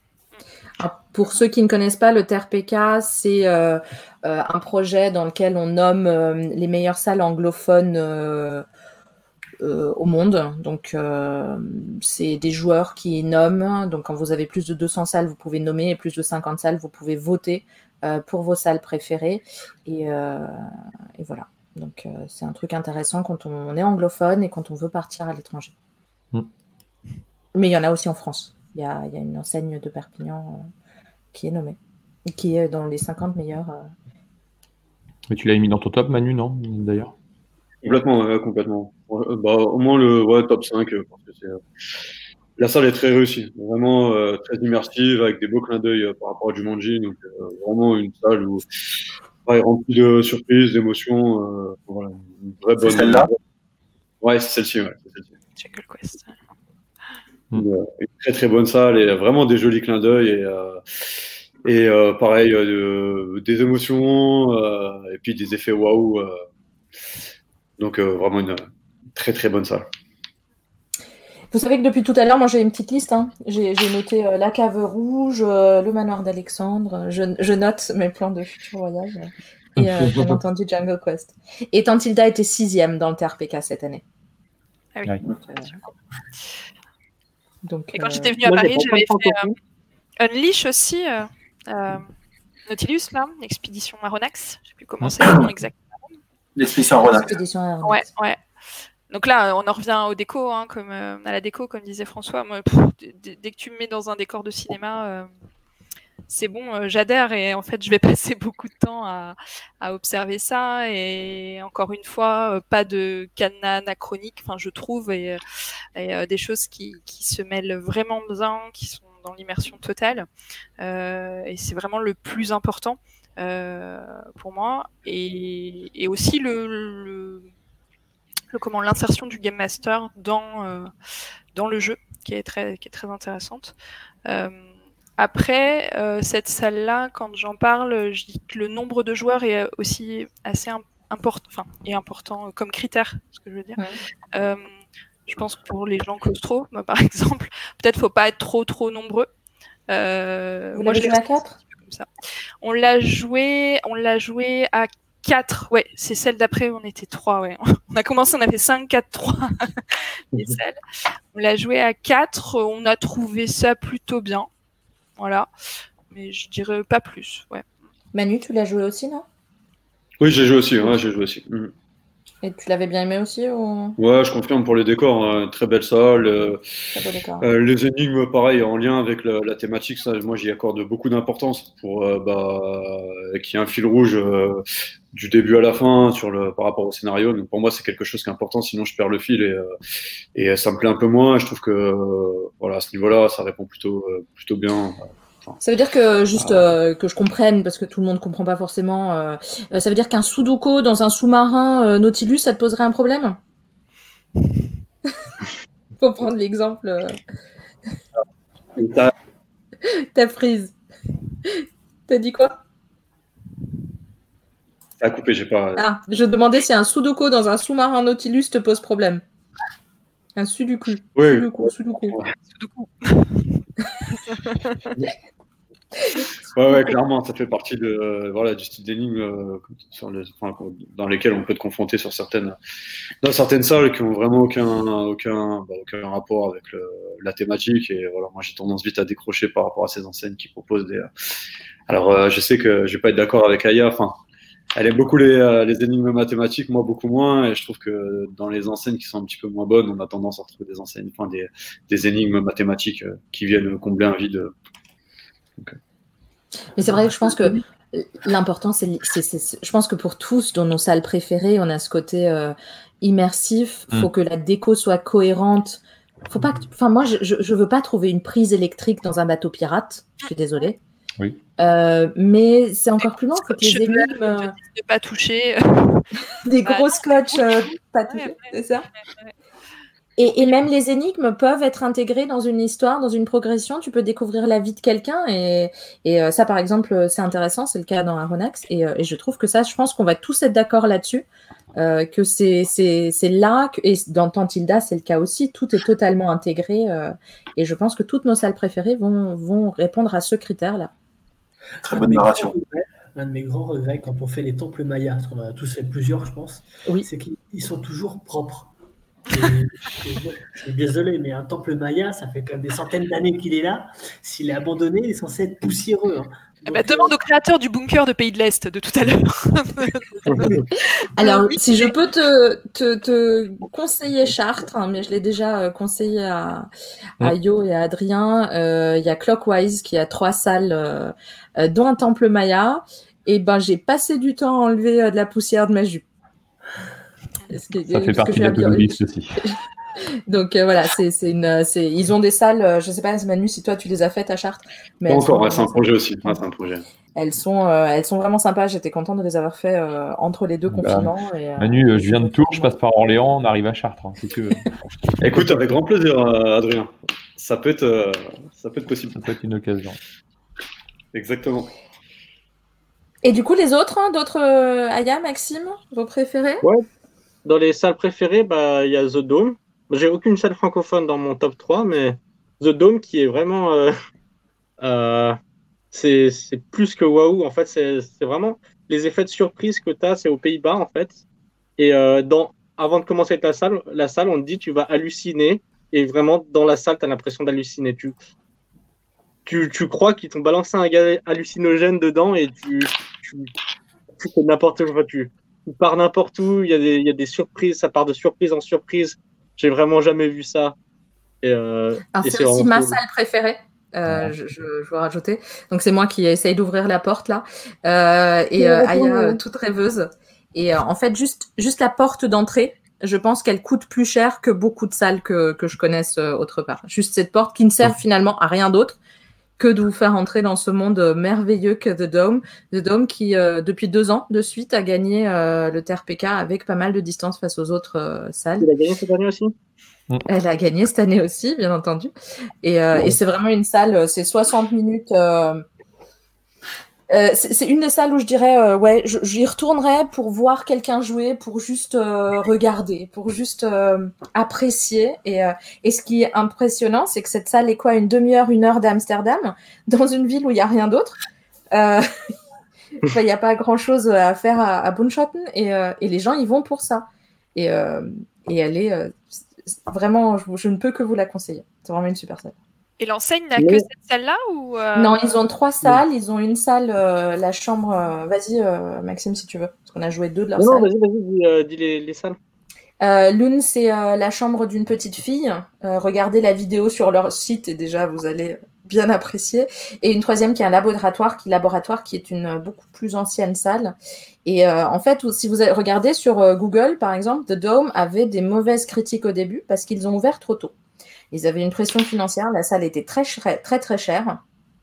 Alors, pour ceux qui ne connaissent pas, le T R P K, c'est euh, euh, un projet dans lequel on nomme euh, les meilleures salles anglophones euh, euh, au monde. Donc, euh, c'est des joueurs qui nomment. Donc, quand vous avez plus de deux cents salles, vous pouvez nommer, et plus de cinquante salles, vous pouvez voter. Euh, pour vos salles préférées et, euh, et voilà, donc euh, c'est un truc intéressant quand on, on est anglophone et quand on veut partir à l'étranger. Mm. Mais il y en a aussi en France, il y a, il y a une enseigne de Perpignan euh, qui est nommée, qui est dans les cinquante meilleurs. Euh... Mais tu l'as mis dans ton top, Manu, non, d'ailleurs? Complètement, ouais, complètement. Bah, au moins le ouais, top cinq, parce que c'est... La salle est très réussie, vraiment euh, très immersive, avec des beaux clins d'œil euh, par rapport à Jumanji. Donc, euh, vraiment une salle où ouais, remplie de surprises, d'émotions. Euh, voilà, une vraie bonne. C'est celle-là ? Ouais, c'est celle-ci. Ouais, c'est celle-ci. Jungle Quest. Une, une très très bonne salle et vraiment des jolis clins d'œil et euh, et euh, pareil euh, des émotions euh, et puis des effets waouh. Euh, donc euh, vraiment une très très bonne salle. Vous savez que depuis tout à l'heure, moi j'ai une petite liste. Hein. J'ai, j'ai noté euh, la cave rouge, euh, le manoir d'Alexandre. Je, je note mes plans de futur voyage. Et euh, bien entendu Jungle Quest. Et Tantilda était sixième dans le T R P K cette année. Ah oui. Donc, euh, donc, et quand euh, j'étais venue à Paris, j'avais fait euh, Unleash aussi. Euh, euh, Nautilus, là, l'expédition Aronnax. Je ne sais plus comment c'est le nom exactement. L'expédition Aronnax. L'expédition Aronnax. Ouais, ouais. Donc là, on en revient au déco, hein, comme euh, à la déco, comme disait François. Moi, pff, d- dès que tu me mets dans un décor de cinéma, euh, c'est bon, euh, j'adhère et en fait, je vais passer beaucoup de temps à, à observer ça. Et encore une fois, euh, pas de cadenas anachronique, enfin, je trouve, et, et euh, des choses qui, qui se mêlent vraiment bien, qui sont dans l'immersion totale. Euh, et c'est vraiment le plus important euh, pour moi. Et, et aussi le, le Le, comment l'insertion du game master dans euh, dans le jeu qui est très qui est très intéressante. Euh, après euh, cette salle là, quand j'en parle, je dis que le nombre de joueurs est aussi assez important, enfin est important comme critère, ce que je veux dire. Ouais. Euh, je pense que pour les gens claustro, moi, par exemple, peut-être faut pas être trop trop nombreux. Euh, Vous moi l'avez je joué à quatre ? Comme ça. On l'a joué, on l'a joué à quatre, ouais, c'est celle d'après, on était trois, ouais. On a commencé, on a fait cinq, quatre, trois, les salles. On l'a joué à quatre, on a trouvé ça plutôt bien, voilà. Mais je dirais pas plus, ouais. Manu, tu l'as joué aussi, non ? Oui, j'ai joué aussi, ouais, j'ai joué aussi. Mmh. Et tu l'avais bien aimé aussi ou... Ouais, je confirme pour les décors, hein, très belle salle. euh, Très beau décor. euh, les énigmes, pareil, en lien avec la, la thématique, ça, moi j'y accorde beaucoup d'importance pour euh, bah, qu'il y ait un fil rouge euh, du début à la fin sur le, par rapport au scénario. Donc pour moi, c'est quelque chose qui est important, sinon je perds le fil et, euh, et ça me plaît un peu moins. Je trouve que euh, voilà, à ce niveau-là, ça répond plutôt, euh, plutôt bien. Enfin, Ça veut dire que, juste euh, que je comprenne, parce que tout le monde comprend pas forcément, euh, euh, ça veut dire qu'un Sudoku dans un sous-marin euh, Nautilus, ça te poserait un problème? Faut prendre l'exemple. Euh... t'as- T'as prise. T'as dit quoi? ça a coupé, j'ai pas. Ah, je demandais si un Sudoku dans un sous-marin Nautilus te pose problème. Un Sudoku. Oui. Sudoku, Sudoku. Sudoku. Ouais, ouais, clairement, ça fait partie de, euh, voilà, du style d'énigmes euh, sur les- enfin, dans lesquels on peut te confronter sur certaines, dans certaines salles qui ont vraiment aucun, aucun, bah, aucun rapport avec le- la thématique. Et voilà, moi j'ai tendance vite à décrocher par rapport à ces enseignes qui proposent des. Alors, euh, je sais que je vais pas être d'accord avec Aya. Enfin, elle aime beaucoup les, euh, les énigmes mathématiques, moi beaucoup moins. Et je trouve que dans les enseignes qui sont un petit peu moins bonnes, on a tendance à retrouver des enseignes, enfin des, des énigmes mathématiques euh, qui viennent combler un vide. Donc, euh, Mais c'est vrai que je pense que l'important, c'est, c'est, c'est, je pense que pour tous, dans nos salles préférées, on a ce côté euh, immersif. Il faut Mm. que la déco soit cohérente. Faut pas que, enfin, moi, je, je veux pas trouver une prise électrique dans un bateau pirate. Je suis désolée. Oui. Euh, mais c'est encore plus loin. Il faut que les Je énigmes, peux ne pas toucher. des gros scotch, euh, pas touchés, c'est ça? Et, et même les énigmes peuvent être intégrées dans une histoire, dans une progression. Tu peux découvrir la vie de quelqu'un. Et, et euh, ça, par exemple, c'est intéressant. C'est le cas dans Aronax. Et, euh, et je trouve que ça, je pense qu'on va tous être d'accord là-dessus. Euh, que c'est, c'est, c'est là, que, et dans Tantilda, c'est le cas aussi. Tout est totalement intégré. Euh, et je pense que toutes nos salles préférées vont, vont répondre à ce critère-là. Très bonne narration. Un de mes grands regrets quand on fait les temples mayas, parce qu'on en a tous fait plusieurs, je pense, Oui. c'est qu'ils sont toujours propres. Et, je suis désolé, mais un temple maya, ça fait quand même des centaines d'années qu'il est là. S'il est abandonné, il est censé être poussiéreux. Hein. Eh ben, demande au créateur du bunker de Pays de l'Est de tout à l'heure. Alors, si je peux te, te, te conseiller Chartres, hein, mais je l'ai déjà conseillé à, à Yo et à Adrien, il euh, y a Clockwise qui a trois salles, euh, euh, dont un temple maya. Et ben, j'ai passé du temps à enlever euh, de la poussière de ma jupe. Que, ça fait partie de la to-do list aussi. Donc euh, voilà, c'est, c'est une, c'est, ils ont des salles, euh, je sais pas Manu si toi tu les as faites à Chartres. Mais pas encore, ouais, c'est un projet aussi. Ouais, c'est un projet. Elles sont, euh, elles sont vraiment sympas. J'étais contente de les avoir fait euh, entre les deux confinements. Bah, et, euh, Manu, euh, je viens de Tours, je passe par Orléans, on arrive à Chartres, hein, si tu veux. Écoute, avec grand plaisir, Adrien. Ça peut être, euh, ça peut être possible. Ça peut être une occasion. Exactement. Et du coup, les autres, hein, d'autres, euh, Aya, Maxime, vos préférés? Ouais. Dans les salles préférées, bah, il y a The Dome. J'ai aucune salle francophone dans mon top trois, mais The Dome qui est vraiment. Euh, euh, c'est, c'est plus que waouh. En fait, c'est, c'est vraiment les effets de surprise que tu as, c'est aux Pays-Bas, en fait. Et euh, dans, avant de commencer la salle, la salle, on te dit tu vas halluciner. Et vraiment, dans la salle, tu as l'impression d'halluciner. Tu, tu, tu crois qu'ils t'ont balancé un gaz hallucinogène dedans et tu, tu, tu fais n'importe quoi. Tu, tu pars n'importe où. Il y a des, il y a des surprises. Ça part de surprise en surprise. J'ai vraiment jamais vu ça. Et, euh, Alors, et c'est, c'est aussi ma cool. salle préférée. Euh, je, je, je veux rajouter. Donc, c'est moi qui essaye d'ouvrir la porte là. Euh, et euh, Aya, euh, toute rêveuse. Et euh, en fait, juste, juste la porte d'entrée, je pense qu'elle coûte plus cher que beaucoup de salles que, que je connaisse euh, autre part. Juste cette porte qui ne sert finalement à rien d'autre que de vous faire entrer dans ce monde merveilleux que The Dome. The Dome qui, euh, depuis deux ans de suite, a gagné euh, le T R P K avec pas mal de distance face aux autres euh, salles. Il a gagné cette année aussi? Elle a gagné cette année aussi, bien entendu. Et, euh, ouais. et c'est vraiment une salle, c'est soixante minutes. Euh, euh, c'est, c'est une des salles où je dirais, euh, ouais, je, j'y retournerais pour voir quelqu'un jouer, pour juste euh, regarder, pour juste euh, apprécier. Et, euh, et ce qui est impressionnant, c'est que cette salle est quoi, une demi-heure, une heure d'Amsterdam, dans une ville où il n'y a rien d'autre. Euh, il n'y a pas grand-chose à faire à, à Bunschoten et, euh, et les gens y vont pour ça. Et, euh, et elle est... Euh, vraiment, je, je ne peux que vous la conseiller. C'est vraiment une super salle. Et l'enseigne n'a Mais- que cette salle-là ou euh, Non, ils ont trois salles. Ils ont une salle, euh, la chambre. euh, Vas-y, euh, Maxime, si tu veux, parce qu'on a joué deux de leurs Non, non, salles. vas-y, vas-y, dis, euh, dis les, les salles. Euh, L'une, c'est euh, la chambre d'une petite fille. Euh, regardez la vidéo sur leur site et déjà vous allez bien apprécier. Et une troisième qui est un laboratoire, qui laboratoire qui est une beaucoup plus ancienne salle. Et euh, en fait, si vous regardez sur euh, Google, par exemple, The Dome avait des mauvaises critiques au début parce qu'ils ont ouvert trop tôt. Ils avaient une pression financière, la salle était très très très, très chère.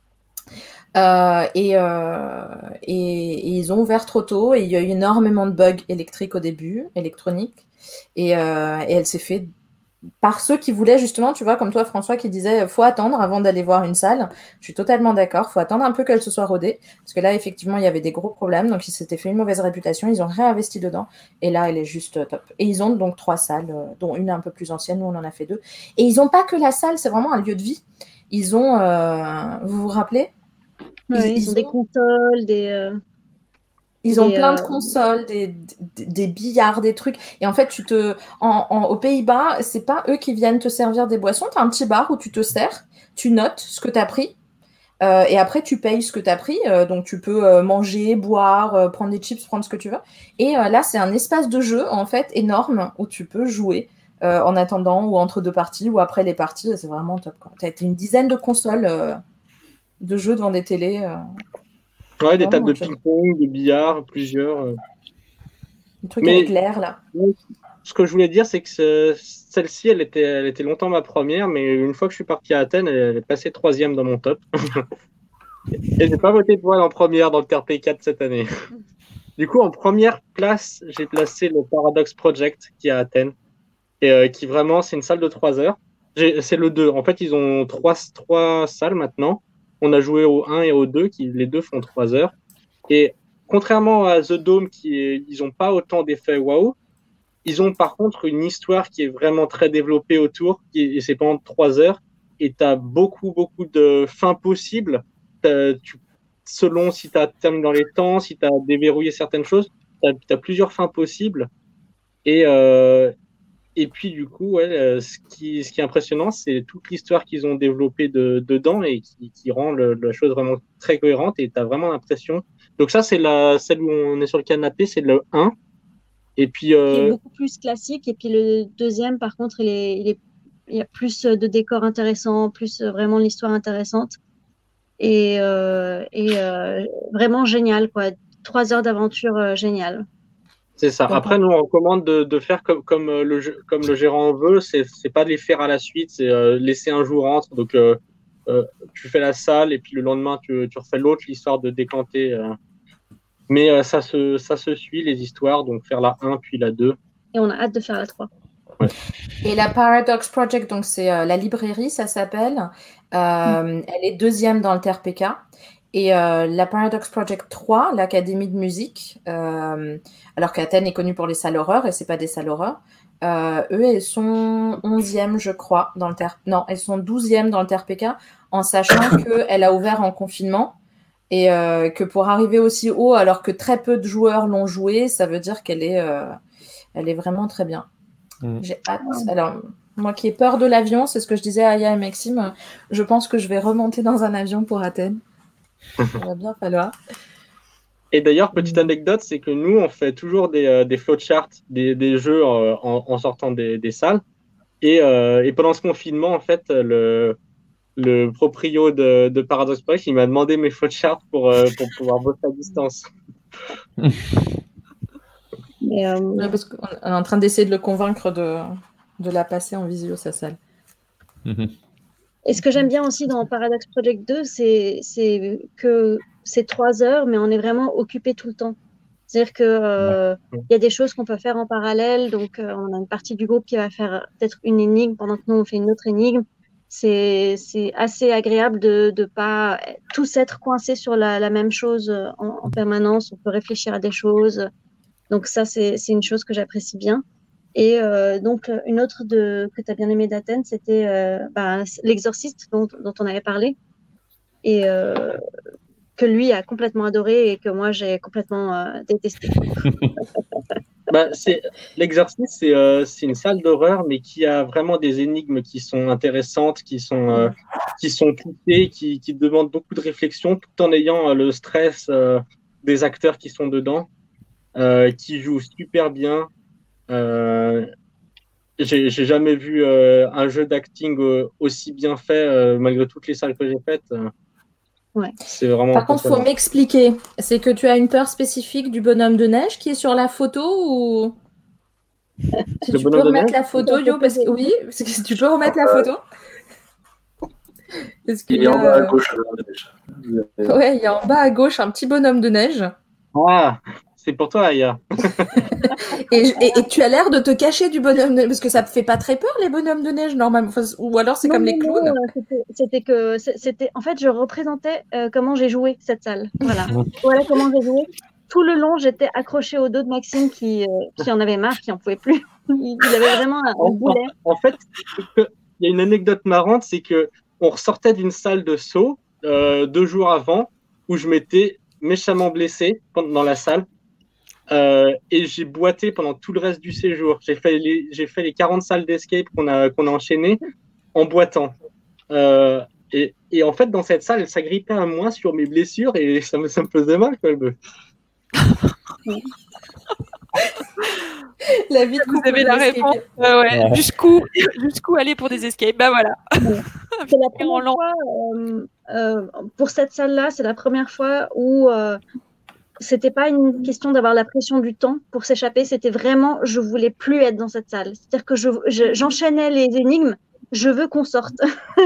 Euh, et, euh, et, et ils ont ouvert trop tôt et il y a eu énormément de bugs électriques au début, électroniques. Et, euh, et elle s'est fait par ceux qui voulaient justement, tu vois, comme toi François qui disait faut attendre avant d'aller voir une salle. Je suis totalement d'accord, faut attendre un peu qu'elle se soit rodée parce que là effectivement il y avait des gros problèmes, donc ils s'étaient fait une mauvaise réputation, ils ont réinvesti dedans et là elle est juste top. Et ils ont donc trois salles, euh, dont une un peu plus ancienne, nous on en a fait deux. Et ils n'ont pas que la salle, c'est vraiment un lieu de vie. Ils ont, euh, vous vous rappelez Ouais, ils, ils ont des consoles, des. euh, Ils ont des, plein de euh, consoles, des, des, des billards, des trucs. Et en fait, tu te, en, en, aux Pays-Bas, c'est pas eux qui viennent te servir des boissons. Tu as un petit bar où tu te sers, tu notes ce que tu as pris. Euh, et après, tu payes ce que tu as pris. Euh, donc, tu peux euh, manger, boire, euh, prendre des chips, prendre ce que tu veux. Et euh, là, c'est un espace de jeu, en fait, énorme où tu peux jouer euh, en attendant ou entre deux parties ou après les parties. C'est vraiment top. Tu as une dizaine de consoles euh, de jeux devant des télés. Euh, Ouais, des tables de vraiment, ping-pong, de billard, plusieurs. euh. des trucs Mais- avec l'air, là. Ce que je voulais dire, c'est que ce- celle-ci, elle était, elle était longtemps ma première, mais une fois que je suis parti à Athènes, elle est passée troisième dans mon top. Et j'ai pas voté pour elle en première dans le T R P quatre cette année. Du coup, en première place, j'ai placé le Paradox Project qui est à Athènes, et euh, qui vraiment, c'est une salle de trois heures. J'ai- C'est le deux. En fait, ils ont trois, trois salles maintenant. On a joué au un et au deux, qui les deux font trois heures. Et contrairement à The Dome, qui est, ils ont pas autant d'effets waouh. Ils ont par contre une histoire qui est vraiment très développée autour, qui est- et c'est pendant trois heures, et tu as beaucoup, beaucoup de fins possibles. T'as- tu- selon si tu as terminé dans les temps, si tu as déverrouillé certaines choses, tu as, plusieurs fins possibles. Et, euh, et puis, du coup, ouais, euh, ce, qui, ce qui est impressionnant, c'est toute l'histoire qu'ils ont développée de, dedans et qui, qui rend le- la chose vraiment très cohérente, et tu as vraiment l'impression. Donc, ça, c'est la, celle où on est sur le canapé, c'est le un. Et puis, qui est euh, beaucoup plus classique. Et puis le deuxième, par contre, il est, il est, il y a plus de décors intéressants, plus euh, vraiment l'histoire intéressante. Et, euh, et euh, vraiment génial, quoi. Trois heures d'aventure euh, géniale. c'est ça. Donc, Après, nous, on recommande de, de faire comme, comme, euh, le, jeu- comme le gérant veut. C'est, c'est pas de les faire à la suite, c'est euh, laisser un jour entre. Donc, euh, euh, tu fais la salle et puis le lendemain, tu, tu refais l'autre, l'histoire de décanter. euh. Mais euh, ça, se, ça se suit, les histoires. Donc, faire la un puis la deux. Et on a hâte de faire la trois. Et la Paradox Project, donc c'est euh, la librairie, ça s'appelle. Euh, Elle est deuxième dans le T R P K. Et euh, la Paradox Project trois, l'Académie de musique, euh, alors qu'Athènes est connue pour les salles horreurs, et c'est pas des salles horreurs, euh, eux, elles sont onzième, je crois, dans le T R P K. Non, elles sont douzième dans le T R P K, en sachant qu'elle a ouvert en confinement. Et euh, que pour arriver aussi haut, alors que très peu de joueurs l'ont joué, ça veut dire qu'elle est, euh, elle est vraiment très bien. Mm. J'ai hâte. Alors, moi qui ai peur de l'avion, c'est ce que je disais à Aya et Maxime, je pense que je vais remonter dans un avion pour Athènes. Ça va bien falloir. Et d'ailleurs, petite anecdote, c'est que nous, on fait toujours des, euh, des flowcharts, des, des jeux euh, en, en sortant des, des salles. Et, euh, et pendant ce confinement, en fait, le, le proprio de, de Paradox Project, il m'a demandé mes flowcharts pour, euh, pour pouvoir bosser à distance. Et, euh, Ouais, parce qu'on est en train d'essayer de le convaincre de, de la passer en visio, sa salle. Mhm. Et ce que j'aime bien aussi dans Paradox Project deux, c'est, c'est que c'est trois heures, mais on est vraiment occupé tout le temps. C'est-à-dire que euh, Ouais. il y a des choses qu'on peut faire en parallèle. Donc, euh, on a une partie du groupe qui va faire peut-être une énigme pendant que nous, on fait une autre énigme. C'est, c'est assez agréable de ne pas tous être coincés sur la, la même chose en, en permanence. On peut réfléchir à des choses. Donc, ça, c'est, c'est une chose que j'apprécie bien. Et euh, donc, une autre de, que tu as bien aimé d'Athènes, c'était euh, bah, l'exorciste dont, dont on avait parlé. Et euh, que lui a complètement adoré et que moi, j'ai complètement euh, détesté. Bah, c'est l'exercice, c'est euh, c'est une salle d'horreur, mais qui a vraiment des énigmes qui sont intéressantes, qui sont euh, qui sont poussées, qui qui demandent beaucoup de réflexion, tout en ayant euh, le stress euh, des acteurs qui sont dedans, euh, qui jouent super bien. Euh, j'ai j'ai jamais vu euh, un jeu d'acting euh, aussi bien fait euh, malgré toutes les salles que j'ai faites. Euh, Ouais. c'est vraiment Par contre, il faut impressionnant. m'expliquer. C'est que tu as une peur spécifique du bonhomme de neige qui est sur la photo ou si Le tu peux bonhomme de remettre neige, la photo, Yo, parce que oui, parce que si tu peux remettre la photo. Parce qu'il Il y est en bas à a, gauche. euh, déjà. ouais, il y a en bas à gauche un petit bonhomme de neige. ah, c'est pour toi, Aya. Et, et, et tu as l'air de te cacher du bonhomme de neige parce que ça te fait pas très peur les bonhommes de neige normalement. Enfin, ou alors c'est Non, comme non, les non, clowns. euh, c'était c'était que c'est- c'était en fait je représentais euh, comment j'ai joué cette salle. Voilà. Voilà comment j'ai joué. Tout le long, j'étais accrochée au dos de Maxime qui, euh, qui en avait marre, qui en pouvait plus. Il, il avait vraiment un, un En, en- boulet. en fait, c'est que- il y a une anecdote marrante, c'est que on ressortait d'une salle de saut euh, deux jours avant où je m'étais méchamment blessé pendant- dans la salle euh, et j'ai boité pendant tout le reste du séjour. J'ai fait les, j'ai fait les quarante salles d'escape qu'on a, qu'on a enchaînées en boitant. Euh, et, et en fait, dans cette salle, elle s'agrippait à moi sur mes blessures et ça me, ça me faisait mal. Quoi. La vie de Vous couple avez la d'escape. réponse. Ouais, ouais. Ouais. Jusqu'où, jusqu'où aller pour des escapes? Bah voilà. C'est la En première long. fois euh, euh, pour cette salle-là, c'est la première fois où euh, c'était pas une question d'avoir la pression du temps pour s'échapper, c'était vraiment je voulais plus être dans cette salle. C'est-à-dire que je, je- j'enchaînais les énigmes, je veux qu'on sorte.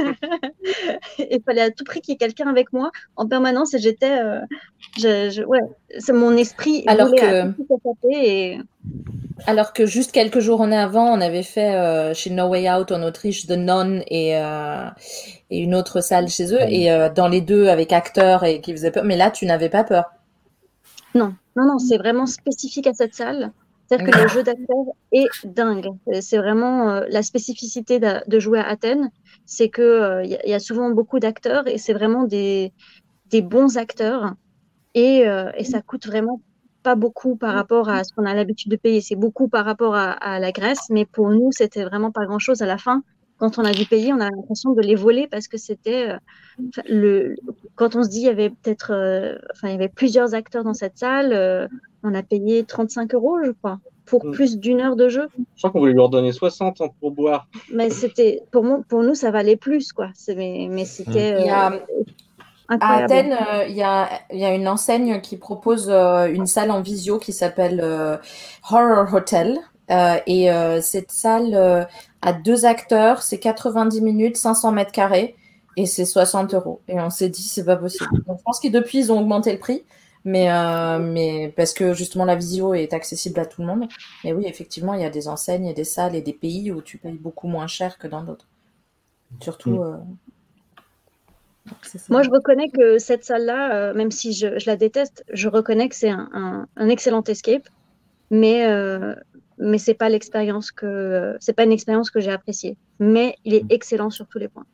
Il fallait à tout prix qu'il y ait quelqu'un avec moi en permanence et j'étais, euh, je, je- ouais, c'est mon esprit Alors voulait à que, tout prix s'échapper et alors que juste quelques jours en avant, on avait fait euh, chez No Way Out en Autriche The Nun et, euh, et une autre salle chez eux. Et euh, dans les deux avec acteurs et qui faisaient peur. Mais là, tu n'avais pas peur. non, non, non, c'est vraiment spécifique à cette salle. C'est-à-dire que le jeu d'acteur est dingue. C'est- C'est vraiment euh, la spécificité de, de jouer à Athènes, c'est que euh, il y, a- il y a souvent beaucoup d'acteurs et c'est vraiment des, des bons acteurs et, euh, et ça coûte vraiment pas beaucoup par rapport à ce qu'on a l'habitude de payer. C'est beaucoup par rapport à, à la Grèce, mais pour nous, c'était vraiment pas grand-chose à la fin. Quand on a dû payer, on a l'impression de les voler parce que c'était euh, enfin, le quand on se dit il y avait peut-être euh, enfin il y avait plusieurs acteurs dans cette salle, euh, on a payé trente-cinq euros, je crois, pour Mm. plus d'une heure de jeu. Je crois qu'on voulait leur donner soixante ans pour boire. Mais c'était pour moi, pour nous, ça valait plus quoi. C'est, mais, mais c'était Il y euh, a, à incroyable. Athènes, euh, il y a, il y a une enseigne qui propose euh, une salle en visio qui s'appelle euh, Horror Hotel. Euh, et euh, cette salle euh, a deux acteurs, c'est quatre-vingt-dix minutes, cinq cents mètres carrés, et c'est soixante euros. Et on s'est dit, c'est pas possible. Donc, je pense que depuis, ils ont augmenté le prix, mais, euh, mais parce que justement, la visio est accessible à tout le monde. Mais oui, effectivement, il y a des enseignes et des salles et des pays où tu payes beaucoup moins cher que dans d'autres. Surtout. Euh, c'est ça. Moi, je reconnais que cette salle-là, euh, même si je, je la déteste, je reconnais que c'est un, un, un excellent escape, mais euh, mais c'est pas l'expérience que c'est pas une expérience que j'ai appréciée. Mais il est excellent sur tous les points.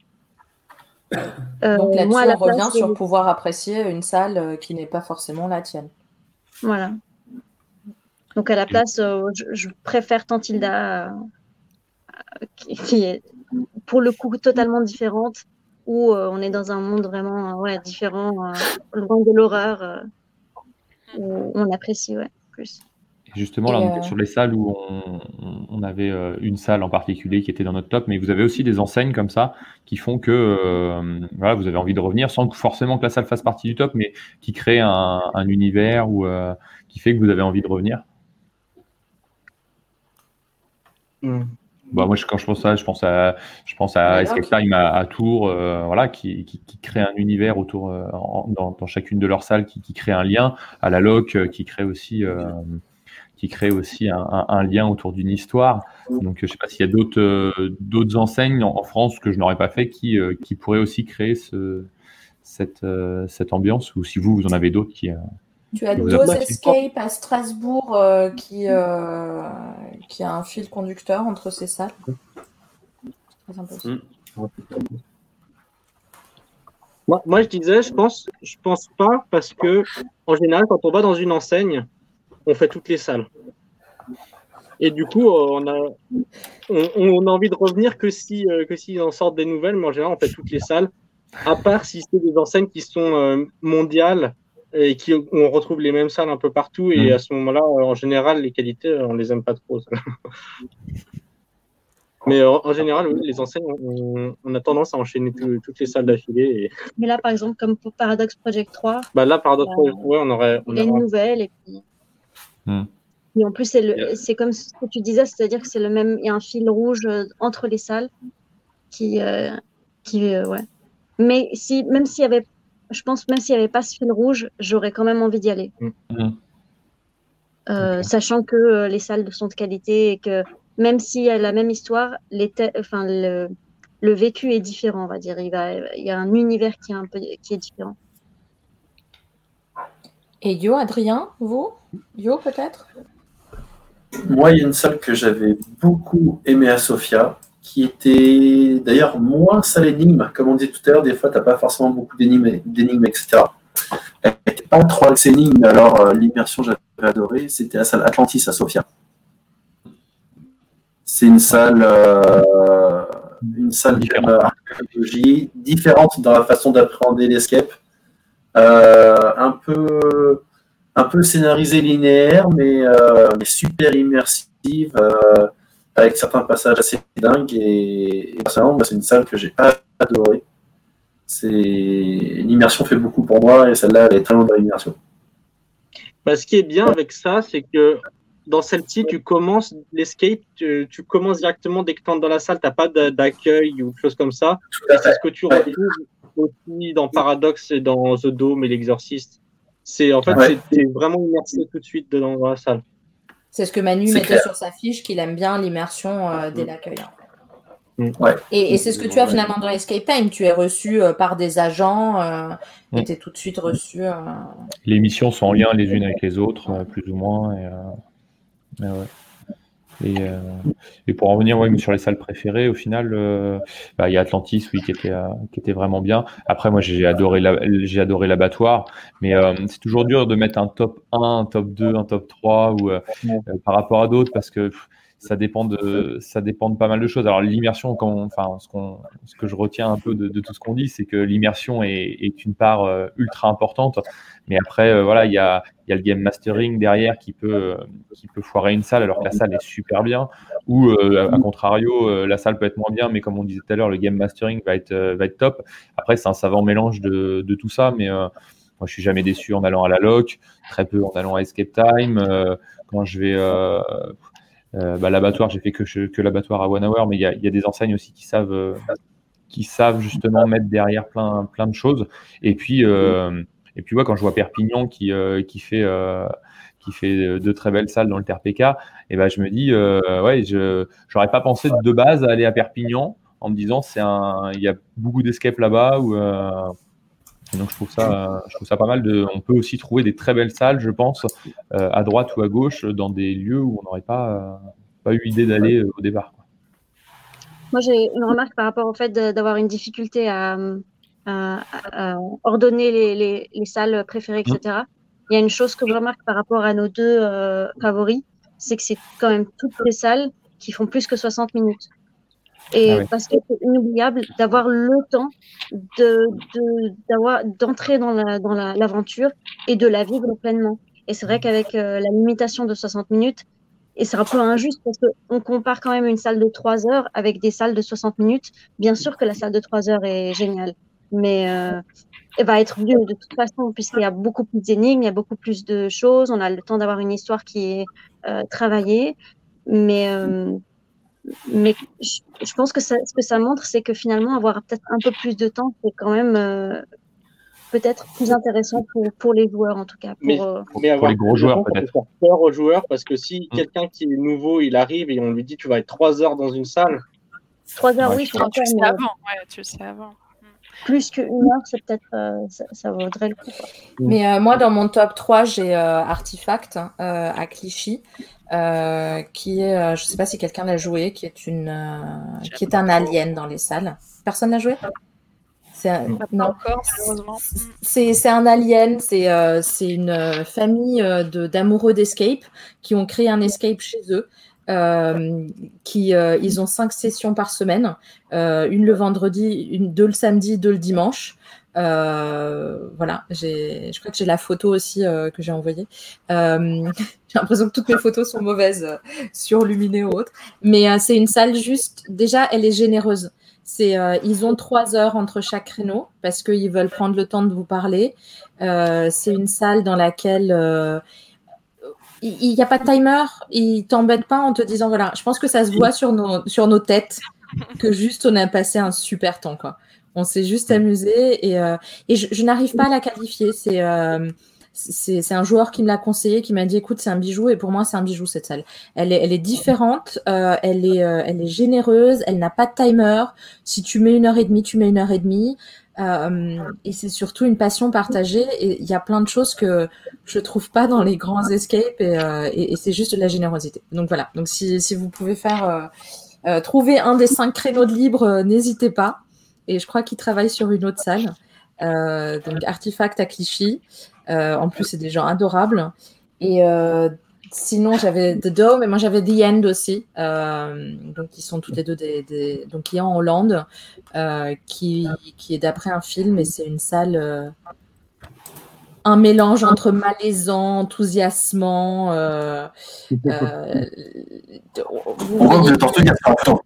Euh, Donc moi, là-dessus, à la on revient place, sur euh, pouvoir apprécier une salle euh, qui n'est pas forcément la tienne. voilà. Donc à la place, euh, je, je préfère Tantilda, euh, qui, qui est pour le coup totalement différente, où euh, on est dans un monde vraiment euh, ouais, différent, euh, loin de l'horreur, euh, où on apprécie ouais, plus. Et justement, là, Et on euh, était sur les salles où on, on- on avait euh, une salle en particulier qui était dans notre top, mais vous avez aussi des enseignes comme ça qui font que euh, voilà, vous avez envie de revenir sans que forcément que la salle fasse partie du top, mais qui crée un, un univers ou euh, qui fait que vous avez envie de revenir. Mm. Bah, moi, je- quand je pense à ça, je pense à, je pense à Voilà. Escape Time à, à Tours, euh, voilà, qui, qui, qui crée un univers autour, euh, en- dans, dans chacune de leurs salles, qui, qui crée un lien. À la Loc, euh, qui crée aussi, euh, qui crée aussi un, un- un lien autour d'une histoire. Donc, je sais pas s'il y a d'autres, euh, d'autres enseignes en, en France que je n'aurais pas fait qui, euh, qui pourraient aussi créer ce, cette, euh, cette ambiance, ou si vous, vous en avez d'autres qui, euh, tu as qui vous Dos apprécient. Escape à Strasbourg euh, qui, euh, qui a un fil conducteur entre ces salles. Très sympa aussi. Mm. Moi, moi, je disais, je pense, je pense pas parce que en général, quand on va dans une enseigne, on fait toutes les salles. Et du coup, on a, on, on a envie de revenir que si, euh, que s'ils en sortent des nouvelles, mais en général, on fait toutes les salles, à part si c'est des enseignes qui sont euh, mondiales et qui, où on retrouve les mêmes salles un peu partout. Et Mm. à ce moment-là, euh, en général, les qualités, on les aime pas trop. Ça. Mais euh, en général, oui, les enseignes, on, on a tendance à enchaîner tout, toutes les salles d'affilée. Et... Mais là, par exemple, comme pour Paradox Project trois, Bah là, par d'autres, euh, ouais, on aurait. On il y a une aurait... nouvelle et puis. Mm. Et en plus, c'est, le, c'est comme ce que tu disais, c'est-à-dire que c'est le même, il y a un fil rouge euh, entre les salles qui, euh, qui, euh, ouais. Mais si, même s'il y avait, je pense, même s'il y avait pas ce fil rouge, j'aurais quand même envie d'y aller, Mm. euh, Ok. sachant que euh, les salles sont de qualité et que même s'il y a la même histoire, les, te- enfin le, le vécu est différent, on va dire. Il va, il y a un univers qui est un peu, qui est différent. Et Yo, Adrien, vous Yo, peut-être Moi, il y a une salle que j'avais beaucoup aimée à Sofia, qui était d'ailleurs moins salle énigme. Comme on disait tout à l'heure, des fois, tu n'as pas forcément beaucoup d'énigmes, d'énigmes, et cetera. Elle n'était pas trop axée énigme, mais alors euh, l'immersion, j'avais adoré. C'était la salle Atlantis à Sofia. C'est une salle, euh, une salle d'archéologie différente dans la façon d'appréhender l'escape. Euh, un peu... un peu scénarisée linéaire, mais, euh, mais super immersive, euh, avec certains passages assez dingues. Et, et personnellement, c'est une salle que j'ai adorée. C'est... L'immersion fait beaucoup pour moi, et celle-là, elle est très loin de l'immersion. Bah, ce qui est bien avec ça, c'est que dans celle-ci, tu commences l'escape, tu, tu commences directement dès que tu entres dans la salle, tu n'as pas d'accueil ou quelque chose comme ça. Et c'est ce que tu retrouves aussi dans Paradox et dans The Dome et l'Exorcist. C'est, en fait, Ouais. c'est vraiment immersé tout de suite dedans, dans la salle. C'est ce que Manu C'est mettait clair. sur sa fiche, qu'il aime bien l'immersion euh, dès l'accueil. En fait. Ouais. Et, et c'est ce que tu as finalement dans Escape Time. Tu es reçu euh, par des agents euh, Mm. et tu es tout de suite reçu. Euh... Les missions sont en lien les unes avec les autres, euh, plus ou moins. Et, euh, mais ouais. Et, euh, et pour en revenir ouais, sur les salles préférées, au final, euh, bah, il y a Atlantis, oui, qui était, euh, qui était vraiment bien. Après, moi, j'ai adoré, la, j'ai adoré l'abattoir, mais euh, c'est toujours dur de mettre un top un, un top deux, un top trois ou, euh, euh, par rapport à d'autres, parce que pff, ça dépend de, ça dépend de pas mal de choses. Alors, l'immersion, quand on, enfin, ce, qu'on, ce que je retiens un peu de, de tout ce qu'on dit, c'est que l'immersion est, est une part euh, ultra importante. Mais après, euh, voilà, il y a, il y a le game mastering derrière qui peut, euh, qui peut foirer une salle, alors que la salle est super bien. Ou, euh, à contrario, euh, la salle peut être moins bien, mais comme on disait tout à l'heure, le game mastering va être, euh, va être top. Après, c'est un savant mélange de, de tout ça, mais euh, moi, je suis jamais déçu en allant à la loc, très peu en allant à Escape Time. Euh, quand je vais, euh, euh, bah, l'abattoir, j'ai fait que, que l'abattoir à One Hour, mais il y a, il y a des enseignes aussi qui savent, euh, qui savent justement mettre derrière plein, plein de choses. Et puis, euh, et puis ouais, quand je vois Perpignan qui, euh, qui fait, euh, qui fait de très belles salles dans le T R P K, et ben je me dis, euh, ouais, je j'aurais pas pensé de base à aller à Perpignan en me disant c'est un, il y a beaucoup d'escape là-bas. Ou euh, donc je trouve ça, je trouve ça pas mal. De, on peut aussi trouver des très belles salles, je pense, euh, à droite ou à gauche, dans des lieux où on n'aurait pas, euh, pas eu l'idée d'aller euh, au départ. Quoi. Moi, j'ai une remarque par rapport au fait de, d'avoir une difficulté à, à, à ordonner les, les, les salles préférées, et cetera. Il y a une chose que je remarque par rapport à nos deux euh, favoris, c'est que c'est quand même toutes les salles qui font plus que soixante minutes. Et Ah oui. parce que c'est inoubliable d'avoir le temps de, de, d'avoir, d'entrer dans, la, dans la, l'aventure et de la vivre pleinement. Et c'est vrai qu'avec euh, la limitation de soixante minutes, et c'est un peu injuste parce qu'on compare quand même une salle de trois heures avec des salles de soixante minutes. Bien sûr que la salle de trois heures est géniale, mais euh, elle va être mieux de toute façon puisqu'il y a beaucoup plus d'énigmes, il y a beaucoup plus de choses, on a le temps d'avoir une histoire qui est euh, travaillée. Mais, euh, mais je, je pense que ça, ce que ça montre, c'est que finalement, avoir peut-être un peu plus de temps, c'est quand même euh, peut-être plus intéressant pour, pour les joueurs en tout cas. Pour, Mais, euh, mais avoir pour les gros plus de joueurs temps, ça peut peut-être. faire peur aux joueurs parce que si Mm. quelqu'un qui est nouveau, il arrive et on lui dit tu vas être trois heures dans une salle. Trois heures, Ouais, oui, je suis Non, tu d'accord, le sais mais avant. Ouais, tu le sais avant. plus qu'une heure, c'est peut-être, euh, ça, ça vaudrait le coup. Quoi. Mais euh, moi, dans mon top trois, j'ai euh, Artifact euh, à Clichy, euh, qui est, euh, je ne sais pas si quelqu'un l'a joué, qui est, une, euh, qui est un alien dans les salles. Personne l'a joué ? C'est un... Pas non. encore, malheureusement. C'est, c'est un alien, c'est, euh, c'est une euh, famille euh, de, d'amoureux d'escape qui ont créé un escape chez eux. Euh, qui, euh, ils ont cinq sessions par semaine, euh, une le vendredi, une, deux le samedi, deux le dimanche. Euh, voilà, j'ai, je crois que j'ai la photo aussi euh, que j'ai envoyée. Euh, j'ai l'impression que toutes mes photos sont mauvaises, euh, surluminées ou autres. Mais euh, c'est une salle juste, déjà, elle est généreuse. C'est, euh, ils ont trois heures entre chaque créneau parce qu'ils veulent prendre le temps de vous parler. Euh, c'est une salle dans laquelle euh, il n'y a pas de timer, ils t'embêtent pas en te disant voilà. Je pense que ça se voit sur nos, sur nos têtes que juste on a passé un super temps, quoi. On s'est juste amusé et, euh, et je, je n'arrive pas à la qualifier. C'est, euh, c'est, c'est un joueur qui me l'a conseillé, qui m'a dit écoute, c'est un bijou et pour moi, c'est un bijou cette salle. Elle est, elle est différente, euh, elle, est, euh, elle est généreuse, elle n'a pas de timer. Si tu mets une heure et demie, tu mets une heure et demie. Euh, et c'est surtout une passion partagée et il y a plein de choses que je trouve pas dans les grands escapes et, euh, et, et c'est juste de la générosité. Donc voilà. Donc si, si vous pouvez faire euh, euh, trouver un des cinq créneaux de libre, euh, n'hésitez pas. Et je crois qu'il travaille sur une autre salle. Euh, donc Artefact à Clichy. Euh, en plus, c'est des gens adorables. Et euh, sinon, j'avais The Dome et moi j'avais The End aussi. Euh, donc ils sont toutes les deux des, des donc qui est en Hollande, euh, qui qui est d'après un film et c'est une salle. Euh, un mélange entre malaisant, enthousiasmant. Euh, euh, vous On voit que voyez, vous êtes enthousiaste.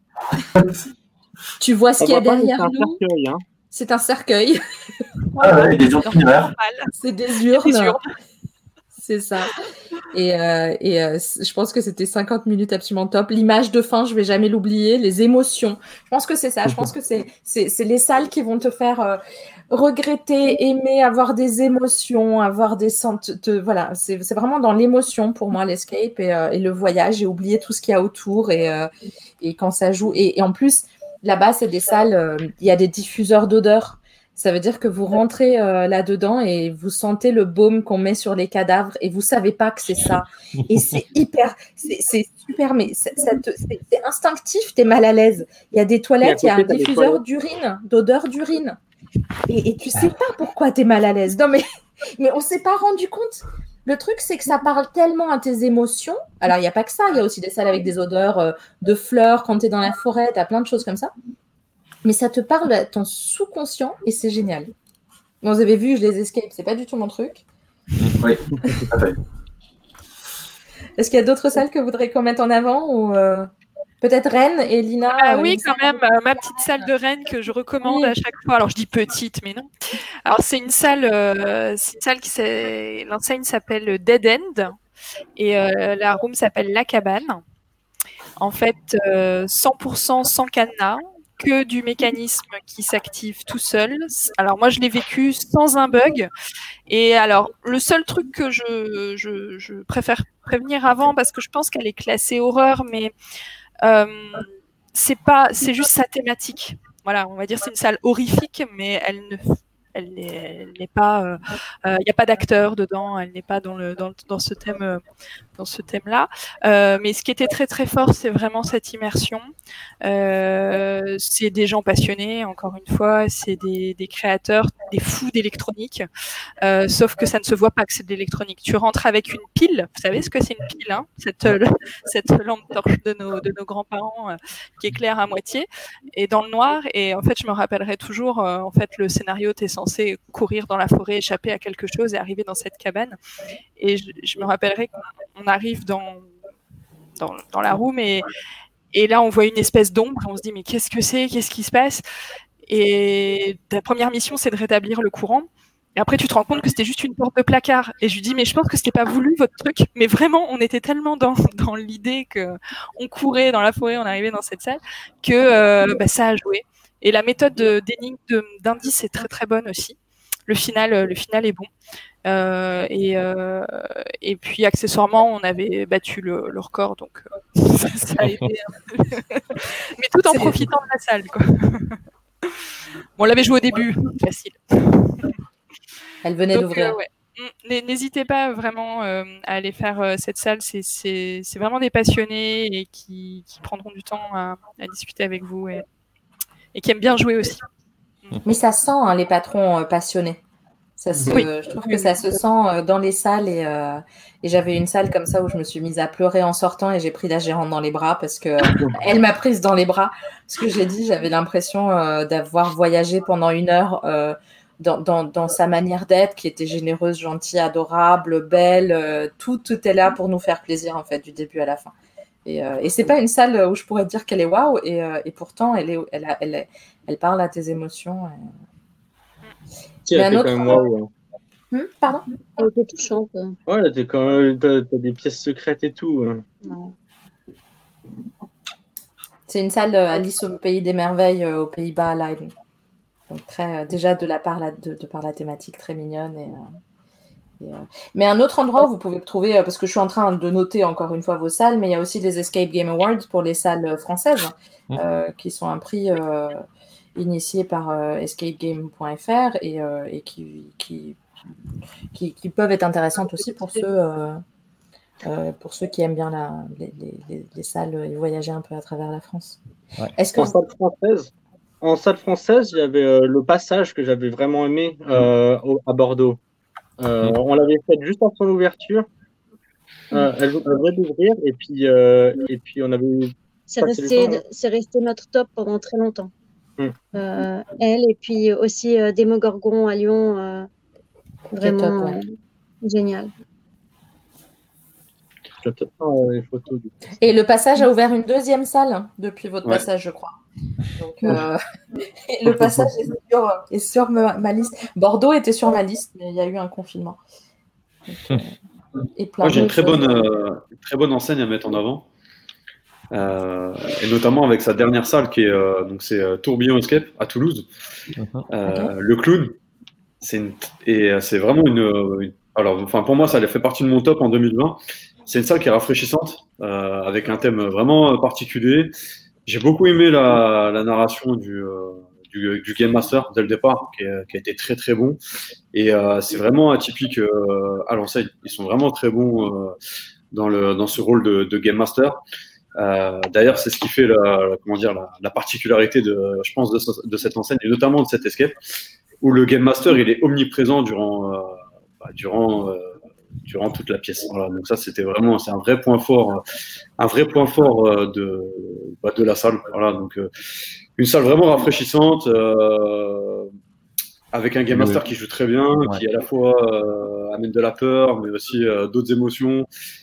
tu vois ce On qu'il y a voit pas, mais derrière c'est un nous. cercueil, hein. C'est un cercueil. Ah ouais, des urnes funéraires. C'est des urnes. Des urnes. C'est ça. Et, euh, et euh, je pense que c'était cinquante minutes absolument top. L'image de fin, je vais jamais l'oublier. Les émotions. Je pense que c'est ça. Je pense que c'est, c'est, c'est les salles qui vont te faire euh, regretter, aimer, avoir des émotions, avoir des sentiments. Voilà, c'est, c'est vraiment dans l'émotion pour moi l'escape et, euh, et le voyage et oublier tout ce qu'il y a autour et, euh, et quand ça joue. Et, et en plus, là-bas, c'est des salles. Euh, il y a des diffuseurs d'odeurs. Ça veut dire que vous rentrez euh, là-dedans et vous sentez le baume qu'on met sur les cadavres et vous savez pas que c'est ça. Et c'est hyper, c'est, c'est super, mais ça, ça te, c'est, c'est instinctif, t'es mal à l'aise. Il y a des toilettes, il y a un diffuseur d'urine, d'odeur d'urine. Et, et tu sais pas pourquoi t'es mal à l'aise. Non, mais, mais on s'est pas rendu compte. Le truc, c'est que ça parle tellement à tes émotions. Alors, il n'y a pas que ça. Il y a aussi des salles avec des odeurs euh, de fleurs. Quand t'es dans la forêt, t'as plein de choses comme ça. Mais ça te parle à ton sous-conscient et c'est génial. Bon, vous avez vu, je les escape, c'est pas du tout mon truc. Oui, tout à fait. Est-ce qu'il y a d'autres salles que vous voudriez qu'on mette en avant ou euh, peut-être Rennes et Lina Ah euh, oui, une quand salle- même, euh, ma petite salle de Rennes que je recommande Oui. à chaque fois. Alors je dis petite, mais non. Alors c'est une salle, euh, c'est une salle qui s'est, l'enseigne s'appelle Dead End et euh, la room s'appelle La Cabane. En fait, euh, cent pour cent sans cadenas, que du mécanisme qui s'active tout seul. Alors moi je l'ai vécu sans un bug. Et alors le seul truc que je, je, je préfère prévenir avant parce que je pense qu'elle est classée horreur, mais euh, c'est pas, c'est juste sa thématique. Voilà, on va dire c'est une salle horrifique, mais elle ne, elle n'est, elle n'est pas, il euh, euh, n'y a pas d'acteur dedans, elle n'est pas dans le, dans, dans ce thème, euh, dans ce thème-là. Euh, mais ce qui était très très fort, c'est vraiment cette immersion. Euh, c'est des gens passionnés, encore une fois, c'est des, des créateurs, des fous d'électronique. Euh, sauf que ça ne se voit pas que c'est de l'électronique. Tu rentres avec une pile, vous savez ce que c'est une pile, hein, cette, euh, cette lampe torche de nos, de nos grands-parents euh, qui éclaire à moitié, et dans le noir. Et en fait, je me rappellerai toujours, euh, en fait, le scénario, t'es censé courir dans la forêt, échapper à quelque chose et arriver dans cette cabane. Et je, je me rappellerai qu'on arrive dans, dans, dans la room et, et là, on voit une espèce d'ombre et on se dit, mais qu'est-ce que c'est? Qu'est-ce qui se passe? Et ta première mission, c'est de rétablir le courant. Et après, tu te rends compte que c'était juste une porte de placard. Et je lui dis, mais je pense que c'était pas voulu, votre truc. Mais vraiment, on était tellement dans, dans l'idée qu'on courait dans la forêt, on arrivait dans cette salle, que euh, bah, ça a joué. Et la méthode de, d'énigme de, d'indice est très très bonne aussi. Le final, le final est bon. Euh, et, euh, et puis, accessoirement, on avait battu le, le record. Donc, euh, ça, ça a été... mais tout en C'est- profitant de la salle, quoi. Bon, on l'avait joué au début, facile. Elle venait Donc, d'ouvrir. euh, ouais. Mm, n'hésitez pas vraiment euh, à aller faire euh, cette salle. C'est, c'est, c'est vraiment des passionnés et qui, qui prendront du temps à, à discuter avec vous et, et qui aiment bien jouer aussi. Mais ça sent hein, les patrons euh, passionnés. Ça se, Oui. Je trouve que ça se sent euh, dans les salles et, euh, et j'avais une salle comme ça où je me suis mise à pleurer en sortant et j'ai pris la gérante dans les bras parce que elle m'a prise dans les bras. Ce que j'ai dit, j'avais l'impression euh, d'avoir voyagé pendant une heure euh, dans, dans, dans sa manière d'être, qui était généreuse, gentille, adorable, belle. Euh, tout, tout est là pour nous faire plaisir en fait du début à la fin. Et, euh, et c'est pas une salle où je pourrais dire qu'elle est waouh et, euh, et pourtant elle est, elle, a, elle, est, elle parle à tes émotions. Et... Si, elle Mais un était autre- quand même waouh. hein. Hmm, pardon. Elle était touchante. euh. Ouais, là, t'es quand même, t'as, t'as des pièces secrètes et tout. hein. Ouais. C'est une salle euh, Alice au pays des merveilles euh, aux Pays-Bas à Leiden. Donc très, euh, déjà de, la par la, de, de par la thématique très mignonne. Et, euh, et, euh, Mais un autre endroit où vous pouvez trouver, euh, parce que je suis en train de noter encore une fois vos salles, mais il y a aussi les Escape Game Awards pour les salles euh, françaises, euh, qui sont un prix euh, initié par euh, escape game point f r et, euh, et qui, qui, qui, qui peuvent être intéressantes aussi pour ceux... Euh, Euh, pour ceux qui aiment bien la, les, les, les salles et voyager un peu à travers la France. Ouais. Est-ce que En salle française, en salle française, il y avait euh, le passage que j'avais vraiment aimé euh, au- à Bordeaux. Euh, on l'avait fait juste avant l'ouverture. Euh, elle, elle venait d'ouvrir et puis euh, et puis on avait C'est passé le resté, temps, hein. c'est resté notre top pendant très longtemps. Mm. Euh, elle et puis aussi euh, Démogorgon à Lyon, euh, vraiment top, ouais. euh, génial. Je vais peut-être prendre les photos du coup. Et le passage a ouvert une deuxième salle depuis votre Ouais. passage, je crois. Donc, euh, et le passage est sur, est sur ma, ma liste. Bordeaux était sur ma liste, mais il y a eu un confinement. Donc, euh, et plein Moi, j'ai une d'autres très bonne, choses. euh, une très bonne enseigne à mettre en avant. Euh, et notamment avec sa dernière salle qui est euh, donc c'est euh, Tourbillon Escape à Toulouse. Euh, Le clown, c'est une, et euh, c'est vraiment une, une- alors enfin pour moi ça fait partie de mon top en deux mille vingt. C'est une salle qui est rafraîchissante euh, avec un thème vraiment particulier. J'ai beaucoup aimé la, la narration du, euh, du, du Game Master dès le départ, qui, est- qui a été très très bon. Et euh, c'est vraiment atypique euh, à l'enseigne. Ils sont vraiment très bons euh, dans, le, dans ce rôle de, de Game Master. Euh, D'ailleurs, c'est ce qui fait la, la- comment dire, la, la particularité, de, je pense, de, ce- de cette enseigne, et notamment de cet escape, où le Game Master il est omniprésent durant, euh, bah, durant, euh, durant toute la pièce. Voilà, donc ça, c'était vraiment, c'est un vrai point fort, euh, un vrai point fort euh, de, bah, de la salle. Voilà, donc euh, une salle vraiment rafraîchissante. Euh, avec un Game Le- Master qui joue très bien, Ouais. qui à la fois euh, amène de la peur, mais aussi euh, d'autres émotions,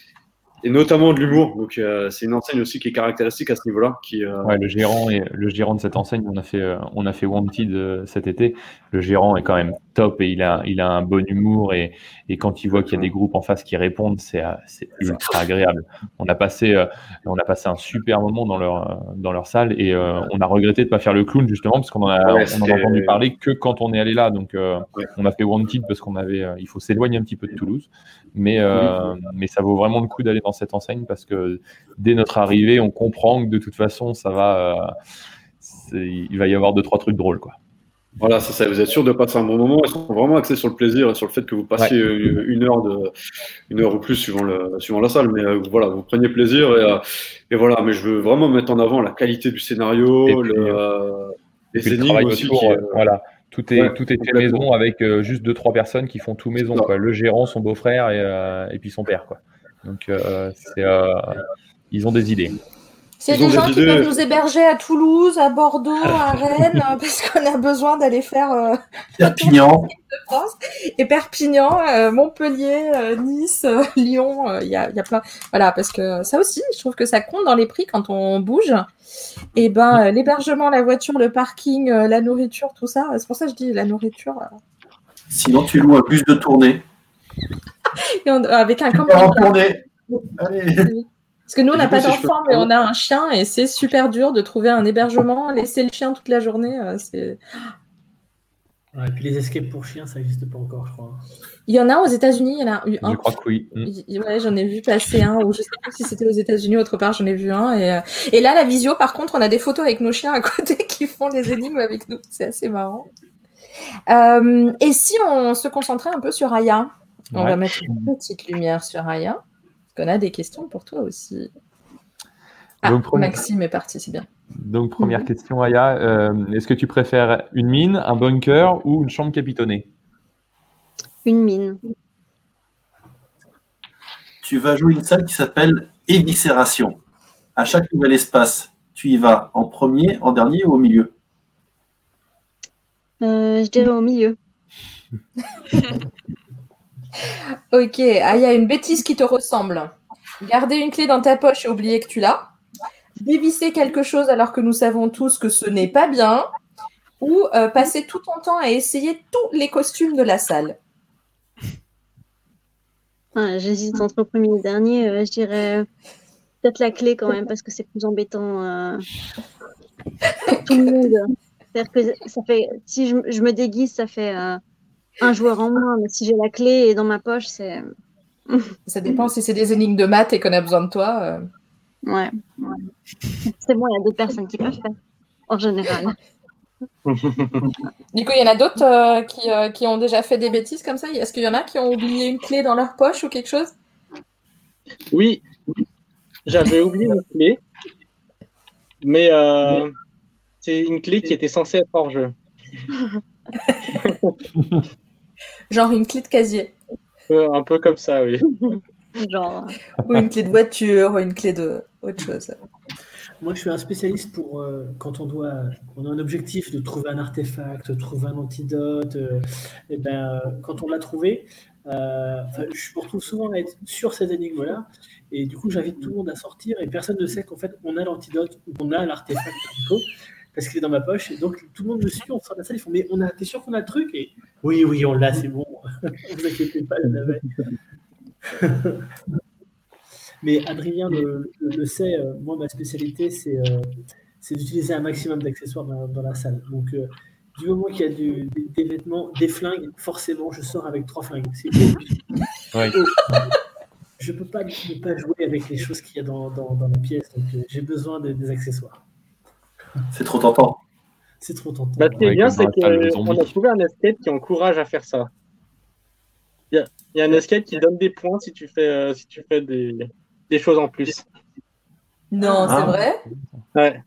et notamment de l'humour. Donc euh, c'est une enseigne aussi qui est caractéristique à ce niveau-là. Qui, euh, Ouais, le gérant et le gérant de cette enseigne, on a fait, euh, on a fait Wanted euh, cet été. Le gérant est quand même top et il a, il a un bon humour et, et quand il voit qu'il y a des groupes en face qui répondent, c'est, euh, c'est ultra agréable. On a passé, euh, on a passé un super moment dans leur, euh, dans leur salle et euh, on a regretté de pas faire le clown justement parce qu'on en a, Ouais, on en a c'était- entendu parler que quand on est allé là. Donc euh, Ouais. on a fait Wanted parce qu'on avait, euh, il faut s'éloigner un petit peu de Toulouse, mais euh, mais ça vaut vraiment le coup d'aller dans cette enseigne parce que dès notre arrivée, on comprend que de toute façon, ça va, euh, c'est- il va y avoir deux trois trucs drôles, quoi. Voilà, c'est ça. Vous êtes sûr de passer un bon moment. Ils sont vraiment axés sur le plaisir et sur le fait que vous passiez euh, une heure de, une heure ou plus suivant le, suivant la salle. Mais euh, voilà, vous preniez plaisir et, euh, et voilà. Mais je veux vraiment mettre en avant la qualité du scénario, Et puis, le, euh, Et les puis le énigmes travail aussi. autour, Qui, euh, euh, voilà, tout est ouais, tout est fait complètement. maison avec euh, juste deux trois personnes qui font tout maison, Ça. quoi. Le gérant, son beau-frère et, euh, et puis son père, quoi. Donc euh, c'est, euh, ils ont des idées. C'est Ils ont des des gens qui idées. peuvent nous héberger à Toulouse, à Bordeaux, à Rennes, euh, parce qu'on a besoin d'aller faire euh, Perpignan. de France. Et Perpignan, euh, Montpellier, euh, Nice, euh, Lyon, il y, a, y a plein. Voilà, parce que ça aussi, je trouve que ça compte dans les prix quand on bouge. Et ben, euh, l'hébergement, la voiture, le parking, euh, la nourriture, tout ça. C'est pour ça que je dis la nourriture. euh, Sinon, tu loues un bus de tournée. et on- avec un Tu pars en camping-car. tournée. Allez. Parce que nous, on Et n'a du pas coup, si je peux d'enfant, me mais on permettre- a un chien et c'est super dur de trouver un hébergement, laisser le chien toute la journée. euh, c'est... Ouais, et puis les escapes pour chiens, ça n'existe pas encore, je crois. Il y en a aux États-Unis, il y en a eu un. Je crois que oui. Mm. Il- Ouais, j'en ai vu passer un, ou je sais plus si c'était aux États-Unis ou autre part, j'en ai vu un. Et, euh, et là, la visio, par contre, on a des photos avec nos chiens à côté qui font les énigmes avec nous. C'est assez marrant. Euh, et si on se concentrait un peu sur Aya, on Ouais. va mettre une petite lumière sur Aya, parce qu'on a des questions pour toi aussi. Ah, Donc, premier- Maxime est parti, c'est bien. Donc, première mmh. question, Aya. Euh, est-ce que tu préfères une mine, un bunker ou une chambre capitonnée? Une mine. Tu vas jouer une salle qui s'appelle Éviscération. À chaque nouvel espace, tu y vas en premier, en dernier ou au milieu? euh, Je dirais au milieu. Ok, ah, il y a une bêtise qui te ressemble. Garder une clé dans ta poche et oublier que tu l'as. Dévisser quelque chose alors que nous savons tous que ce n'est pas bien. Ou euh, passer tout ton temps à essayer tous les costumes de la salle. Ah, j'hésite entre le premier et le dernier. Euh, je dirais peut-être la clé quand même parce que c'est plus embêtant euh, pour tout le monde. C'est-à-dire que ça fait, si je, je me déguise, ça fait euh, un joueur en moins. Mais si j'ai la clé et dans ma poche, c'est... Ça dépend si c'est des énigmes de maths et qu'on a besoin de toi. Euh... Ouais. ouais. C'est bon, il y a d'autres personnes qui peuvent faire, en général. Du coup, il y en a d'autres euh, qui, euh, qui ont déjà fait des bêtises comme ça? Est-ce qu'il y en a qui ont oublié une clé dans leur poche ou quelque chose? Oui, j'avais oublié une clé, mais euh, c'est une clé qui était censée être hors jeu. Genre une clé de casier. Euh, un peu comme ça, oui. Genre... Ou une clé de voiture, ou une clé de autre chose. Moi, je suis un spécialiste pour euh, quand on doit, on a un objectif de trouver un artefact, de trouver un antidote. Euh, et ben, euh, quand on l'a trouvé, euh, je me retrouve souvent à être sur cette énigme-là. Et du coup, j'invite tout le monde à sortir et personne ne sait qu'en fait, on a l'antidote ou qu'on a l'artefact parce qu'il est dans ma poche. Et donc, tout le monde me suit, on sort de la salle, ils font mais on a, t'es sûr qu'on a le truc? Et oui, oui, on l'a, c'est bon. Ne vous inquiétez pas, je l'avais. Mais Adrien le, le, le sait, euh, moi ma spécialité c'est, euh, c'est d'utiliser un maximum d'accessoires dans, dans la salle. Donc euh, du moment qu'il y a du, des, des vêtements, des flingues, forcément je sors avec trois flingues. C'est ouais. Je ne peux pas ne pas jouer avec les choses qu'il y a dans, dans, dans la pièce, donc euh, j'ai besoin de, des accessoires. C'est trop tentant. C'est trop tentant. Bah, ce qui est bien, c'est qu'on a trouvé un escape qui encourage à faire ça. Il y a, il y a un escape qui donne des points si tu fais, euh, si tu fais des, des choses en plus. Non, ah. c'est vrai? Ouais.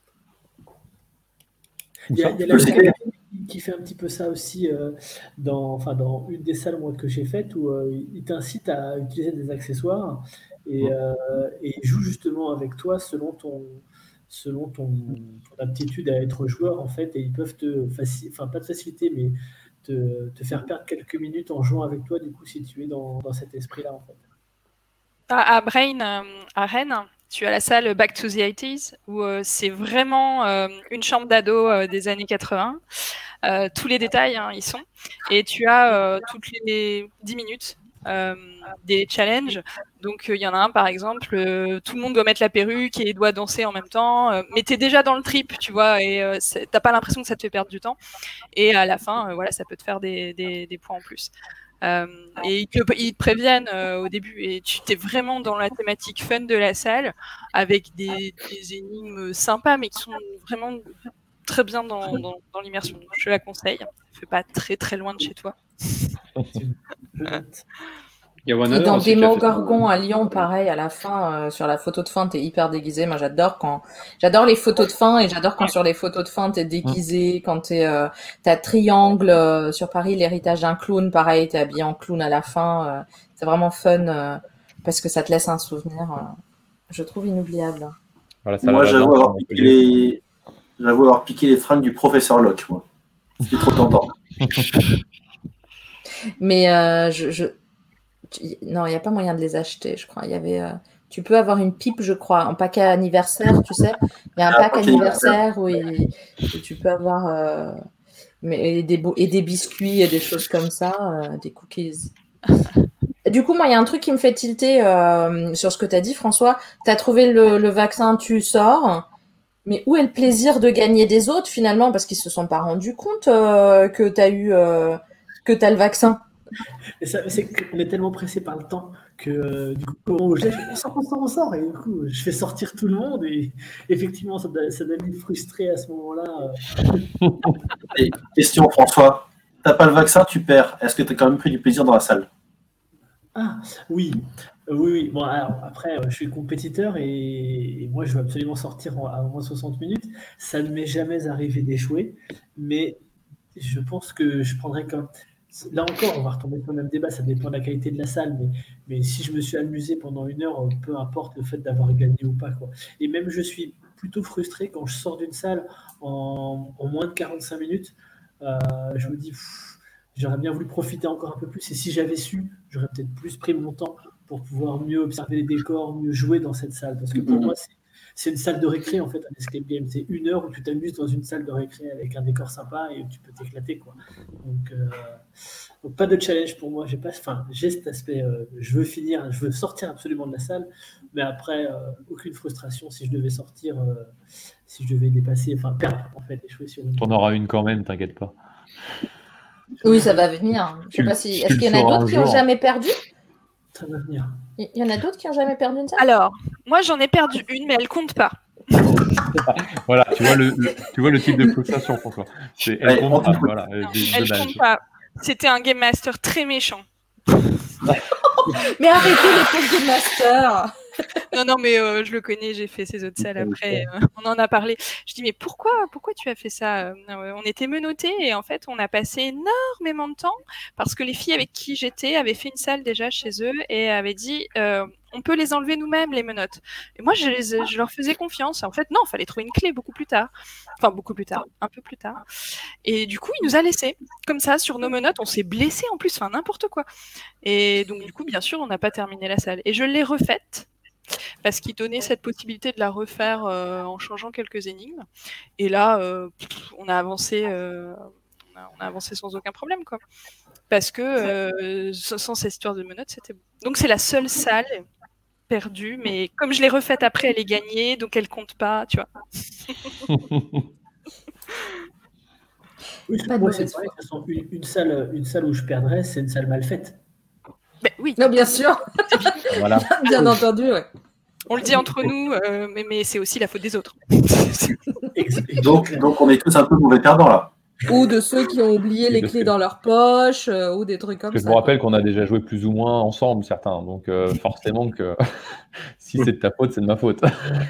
Il y a, il y a la qui, qui fait un petit peu ça aussi euh, dans, enfin, dans une des salles moi, que j'ai faites où euh, il t'incite à utiliser des accessoires et, euh, et joue justement avec toi selon ton, selon ton, ton aptitude à être joueur en fait, et ils peuvent te faciliter, enfin pas te faciliter, mais te, te faire perdre quelques minutes en jouant avec toi du coup si tu es dans, dans cet esprit-là en fait. À, à Brain, euh, à Rennes, tu as la salle Back to the eighties où euh, c'est vraiment euh, une chambre d'ado euh, des années quatre-vingts. Euh, tous les détails, hein, ils sont. Et tu as euh, toutes les dix minutes euh, des challenges. Donc, il euh, y en a un, par exemple, euh, tout le monde doit mettre la perruque et doit danser en même temps. Euh, mais tu es déjà dans le trip, tu vois, et euh, t'as pas l'impression que ça te fait perdre du temps. Et à la fin, euh, voilà, ça peut te faire des, des, des points en plus. Euh, et ils te, ils te préviennent euh, au début et tu t'es vraiment dans la thématique fun de la salle avec des, des énigmes sympas mais qui sont vraiment très bien dans, dans, dans l'immersion. Donc, je te la conseille. Ça ne fait pas très très loin de chez toi. Et dans Démogorgon à Lyon, pareil, à la fin, euh, sur la photo de fin, t'es hyper déguisé. Moi, j'adore quand, j'adore les photos de fin et j'adore quand sur les photos de fin, t'es déguisé, quand t'es, euh, t'as Triangle, euh, sur Paris, l'héritage d'un clown, pareil, t'es habillé en clown à la fin. Euh, c'est vraiment fun, euh, parce que ça te laisse un souvenir, euh, je trouve inoubliable. Voilà, ça moi, j'avoue avoir, piqué les... j'avoue avoir piqué les fringues du professeur Locke, moi. C'était trop tentant. Mais, euh, je, je, non, il n'y a pas moyen de les acheter, je crois. Il y avait, euh, tu peux avoir une pipe, je crois, en paquet anniversaire, tu sais. Il y a un ah, pack anniversaire où, il, où tu peux avoir euh, mais, et, des, et des biscuits et des choses comme ça, euh, des cookies. Du coup, moi, il y a un truc qui me fait tilter euh, sur ce que tu as dit, François. Tu as trouvé le, le vaccin, tu sors. Mais où est le plaisir de gagner des autres, finalement, parce qu'ils ne se sont pas rendus compte euh, que tu as eu euh, que tu as le vaccin. Et ça, c'est qu'on est tellement pressé par le temps que euh, du coup, on, je, on sort, on sort, on sort, et du coup, je fais sortir tout le monde, et effectivement, ça doit, ça doit me frustrer à ce moment-là. Et question, François, t'as pas le vaccin, tu perds. Est-ce que tu as quand même pris du plaisir dans la salle? Ah, oui. Euh, oui, oui. Bon, alors, après, euh, je suis compétiteur et, et moi, je veux absolument sortir en- à au moins soixante minutes. Ça ne m'est jamais arrivé d'échouer, mais je pense que je prendrais comme. Là encore, on va retomber sur le même débat, ça dépend de la qualité de la salle, mais, mais si je me suis amusé pendant une heure, euh, peu importe le fait d'avoir gagné ou pas, quoi. Et même je suis plutôt frustré quand je sors d'une salle en, en moins de quarante-cinq minutes. Euh, je me dis, pff, j'aurais bien voulu profiter encore un peu plus, et si j'avais su, j'aurais peut-être plus pris mon temps pour pouvoir mieux observer les décors, mieux jouer dans cette salle. Parce que pour moi, c'est, c'est une salle de récré, en fait, un escape game. C'est une heure où tu t'amuses dans une salle de récré avec un décor sympa et où tu peux t'éclater, quoi. Donc, euh, donc pas de challenge pour moi. J'ai pas, enfin, j'ai cet aspect, euh, je veux finir, je veux sortir absolument de la salle, mais après, euh, aucune frustration si je devais sortir, euh, si je devais dépasser, enfin, perdre, en fait, échouer sur une. T'en auras une quand même, t'inquiète pas. Oui, ça va venir. Je sais Tu- pas si. tu Est-ce le qu'il y en a sauras d'autres un qui n'ont jour. jamais perdu? Ça va venir. Il y en a d'autres qui n'ont jamais perdu une salle? Alors, moi j'en ai perdu une, mais elle compte pas. Voilà, tu vois le, le- tu vois le type de frustration, François. C'est elle Allez, compte on pas, t'écoute. voilà, euh, des- Elle dommage. compte pas. C'était un game master très méchant. Mais arrêtez les pauvres de master. Non, non, mais euh, je le connais, j'ai fait ces autres salles après. euh, on en a parlé. Je dis, mais pourquoi, pourquoi tu as fait ça? Euh, On était menottés et en fait, on a passé énormément de temps parce que les filles avec qui j'étais avaient fait une salle déjà chez eux et avaient dit, euh, on peut les enlever nous-mêmes, les menottes. Et moi, je, les, je leur faisais confiance. En fait, non, il fallait trouver une clé beaucoup plus tard. Enfin, beaucoup plus tard, un peu plus tard. Et du coup, il nous a laissés. Comme ça, sur nos menottes, on s'est blessés en plus, enfin, n'importe quoi. Et donc, du coup, bien sûr, on n'a pas terminé la salle. Et je l'ai refaite parce qu'il donnait cette possibilité de la refaire euh, en changeant quelques énigmes. Et là, euh, pff, on a avancé, euh, on, a, on a avancé sans aucun problème, quoi. Parce que euh, sans cette histoire de menottes, c'était bon. Donc c'est la seule salle perdue, mais comme je l'ai refaite après, elle est gagnée, donc elle compte pas, tu vois. Oui, Pas de moi, c'est mauvaise pareil. foi. De toute façon, une, une salle, une salle où je perdrais, c'est une salle mal faite. Ben oui, Non, bien sûr. Voilà. Bien entendu, ouais. on le dit entre nous, euh, mais, mais c'est aussi la faute des autres. Donc, donc on est tous un peu mauvais perdants là. Ou de ceux qui ont oublié Oui, les parce clés que- dans leur poche, euh, ou des trucs comme Parce que ça. je vous rappelle quoi. qu'on a déjà joué plus ou moins ensemble, certains. Donc euh, forcément que si c'est de ta faute, c'est de ma faute.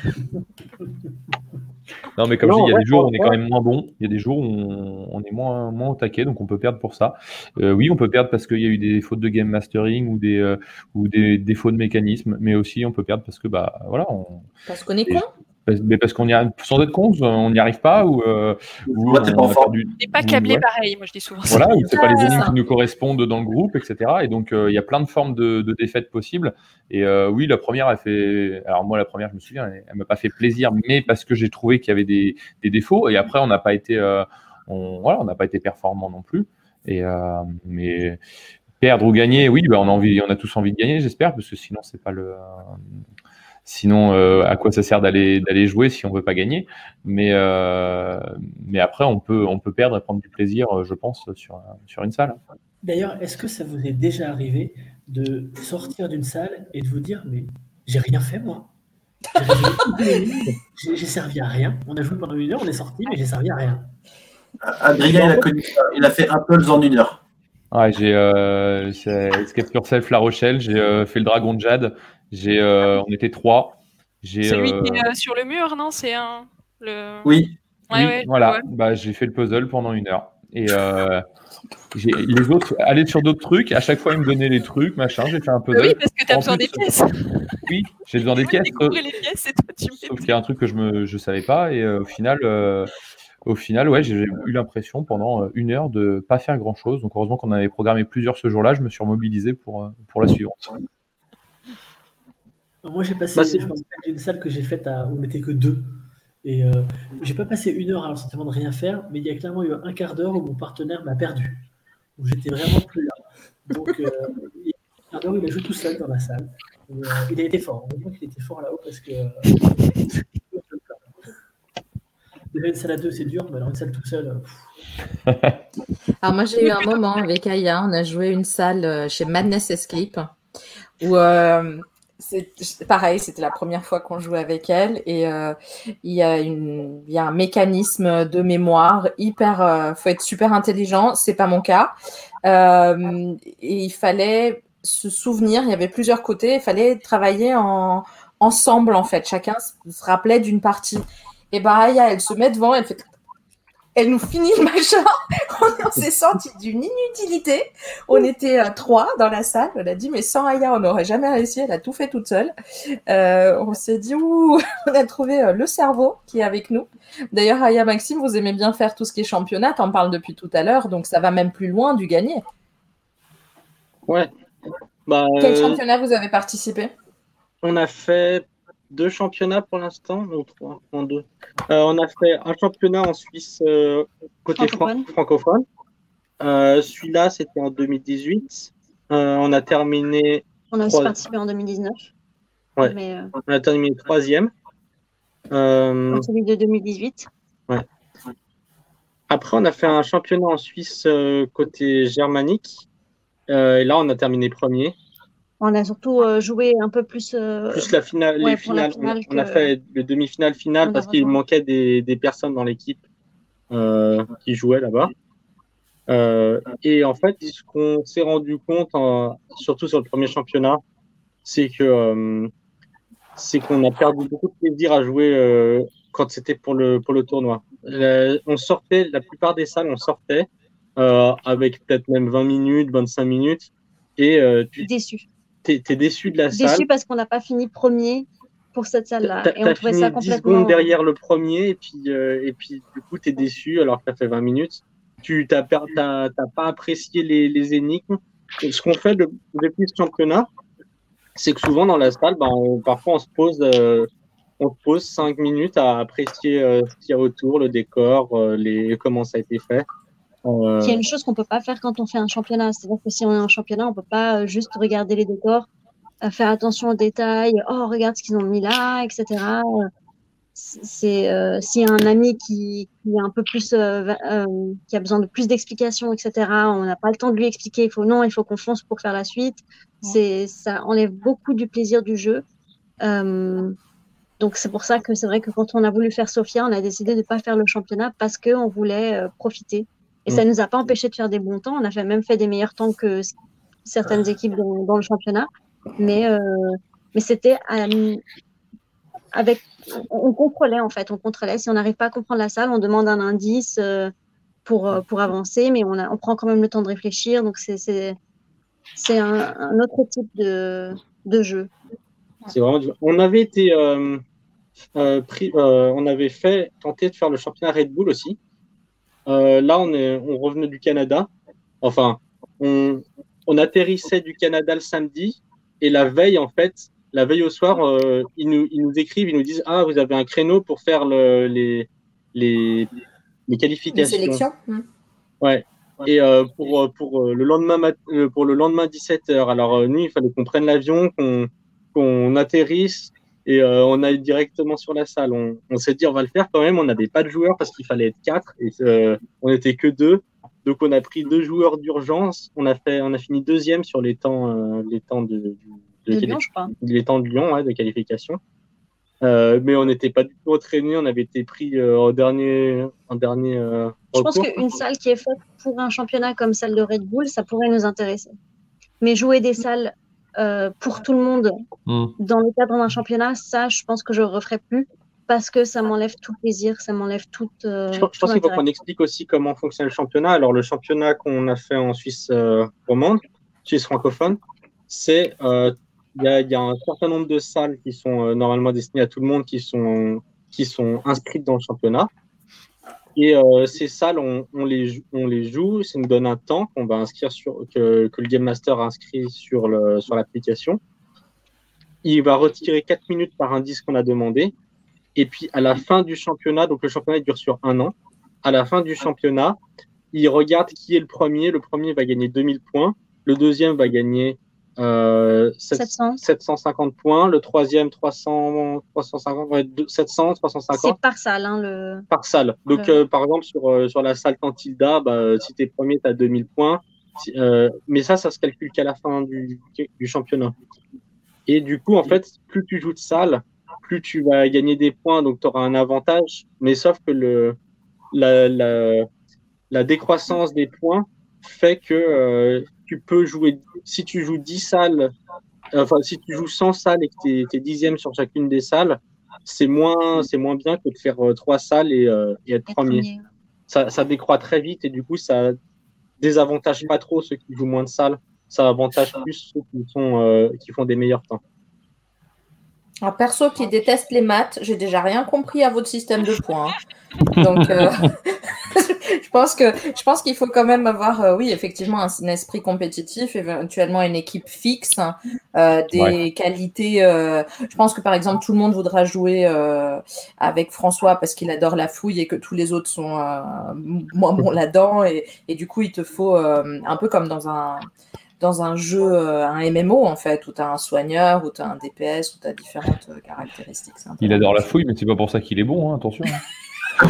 Non, mais comme Non, je dis, il y a ouais, des jours où on ouais, est quand même moins bon, il y a des jours où on, on est moins, moins au taquet, donc on peut perdre pour ça. Euh, oui, on peut perdre parce qu'il y a eu des fautes de game mastering ou des, euh, ou des défauts de mécanisme, mais aussi on peut perdre parce que, bah, voilà, on, Parce qu'on est Et- con. parce- mais parce qu'on y arrive, sans être con, on n'y arrive pas ou, euh, ou Moi, t'es pas on en a forme. perdu. On n'est pas ou- câblé ouais. pareil, moi je dis souvent ça. Voilà, ou c'est pas les Ah, énigmes ça. qui nous correspondent dans le groupe, et cetera. Et donc, euh, il y a plein de formes de, de défaites possibles. Et euh, oui, la première, elle fait. Alors, moi, la première, je me souviens, elle, elle m'a pas fait plaisir, mais parce que j'ai trouvé qu'il y avait des, des défauts. Et après, on n'a pas été, euh, on, voilà, on n'a pas été performant non plus. Et, euh, mais perdre ou gagner, oui, bah, on a envie, on a tous envie de gagner, j'espère, parce que sinon, c'est pas le. Sinon, euh, à quoi ça sert d'aller d'aller jouer si on veut pas gagner? Mais euh, mais après, on peut on peut perdre et prendre du plaisir, euh, je pense, sur sur une salle. D'ailleurs, est-ce que ça vous est déjà arrivé de sortir d'une salle et de vous dire, mais j'ai rien fait, moi? J'ai résolu toutes les énigmes, j'ai j'ai servi à rien. On a joué pendant une heure, on est sorti, mais j'ai servi à rien. Adrien, il a connu ça. Il a fait un puzzle en une heure. Ouais, j'ai euh, c'est Escape Yourself La Rochelle, j'ai euh, fait le Dragon de Jade, j'ai euh, on était trois. J'ai Celui euh, qui est euh, sur le mur, non? C'est un. Le... Oui. Ouais, oui, ouais, voilà, ouais. bah j'ai fait le puzzle pendant une heure. Et euh, j'ai- les autres allaient sur d'autres trucs, à chaque fois ils me donnaient les trucs, machin, j'ai fait un Bah puzzle. oui, parce que tu as En besoin plus, des pièces. Oui, j'ai besoin des Moi, pièces. je découvrais les pièces et toi, tu me Sauf qu'il y a un truc que je me je savais pas et euh, au final euh, au final ouais j'ai eu l'impression pendant euh, une heure de pas faire grand chose, donc heureusement qu'on avait programmé plusieurs ce jour-là, je me suis remobilisé pour euh, pour la suivante. Moi, j'ai passé, Bah, c'est- je me rappelle d'une salle que j'ai faite à, où on n'était que deux. Et euh, j'ai pas passé une heure à le sentiment de rien faire, mais il y a clairement eu un quart d'heure où mon partenaire m'a perdu. Où j'étais vraiment plus là. Donc, euh, il y a un quart d'heure, il a joué tout seul dans la salle. Et, euh, il a été fort. On voit qu'il était fort là-haut parce que. Euh, déjà, une salle à deux, c'est dur, mais alors une salle tout seul. euh, pff. Alors moi j'ai eu un moment avec Aya, on a joué une salle euh, chez Madness Escape où euh, c'est pareil, c'était la première fois qu'on jouait avec elle et euh, il y a une, il y a un mécanisme de mémoire hyper, euh, faut être super intelligent, c'est pas mon cas. Euh, et il fallait se souvenir, il y avait plusieurs côtés, il fallait travailler en, ensemble en fait, chacun se rappelait d'une partie. Et bah Aya, elle se met devant, elle fait... Elle nous finit le machin, on s'est senti d'une inutilité. On était euh, trois dans la salle, on a dit mais sans Aya on n'aurait jamais réussi, elle a tout fait toute seule. Euh, on s'est dit ouh, on a trouvé euh, le cerveau qui est avec nous. D'ailleurs Aya, Maxime, vous aimez bien faire tout ce qui est championnat, t'en parles depuis tout à l'heure, donc ça va même plus loin du gagner. Ouais. Bah, Quel euh, championnat vous avez participé? On a fait deux championnats pour l'instant, ou trois, en deux. Euh, on a fait un championnat en Suisse euh, côté Francophone. fran- francophone. Euh, celui-là, c'était en deux mille dix-huit. Euh, on a terminé. On a aussi trois- participé en deux mille dix-neuf. Ouais. Mais euh, On a terminé troisième. Euh, dans celui de deux mille dix-huit. après, on a fait un championnat en Suisse euh, côté germanique. Euh, et là, on a terminé premier. On a surtout euh, joué un peu plus. euh, Plus la finale, ouais, les pour la finales. On a- finale on, a, que- fait le demi-finale finale on a parce qu'il rejoint. manquait des, des personnes dans l'équipe euh, qui jouaient là-bas. Euh, et en fait, ce qu'on s'est rendu compte, en- surtout sur le premier championnat, c'est que euh, c'est qu'on a perdu beaucoup de plaisir à jouer euh, quand c'était pour le pour le tournoi. Euh, on sortait, la plupart des salles, on sortait euh, avec peut-être même vingt minutes, vingt-cinq minutes, et euh, tu Déçu. t'es, t'es déçu de la salle. Déçu parce qu'on n'a pas fini premier pour cette salle-là. T'as, Et on t'as trouvait fini ça dix complètement. secondes derrière le premier, et puis, euh, et puis du coup, tu es déçu alors que tu as fait vingt minutes. Tu n'as pas apprécié les, les énigmes. Et ce qu'on fait de- depuis ce championnat, c'est que souvent dans la salle, ben, on- parfois on se pose, euh, on se pose cinq minutes à apprécier euh, ce qu'il y a autour, le décor, euh, les, comment ça a été fait. Euh, Il y a une chose qu'on peut pas faire quand on fait un championnat. C'est-à-dire que si on est en championnat, on peut pas euh, juste regarder les décors, euh, faire attention aux détails. Oh, regarde ce qu'ils ont mis là, et cetera. Euh, C'est euh, s'il y a un ami qui, qui est un peu plus, euh, va- euh, qui a besoin de plus d'explications, et cetera. On n'a pas le temps de lui expliquer. Il faut non, il faut qu'on fonce pour faire la suite. C'est ça enlève beaucoup du plaisir du jeu. Euh, donc c'est pour ça que c'est vrai que quand on a voulu faire Sofia, on a décidé de pas faire le championnat parce que on voulait euh, profiter. Et ça nous a pas empêché de faire des bons temps. On a fait, même fait des meilleurs temps que s- certaines équipes dans, dans le championnat. Mais, euh, mais c'était euh, avec. On contrôlait en fait. On contrôlait. Si on n'arrive pas à comprendre la salle, on demande un indice euh, pour, euh, pour avancer. Mais on, a, on prend quand même le temps de réfléchir. Donc c'est, c'est, c'est un, un autre type de, de jeu. C'est vraiment dur. On avait été euh, euh, pris, euh, on avait fait tenter de faire le championnat Red Bull aussi. Euh, là, on est, on revenait du Canada. Enfin, on, on atterrissait du Canada le samedi et la veille, en fait, la veille au soir, euh, ils nous, ils nous écrivent, ils nous disent ah, vous avez un créneau pour faire le, les, les, les Les qualifications. sélections. Hmm. Ouais. Et euh, pour pour euh, le lendemain mat- euh, pour le lendemain dix-sept heures. Alors euh, nous, il fallait qu'on prenne l'avion, qu'on qu'on atterrisse et euh, on aille directement sur la salle. On, on s'est dit on va le faire quand même. On n'avait pas de joueurs parce qu'il fallait être quatre et euh, on n'était que deux. Donc on a pris deux joueurs d'urgence. On a fait on a fini deuxième sur les temps euh, les temps de, de, De quali- Lyon, je crois. les temps de Lyon ouais, de qualification. Euh, mais on n'était pas du tout entraîné. On avait été pris euh, en dernier en dernier euh, Je pense recours. qu'une salle qui est faite pour un championnat comme celle de Red Bull, ça pourrait nous intéresser. Mais jouer des salles euh, pour tout le monde Mm. dans le cadre d'un championnat, ça, je pense que je ne referai plus parce que ça m'enlève tout plaisir, ça m'enlève tout. Euh, Je pense je pense qu'il faut qu'on explique aussi comment fonctionne le championnat. Alors, le championnat qu'on a fait en Suisse euh, romande, Suisse francophone, c'est euh, il y, a, il y a un certain nombre de salles qui sont euh, normalement destinées à tout le monde, qui sont, qui sont inscrites dans le championnat. Et euh, ces salles, on, on, les, on les joue, ça nous donne un temps qu'on va inscrire sur, que, que le Game Master a inscrit sur, le, sur l'application. Il va retirer quatre minutes par indice qu'on a demandé. Et puis, à la fin du championnat, donc le championnat il dure sur un an, à la fin du championnat, il regarde qui est le premier. Le premier va gagner deux mille points. Le deuxième va gagner euh, sept cents. sept cent cinquante points. Le troisième, trois cents, trois cent cinquante, ouais, sept cents, trois cent cinquante. C'est par salle. Hein, le... Par salle. Donc, le... euh, par exemple, sur, euh, sur la salle Cantilda, bah, si tu es premier, tu as deux mille points. Si, euh, mais ça, ça se calcule qu'à la fin du, du championnat. Et du coup, en fait, plus tu joues de salle, plus tu vas gagner des points, donc tu auras un avantage. Mais sauf que le, la, la, la décroissance des points fait que euh, tu peux jouer, si tu joues dix salles, euh, enfin, si tu joues cent salles et que tu es dixième sur chacune des salles, c'est moins, c'est moins bien que de faire euh, trois salles et, euh, et être Et premier. premier. Ça, ça décroît très vite et du coup, ça désavantage pas trop ceux qui jouent moins de salles. Ça avantage plus ceux qui, sont, euh, qui font des meilleurs temps. Un perso qui déteste les maths, j'ai déjà rien compris à votre système de points. Donc, euh, je pense que je pense qu'il faut quand même avoir, euh, oui, effectivement, un, un esprit compétitif, éventuellement une équipe fixe, euh, des Ouais. qualités. Euh, je pense que par exemple, tout le monde voudra jouer euh, avec François parce qu'il adore la fouille et que tous les autres sont euh, moins bons là-dedans, et, et du coup, il te faut euh, un peu comme dans un dans un jeu, euh, un M M O en fait, où tu as un soigneur, où tu as un D P S, où tu as différentes euh, caractéristiques. C'est un peu Il la adore même la chose. fouille, mais c'est pas pour ça qu'il est bon, hein, attention. hein.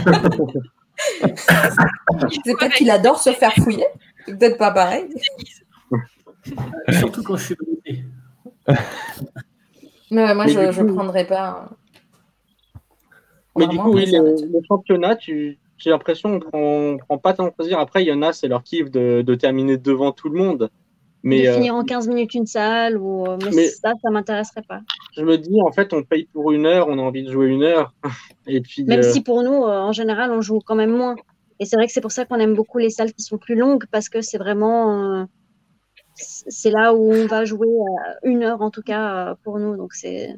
C'est peut-être qu'il adore se faire fouiller. C'est peut-être pas pareil. Surtout quand je suis bloqué. Mais moi, Mais je du je coup- prendrais pas. Mais Vraiment du coup, oui, plaisir le, là-dessus. le championnat, tu, j'ai l'impression qu'on prend, on prend pas tant de plaisir. Après, il y en a, c'est leur kiff de, de terminer devant tout le monde. Mais, de euh, finir en quinze minutes une salle, ou... mais, Mais- ça, ça m'intéresserait pas. je me dis, en fait, on paye pour une heure, on a envie de jouer une heure. Et puis, Même euh, si pour nous, euh, en général, on joue quand même moins. Et c'est vrai que c'est pour ça qu'on aime beaucoup les salles qui sont plus longues, parce que c'est vraiment, euh, c'est là où on va jouer euh, une heure en tout cas euh, pour nous. Donc c'est,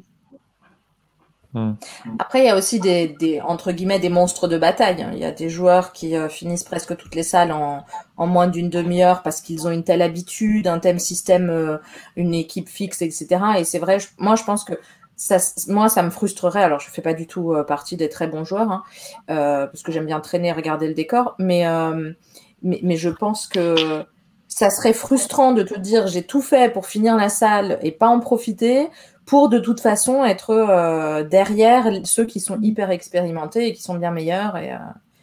Après, il y a aussi des, des, entre guillemets, des monstres de bataille. Il y a des joueurs qui euh, finissent presque toutes les salles en, en moins d'une demi-heure parce qu'ils ont une telle habitude, un tel système, euh, une équipe fixe, et cetera. Et c'est vrai, je- moi, je pense que ça, moi, ça me frustrerait. Alors, je fais pas du tout euh, partie des très bons joueurs, hein, euh, parce que j'aime bien traîner, regarder le décor. Mais, euh, mais, mais je pense que ça serait frustrant de te dire j'ai tout fait pour finir la salle et pas en profiter, pour de toute façon être euh, derrière ceux qui sont hyper expérimentés et qui sont bien meilleurs, et, euh,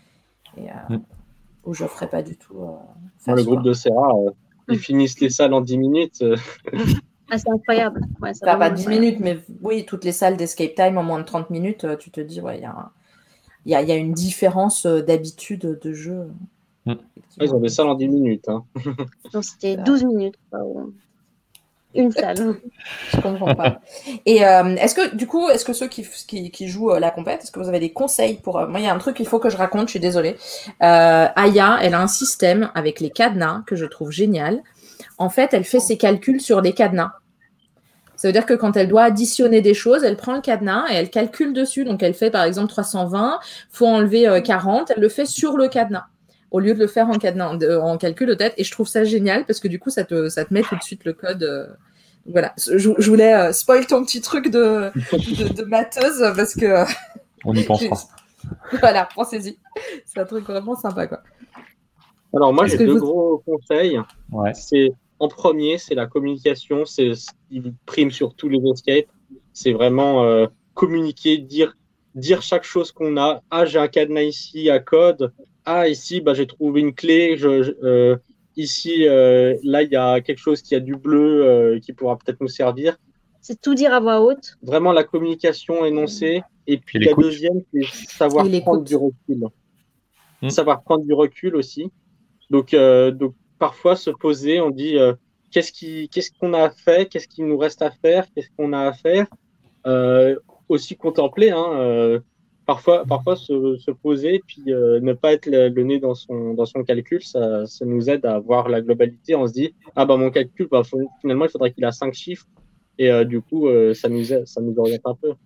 et euh, Mm. où je ferai pas du tout euh, moi, face, le groupe quoi. de Serra, euh, ils finissent les salles en dix minutes. euh, ah, c'est incroyable. Ouais, c'est Enfin, vraiment pas dix incroyable. minutes, mais oui, toutes les salles d'escape time en moins de trente minutes, euh, tu te dis, ouais, il y a, un- il y, a, il y a une différence euh, d'habitude de jeu. Mm. ouais, ils ont des salles en dix minutes. Hein. Donc c'était C'est douze minutes. quoi, ou- Une salle. Je comprends pas. Et euh, est-ce que, du coup, est-ce que ceux qui, qui, qui jouent euh, la compète, est-ce que vous avez des conseils pour... euh, moi, il y a un truc qu'il faut que je raconte, je suis désolée. Euh, Aya, elle a un système avec les cadenas que je trouve génial. En fait, elle fait ses calculs sur les cadenas. Ça veut dire que quand elle doit additionner des choses, elle prend le cadenas et elle calcule dessus. Donc, elle fait, par exemple, trois cent vingt, faut enlever euh, quarante, elle le fait sur le cadenas, au lieu de le faire en, cadenas, de- en calcul de tête. Et je trouve ça génial parce que du coup, ça te, ça te met tout de suite le code... euh, Voilà, je, je voulais euh, spoil ton petit truc de, de, de matheuse parce que euh, On y pensera. voilà, pensez-y. C'est un truc vraiment sympa, quoi. Alors moi, Est-ce j'ai que deux vous- gros conseils. Ouais. C'est en premier, c'est la communication, c'est ce qui prime sur tous les escapes. C'est vraiment euh, communiquer, dire, dire chaque chose qu'on a. Ah, j'ai un cadenas ici à code. Ah, ici, bah, j'ai trouvé une clé. Je, je- euh, ici, euh, là, il y a quelque chose qui a du bleu euh, qui pourra peut-être nous servir. C'est tout dire à voix haute. Vraiment la communication énoncée. Et puis Et la l'écoute. deuxième, c'est savoir Et prendre l'écoute. du recul. Mm. Savoir prendre du recul aussi. Donc, euh, donc parfois se poser, on dit euh, qu'est-ce qui, qu'est-ce qu'on a fait, qu'est-ce qu'il nous reste à faire, qu'est-ce qu'on a à faire. Euh, aussi contempler, hein, euh, parfois, parfois se, se poser, puis euh, ne pas être le, le nez dans son, dans son calcul, ça, ça nous aide à voir la globalité. On se dit ah bah mon calcul, bah, faut- finalement il faudrait qu'il ait cinq chiffres, et euh, du coup euh, ça nous aide, ça nous oriente un peu.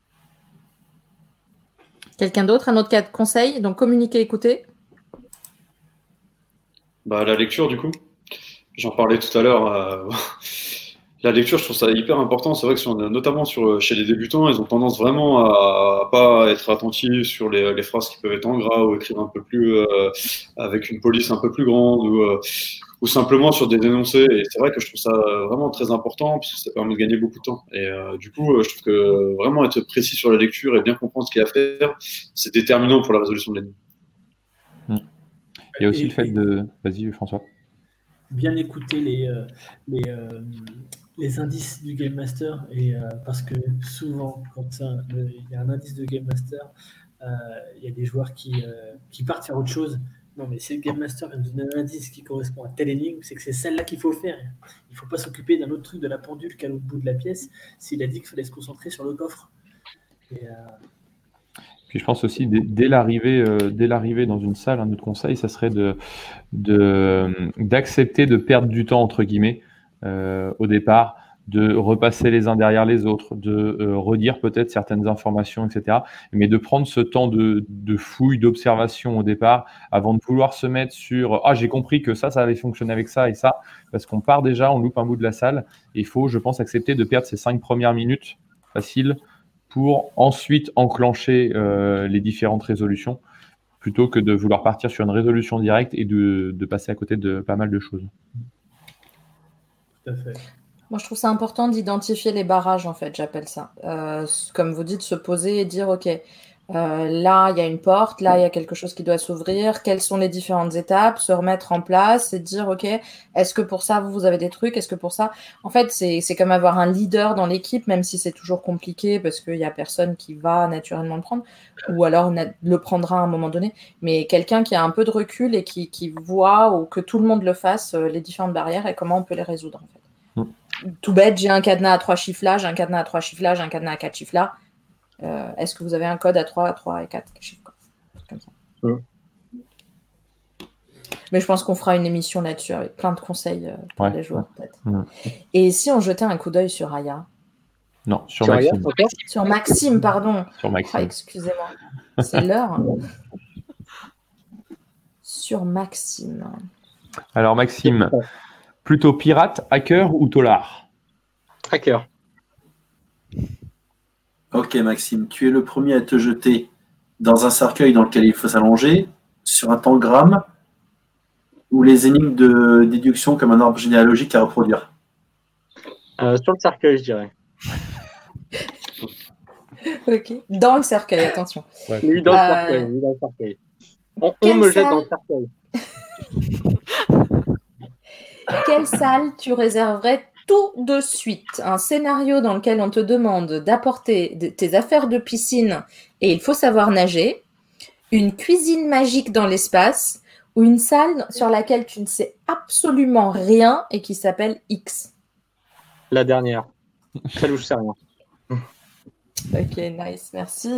Quelqu'un d'autre, un autre cas de conseil? Donc, communiquer, écouter. Bah, la lecture, du coup. J'en parlais tout à l'heure. euh, La lecture, je trouve ça hyper important. C'est vrai que sur- notamment sur, chez les débutants, ils ont tendance vraiment à, à pas être attentifs sur les, les phrases qui peuvent être en gras ou écrire un peu plus euh, avec une police un peu plus grande ou, euh, ou simplement sur des énoncés. Et c'est vrai que je trouve ça vraiment très important parce que ça permet de gagner beaucoup de temps. Et euh, du coup, je trouve que vraiment être précis sur la lecture et bien comprendre ce qu'il y a à faire, c'est déterminant pour la résolution de l'énigme. Il y a aussi Et- le fait et- de... Vas-y, François. bien écouter les, euh, les, euh, les indices du Game Master, et, euh, parce que souvent, quand un- le- il y a un indice de Game Master, euh, il y a des joueurs qui, euh, qui partent faire autre chose Non, mais si le Game Master vient de donner un indice qui correspond à telle énigme, c'est que c'est celle-là qu'il faut faire. Il ne faut pas s'occuper d'un autre truc de la pendule qu'à l'autre bout de la pièce s'il a dit qu'il fallait se concentrer sur le coffre. Et, euh... Puis je pense aussi, dès, dès l'arrivée euh, dès l'arrivée dans une salle, un autre conseil, ça serait de, de, d'accepter de perdre du temps, entre guillemets, euh, au départ, de repasser les uns derrière les autres, de euh, redire peut-être certaines informations, et cetera. Mais de prendre ce temps de, de fouille, d'observation au départ, avant de vouloir se mettre sur « Ah, j'ai compris que ça, ça avait fonctionné avec ça et ça », parce qu'on part déjà, on loupe un bout de la salle. Et il faut, je pense, accepter de perdre ces cinq premières minutes faciles pour ensuite enclencher euh, les différentes résolutions, plutôt que de vouloir partir sur une résolution directe et de, de passer à côté de pas mal de choses. Tout à fait. Moi, je trouve ça important d'identifier les barrages, en fait, j'appelle ça. Euh, comme vous dites, se poser et dire, OK, euh, là, il y a une porte, là, il y a quelque chose qui doit s'ouvrir, quelles sont les différentes étapes, se remettre en place et dire, OK, est-ce que pour ça, vous, vous avez des trucs, est-ce que pour ça... En fait, c'est, c'est comme avoir un leader dans l'équipe, même si c'est toujours compliqué parce qu'il n'y a personne qui va naturellement le prendre, ou alors le prendra à un moment donné, mais quelqu'un qui a un peu de recul et qui, qui voit, ou que tout le monde le fasse, les différentes barrières et comment on peut les résoudre, en fait. Tout bête, j'ai un cadenas à trois chiffres là, j'ai un cadenas à trois chiffres là, j'ai un cadenas à quatre chiffres là. Euh, est-ce que vous avez un code à trois, à trois et quatre chiffres quoi. Comme ça. Mmh. Mais je pense qu'on fera une émission là-dessus avec plein de conseils euh, pour ouais. les joueurs peut-être. Mmh. Et si on jetait un coup d'œil sur Aya? Non, sur, sur Maxime. Aya, sur Maxime, pardon. Sur Maxime. Oh, excusez-moi, c'est l'heure. Sur Maxime. Alors Maxime. Plutôt pirate, hacker ou tolard? Hacker. Ok Maxime, tu es le premier à te jeter dans un cercueil dans lequel il faut s'allonger, sur un tangramme, ou les énigmes de déduction comme un arbre généalogique à reproduire. Euh, sur le cercueil, je dirais. Ok. Dans le cercueil, attention. Ouais. Oui, dans, euh... le cercueil, oui, dans le cercueil. On, on me jette dans le cercueil. Quelle salle tu réserverais tout de suite? Un scénario dans lequel on te demande d'apporter de, tes affaires de piscine et il faut savoir nager, une cuisine magique dans l'espace ou une salle sur laquelle tu ne sais absolument rien et qui s'appelle X? La dernière. Celle où je sais rien. Ok, nice, merci.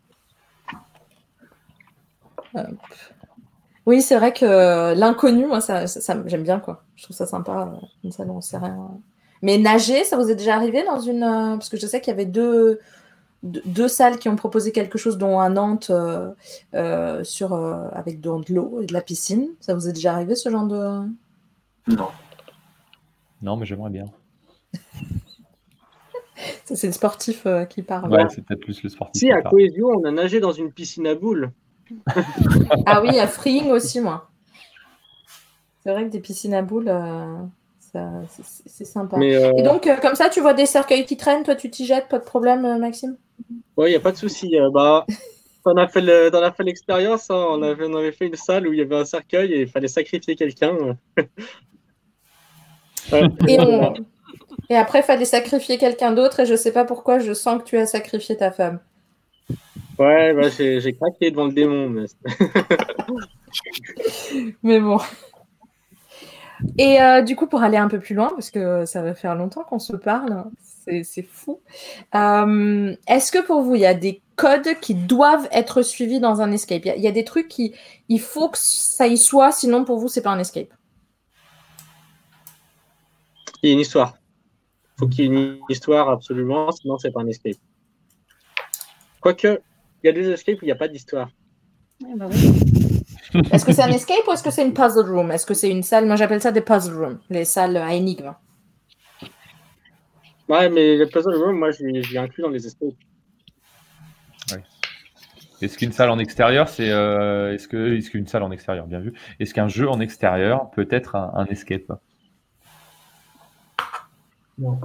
Hop. Oui, c'est vrai que l'inconnu, moi, ça, ça, ça, j'aime bien, quoi. Je trouve ça sympa, une salle où on sait rien. Mais nager, ça vous est déjà arrivé dans une... Parce que je sais qu'il y avait deux, deux, deux salles qui ont proposé quelque chose, dont un Nantes euh, euh, sur, euh, avec de, de l'eau et de la piscine. Ça vous est déjà arrivé, ce genre de... Non. Non, mais j'aimerais bien. Ça, c'est le sportif euh, qui parle. Ouais, c'est peut-être plus le sportif. Si, à Cohésion, on a nagé dans une piscine à boules. Ah oui, à Freeing aussi, moi. C'est vrai que des piscines à boules, euh, ça, c'est, c'est sympa. Mais euh... Et donc, euh, comme ça, tu vois des cercueils qui traînent, toi, tu t'y jettes, pas de problème, euh, Maxime? Oui, il n'y a pas de souci. Euh, bah, on a fait, le, on a fait l'expérience, hein, on, avait, on avait fait une salle où il y avait un cercueil et il fallait sacrifier quelqu'un. ouais. et, on... et après, il fallait sacrifier quelqu'un d'autre et je ne sais pas pourquoi, je sens que tu as sacrifié ta femme. Ouais, bah, j'ai, j'ai craqué devant le démon. Mais, mais bon. Et euh, du coup, pour aller un peu plus loin, parce que ça va faire longtemps qu'on se parle, c'est, c'est fou. Euh, est-ce que pour vous, il y a des codes qui doivent être suivis dans un escape? Il y, y a des trucs qui, il faut que ça y soit, sinon pour vous, c'est pas un escape. Il y a une histoire. Il faut qu'il y ait une histoire absolument, sinon c'est pas un escape. Quoique, il y a des escapes où il n'y a pas d'histoire. Ouais, bah oui. Est-ce que c'est un escape ou est-ce que c'est une puzzle room? Est-ce que c'est une salle? Moi, j'appelle ça des puzzle rooms, les salles à énigmes. Ouais, mais les puzzle rooms, moi, je les inclus dans les escapes. Ouais. Est-ce qu'une salle en extérieur, c'est euh, est-ce que est-ce qu'une salle en extérieur, bien vu. Est-ce qu'un jeu en extérieur peut être un, un escape? Non.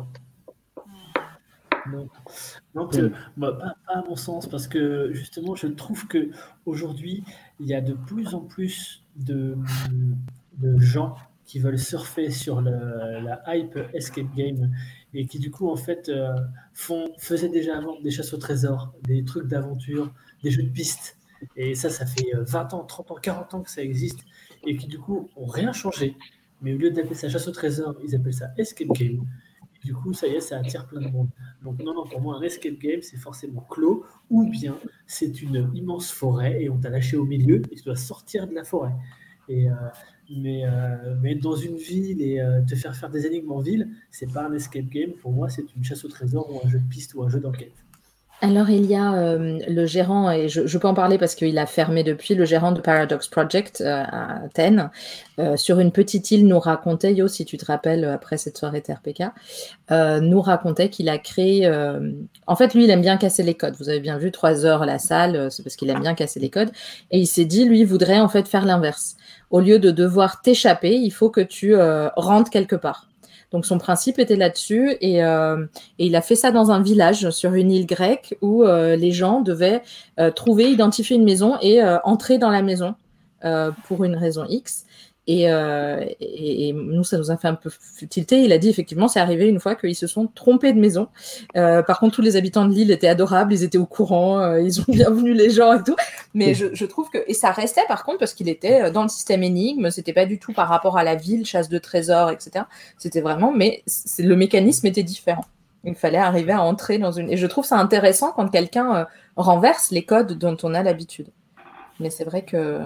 Non, non que, bah, pas, pas à mon sens, parce que justement, je trouve que aujourd'hui, il y a de plus en plus de, de gens qui veulent surfer sur le, la hype escape game et qui du coup en fait euh, font, faisaient déjà avant des chasses au trésor, des trucs d'aventure, des jeux de piste. Et ça, ça fait vingt ans, trente ans, quarante ans que ça existe et qui, du coup, ont rien changé. Mais au lieu d'appeler ça chasse au trésor, ils appellent ça escape game. Et du coup, ça y est, ça attire plein de monde. Donc, non, non, pour moi, un escape game, c'est forcément clos ou bien c'est une immense forêt et on t'a lâché au milieu et tu dois sortir de la forêt. Et, euh, mais, euh, mais être dans une ville et euh, te faire faire des énigmes en ville, c'est pas un escape game. Pour moi, c'est une chasse au trésor ou un jeu de piste ou un jeu d'enquête. Alors, il y a euh, le gérant, et je, je peux en parler parce qu'il a fermé depuis, le gérant de Paradox Project euh, à Athènes, euh, sur une petite île, nous racontait, Yo, si tu te rappelles, après cette soirée T R P K, euh, nous racontait qu'il a créé... Euh, en fait, lui, il aime bien casser les codes. Vous avez bien vu, trois heures la salle, euh, c'est parce qu'il aime bien casser les codes. Et il s'est dit, lui, il voudrait en fait faire l'inverse. Au lieu de devoir t'échapper, il faut que tu euh, rentres quelque part. Donc, son principe était là-dessus et, euh, et il a fait ça dans un village sur une île grecque où euh, les gens devaient euh, trouver, identifier une maison et euh, entrer dans la maison euh, pour une raison X. Et, euh, et, et nous, ça nous a fait un peu tilter. Il a dit effectivement, c'est arrivé une fois qu'ils se sont trompés de maison. Euh, par contre, tous les habitants de l'île étaient adorables, ils étaient au courant, euh, ils ont bienvenu les gens et tout. Mais je, je trouve que... Et ça restait par contre parce qu'il était dans le système énigme, c'était pas du tout par rapport à la ville, chasse de trésors, et cetera. C'était vraiment... Mais c'est... le mécanisme était différent. Il fallait arriver à entrer dans une... Et je trouve ça intéressant quand quelqu'un euh, renverse les codes dont on a l'habitude. Mais c'est vrai que...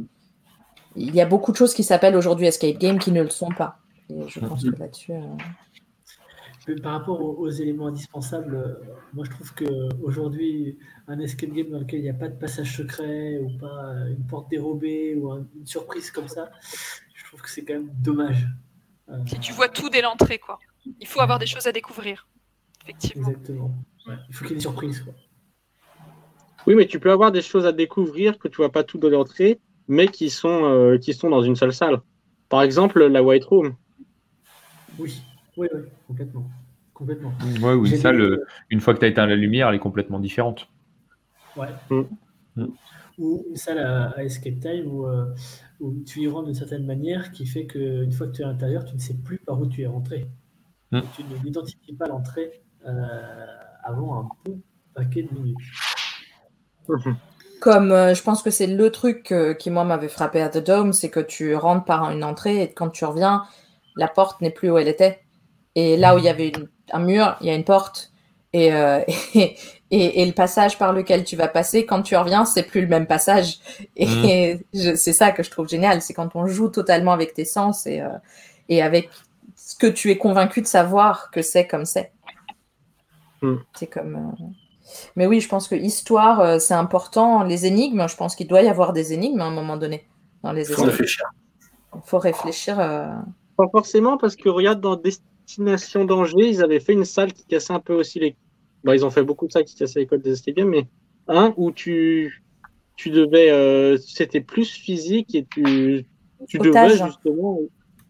Il y a beaucoup de choses qui s'appellent aujourd'hui escape game qui ne le sont pas. Et je pense que là-dessus... Euh... Par rapport aux, aux éléments indispensables, euh, moi je trouve qu'aujourd'hui, un escape game dans lequel il n'y a pas de passage secret ou pas une porte dérobée ou un, une surprise comme ça, je trouve que c'est quand même dommage. Euh... Si tu vois tout dès l'entrée, quoi. Il faut avoir des choses à découvrir. Effectivement. Exactement. Ouais. Il faut qu'il y ait des surprises, quoi. Oui, mais tu peux avoir des choses à découvrir que tu vois pas tout dès l'entrée, mais qui sont, euh, qui sont dans une seule salle. Par exemple, la White Room. Oui, oui, oui, complètement. complètement. Ouais, oui, ça, le... une fois que tu as éteint la lumière, elle est complètement différente. Ouais. Mm. Mm. Ou une salle à, à Escape Time où, euh, où tu y rentres d'une certaine manière qui fait qu'une fois que tu es à l'intérieur, tu ne sais plus par où tu es rentré. Mm. Tu n'identifies pas l'entrée euh, avant un bon paquet de minutes. Mm-hmm. Comme euh, je pense que c'est le truc euh, qui, moi, m'avait frappé à The Dome, c'est que tu rentres par une entrée et quand tu reviens, la porte n'est plus où elle était. Et là où il y avait une, un mur, il y a une porte. Et, euh, et, et, et le passage par lequel tu vas passer, quand tu reviens, c'est plus le même passage. Et, mmh. et je, c'est ça que je trouve génial. C'est quand on joue totalement avec tes sens et, euh, et avec ce que tu es convaincu de savoir que c'est comme c'est. Mmh. C'est comme... Euh... Mais oui, je pense que histoire, euh, c'est important. Les énigmes, je pense qu'il doit y avoir des énigmes à un moment donné. Dans les Il faut réfléchir. Il faut réfléchir. Euh... Pas forcément, parce que regarde, dans Destination Danger, ils avaient fait une salle qui cassait un peu aussi les... Bon, ils ont fait beaucoup de salles qui cassaient les codes des escape games, mais un où tu, tu devais... Euh, c'était plus physique et tu, tu devais justement...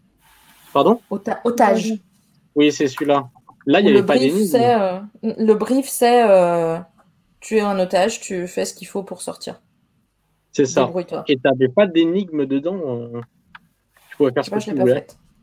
Pardon Ota- Otage. Oui, c'est celui-là. Là, il n'y avait pas d'énigme. Euh, le brief, c'est euh, tu es un otage, tu fais ce qu'il faut pour sortir. C'est ça. Et tu n'avais pas d'énigme dedans. Euh, tu pouvais faire ce que tu voulais.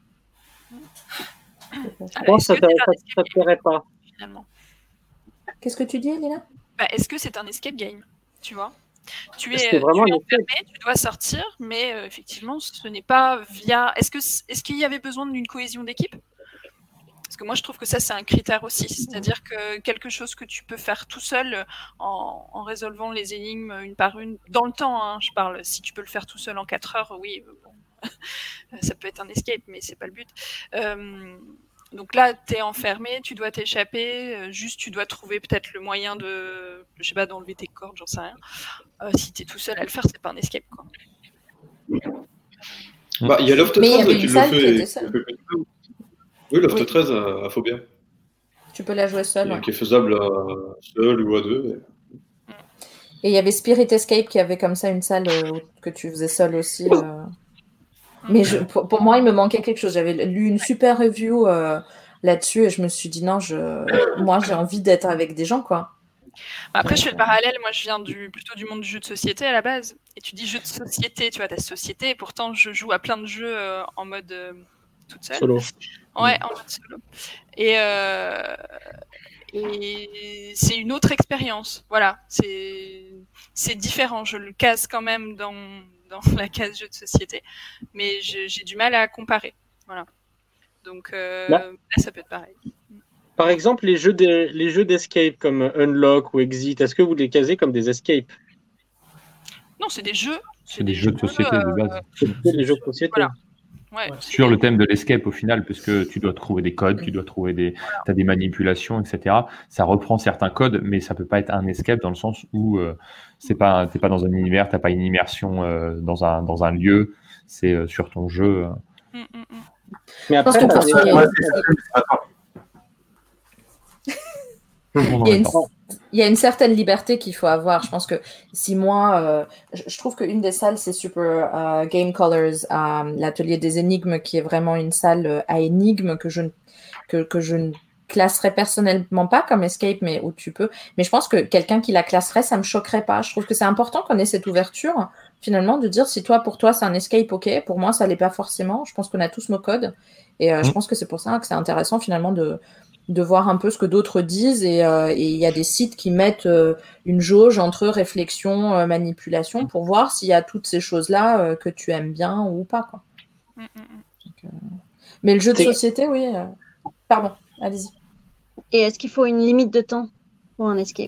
Je pense que ça ne te plairait pas. Finalement. Qu'est-ce que tu dis, Elina? Bah, est-ce que c'est un escape game, tu vois? Tu es, c'est vraiment tu es enfermé, tu dois sortir, mais euh, effectivement, ce n'est pas via... Est-ce que, est-ce qu'il y avait besoin d'une cohésion d'équipe? Parce que moi, je trouve que ça, c'est un critère aussi. C'est-à-dire que quelque chose que tu peux faire tout seul en, en résolvant les énigmes une par une, dans le temps, hein, je parle, si tu peux le faire tout seul en quatre heures, oui, bon, ça peut être un escape, mais c'est pas le but. Euh, donc là, tu es enfermé, tu dois t'échapper, juste tu dois trouver peut-être le moyen de, je sais pas, d'enlever tes cordes, j'en sais rien. Euh, si tu es tout seul à le faire, c'est pas un escape, quoi. Bah, il y a Loft treize qui le fait. Oui, Loft oui. treize à, à Phobia. Tu peux la jouer seule. Qui, ouais. qui est faisable à, seul ou à deux. Et il y avait Spirit Escape qui avait comme ça une salle euh, que tu faisais seule aussi. Euh... Mais je, pour, pour moi, il me manquait quelque chose. J'avais lu une super review euh, là-dessus et je me suis dit non, je... moi j'ai envie d'être avec des gens, quoi. Après, je fais le parallèle. Moi, je viens du, plutôt du monde du jeu de société à la base. Et tu dis jeu de société, tu vois, ta société. Et pourtant, je joue à plein de jeux euh, en mode euh, toute seule. Solo. Ouais, en mode solo. Et, euh, et c'est une autre expérience. Voilà, c'est c'est différent. Je le case quand même dans dans la case jeu de société, mais je, j'ai du mal à comparer. Voilà. Donc euh, là, ça peut être pareil. Par exemple, les jeux de, les jeux d'escape comme Unlock ou Exit, est-ce que vous les casez comme des escapes? Non, c'est des jeux. C'est, c'est des, des jeux de société euh, de base. C'est des jeux de société. Voilà. Ouais, sur le thème de l'escape au final, parce que tu dois trouver des codes, tu dois trouver des, voilà. T'as des manipulations, et cetera. Ça reprend certains codes, mais ça peut pas être un escape dans le sens où euh, c'est pas, t'es pas dans un univers, t'as pas une immersion euh, dans un dans un lieu, c'est euh, sur ton jeu. Euh. Mm, mm, mm. Mais après, je pense que il y a une, il y a une certaine liberté qu'il faut avoir. Je pense que si moi, euh, je, je trouve qu'une des salles, c'est Super uh, Game Colors, uh, l'atelier des énigmes, qui est vraiment une salle à énigmes que je, que, que je ne classerais personnellement pas comme escape, mais où tu peux. Mais je pense que quelqu'un qui la classerait, ça me choquerait pas. Je trouve que c'est important qu'on ait cette ouverture, finalement, de dire si toi, pour toi, c'est un escape, ok. Pour moi, ça l'est pas forcément. Je pense qu'on a tous nos codes. Et euh, mmh. je pense que c'est pour ça que c'est intéressant, finalement, de de voir un peu ce que d'autres disent et il euh, y a des sites qui mettent euh, une jauge entre réflexion, euh, manipulation pour voir s'il y a toutes ces choses-là euh, que tu aimes bien ou pas, quoi. Mm, mm, mm. Donc, euh... Mais le jeu de c'est... société, oui. Euh... Pardon, allez-y. Et est-ce qu'il faut une limite de temps pour un escape?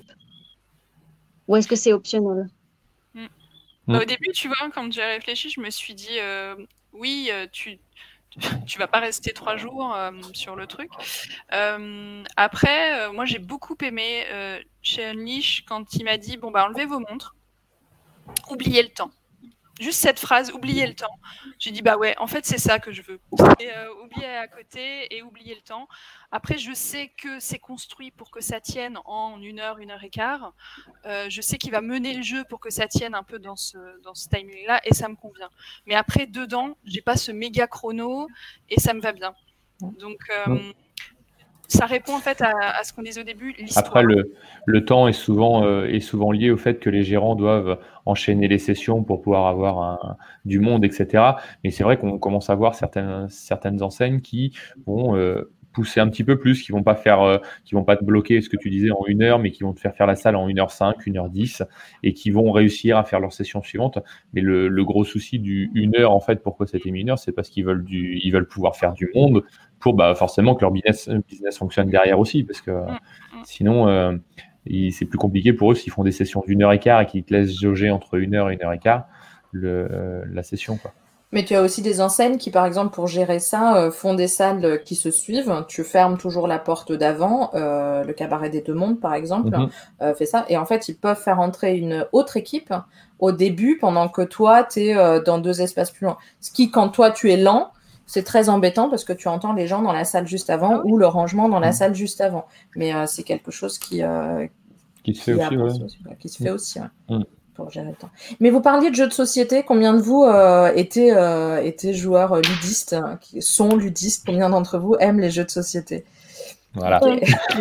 Ou est-ce que c'est optionnel? mm. Bah, au début, tu vois, quand j'ai réfléchi, je me suis dit, euh, oui, tu... tu vas pas rester trois jours euh, sur le truc. Euh, après, euh, moi j'ai beaucoup aimé euh, chez Unleash quand il m'a dit bon bah enlevez vos montres, oubliez le temps. Juste cette phrase, oubliez le temps. J'ai dit bah ouais, en fait c'est ça que je veux. Et, euh, oublier à côté et oublier le temps. Après je sais que c'est construit pour que ça tienne en une heure, une heure et quart. Euh, je sais qu'il va mener le jeu pour que ça tienne un peu dans ce dans ce timing-là et ça me convient. Mais après dedans, j'ai pas ce méga chrono et ça me va bien. Donc euh, ouais. Ça répond en fait à, à ce qu'on disait au début, l'histoire. Après, le, le temps est souvent, euh, est souvent lié au fait que les gérants doivent enchaîner les sessions pour pouvoir avoir un, du monde, et cetera. Mais c'est vrai qu'on commence à voir certaines, certaines enseignes qui vont euh, pousser un petit peu plus, qui vont pas faire, euh, qui vont pas te bloquer ce que tu disais en une heure, mais qui vont te faire faire la salle en une heure cinq, une heure dix, et qui vont réussir à faire leur session suivante. Mais le, le gros souci du une heure, en fait, pourquoi c'était mis une heure, c'est parce qu'ils veulent du, ils veulent pouvoir faire du monde, pour bah, forcément que leur business, business fonctionne derrière aussi, parce que mmh, mmh. sinon, euh, il, c'est plus compliqué pour eux s'ils font des sessions d'une heure et quart et qu'ils te laissent jauger entre une heure et une heure et quart le, euh, la session, quoi. Mais tu as aussi des enseignes qui, par exemple, pour gérer ça, euh, font des salles qui se suivent. Tu fermes toujours la porte d'avant. Euh, le cabaret des deux mondes, par exemple, mmh. euh, fait ça. Et en fait, ils peuvent faire entrer une autre équipe au début pendant que toi, tu es euh, dans deux espaces plus loin. Ce qui, quand toi, tu es lent, c'est très embêtant parce que tu entends les gens dans la salle juste avant ah oui. ou le rangement dans la mmh. salle juste avant. Mais euh, c'est quelque chose qui, euh, qui se fait qui, aussi, ouais. aussi, qui se fait aussi ouais, mmh. pour gérer le temps. Mais vous parliez de jeux de société. Combien de vous euh, étaient, euh, étaient joueurs ludistes, hein, qui sont ludistes? Combien d'entre vous aiment les jeux de société? Voilà. Okay.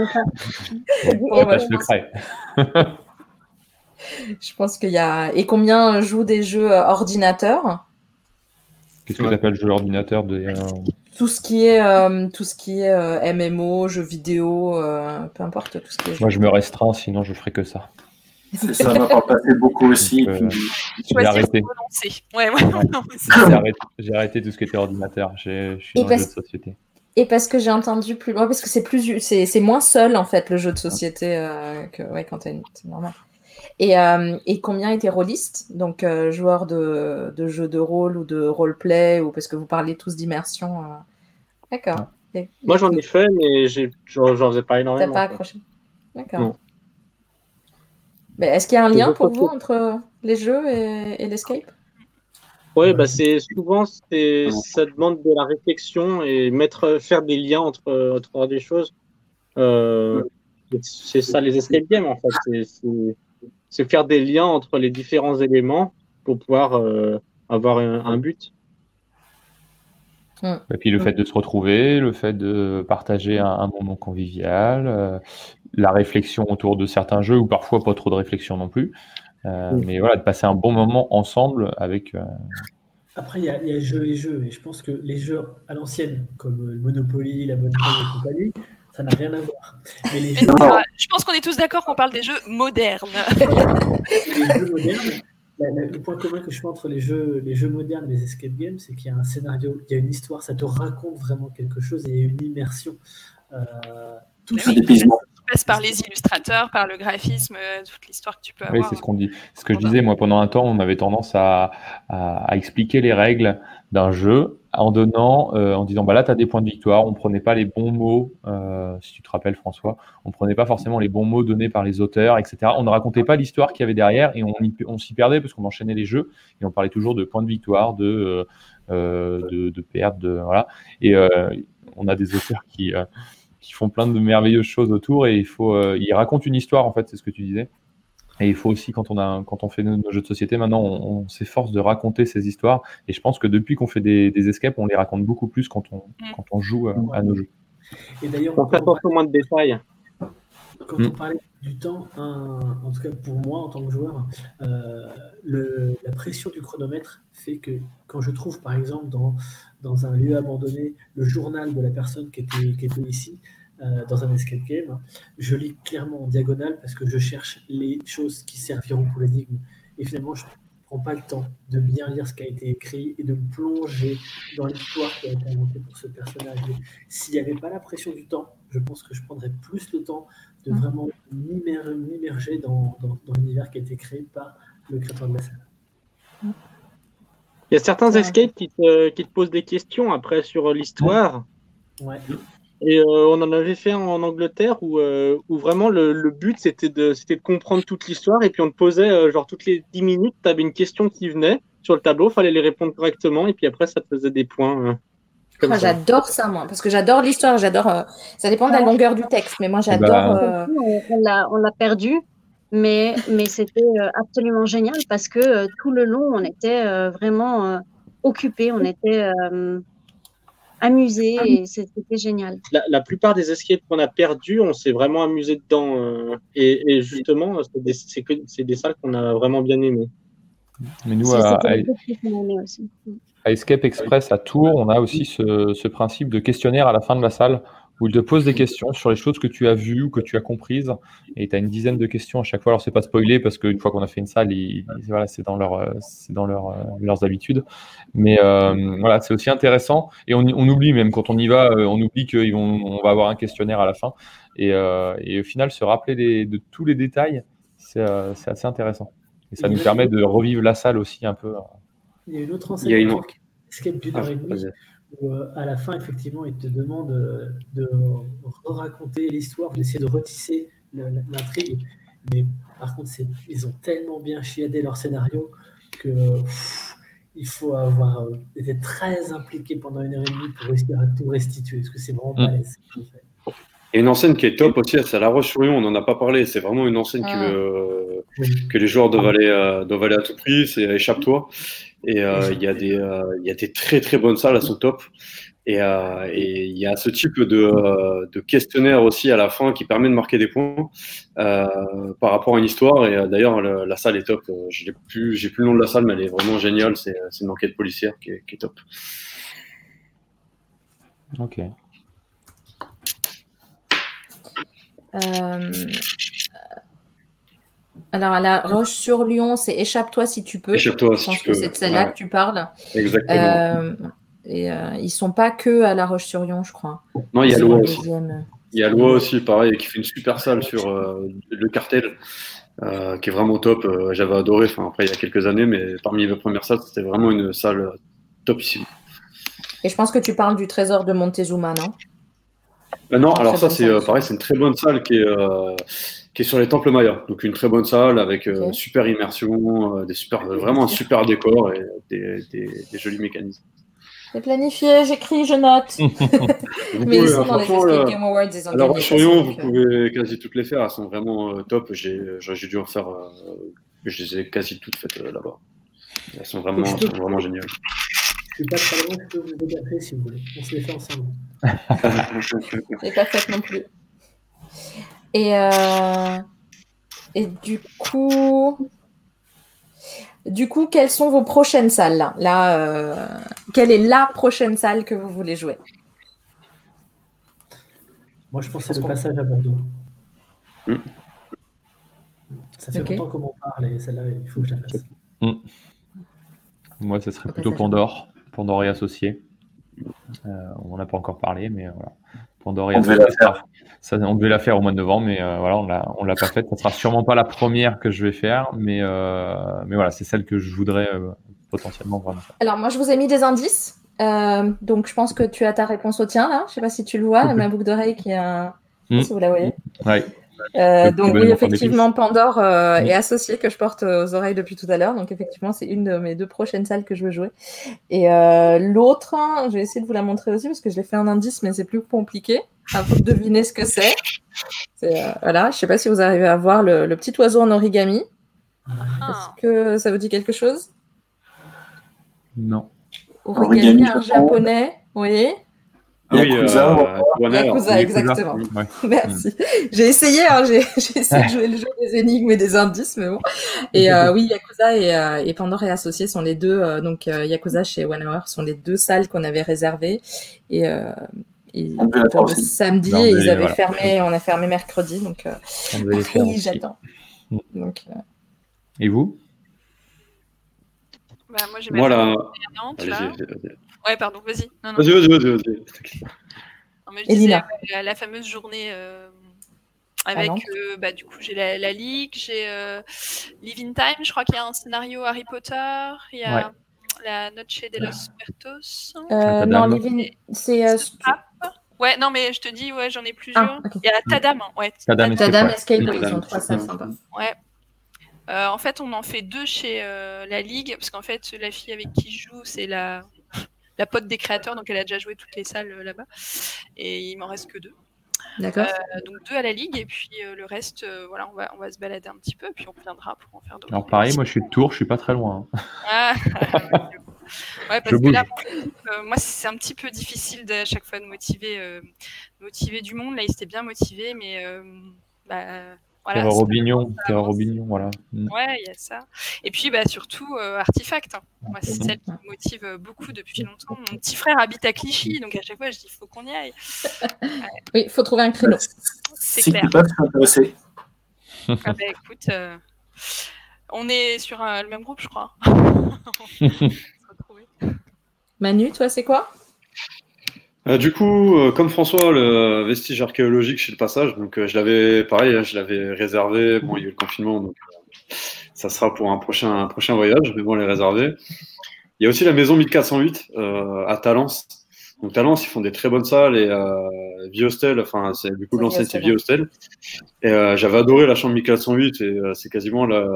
bon, bah, je le crée. Je pense qu'il y a... Et combien jouent des jeux ordinateurs? Qu'est-ce que tu appelles jeu ordinateur de... euh... Tout ce qui est, euh, tout ce qui est euh, M M O, jeux vidéo, euh, peu importe. Tout ce qui est Moi, je me restreins, sinon je ferai que ça. C'est ça, va pas passer beaucoup aussi. Donc, euh, puis... J'ai arrêté. Ouais, ouais. Ouais. J'ai, arrêté. J'ai arrêté tout ce qui était ordinateur. J'ai... Je suis et dans parce... le jeu de société. Et parce que j'ai entendu plus loin, parce que c'est plus, c'est, c'est moins seul en fait le jeu de société euh, que ouais, quand t'as une... c'est normal. Et, euh, et combien étaient rôlistes, donc euh, joueurs de, de jeux de rôle ou de roleplay, ou parce que vous parlez tous d'immersion. Euh... D'accord. Ouais. Et, Moi j'en ai fait, mais j'ai, j'en, j'en faisais pas énormément. T'as pas accroché. D'accord. Non. Mais est-ce qu'il y a un lien pour vous entre les jeux et, et l'escape? Oui, bah c'est souvent c'est, ça demande de la réflexion et mettre, faire des liens entre, entre des choses. Euh, c'est ça les escape games en fait. C'est, c'est... c'est faire des liens entre les différents éléments pour pouvoir euh, avoir un, un but. Et puis le fait de se retrouver, le fait de partager un, un moment convivial, euh, la réflexion autour de certains jeux, ou parfois pas trop de réflexion non plus. Euh, oui. Mais voilà, de passer un bon moment ensemble avec... Euh... Après, il y, y a jeux et jeux, et je pense que les jeux à l'ancienne, comme le Monopoly, la Monopoly et compagnie, Ça n'a rien à voir. Mais les jeux... non, je pense qu'on est tous d'accord qu'on parle des jeux modernes. Les jeux modernes, la, la, le point commun que je fais entre les jeux, les jeux modernes et les escape games, c'est qu'il y a un scénario, il y a une histoire, ça te raconte vraiment quelque chose et il y a une immersion. Euh, tout ça oui, passe par les illustrateurs, par le graphisme, toute l'histoire que tu peux avoir. Oui, c'est ce qu'on dit. Ce que je disais, moi, pendant un temps, on avait tendance à, à, à expliquer les règles d'un jeu en donnant, euh, en disant, bah là, tu as des points de victoire. On ne prenait pas les bons mots, euh, si tu te rappelles, François. On ne prenait pas forcément les bons mots donnés par les auteurs, et cetera. On ne racontait pas l'histoire qu'il y avait derrière et on, y, on s'y perdait parce qu'on enchaînait les jeux et on parlait toujours de points de victoire, de, euh, de, de perte, de, voilà. Et euh, on a des auteurs qui... Euh, qui font plein de merveilleuses choses autour et il faut, euh, ils racontent une histoire en fait, c'est ce que tu disais. Et il faut aussi quand on a, quand on fait nos, nos jeux de société, maintenant on, on s'efforce de raconter ces histoires. Et je pense que depuis qu'on fait des, des escapes, on les raconte beaucoup plus quand on, mmh. quand on joue euh, à nos jeux. Et d'ailleurs, on fait attention moins de détails. Quand mmh. on parlait du temps, un, en tout cas pour moi en tant que joueur, euh, le, la pression du chronomètre fait que quand je trouve par exemple dans, dans un lieu abandonné le journal de la personne qui était, qui était ici, euh, dans un escape game, je lis clairement en diagonale parce que je cherche les choses qui serviront pour l'énigme. Et finalement, je ne prends pas le temps de bien lire ce qui a été écrit et de me plonger dans l'histoire qui a été inventée pour ce personnage. Et s'il n'y avait pas la pression du temps, je pense que je prendrais plus le temps de vraiment m'immerger dans, dans, dans l'univers qui a été créé par le créateur de la salle. Il y a certains escapes qui te, qui te posent des questions après sur l'histoire. Ouais. Et euh, on en avait fait un en Angleterre où, euh, où vraiment le, le but c'était de, c'était de comprendre toute l'histoire et puis on te posait euh, genre toutes les dix minutes, tu avais une question qui venait sur le tableau, il fallait les répondre correctement et puis après ça te faisait des points. Euh, comme ah, ça. J'adore ça moi, parce que j'adore l'histoire, j'adore. Euh, ça dépend de la longueur du texte, mais moi j'adore. Bah... Euh... On l'a, on l'a perdu, mais, mais c'était absolument génial parce que euh, tout le long on était euh, vraiment euh, occupés, on était euh, amusés et c'était génial. La, la plupart des escapes qu'on a perdus, on s'est vraiment amusé dedans euh, et, et justement c'est des, c'est que, c'est des salles qu'on a vraiment bien aimées. Mais nous, à, à, à Escape Express à Tours, on a aussi ce, ce principe de questionnaire à la fin de la salle où il te pose des questions sur les choses que tu as vues ou que tu as comprises. Et tu as une dizaine de questions à chaque fois. Alors, c'est pas spoilé parce qu'une fois qu'on a fait une salle, ils, ils, voilà, c'est dans, leur, c'est dans leur, leurs habitudes. Mais euh, voilà, c'est aussi intéressant. Et on, on oublie, même quand on y va, on oublie qu'on va avoir un questionnaire à la fin. Et, euh, et au final, se rappeler des, de tous les détails, c'est, euh, c'est assez intéressant. Et ça nous permet de revivre la salle aussi un peu. Il y a une autre enseigne, il y a une... Escape d'une heure et demie, où euh, à la fin, effectivement, ils te demandent euh, de raconter l'histoire, d'essayer de retisser l'intrigue. Mais par contre, c'est, ils ont tellement bien chiadé leur scénario que pff, il faut avoir euh, été très impliqué pendant une heure et demie pour réussir à tout restituer, parce que c'est vraiment mmh. balèze. Et une enseigne qui est top aussi, c'est à La Roche-sur-Yon, on n'en a pas parlé, c'est vraiment une enseigne ah. que, oui. que les joueurs doivent aller, euh, doivent aller à tout prix, c'est Échappe-toi. Et il euh, y, euh, y a des très très bonnes salles, elles sont top. Et il euh, y a ce type de, euh, de questionnaire aussi à la fin qui permet de marquer des points euh, par rapport à une histoire. Et euh, d'ailleurs, le, la salle est top. Je l'ai plus, j'ai plus le nom de la salle, mais elle est vraiment géniale. C'est, c'est une enquête policière qui est, qui est top. Ok. Euh... Alors, à La Roche-sur-Yon, c'est Échappe-toi si tu peux. Échappe-toi si tu peux. Je pense que c'est de celle-là ouais. que tu parles. Exactement. Euh, et euh, ils ne sont pas que à La Roche-sur-Yon, je crois. Non, il y a Loa aussi. Il y a Loa aussi, pareil, qui fait une super salle sur euh, le cartel, euh, qui est vraiment top. Euh, j'avais adoré, enfin, après, il y a quelques années, mais parmi les premières salles, c'était vraiment une salle topissime. Et je pense que tu parles du trésor de Montezuma, non euh, Non, alors ça, c'est euh, pareil, c'est une très bonne salle qui est... Euh, qui est sur les Temples Mayas, donc une très bonne salle avec euh, okay. super immersion, euh, des super, euh, vraiment un super décor et des, des, des jolis mécanismes. C'est planifié, j'écris, je note. Mais ils sont dans les Escape Game Awards, ils ont alors, gagné. Alors, sur vous que... pouvez quasi toutes les faire, elles sont vraiment euh, top. J'ai, j'ai dû en faire, euh, je les ai quasi toutes faites euh, là-bas. Elles sont vraiment, elles sont vraiment géniales. Je suis pas très loin, je peux vous dégager si vous voulez. On se les fait ensemble. Je l'ai pas faite non plus. Et, euh, et du coup, du coup, quelles sont vos prochaines salles là, là euh, quelle est la prochaine salle que vous voulez jouer? Moi, je pensais le passage à Bordeaux. Mm. Ça fait Ok. longtemps qu'on m'en parle et celle-là, il faut que je la fasse. Mm. Moi, ce serait Au plutôt passage. Pandore, Pandore et Associés. Euh, on n'a pas encore parlé, mais euh, voilà. Pandore et On devait Associés, la ça, ça- on devait la faire au mois de novembre, mais euh, voilà, on l'a, on l'a pas faite. Ça sera sûrement pas la première que je vais faire, mais, euh, mais voilà, c'est celle que je voudrais euh, potentiellement vraiment faire. Alors, moi, je vous ai mis des indices. Euh, donc, je pense que tu as ta réponse au tien, là. Je sais pas si tu le vois, ma boucle d'oreille qui a... Je sais pas Mm. si vous la voyez. Ouais. Euh, Le donc petit oui, bonhomme en forme effectivement, d'épice. Pandore euh, Mm. est associé que je porte aux oreilles depuis tout à l'heure. Donc effectivement, c'est une de mes deux prochaines salles que je veux jouer. Et euh, l'autre, hein, je vais essayer de vous la montrer aussi parce que je l'ai fait un indice, mais c'est plus compliqué. À vous de deviner ce que c'est. C'est, euh, voilà, je sais pas si vous arrivez à voir le, le petit oiseau en origami. Ah. Est-ce que ça vous dit quelque chose? Non. Origami, Origami un japonais. japonais, oui. Ah oui, Yakuza, euh, Warner. Yakuza, Yakuza. exactement. Ouais. Merci. J'ai essayé, hein, j'ai, j'ai essayé de jouer le jeu des énigmes et des indices, mais bon. Et euh, oui, Yakuza et, euh, et Pandore et Associés sont les deux, euh, donc euh, Yakuza chez One Hour sont les deux salles qu'on avait réservées. Et, euh, et On devait la pour faire le aussi. samedi, Non, et mais ils avaient voilà. fermé, on a fermé mercredi, donc euh, On devait les faire pareil, aussi. j'attends. Mm. Donc, euh, Et vous? Bah, moi, j'ai ma Moi, famille là. à Nantes, Allez-y, là. vas-y, vas-y. Ouais, pardon, vas-y. Non, non. Vas-y, vas-y, vas-y, vas-y. Non, mais je Et disais, Lina. ouais, la, la fameuse journée euh, À avec, Nantes. euh, bah, du coup, j'ai la, la Ligue, j'ai euh, Live in Time, je crois qu'il y a un scénario Harry Potter, il y a Ouais. la Noche de los Muertos. Euh, Ta non, dame. Living, c'est euh, stu- Ouais, non, mais je te dis, ouais, j'en ai plusieurs. Ah, ok. Il y a Tadam, hein, ouais. Tadam Tadam. Tadam ouais. Escape, Oui, oui, ils Tadam. ont trois salles sympas. Ouais. Euh, en fait, on en fait deux chez euh, la Ligue, parce qu'en fait, la fille avec qui je joue, c'est la, la pote des créateurs, donc elle a déjà joué toutes les salles euh, là-bas. Et il m'en reste que deux. D'accord. Euh, donc deux à la Ligue, et puis euh, le reste, euh, voilà, on va, on va se balader un petit peu, puis on reviendra pour en faire d'autres. Alors pareil, moi je suis de Tours, je suis pas très loin. hein. Ah, ouais, parce Je que bouge. là, pour le coup, euh, moi, c'est un petit peu difficile de, à chaque fois de motiver, euh, motiver du monde. Là, ils étaient bien motivés, mais euh, bah, voilà. Terreur c'est au pas bignon, comment ça terreur au avance. bignon, voilà. Mm. Ouais, il y a ça. Et puis, bah, surtout, euh, Artefact. Hein. Moi, c'est celle qui me motive euh, beaucoup depuis longtemps. Mon petit frère habite à Clichy, donc à chaque fois, je dis, il faut qu'on y aille. Oui, il faut trouver un créneau. C'est Si clair. tu passes, je suis intéressé. Ah bah écoute, euh, on est sur euh, le même groupe, je crois. On va se retrouver. Manu, toi, c'est quoi? Euh, du coup, euh, comme François, le vestige archéologique chez le passage, donc euh, je l'avais, pareil, hein, je l'avais réservé. Bon, il y a eu le confinement, donc euh, ça sera pour un prochain, un prochain voyage, mais bon, on l'est réservé. Il y a aussi la maison mille quatre cent huit euh, à Talence. Donc Talence, ils font des très bonnes salles et euh, Vie Hostel, enfin, c'est du coup C'est l'ancienne, Vie c'est Hostel, Vie Hostel. Et euh, j'avais adoré la chambre mille quatre cent huit et euh, c'est quasiment la,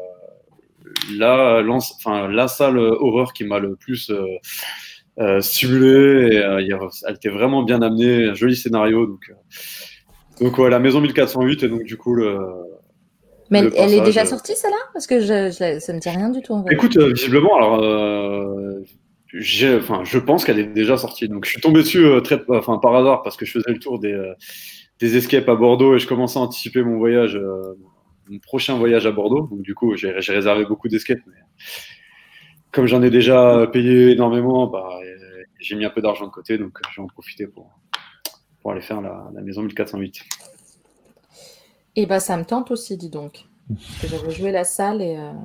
la, l'anci- enfin, la salle horreur qui m'a le plus euh, euh, stimulé. Et, euh, il y a- elle était vraiment bien amenée, un joli scénario. Donc, euh, donc ouais, la maison mille quatre cent huit et donc du coup le. Mais le elle, elle est passage, déjà euh, sortie, celle-là? Parce que je, je- ça me dit rien du tout, en fait. Écoute, euh, visiblement, alors, euh, j'ai, enfin, je pense qu'elle est déjà sortie. Donc, je suis tombé dessus euh, très, enfin, par hasard parce que je faisais le tour des, euh, des escapes à Bordeaux et je commençais à anticiper mon voyage, euh, mon prochain voyage à Bordeaux. Donc, du coup, j'ai, j'ai réservé beaucoup d'escapes. Mais comme j'en ai déjà payé énormément, bah, euh, j'ai mis un peu d'argent de côté. Donc, je vais en profiter pour, pour aller faire la, la maison mille quatre cent huit. Et bah, ça me tente aussi, dis donc. Parce que j'avais joué la salle et. euh,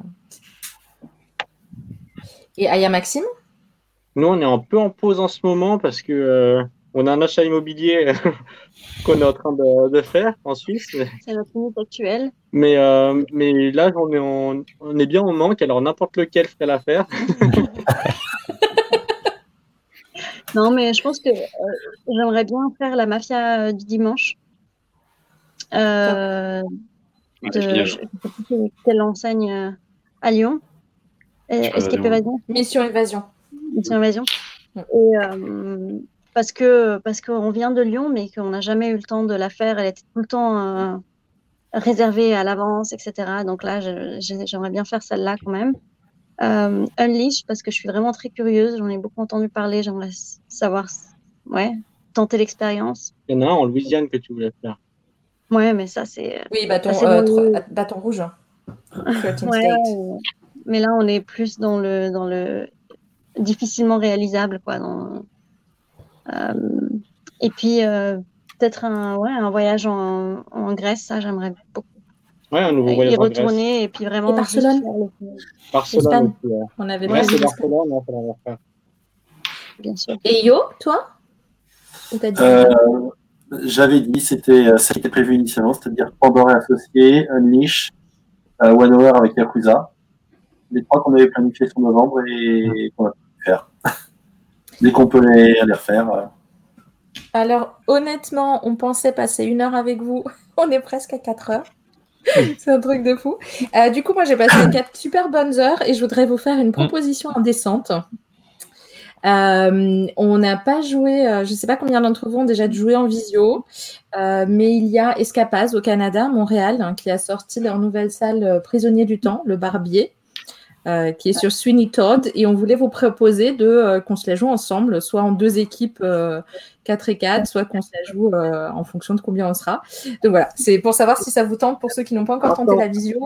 Et Aya Maxime? Nous, on est un peu en pause en ce moment parce que euh, on a un achat immobilier qu'on est en train de, de faire en Suisse. C'est notre minute actuelle. Mais, euh, mais là, on est, en- on est bien en manque, alors n'importe lequel ferait l'affaire. Non, mais je pense que euh, j'aimerais bien faire la mafia euh, du dimanche. Euh, Ouais, de, génial. je ne sais plus quelle enseigne euh, à Lyon. Et- Sur Escape Évasion. Évasion. Mission Évasion. Mission Évasion. Mm. Et euh, parce que parce qu'on vient de Lyon, mais qu'on n'a jamais eu le temps de la faire. Elle était tout le temps euh, réservée à l'avance, et cetera. Donc là, je- je- j'aimerais bien faire celle-là quand même. Euh, Unleash, parce que je suis vraiment très curieuse. J'en ai beaucoup entendu parler. J'aimerais s- savoir, s- ouais, tenter l'expérience. Il y en a un en Louisiane que tu voulais faire. Ouais, mais ça, c'est. Oui, bâton, ça, c'est euh, dans tro- le- bâton rouge. treize Ouais, State. euh, mais là, on est plus dans le, dans le difficilement réalisable, quoi. Dans, euh, et puis, euh, peut-être un, ouais, un voyage en, en Grèce, ça j'aimerais beaucoup. Ouais, un nouveau Y voyage en Grèce. retourner et puis vraiment. Et Barcelone. juste faire le- Barcelone Espagne. aussi, ouais. On avait Ouais, prévu c'est ça. Barcelone, ouais, faudra le faire. Bien sûr. Et Yo, toi? Ou t'as dit Euh, J'avais dit, c'était euh, ça qui était prévu initialement, c'est-à-dire Pandore et Associés, Unleash, euh, One Hour avec Yakuza. Les trois qu'on avait planifiés sur novembre et qu'on a pu faire. Dès qu'on peut les, les refaire. euh. Alors, honnêtement, on pensait passer une heure avec vous. On est presque à quatre heures. C'est un truc de fou. Euh, du coup, moi, j'ai passé quatre super bonnes heures et je voudrais vous faire une proposition indécente. Euh, on n'a pas joué, euh, je ne sais pas combien d'entre vous ont déjà joué en visio, euh, mais il y a Escapaz au Canada, Montréal, hein, qui a sorti leur nouvelle salle euh, Prisonnier du Temps, le Barbier, euh, qui est sur Sweeney Todd, et on voulait vous proposer de euh, qu'on se la joue ensemble, soit en deux équipes euh, quatre et quatre, soit qu'on se la joue euh, en fonction de combien on sera. Donc voilà, c'est pour savoir si ça vous tente pour ceux qui n'ont pas encore tenté la visio.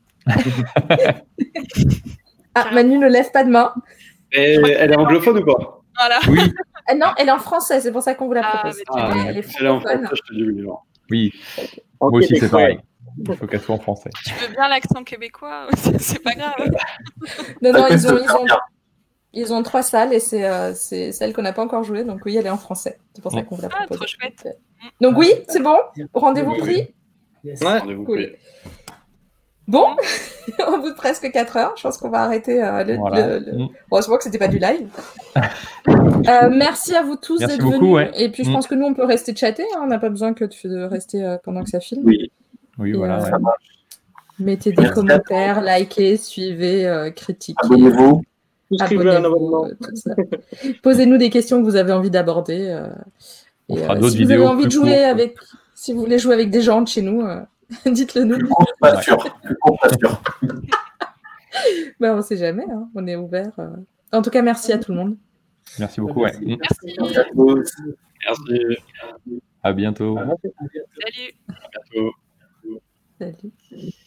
Ah, Manu ne lève pas de main. Et elle est anglophone ou pas? Voilà. Oui. Ah, non, elle est en français, c'est pour ça qu'on vous la Ah, propose. mais Ah, elle est si elle est en francophone. français, je te dis oui. alors. Oui. En Moi aussi, c'est québécois. pareil. Il faut qu'elle soit en français. Tu veux bien l'accent québécois? C'est pas grave. Non, non, Ça ils peut ont, se ils, faire ont, bien. ils ont trois salles et c'est euh, c'est celle qu'on n'a pas encore jouée, donc oui, elle est en français. C'est pour ça qu'on vous la Ah, propose. trop chouette. Donc oui, c'est bon. Rendez-vous Oui, oui, pris. Yes. Ouais. Rendez-vous Cool. pris. Bon, au bout de presque quatre heures, je pense qu'on va arrêter euh, le, Voilà. le, le... Mm. Heureusement que c'était pas du live. Euh, merci à vous tous Merci d'être beaucoup, venus. ouais. Et puis je Mm. pense que nous, on peut rester chatter. Hein. On n'a pas besoin que de, de rester euh, pendant que ça filme. Oui, Oui, Et, voilà. euh, ouais. ça marche. Mettez des Merci. commentaires, likez, suivez, euh, critiquez. Abonnez-vous. Souscrivez à un Abonnez-vous, abonnement. euh, tout ça. Posez-nous des questions que vous avez envie d'aborder. euh, On et, fera euh, d'autres si vous avez vidéos envie de plus jouer courtes. avec, si vous voulez jouer avec des gens de chez nous, euh, dites-le nous. Plus court, pas sûr. Plus court, pas sûr. Ben, on ne sait jamais, hein. On est ouvert. euh. En tout cas, merci à tout le monde. Merci beaucoup. Ouais. Mm. Merci. Merci à tous. Merci. À bientôt. Salut. À bientôt. Salut.